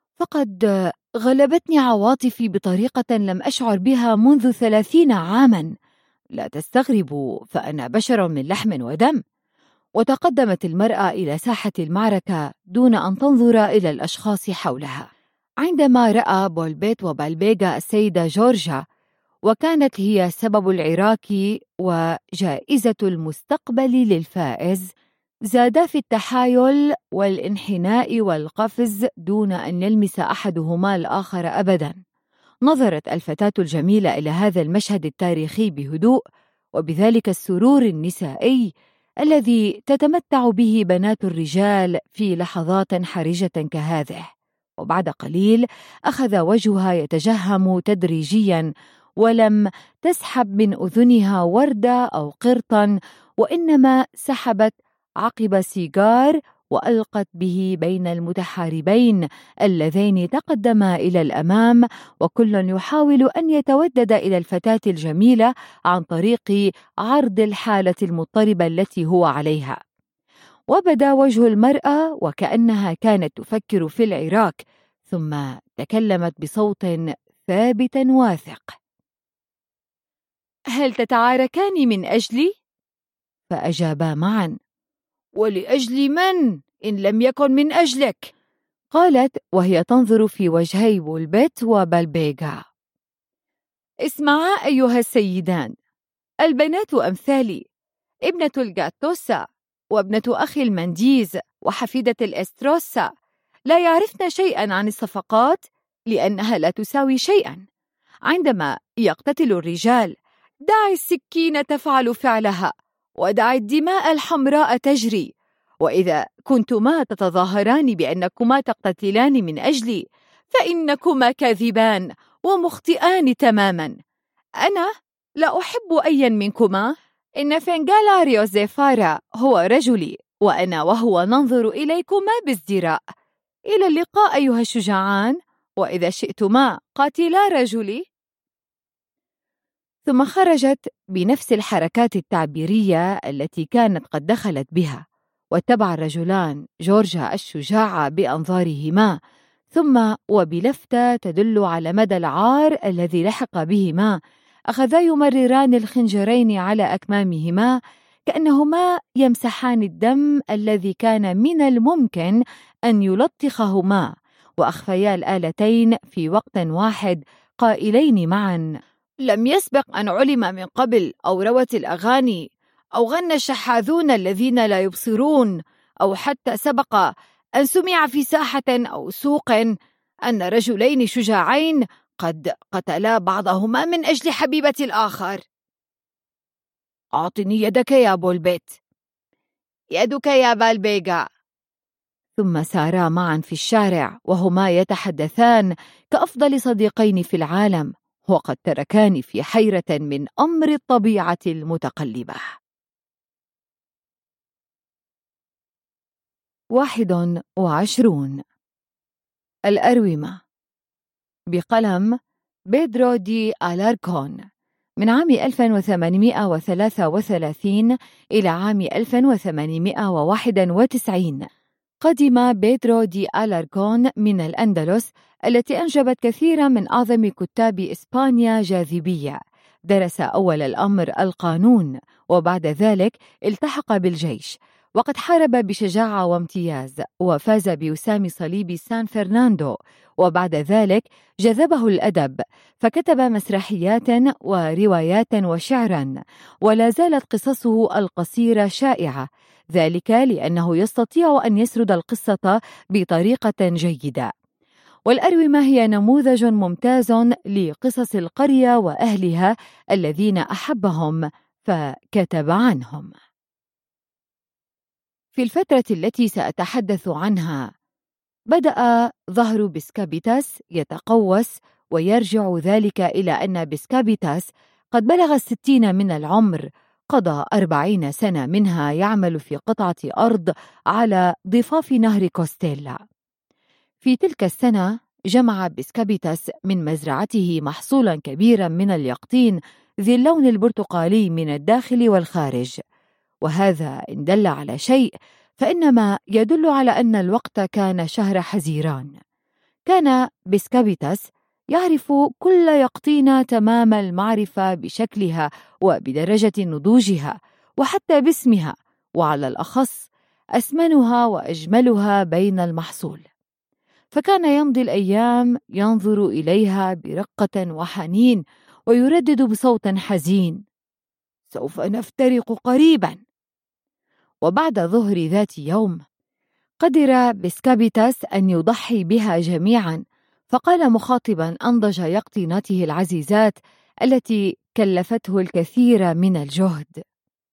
Speaker 2: فقد غلبتني عواطفي بطريقة لم أشعر بها منذ ثلاثين عاماً. لا تستغربوا، فأنا بشر من لحم ودم. وتقدمت المرأة إلى ساحة المعركة دون أن تنظر إلى الأشخاص حولها. عندما رأى بولبيت وبالبيغا السيدة جورجا، وكانت هي سبب العراك وجائزة المستقبل للفائز، زادا في التحايل والانحناء والقفز دون أن يلمس أحدهما الآخر أبداً. نظرت الفتاة الجميلة إلى هذا المشهد التاريخي بهدوء، وبذلك السرور النسائي الذي تتمتع به بنات الرجال في لحظات حرجة كهذه. وبعد قليل أخذ وجهها يتجهم تدريجياً، ولم تسحب من أذنها وردة أو قرطاً، وإنما سحبت عقب سيجار وألقت به بين المتحاربين اللذين تقدما إلى الأمام، وكل يحاول أن يتودد إلى الفتاة الجميلة عن طريق عرض الحالة المضطربة التي هو عليها. وبدا وجه المرأة وكأنها كانت تفكر في العراك، ثم تكلمت بصوت ثابت واثق:
Speaker 4: هل تتعاركان من أجلي؟
Speaker 2: فأجابا معا:
Speaker 3: ولأجل من إن لم يكن من أجلك؟
Speaker 2: قالت وهي تنظر في وجهي بولبيت وبالبيغا:
Speaker 4: اسمعا أيها السيدان، البنات أمثالي، ابنة الجاتوسا وابنة أخي المنديز وحفيدة الأستروسا لا يعرفن شيئا عن الصفقات، لأنها لا تساوي شيئا. عندما يقتتل الرجال، دع السكين تفعل فعلها، ودع الدماء الحمراء تجري،
Speaker 3: وإذا كنتما تتظاهران بأنكما تقتتلان من أجلي فإنكما كاذبان ومخطئان تماما. أنا لا أحب أيا منكما. إن فنغالاريوس زيفارا هو رجلي، وأنا وهو ننظر إليكما بازدراء. إلى اللقاء أيها الشجاعان، وإذا شئتما قاتلا رجلي. ثم خرجت بنفس الحركات التعبيرية التي كانت قد دخلت بها، واتبع الرجلان جورجا الشجاعة بأنظارهما، ثم وبلفتة تدل على مدى العار الذي لحق بهما أخذا يمرران الخنجرين على أكمامهما كأنهما يمسحان الدم الذي كان من الممكن أن يلطخهما، وأخفيا الآلتين في وقت واحد قائلين معا: لم يسبق أن علم من قبل أو روت الأغاني أو غنى الشحاذون الذين لا يبصرون، أو حتى سبق أن سمع في ساحة أو سوق أن رجلين شجاعين قد قتلا بعضهما من أجل حبيبة الآخر. أعطني يدك يا بولبيت. يدك يا بالبيغا. ثم سارا معا في الشارع وهما يتحدثان كأفضل صديقين في العالم، وقد تركان في حيرة من أمر الطبيعة المتقلبة. واحد وعشرون. الأرومة، بقلم بيدرو دي ألاركون، من عام ألف وثمانمائة وثلاثة وثلاثين إلى عام ألف وثمانمائة وواحد وتسعين. قدم بيدرو دي ألاركون من الأندلس التي أنجبت كثيرا من أعظم كتاب إسبانيا جاذبية. درس أول الأمر القانون، وبعد ذلك التحق بالجيش، وقد حارب بشجاعة وامتياز، وفاز بوسام صليب سان فرناندو. وبعد ذلك جذبه الأدب، فكتب مسرحيات وروايات وشعرا، ولا زالت قصصه القصيرة شائعة، ذلك لأنه يستطيع أن يسرد القصة بطريقة جيدة. والأرومة هي نموذج ممتاز لقصص القرية وأهلها الذين أحبهم فكتب عنهم. في الفترة التي سأتحدث عنها بدأ ظهر بسكابيتاس يتقوس، ويرجع ذلك إلى أن بسكابيتاس قد بلغ الستين من العمر، قضى أربعين سنة منها يعمل في قطعة أرض على ضفاف نهر كوستيلا. في تلك السنة جمع بسكابيتاس من مزرعته محصولا كبيرا من اليقطين ذي اللون البرتقالي من الداخل والخارج، وهذا إن دل على شيء فإنما يدل على أن الوقت كان شهر حزيران. كان بسكابيتاس يعرف كل يقطينة تمام المعرفة بشكلها وبدرجة نضوجها وحتى باسمها، وعلى الأخص أسمنها وأجملها بين المحصول. فكان يمضي الأيام ينظر إليها برقة وحنين ويردد بصوت حزين: سوف نفترق قريبا. وبعد ظهر ذات يوم قدر بسكابيتاس أن يضحي بها جميعا، فقال مخاطبا أنضج يقطينته العزيزات التي كلفته الكثير من الجهد: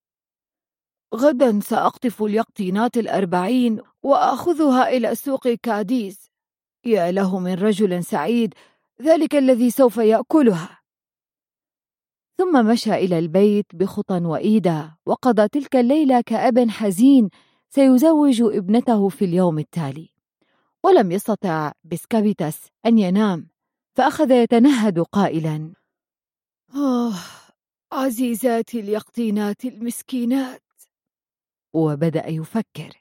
Speaker 3: غدا سأقطف اليقطينات الأربعين وأخذها إلى سوق كاديز. يا له من رجل سعيد، ذلك الذي سوف يأكلها. ثم مشى إلى البيت بخطى وإيدا، وقضى تلك الليلة كأب حزين سيزوج ابنته في اليوم التالي. ولم يستطع بسكابيتاس أن ينام، فأخذ يتنهد قائلا: آه عزيزاتي اليقطينات المسكينات. وبدأ يفكر: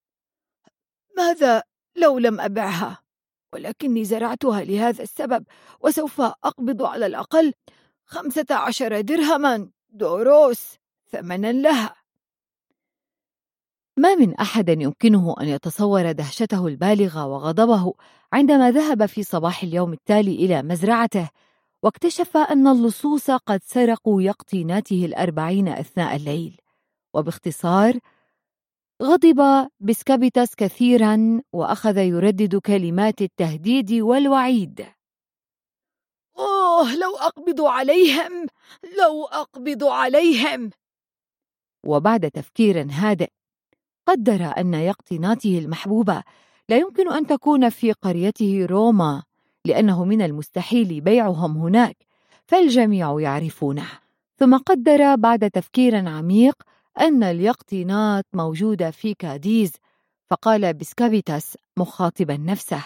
Speaker 3: ماذا لو لم أبعها؟ ولكني زرعتها لهذا السبب، وسوف أقبض على الأقل خمسة عشر درهما دوروس ثمنا لها. ما من أحد يمكنه أن يتصور دهشته البالغة وغضبه عندما ذهب في صباح اليوم التالي إلى مزرعته واكتشف أن اللصوص قد سرقوا يقطيناته الأربعين أثناء الليل. وباختصار غضب بسكابيتاس كثيرا، وأخذ يردد كلمات التهديد والوعيد: أوه لو أقبض عليهم، لو أقبض عليهم. وبعد تفكير هادئ
Speaker 2: قدر أن يقطيناته المحبوبة لا يمكن أن تكون في قريته روما، لأنه من المستحيل بيعهم هناك، فالجميع يعرفونه. ثم قدر بعد تفكير عميق أن اليقطينات موجودة في كاديز، فقال بسكابيتاس مخاطبا نفسه: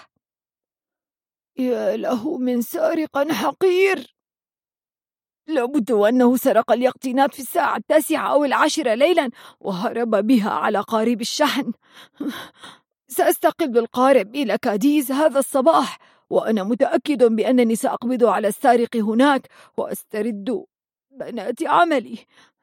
Speaker 3: يا له من سارق حقير، لابد أنه سرق اليقطينات في الساعة التاسعة أو العاشرة ليلا وهرب بها على قارب الشحن. سأستقبل القارب إلى كاديز هذا الصباح، وأنا متأكد بأنني سأقبض على السارق هناك وأسترد بنات عملي.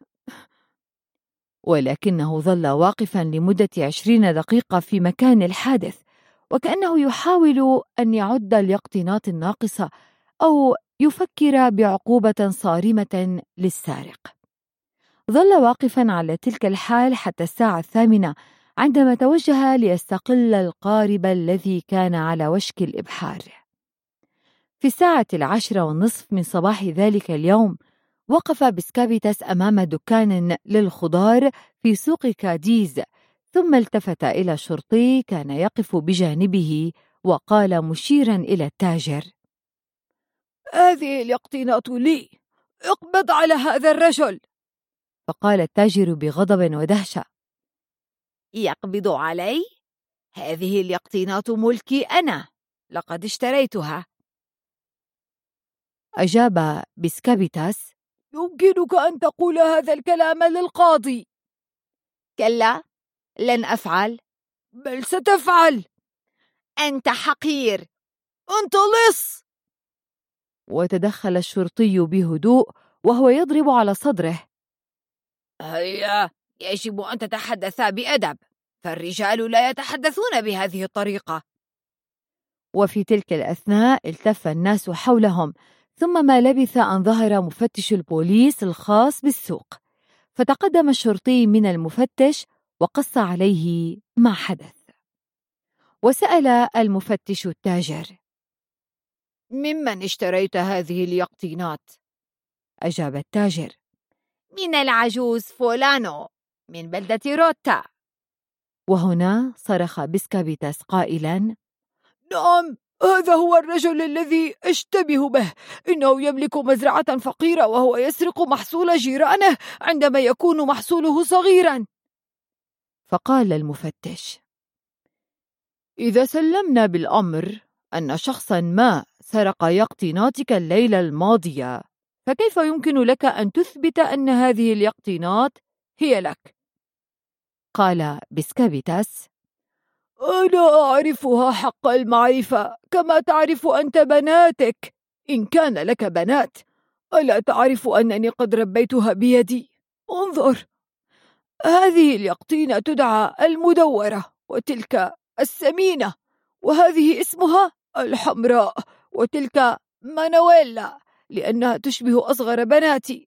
Speaker 2: ولكنه ظل واقفا لمدة عشرين دقيقة في مكان الحادث، وكأنه يحاول أن يعد اليقطينات الناقصة أو يفكر بعقوبة صارمة للسارق. ظل واقفا على تلك الحال حتى الساعة الثامنة، عندما توجه ليستقل القارب الذي كان على وشك الإبحار. في الساعة العاشرة والنصف من صباح ذلك اليوم، وقف بسكابيتاس أمام دكان للخضار في سوق كاديز، ثم التفت إلى شرطي كان يقف بجانبه وقال مشيرا إلى التاجر:
Speaker 3: هذه اليقطينات لي، اقبض على هذا الرجل.
Speaker 2: فقال التاجر بغضب ودهشة:
Speaker 4: يقبض علي؟ هذه اليقطينات ملكي أنا، لقد اشتريتها.
Speaker 2: أجاب بسكابيتاس:
Speaker 3: يمكنك أن تقول هذا الكلام للقاضي.
Speaker 4: كلا، لن أفعل.
Speaker 3: بل ستفعل.
Speaker 4: أنت حقير،
Speaker 3: أنت لص.
Speaker 2: وتدخل الشرطي بهدوء وهو يضرب على صدره:
Speaker 4: هيا، يجب أن تتحدث بأدب، فالرجال لا يتحدثون بهذه الطريقة.
Speaker 2: وفي تلك الأثناء التف الناس حولهم، ثم ما لبث أن ظهر مفتش البوليس الخاص بالسوق، فتقدم الشرطي من المفتش وقص عليه ما حدث. وسأل المفتش التاجر:
Speaker 4: ممن اشتريت هذه اليقطينات؟
Speaker 2: أجاب التاجر:
Speaker 4: من العجوز فولانو من بلدة روتا.
Speaker 2: وهنا صرخ بسكابيتاس قائلا:
Speaker 3: نعم، هذا هو الرجل الذي أشتبه به. إنه يملك مزرعة فقيرة وهو يسرق محصول جيرانه عندما يكون محصوله صغيرا.
Speaker 2: فقال المفتش: إذا سلمنا بالأمر أن شخصا ما سرق يقطيناتك الليلة الماضية، فكيف يمكن لك أن تثبت أن هذه اليقطينات هي لك؟ قال بسكابيتاس:
Speaker 3: أنا أعرفها حق المعرفة، كما تعرف أنت بناتك إن كان لك بنات. ألا تعرف أنني قد ربيتها بيدي؟ انظر، هذه اليقطينة تدعى المدورة، وتلك السمينة، وهذه اسمها الحمراء، وتلك مانويلا لأنها تشبه أصغر بناتي.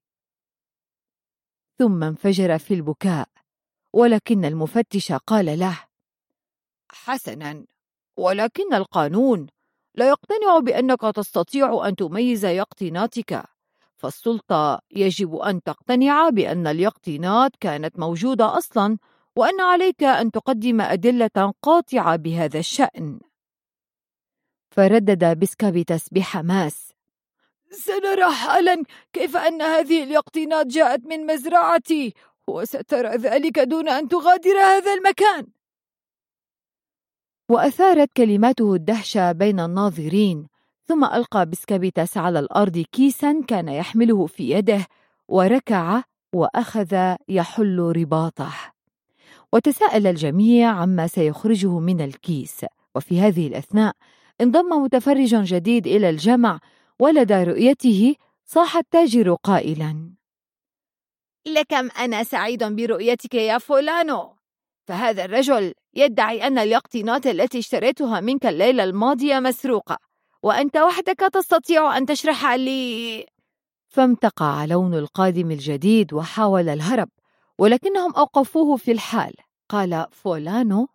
Speaker 2: ثم انفجر في البكاء، ولكن المفتش قال له:
Speaker 3: حسناً، ولكن القانون لا يقتنع بأنك تستطيع أن تميز يقطيناتك، فالسلطة يجب أن تقتنع بأن اليقطينات كانت موجودة أصلاً، وأن عليك أن تقدم أدلة قاطعة بهذا الشأن.
Speaker 2: فردد بسكابيتاس بحماس:
Speaker 3: سنرى حالاً كيف أن هذه اليقطينات جاءت من مزرعتي، وسترى ذلك دون أن تغادر هذا المكان.
Speaker 2: وأثارت كلماته الدهشة بين الناظرين، ثم ألقى بسكابيتاس على الأرض كيساً كان يحمله في يده، وركع وأخذ يحل رباطه. وتساءل الجميع عما سيخرجه من الكيس. وفي هذه الأثناء انضم متفرج جديد إلى الجمع، ولدى رؤيته صاح التاجر قائلاً:
Speaker 4: لكم أنا سعيد برؤيتك يا فولانو، فهذا الرجل يدعي أن اليقطينات التي اشتريتها منك الليلة الماضية مسروقة، وأنت وحدك تستطيع أن تشرح لي.
Speaker 2: فامتقع لون القادم الجديد وحاول الهرب، ولكنهم أوقفوه في الحال. قال فولانو: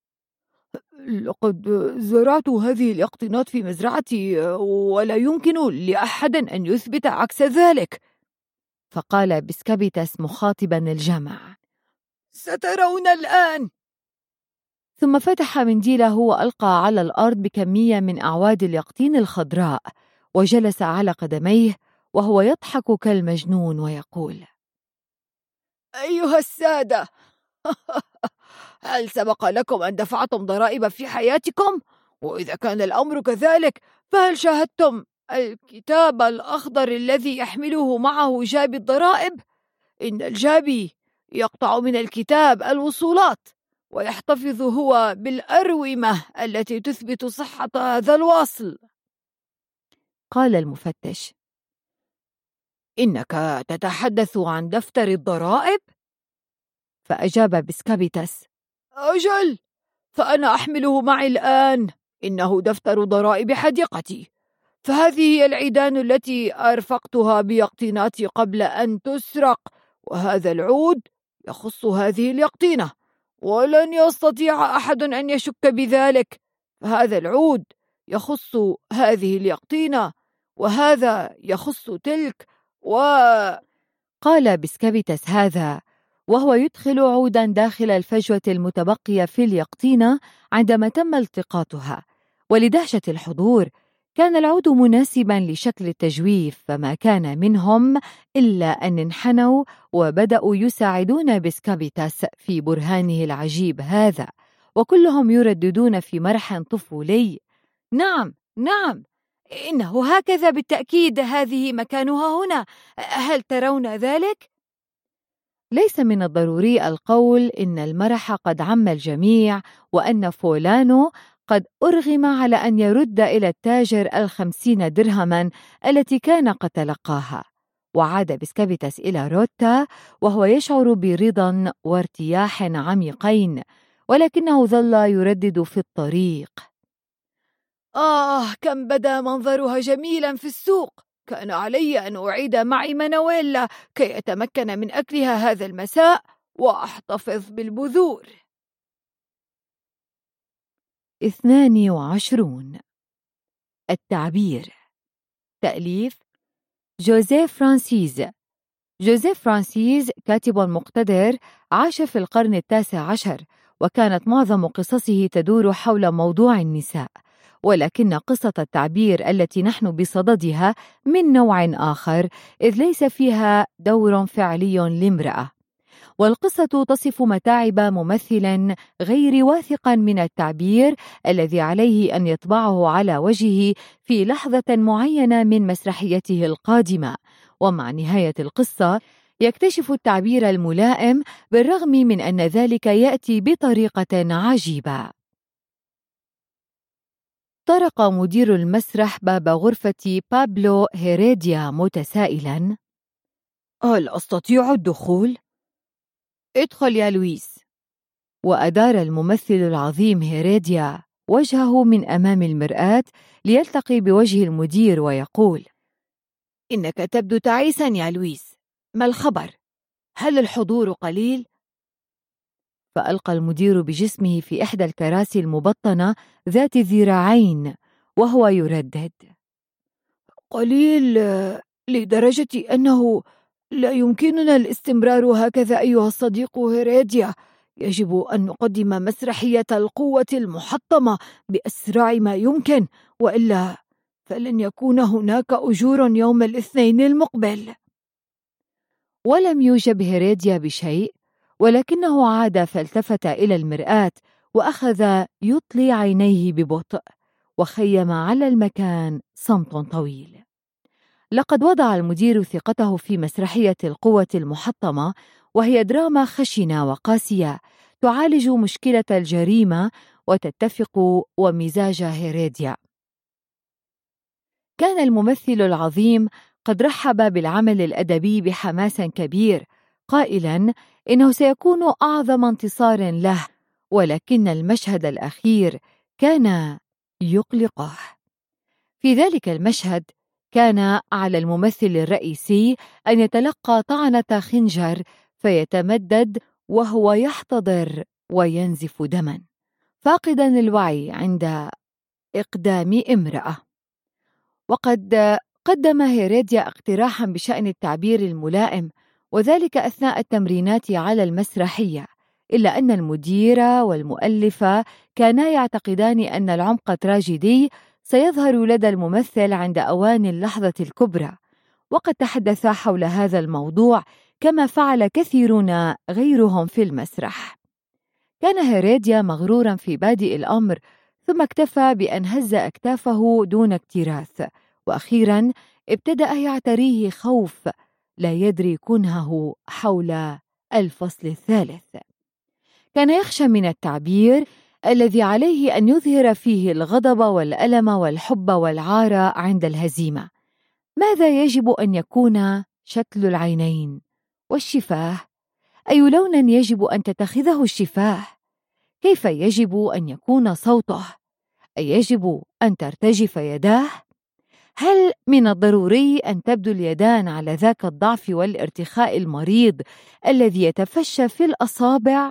Speaker 3: لقد زرعت هذه اليقطينات في مزرعتي، ولا يمكن لأحد أن يثبت عكس ذلك.
Speaker 2: فقال بسكابيتاس مخاطبا الجمع:
Speaker 3: سترون الآن
Speaker 2: ثم فتح منديله وألقى على الأرض بكمية من أعواد اليقطين الخضراء، وجلس على قدميه وهو يضحك كالمجنون ويقول:
Speaker 3: أيها السادة، هل سبق لكم أن دفعتم ضرائب في حياتكم؟ وإذا كان الأمر كذلك، فهل شاهدتم الكتاب الأخضر الذي يحمله معه جابي الضرائب؟ إن الجابي يقطع من الكتاب الوصولات، ويحتفظ هو بالأرومة التي تثبت صحة هذا الوصل.
Speaker 2: قال المفتش:
Speaker 3: إنك تتحدث عن دفتر الضرائب؟
Speaker 2: فأجاب بسكابيتس:
Speaker 3: أجل، فأنا أحمله معي الآن. إنه دفتر ضرائب حديقتي، فهذه هي العيدان التي أرفقتها بيقطيناتي قبل أن تسرق، وهذا العود يخص هذه اليقطينة، ولن يستطيع أحد أن يشك بذلك، فهذا العود يخص هذه اليقطينة، وهذا يخص تلك. و
Speaker 2: قال بسكابيتس هذا وهو يدخل عودا داخل الفجوة المتبقية في اليقطينة عندما تم التقاطها. ولدهشة الحضور كان العود مناسبا لشكل التجويف، فما كان منهم إلا أن انحنوا وبدأوا يساعدون بسكابيتس في برهانه العجيب هذا، وكلهم يرددون في مرح طفولي:
Speaker 3: نعم نعم، إنه هكذا بالتأكيد، هذه مكانها هنا، هل ترون ذلك؟
Speaker 2: ليس من الضروري القول إن المرح قد عم الجميع، وأن فولانو قد أرغم على أن يرد إلى التاجر الخمسين درهما التي كان قد تلقاها. وعاد بسكابيتس إلى روتا وهو يشعر برضا وارتياح عميقين، ولكنه ظل يردد في الطريق:
Speaker 3: آه، كم بدا منظرها جميلا في السوق. كان علي أن أعيد معي منويلا كي أتمكن من أكلها هذا المساء وأحتفظ بالبذور.
Speaker 2: اثنان وعشرون. التعبير. تأليف جوزيف فرانسيز. جوزيف فرانسيز كاتب مقتدر عاش في القرن التاسع عشر، وكانت معظم قصصه تدور حول موضوع النساء، ولكن قصة التعبير التي نحن بصددها من نوع آخر، إذ ليس فيها دور فعلي لامرأة. والقصة تصف متاعب ممثل غير واثق من التعبير الذي عليه أن يطبعه على وجهه في لحظة معينة من مسرحيته القادمة، ومع نهاية القصة يكتشف التعبير الملائم بالرغم من أن ذلك يأتي بطريقة عجيبة. طرق مدير المسرح باب غرفة بابلو هيريديا متسائلا:
Speaker 3: هل أستطيع الدخول؟
Speaker 2: ادخل يا لويس. وأدار الممثل العظيم هيريديا وجهه من أمام المرآة ليلتقي بوجه المدير ويقول:
Speaker 3: إنك تبدو تعيسا يا لويس، ما الخبر؟ هل الحضور قليل؟
Speaker 2: فألقى المدير بجسمه في إحدى الكراسي المبطنة ذات الذراعين وهو يردد:
Speaker 3: قليل لدرجة أنه لا يمكننا الاستمرار هكذا أيها الصديق هيريديا. يجب أن نقدم مسرحية القوة المحطمة بأسرع ما يمكن، وإلا فلن يكون هناك أجور يوم الاثنين المقبل.
Speaker 2: ولم يوجب هيريديا بشيء، ولكنه عاد فالتفت إلى المرآة وأخذ يطلي عينيه ببطء، وخيم على المكان صمت طويل. لقد وضع المدير ثقته في مسرحية القوة المحطمة، وهي دراما خشنة وقاسية تعالج مشكلة الجريمة وتتفق ومزاج هيريديا. كان الممثل العظيم قد رحب بالعمل الأدبي بحماس كبير، قائلاً إنه سيكون أعظم انتصار له، ولكن المشهد الأخير كان يقلقه. في ذلك المشهد كان على الممثل الرئيسي أن يتلقى طعنة خنجر فيتمدد وهو يحتضر وينزف دماً، فاقداً الوعي عند إقدام امرأة. وقد قدم هيريديا اقتراحاً بشأن التعبير الملائم، وذلك أثناء التمرينات على المسرحية، إلا أن المدير والمؤلفة كانا يعتقدان أن العمق التراجيدي سيظهر لدى الممثل عند أوان اللحظة الكبرى، وقد تحدث حول هذا الموضوع كما فعل كثيرون غيرهم في المسرح. كان هيريديا مغرورا في بادئ الأمر، ثم اكتفى بأن هز أكتافه دون اكتراث، وأخيرا ابتدأ يعتريه خوف لا يدري كنهه حول الفصل الثالث. كان يخشى من التعبير الذي عليه أن يظهر فيه الغضب والألم والحب والعار عند الهزيمة. ماذا يجب أن يكون شكل العينين والشفاه؟ أي لون يجب أن تتخذه الشفاه؟ كيف يجب أن يكون صوته؟ أي يجب أن ترتجف يداه؟ هل من الضروري أن تبدو اليدان على ذاك الضعف والارتخاء المريض الذي يتفشى في الأصابع؟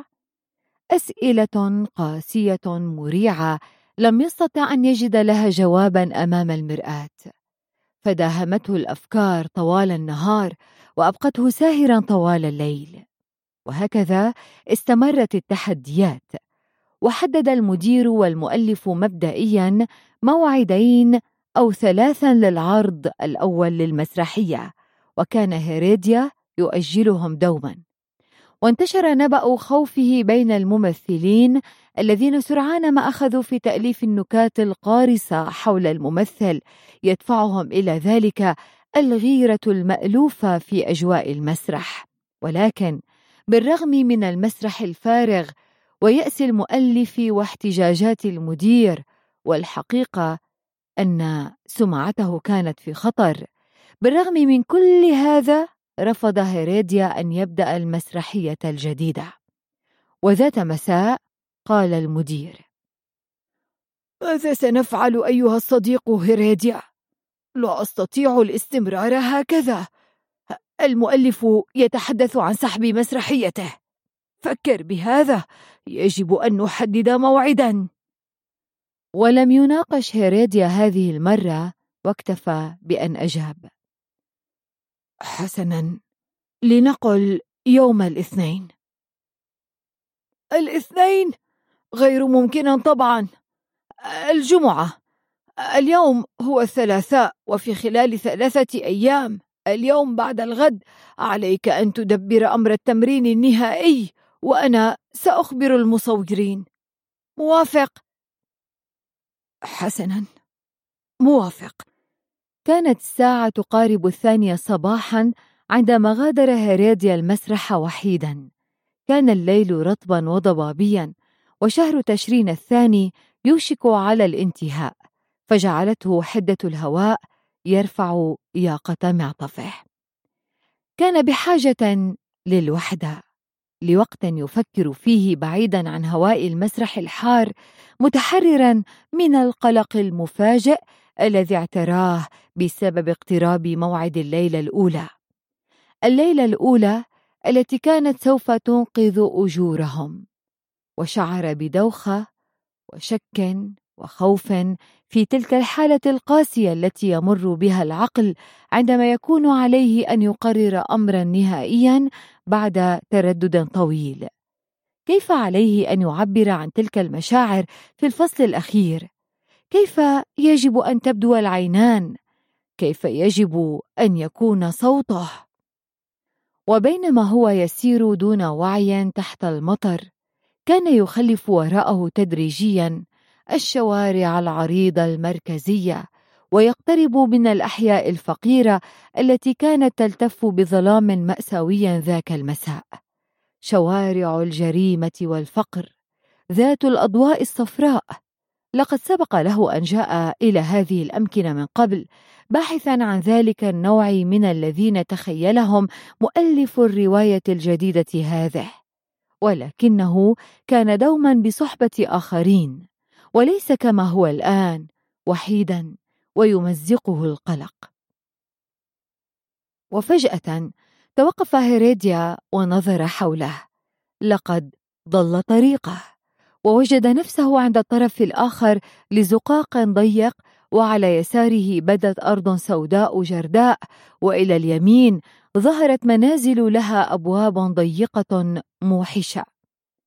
Speaker 2: أسئلة قاسية مريعة لم يستطع أن يجد لها جوابا أمام المرآة، فداهمته الأفكار طوال النهار وأبقته ساهرا طوال الليل. وهكذا استمرت التحديات، وحدد المدير والمؤلف مبدئيا موعدين أو ثلاثا للعرض الأول للمسرحية، وكان هيريديا يؤجلهم دوما. وانتشر نبأ خوفه بين الممثلين الذين سرعان ما أخذوا في تأليف النكات القارصة حول الممثل يدفعهم إلى ذلك الغيرة المألوفة في أجواء المسرح. ولكن بالرغم من المسرح الفارغ ويأس المؤلف واحتجاجات المدير، والحقيقة أن سمعته كانت في خطر، بالرغم من كل هذا رفض هيريديا أن يبدأ المسرحية الجديدة. وذات مساء قال المدير:
Speaker 3: ماذا سنفعل أيها الصديق هيريديا؟ لا أستطيع الاستمرار هكذا. المؤلف يتحدث عن سحب مسرحيته. فكر بهذا، يجب أن نحدد موعدا.
Speaker 2: ولم يناقش هيريديا هذه المرة، واكتفى بأن أجاب:
Speaker 3: حسنا، لنقل يوم الاثنين. الاثنين غير ممكن طبعا. الجمعة. اليوم هو الثلاثاء، وفي خلال ثلاثة أيام اليوم بعد الغد عليك أن تدبر أمر التمرين النهائي، وأنا سأخبر المصورين. موافق؟ حسنا، موافق.
Speaker 2: كانت الساعة تقارب الثانية صباحا عندما غادر هيريديا المسرح وحيدا. كان الليل رطبا وضبابيا، وشهر تشرين الثاني يوشك على الانتهاء، فجعلته حدة الهواء يرفع ياقة معطفه. كان بحاجة للوحدة، لوقت يفكر فيه بعيدا عن هواء المسرح الحار، متحررا من القلق المفاجئ الذي اعتراه بسبب اقتراب موعد الليلة الأولى. الليلة الأولى التي كانت سوف تنقذ أجورهم. وشعر بدوخة وشك وخوف في تلك الحالة القاسية التي يمر بها العقل عندما يكون عليه أن يقرر أمرا نهائيا بعد تردد طويل. كيف عليه أن يعبر عن تلك المشاعر في الفصل الأخير؟ كيف يجب أن تبدو العينان؟ كيف يجب أن يكون صوته؟ وبينما هو يسير دون وعي تحت المطر، كان يخلف وراءه تدريجيا الشوارع العريضة المركزية، ويقترب من الأحياء الفقيرة التي كانت تلتف بظلام مأساوي ذاك المساء. شوارع الجريمة والفقر ذات الأضواء الصفراء. لقد سبق له أن جاء إلى هذه الأمكنة من قبل، باحثا عن ذلك النوع من الذين تخيلهم مؤلف الرواية الجديدة هذه، ولكنه كان دوما بصحبة آخرين، وليس كما هو الآن وحيدا ويمزقه القلق. وفجأة توقف هيريديا ونظر حوله. لقد ضل طريقه، ووجد نفسه عند الطرف الآخر لزقاق ضيق، وعلى يساره بدت أرض سوداء جرداء، وإلى اليمين ظهرت منازل لها أبواب ضيقة موحشة.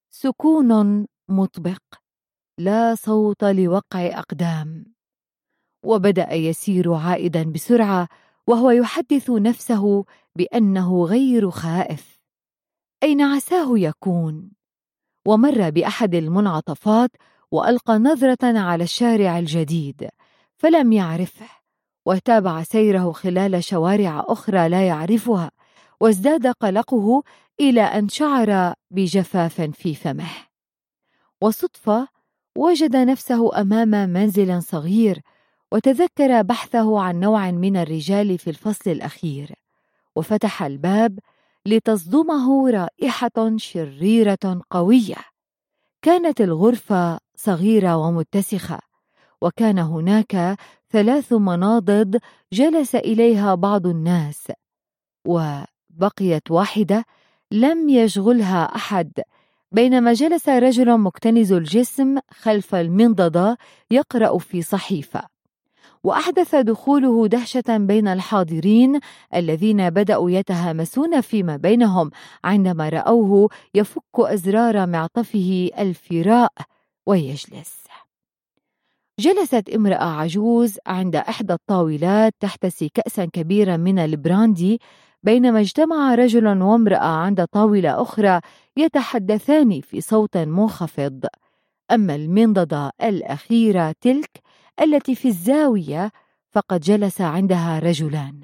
Speaker 2: سكون مطبق، لا صوت لوقع أقدام. وبدأ يسير عائدا بسرعة وهو يحدث نفسه بأنه غير خائف. أين عساه يكون؟ ومر بأحد المنعطفات وألقى نظرة على الشارع الجديد فلم يعرفه، وتابع سيره خلال شوارع أخرى لا يعرفها، وازداد قلقه إلى أن شعر بجفاف في فمه. وصدفة وجد نفسه أمام منزل صغير، وتذكر بحثه عن نوع من الرجال في الفصل الأخير، وفتح الباب لتصدمه رائحة شريرة قوية. كانت الغرفة صغيرة ومتسخة، وكان هناك ثلاث مناضد جلس إليها بعض الناس، وبقيت واحدة لم يشغلها أحد، بينما جلس رجل مكتنز الجسم خلف المنضدة يقرأ في صحيفة. وأحدث دخوله دهشة بين الحاضرين الذين بدأوا يتهامسون فيما بينهم عندما رأوه يفك أزرار معطفه الفراء ويجلس. جلست امرأة عجوز عند إحدى الطاولات تحتسي كأسا كبيرا من البراندي، بينما اجتمع رجل وامرأة عند طاولة أخرى يتحدثان في صوت منخفض. أما المنضدة الأخيرة تلك التي في الزاوية فقد جلس عندها رجلان.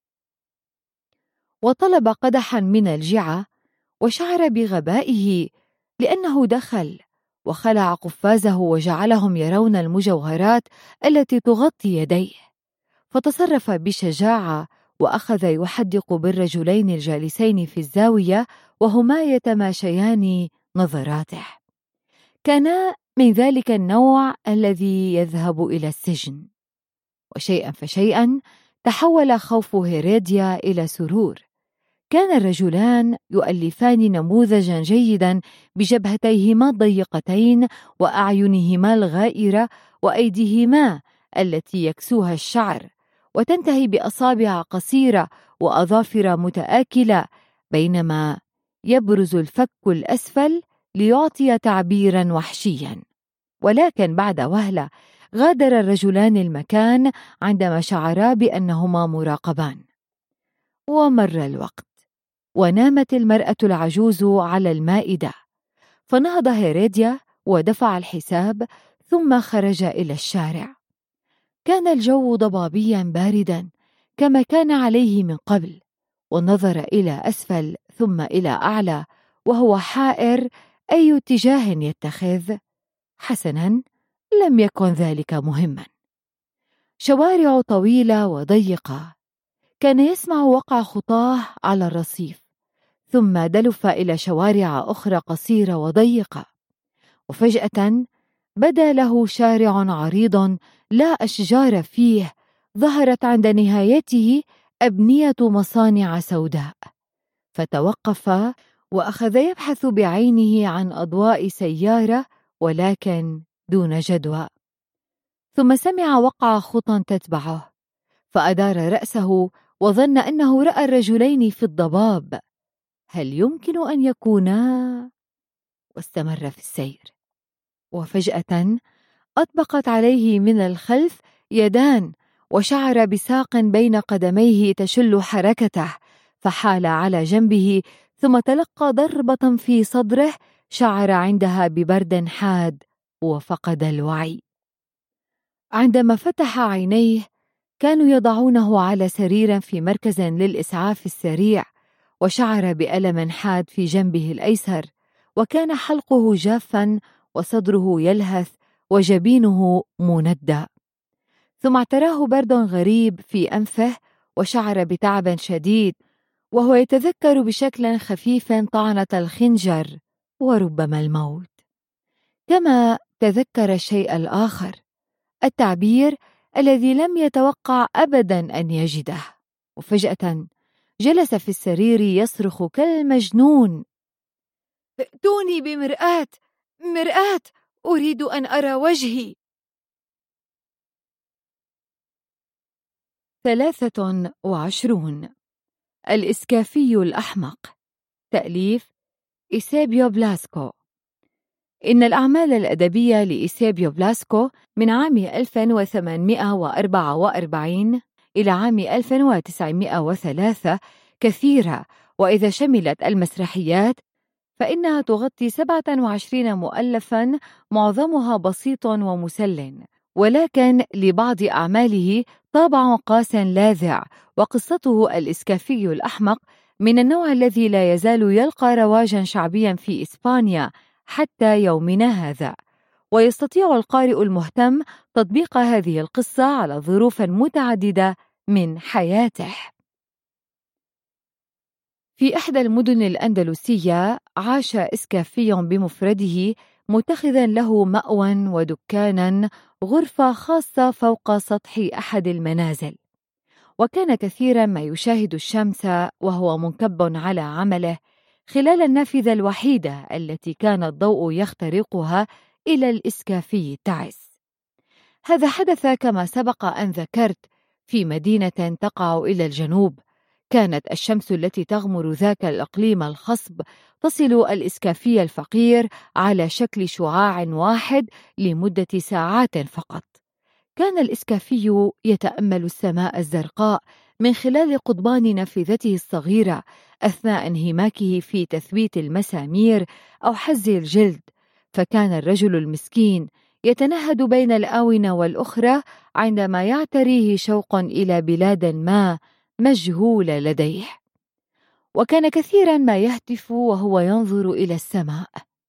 Speaker 2: وطلب قدحا من الجعة، وشعر بغبائه لأنه دخل وخلع قفازه وجعلهم يرون المجوهرات التي تغطي يديه، فتصرف بشجاعة وأخذ يحدق بالرجلين الجالسين في الزاوية وهما يتماشيان نظراته. كانا من ذلك النوع الذي يذهب إلى السجن. وشيئا فشيئا تحول خوف هيروديا إلى سرور. كان الرجلان يؤلفان نموذجا جيدا بجبهتيهما الضيقتين وأعينهما الغائرة وأيديهما التي يكسوها الشعر، وتنتهي بأصابع قصيرة وأظافر متآكلة، بينما يبرز الفك الأسفل ليعطي تعبيرا وحشيا. ولكن بعد وهلة غادر الرجلان المكان عندما شعرا بأنهما مراقبان. ومر الوقت، ونامت المرأة العجوز على المائدة، فنهض هيروديا ودفع الحساب ثم خرج إلى الشارع. كان الجو ضبابيا باردا كما كان عليه من قبل، ونظر إلى أسفل ثم إلى أعلى وهو حائر أي اتجاه يتخذ. حسنا، لم يكن ذلك مهما. شوارع طويلة وضيقة، كان يسمع وقع خطاه على الرصيف، ثم دلف إلى شوارع أخرى قصيرة وضيقة، وفجأة بدا له شارع عريض لا أشجار فيه، ظهرت عند نهايته أبنية مصانع سوداء، فتوقف وأخذ يبحث بعينه عن أضواء سيارة، ولكن دون جدوى. ثم سمع وقع خطى تتبعه، فأدار رأسه وظن أنه رأى الرجلين في الضباب. هل يمكن أن يكونا؟ واستمر في السير، وفجأة أطبقت عليه من الخلف يدان، وشعر بساق بين قدميه تشل حركته، فحال على جنبه، ثم تلقى ضربة في صدره شعر عندها ببرد حاد وفقد الوعي. عندما فتح عينيه كانوا يضعونه على سرير في مركز للإسعاف السريع، وشعر بألم حاد في جنبه الأيسر، وكان حلقه جافا وصدره يلهث وجبينه مندى. ثم اعتراه برد غريب في أنفه، وشعر بتعب شديد وهو يتذكر بشكل خفيف طعنة الخنجر وربما الموت. كما تذكر الشيء الآخر، التعبير الذي لم يتوقع أبدا أن يجده. وفجأة جلس في السرير يصرخ كالمجنون:
Speaker 4: ائتوني بمرآة، مرآة، أريد أن أرى وجهي.
Speaker 2: ثلاثة وعشرون. الإسكافي الأحمق، تأليف إيسابيو بلاسكو، إن الأعمال الأدبية لإيسيبيو بلاسكو من عام ألف وثمانمائة وأربعة وأربعين إلى عام ألف وتسعمائة وثلاثة كثيرة، وإذا شملت المسرحيات فإنها تغطي سبعة وعشرين مؤلفاً معظمها بسيط ومسل، ولكن لبعض أعماله طابع قاس لاذع، وقصته الإسكافي الأحمق من النوع الذي لا يزال يلقى رواجاً شعبياً في إسبانيا حتى يومنا هذا. ويستطيع القارئ المهتم تطبيق هذه القصة على ظروف متعددة من حياته. في إحدى المدن الأندلسية عاش إسكافي بمفرده، متخذا له مأوى ودكانا غرفة خاصة فوق سطح أحد المنازل، وكان كثيرا ما يشاهد الشمس وهو منكب على عمله خلال النافذة الوحيدة التي كان الضوء يخترقها إلى الإسكافي التعس. هذا حدث كما سبق أن ذكرت في مدينة تقع إلى الجنوب. كانت الشمس التي تغمر ذاك الإقليم الخصب تصل الإسكافي الفقير على شكل شعاع واحد لمدة ساعات فقط. كان الإسكافي يتأمل السماء الزرقاء من خلال قضبان نافذته الصغيرة أثناء انهماكه في تثبيت المسامير أو حز الجلد، فكان الرجل المسكين يتنهد بين الآونة والأخرى عندما يعتريه شوق إلى بلاد ما مجهولة لديه، وكان كثيرا ما يهتف وهو ينظر إلى السماء: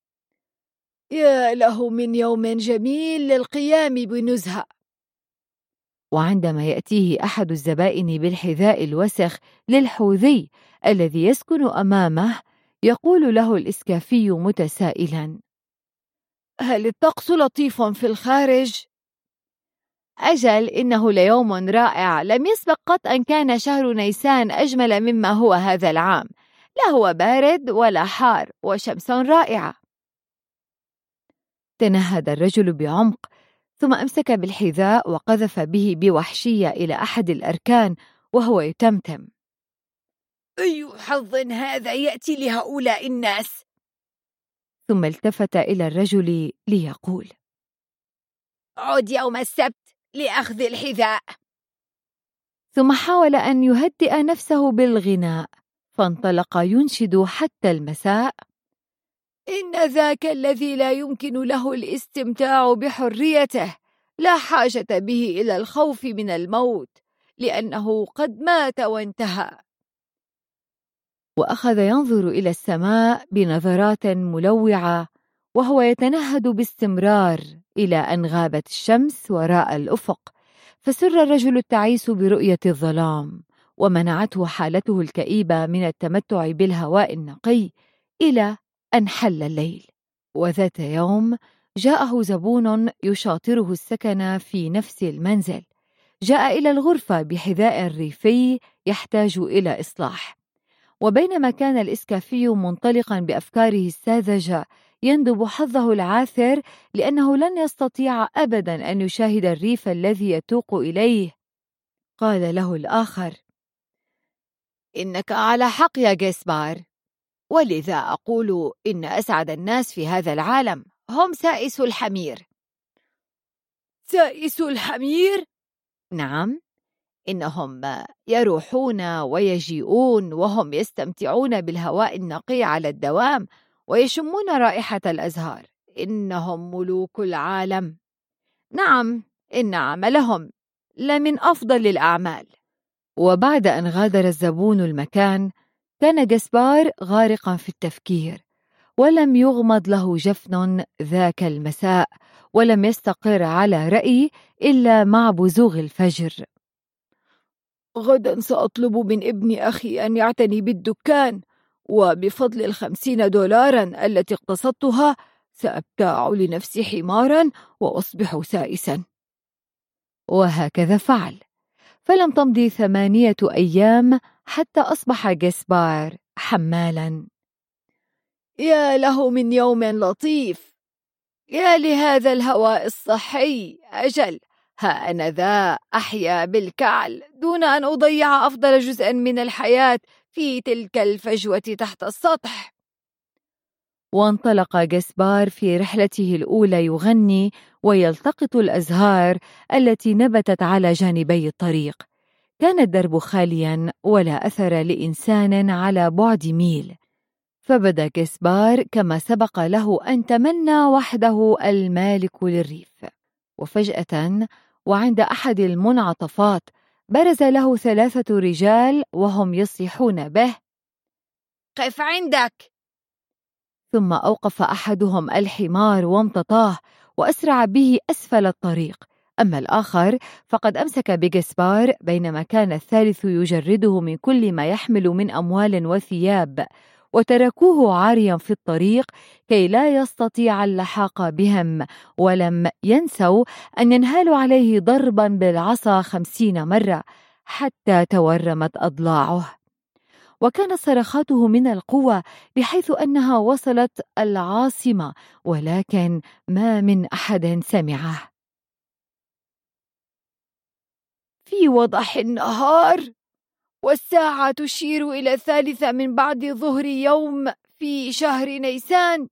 Speaker 3: يا له من يوم جميل للقيام بنزهة.
Speaker 2: وعندما يأتيه أحد الزبائن بالحذاء الوسخ للحوذي الذي يسكن أمامه يقول له الإسكافي متسائلا:
Speaker 3: هل الطقس لطيف في الخارج؟
Speaker 4: أجل، إنه ليوم رائع، لم يسبق قط أن كان شهر نيسان أجمل مما هو هذا العام، لا هو بارد ولا حار، وشمس رائعة.
Speaker 2: تنهد الرجل بعمق، ثم أمسك بالحذاء وقذف به بوحشية إلى أحد الأركان وهو يتمتم:
Speaker 3: أي حظ هذا يأتي لهؤلاء الناس.
Speaker 2: ثم التفت إلى الرجل ليقول:
Speaker 3: عد يوم السبت لأخذ الحذاء.
Speaker 2: ثم حاول أن يهدئ نفسه بالغناء، فانطلق ينشد حتى المساء:
Speaker 3: إن ذاك الذي لا يمكن له الاستمتاع بحريته لا حاجة به إلى الخوف من الموت، لأنه قد مات وانتهى.
Speaker 2: وأخذ ينظر إلى السماء بنظرات ملوعة وهو يتنهد باستمرار إلى أن غابت الشمس وراء الأفق، فسر الرجل التعيس برؤية الظلام، ومنعته حالته الكئيبة من التمتع بالهواء النقي إلى أن حل الليل. وذات يوم جاءه زبون يشاطره السكن في نفس المنزل. جاء إلى الغرفة بحذاء ريفي يحتاج إلى إصلاح، وبينما كان الإسكافي منطلقا بأفكاره الساذجة يندب حظه العاثر لأنه لن يستطيع أبدا أن يشاهد الريف الذي يتوق إليه، قال له الآخر:
Speaker 4: إنك على حق يا جيسبار، ولذا أقول إن أسعد الناس في هذا العالم هم سائس الحمير.
Speaker 3: سائس الحمير؟
Speaker 4: نعم، إنهم يروحون ويجيئون وهم يستمتعون بالهواء النقي على الدوام ويشمون رائحة الأزهار. إنهم ملوك العالم. نعم، إن عملهم لمن أفضل الأعمال.
Speaker 2: وبعد أن غادر الزبون المكان كان جاسبار غارقا في التفكير، ولم يغمض له جفن ذاك المساء، ولم يستقر على رأي إلا مع بزوغ الفجر.
Speaker 3: غدا سأطلب من ابن أخي أن يعتني بالدكان، وبفضل الخمسين دولاراً التي اقتصدتها سأبتاع لنفسي حماراً وأصبح سائساً.
Speaker 2: وهكذا فعل، فلم تمضي ثمانية أيام حتى أصبح جاسبار حمالاً.
Speaker 3: يا له من يوم لطيف، يا لهذا الهواء الصحي. أجل، ها أنا ذا أحيا بالكعل دون أن أضيع أفضل جزء من الحياة في تلك الفجوة تحت السطح.
Speaker 2: وانطلق جسبار في رحلته الأولى يغني ويلتقط الأزهار التي نبتت على جانبي الطريق. كان الدرب خالياً ولا أثر لإنسان على بعد ميل، فبدا جسبار كما سبق له أن تمنى وحده المالك للريف. وفجأة وعند أحد المنعطفات برز له ثلاثة رجال وهم يصيحون به:
Speaker 4: قف عندك!
Speaker 2: ثم أوقف أحدهم الحمار وامتطاه وأسرع به أسفل الطريق، أما الآخر فقد أمسك بجسبار بينما كان الثالث يجرده من كل ما يحمل من أموال وثياب، وتركوه عاريا في الطريق كي لا يستطيع اللحاق بهم، ولم ينسوا أن ينهالوا عليه ضربا بالعصا خمسين مرة حتى تورمت أضلاعه. وكانت صرخاته من القوة بحيث أنها وصلت العاصمة، ولكن ما من أحد سمعه.
Speaker 3: في وضح النهار والساعة تشير إلى الثالثة من بعد ظهر يوم في شهر نيسان.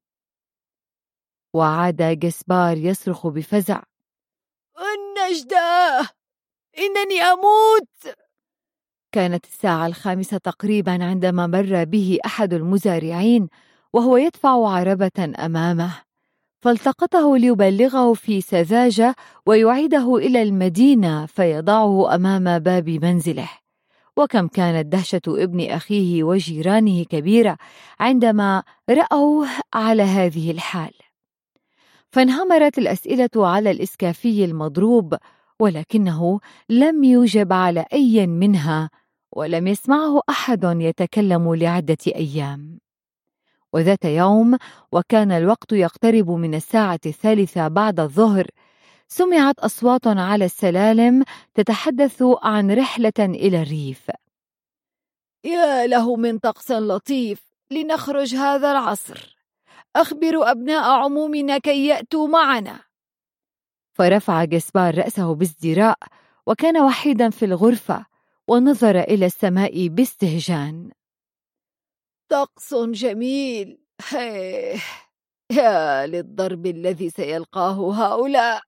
Speaker 2: وعاد جسبار يصرخ بفزع:
Speaker 3: النجدة، إنني أموت.
Speaker 2: كانت الساعة الخامسة تقريبا عندما مر به أحد المزارعين وهو يدفع عربة أمامه، فالتقطه ليبلغه في سذاجة ويعيده إلى المدينة فيضعه أمام باب منزله. وكم كانت دهشة ابن أخيه وجيرانه كبيرة عندما رأوه على هذه الحال. فانهمرت الأسئلة على الإسكافي المضروب، ولكنه لم يجب على أي منها، ولم يسمعه أحد يتكلم لعدة أيام. وذات يوم وكان الوقت يقترب من الساعة الثالثة بعد الظهر، سمعت أصوات على السلالم تتحدث عن رحلة إلى الريف.
Speaker 3: يا له من طقس لطيف، لنخرج هذا العصر. أخبر أبناء عمومنا كي يأتوا معنا.
Speaker 2: فرفع جسبار رأسه بازدراء، وكان وحيدا في الغرفة، ونظر إلى السماء باستهجان.
Speaker 3: طقس جميل، هيه يا للضرب الذي سيلقاه هؤلاء.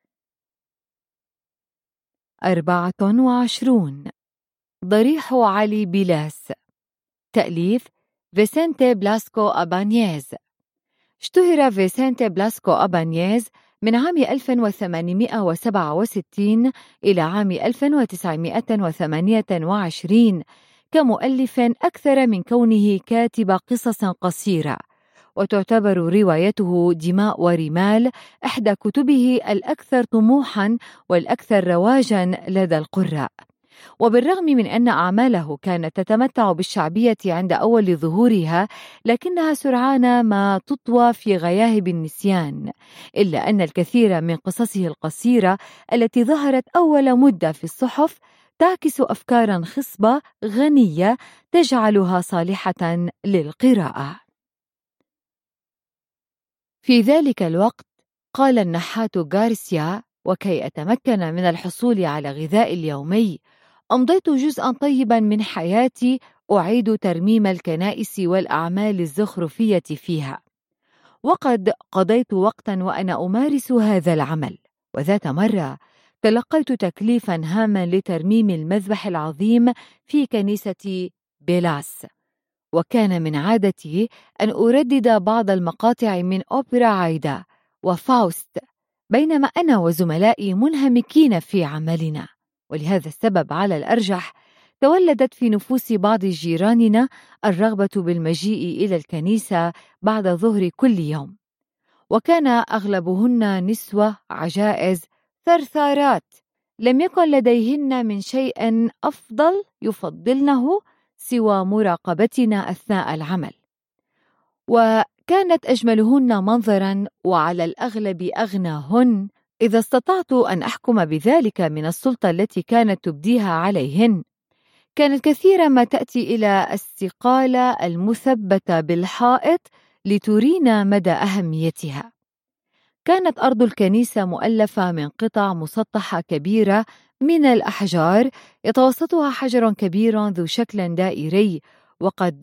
Speaker 2: أربعة وعشرون. ضريح علي بيلاس. تأليف فيسنتي بلاسكو أبانييز. اشتهر فيسنتي بلاسكو أبانييز من عام ألف وثمانمائة وسبعة وستين إلى عام ألف وتسعمائة وثمانية وعشرين كمؤلف أكثر من كونه كاتب قصص قصيرة، وتعتبر روايته دماء ورمال إحدى كتبه الأكثر طموحاً والأكثر رواجاً لدى القراء. وبالرغم من أن أعماله كانت تتمتع بالشعبية عند أول ظهورها، لكنها سرعان ما تطوى في غياهب النسيان، إلا أن الكثير من قصصه القصيرة التي ظهرت أول مدة في الصحف تعكس أفكاراً خصبة غنية تجعلها صالحة للقراءة. في ذلك الوقت قال النحات غارسيا: وكي أتمكن من الحصول على غذاء اليومي أمضيت جزءاً طيباً من حياتي أعيد ترميم الكنائس والأعمال الزخرفية فيها، وقد قضيت وقتاً وأنا أمارس هذا العمل. وذات مرة تلقيت تكليفاً هاماً لترميم المذبح العظيم في كنيسة بيلاس، وكان من عادتي أن أردد بعض المقاطع من أوبرا عايدة وفاوست بينما أنا وزملائي منهمكين في عملنا. ولهذا السبب على الأرجح تولدت في نفوس بعض جيراننا الرغبة بالمجيء إلى الكنيسة بعد ظهر كل يوم، وكان أغلبهن نسوة عجائز ثرثارات لم يكن لديهن من شيء أفضل يفضلنه سوى مراقبتنا أثناء العمل، وكانت أجملهن منظراً وعلى الأغلب أغناهن، إذا استطعت أن أحكم بذلك من السلطة التي كانت تبديها عليهن. كانت كثيرا ما تأتي إلى السقالة المثبتة بالحائط لترينا مدى أهميتها. كانت أرض الكنيسة مؤلفة من قطع مسطحة كبيرة من الأحجار، يتوسطها حجر كبير ذو شكل دائري، وقد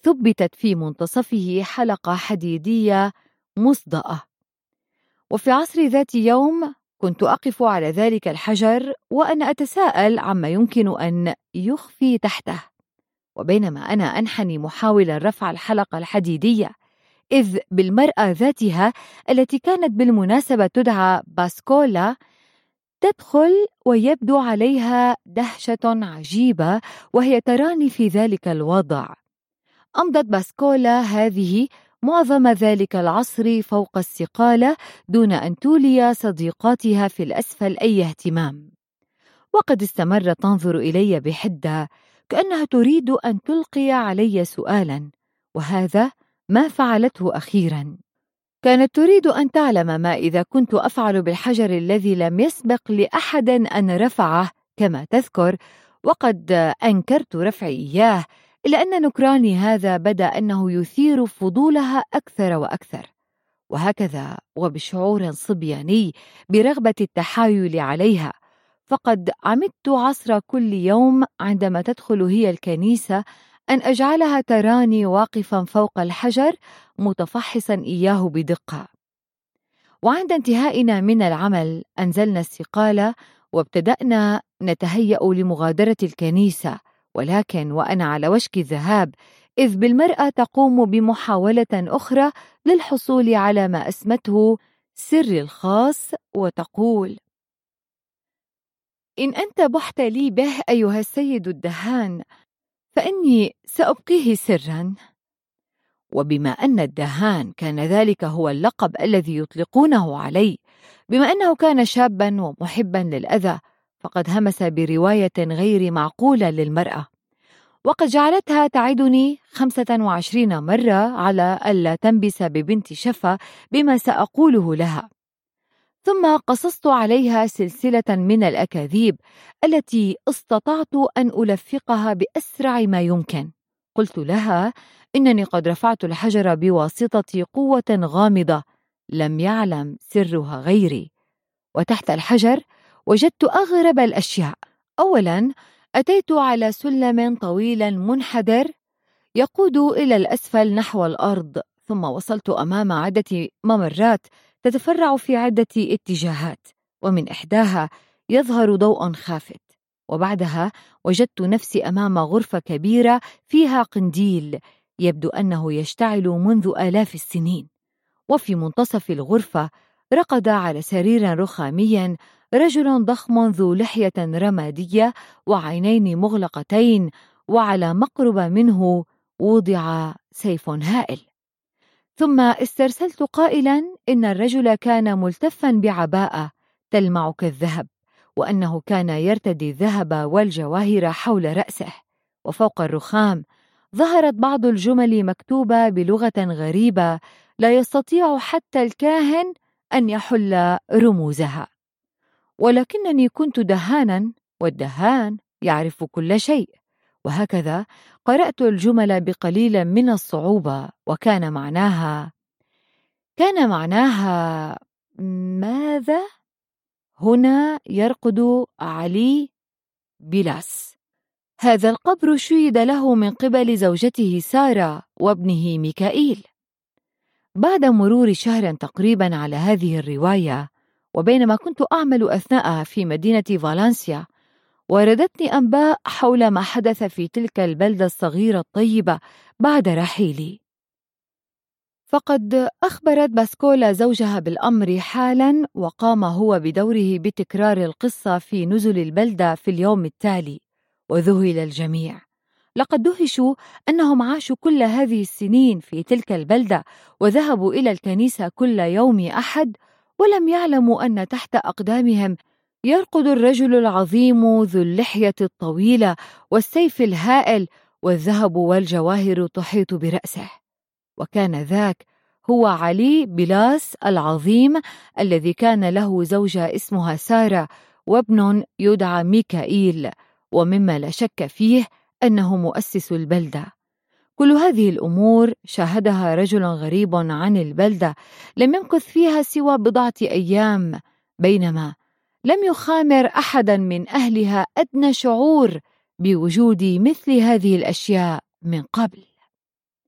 Speaker 2: ثبتت في منتصفه حلقة حديدية مصدأة. وفي عصر ذات يوم كنت أقف على ذلك الحجر وأنا أتساءل عما يمكن أن يخفي تحته. وبينما أنا أنحني محاولا رفع الحلقة الحديدية، إذ بالمرأة ذاتها التي كانت بالمناسبة تدعى باسكولا تدخل، ويبدو عليها دهشة عجيبة وهي تراني في ذلك الوضع. أمضت باسكولا هذه معظم ذلك العصر فوق السقالة دون أن تولي صديقاتها في الأسفل أي اهتمام، وقد استمرت تنظر إلي بحدة كأنها تريد أن تلقي علي سؤالا، وهذا ما فعلته أخيرا. كانت تريد أن تعلم ما إذا كنت أفعل بالحجر الذي لم يسبق لأحد أن رفعه كما تذكر، وقد أنكرت رفعي إياه، إلا أن نكراني هذا بدا أنه يثير فضولها أكثر وأكثر. وهكذا وبشعور صبياني برغبة التحايل عليها، فقد عمدت عصر كل يوم عندما تدخل هي الكنيسة أن أجعلها تراني واقفا فوق الحجر متفحصا إياه بدقة. وعند انتهائنا من العمل أنزلنا السقالة وابتدأنا نتهيأ لمغادرة الكنيسة، ولكن وأنا على وشك الذهاب إذ بالمرأة تقوم بمحاولة أخرى للحصول على ما أسمته سري الخاص، وتقول: إن أنت بحت لي به أيها السيد الدهان فإني سأبقيه سرا. وبما أن الدهان كان ذلك هو اللقب الذي يطلقونه علي، بما أنه كان شابا ومحبا للأذى، فقد همس برواية غير معقولة للمرأة، وقد جعلتها تعدني خمسة وعشرين مرة على ألا تنبس ببنت شفا بما سأقوله لها. ثم قصصت عليها سلسلة من الأكاذيب التي استطعت أن ألفقها بأسرع ما يمكن. قلت لها إنني قد رفعت الحجر بواسطة قوة غامضة لم يعلم سرها غيري، وتحت الحجر وجدت أغرب الأشياء. أولاً أتيت على سلم طويل منحدر يقود إلى الأسفل نحو الأرض، ثم وصلت أمام عدة ممرات تتفرع في عدة اتجاهات، ومن إحداها يظهر ضوء خافت، وبعدها وجدت نفسي أمام غرفة كبيرة فيها قنديل يبدو أنه يشتعل منذ آلاف السنين. وفي منتصف الغرفة رقد على سرير رخامي رجل ضخم ذو لحية رمادية وعينين مغلقتين، وعلى مقرب منه وضع سيف هائل. ثم استرسلت قائلا إن الرجل كان ملتفا بعباءة تلمع كالذهب، وأنه كان يرتدي الذهب والجواهر حول رأسه. وفوق الرخام ظهرت بعض الجمل مكتوبة بلغة غريبة لا يستطيع حتى الكاهن أن يحل رموزها، ولكنني كنت دهانا، والدهان يعرف كل شيء. وهكذا قرأت الجمل بقليل من الصعوبة، وكان معناها كان معناها ماذا؟ هنا يرقد علي بيلاس. هذا القبر شيد له من قبل زوجته سارة وابنه ميكائيل. بعد مرور شهر تقريبا على هذه الرواية، وبينما كنت أعمل أثناءها في مدينة فالنسيا، وردتني أنباء حول ما حدث في تلك البلدة الصغيرة الطيبة بعد رحيلي. فقد أخبرت باسكولا زوجها بالأمر حالا، وقام هو بدوره بتكرار القصة في نزل البلدة في اليوم التالي، وذهل الجميع. لقد دهشوا أنهم عاشوا كل هذه السنين في تلك البلدة وذهبوا إلى الكنيسة كل يوم أحد، ولم يعلموا أن تحت أقدامهم يرقد الرجل العظيم ذو اللحية الطويلة والسيف الهائل والذهب والجواهر تحيط برأسه. وكان ذاك هو علي بيلاس العظيم الذي كان له زوجة اسمها سارة وابن يدعى ميكائيل، ومما لا شك فيه أنه مؤسس البلدة. كل هذه الأمور شاهدها رجل غريب عن البلدة لم يمكث فيها سوى بضعة أيام، بينما لم يخامر أحدا من أهلها أدنى شعور بوجود مثل هذه الأشياء من قبل.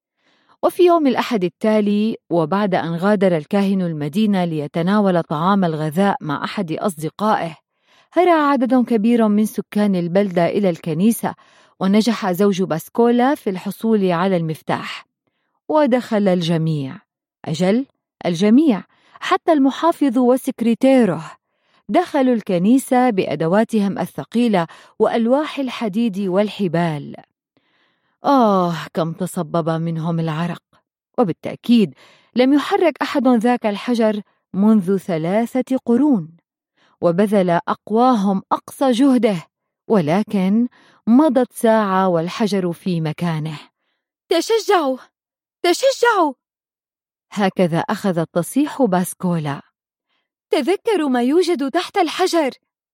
Speaker 2: وفي يوم الأحد التالي، وبعد أن غادر الكاهن المدينة ليتناول طعام الغذاء مع أحد أصدقائه، هرع عدد كبير من سكان البلدة إلى الكنيسة، ونجح زوج باسكولا في الحصول على المفتاح، ودخل الجميع، أجل الجميع، حتى المحافظ وسكرتيره، دخلوا الكنيسة بأدواتهم الثقيلة وألواح الحديد والحبال. آه، كم تصبب منهم العرق، وبالتأكيد لم يحرك أحد ذاك الحجر منذ ثلاثة قرون، وبذل أقواهم أقصى جهده، ولكن مضت ساعة والحجر في مكانه.
Speaker 3: تشجعوا تشجعوا،
Speaker 2: هكذا أخذت تصيح باسكولا.
Speaker 3: تذكروا ما يوجد تحت الحجر.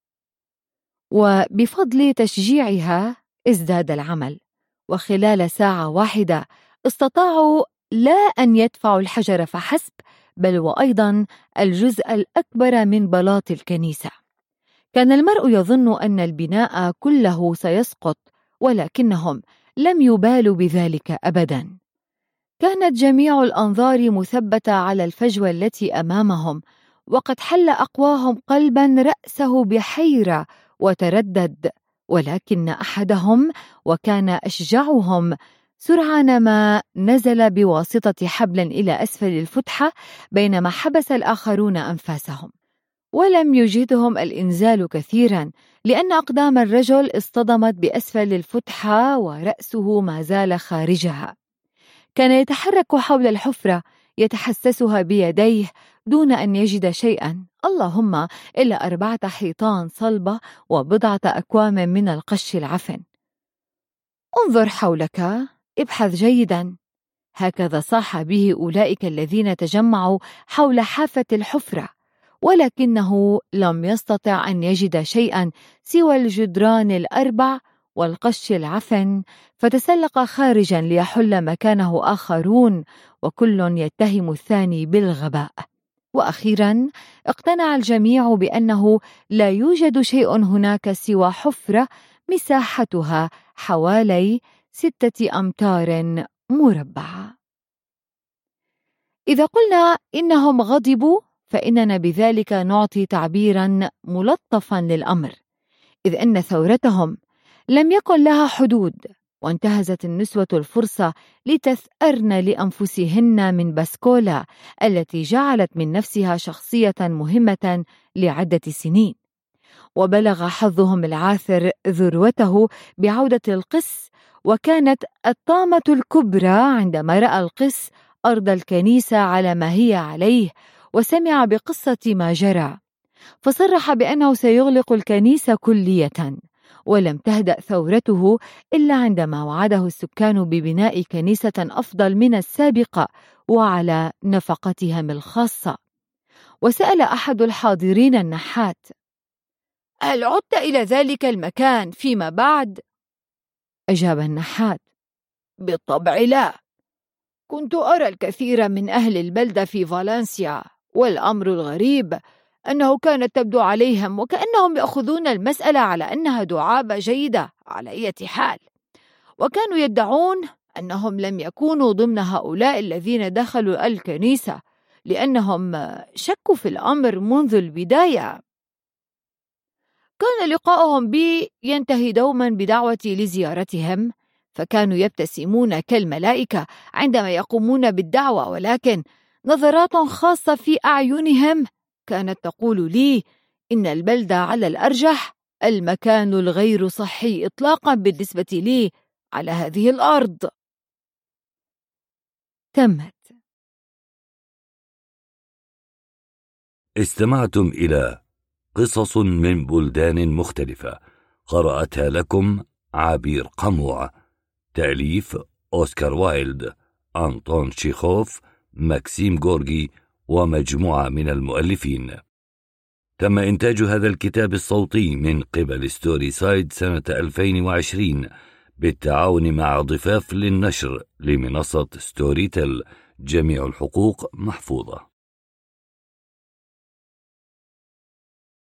Speaker 2: وبفضل تشجيعها ازداد العمل، وخلال ساعة واحدة استطاعوا لا أن يدفعوا الحجر فحسب، بل وأيضا الجزء الأكبر من بلاط الكنيسة. كان المرء يظن أن البناء كله سيسقط، ولكنهم لم يبالوا بذلك أبدا. كانت جميع الأنظار مثبتة على الفجوة التي أمامهم، وقد حل أقواهم قلبا رأسه بحيرة وتردد، ولكن أحدهم، وكان أشجعهم، سرعان ما نزل بواسطة حبل إلى أسفل الفتحة، بينما حبس الآخرون أنفاسهم. ولم يجهدهم الإنزال كثيرا، لأن أقدام الرجل اصطدمت بأسفل الفتحة ورأسه ما زال خارجها. كان يتحرك حول الحفرة يتحسسها بيديه دون أن يجد شيئا، اللهم إلا أربعة حيطان صلبة وبضعة أكوام من القش العفن. انظر حولك، ابحث جيدا. هكذا صاح به أولئك الذين تجمعوا حول حافة الحفرة، ولكنه لم يستطع أن يجد شيئا سوى الجدران الأربع والقش العفن، فتسلق خارجا ليحل مكانه آخرون، وكل يتهم الثاني بالغباء. وأخيرا اقتنع الجميع بأنه لا يوجد شيء هناك سوى حفرة مساحتها حوالي ستة أمتار مربعة. إذا قلنا إنهم غضبوا، فإننا بذلك نعطي تعبيرا ملطفا للأمر، إذ أن ثورتهم لم يكن لها حدود، وانتهزت النسوة الفرصة لتثأرن لأنفسهن من باسكولا التي جعلت من نفسها شخصية مهمة لعدة سنين. وبلغ حظهم العاثر ذروته بعودة القس، وكانت الطامة الكبرى عندما رأى القس أرض الكنيسة على ما هي عليه وسمع بقصة ما جرى، فصرح بأنه سيغلق الكنيسة كلية. ولم تهدأ ثورته إلا عندما وعده السكان ببناء كنيسة أفضل من السابقة وعلى نفقتهم الخاصة. وسأل أحد الحاضرين النحات:
Speaker 3: هل عدت إلى ذلك المكان فيما بعد؟
Speaker 2: أجاب النحات:
Speaker 3: بالطبع لا، كنت أرى الكثير من أهل البلدة في فالنسيا، والأمر الغريب أنه كانت تبدو عليهم وكأنهم يأخذون المسألة على أنها دعابة جيدة على أي حال، وكانوا يدعون أنهم لم يكونوا ضمن هؤلاء الذين دخلوا الكنيسة، لأنهم شكوا في الأمر منذ البداية. كان لقاؤهم بي ينتهي دوما بدعوتي لزيارتهم، فكانوا يبتسمون كالملائكة عندما يقومون بالدعوة، ولكن نظرات خاصة في أعينهم كانت تقول لي إن البلدة على الأرجح المكان الغير صحي إطلاقا بالنسبة لي على هذه الأرض.
Speaker 2: تمت.
Speaker 1: استمعتم إلى قصص من بلدان مختلفة، قرأتها لكم عبير قموع، تأليف أوسكار وايلد، أنطون تشيخوف، ماكسيم غورغي ومجموعة من المؤلفين. تم إنتاج هذا الكتاب الصوتي من قبل ستوري سايد سنة ألفين وعشرين بالتعاون مع ضفاف للنشر لمنصة ستوري تيل. جميع الحقوق محفوظة.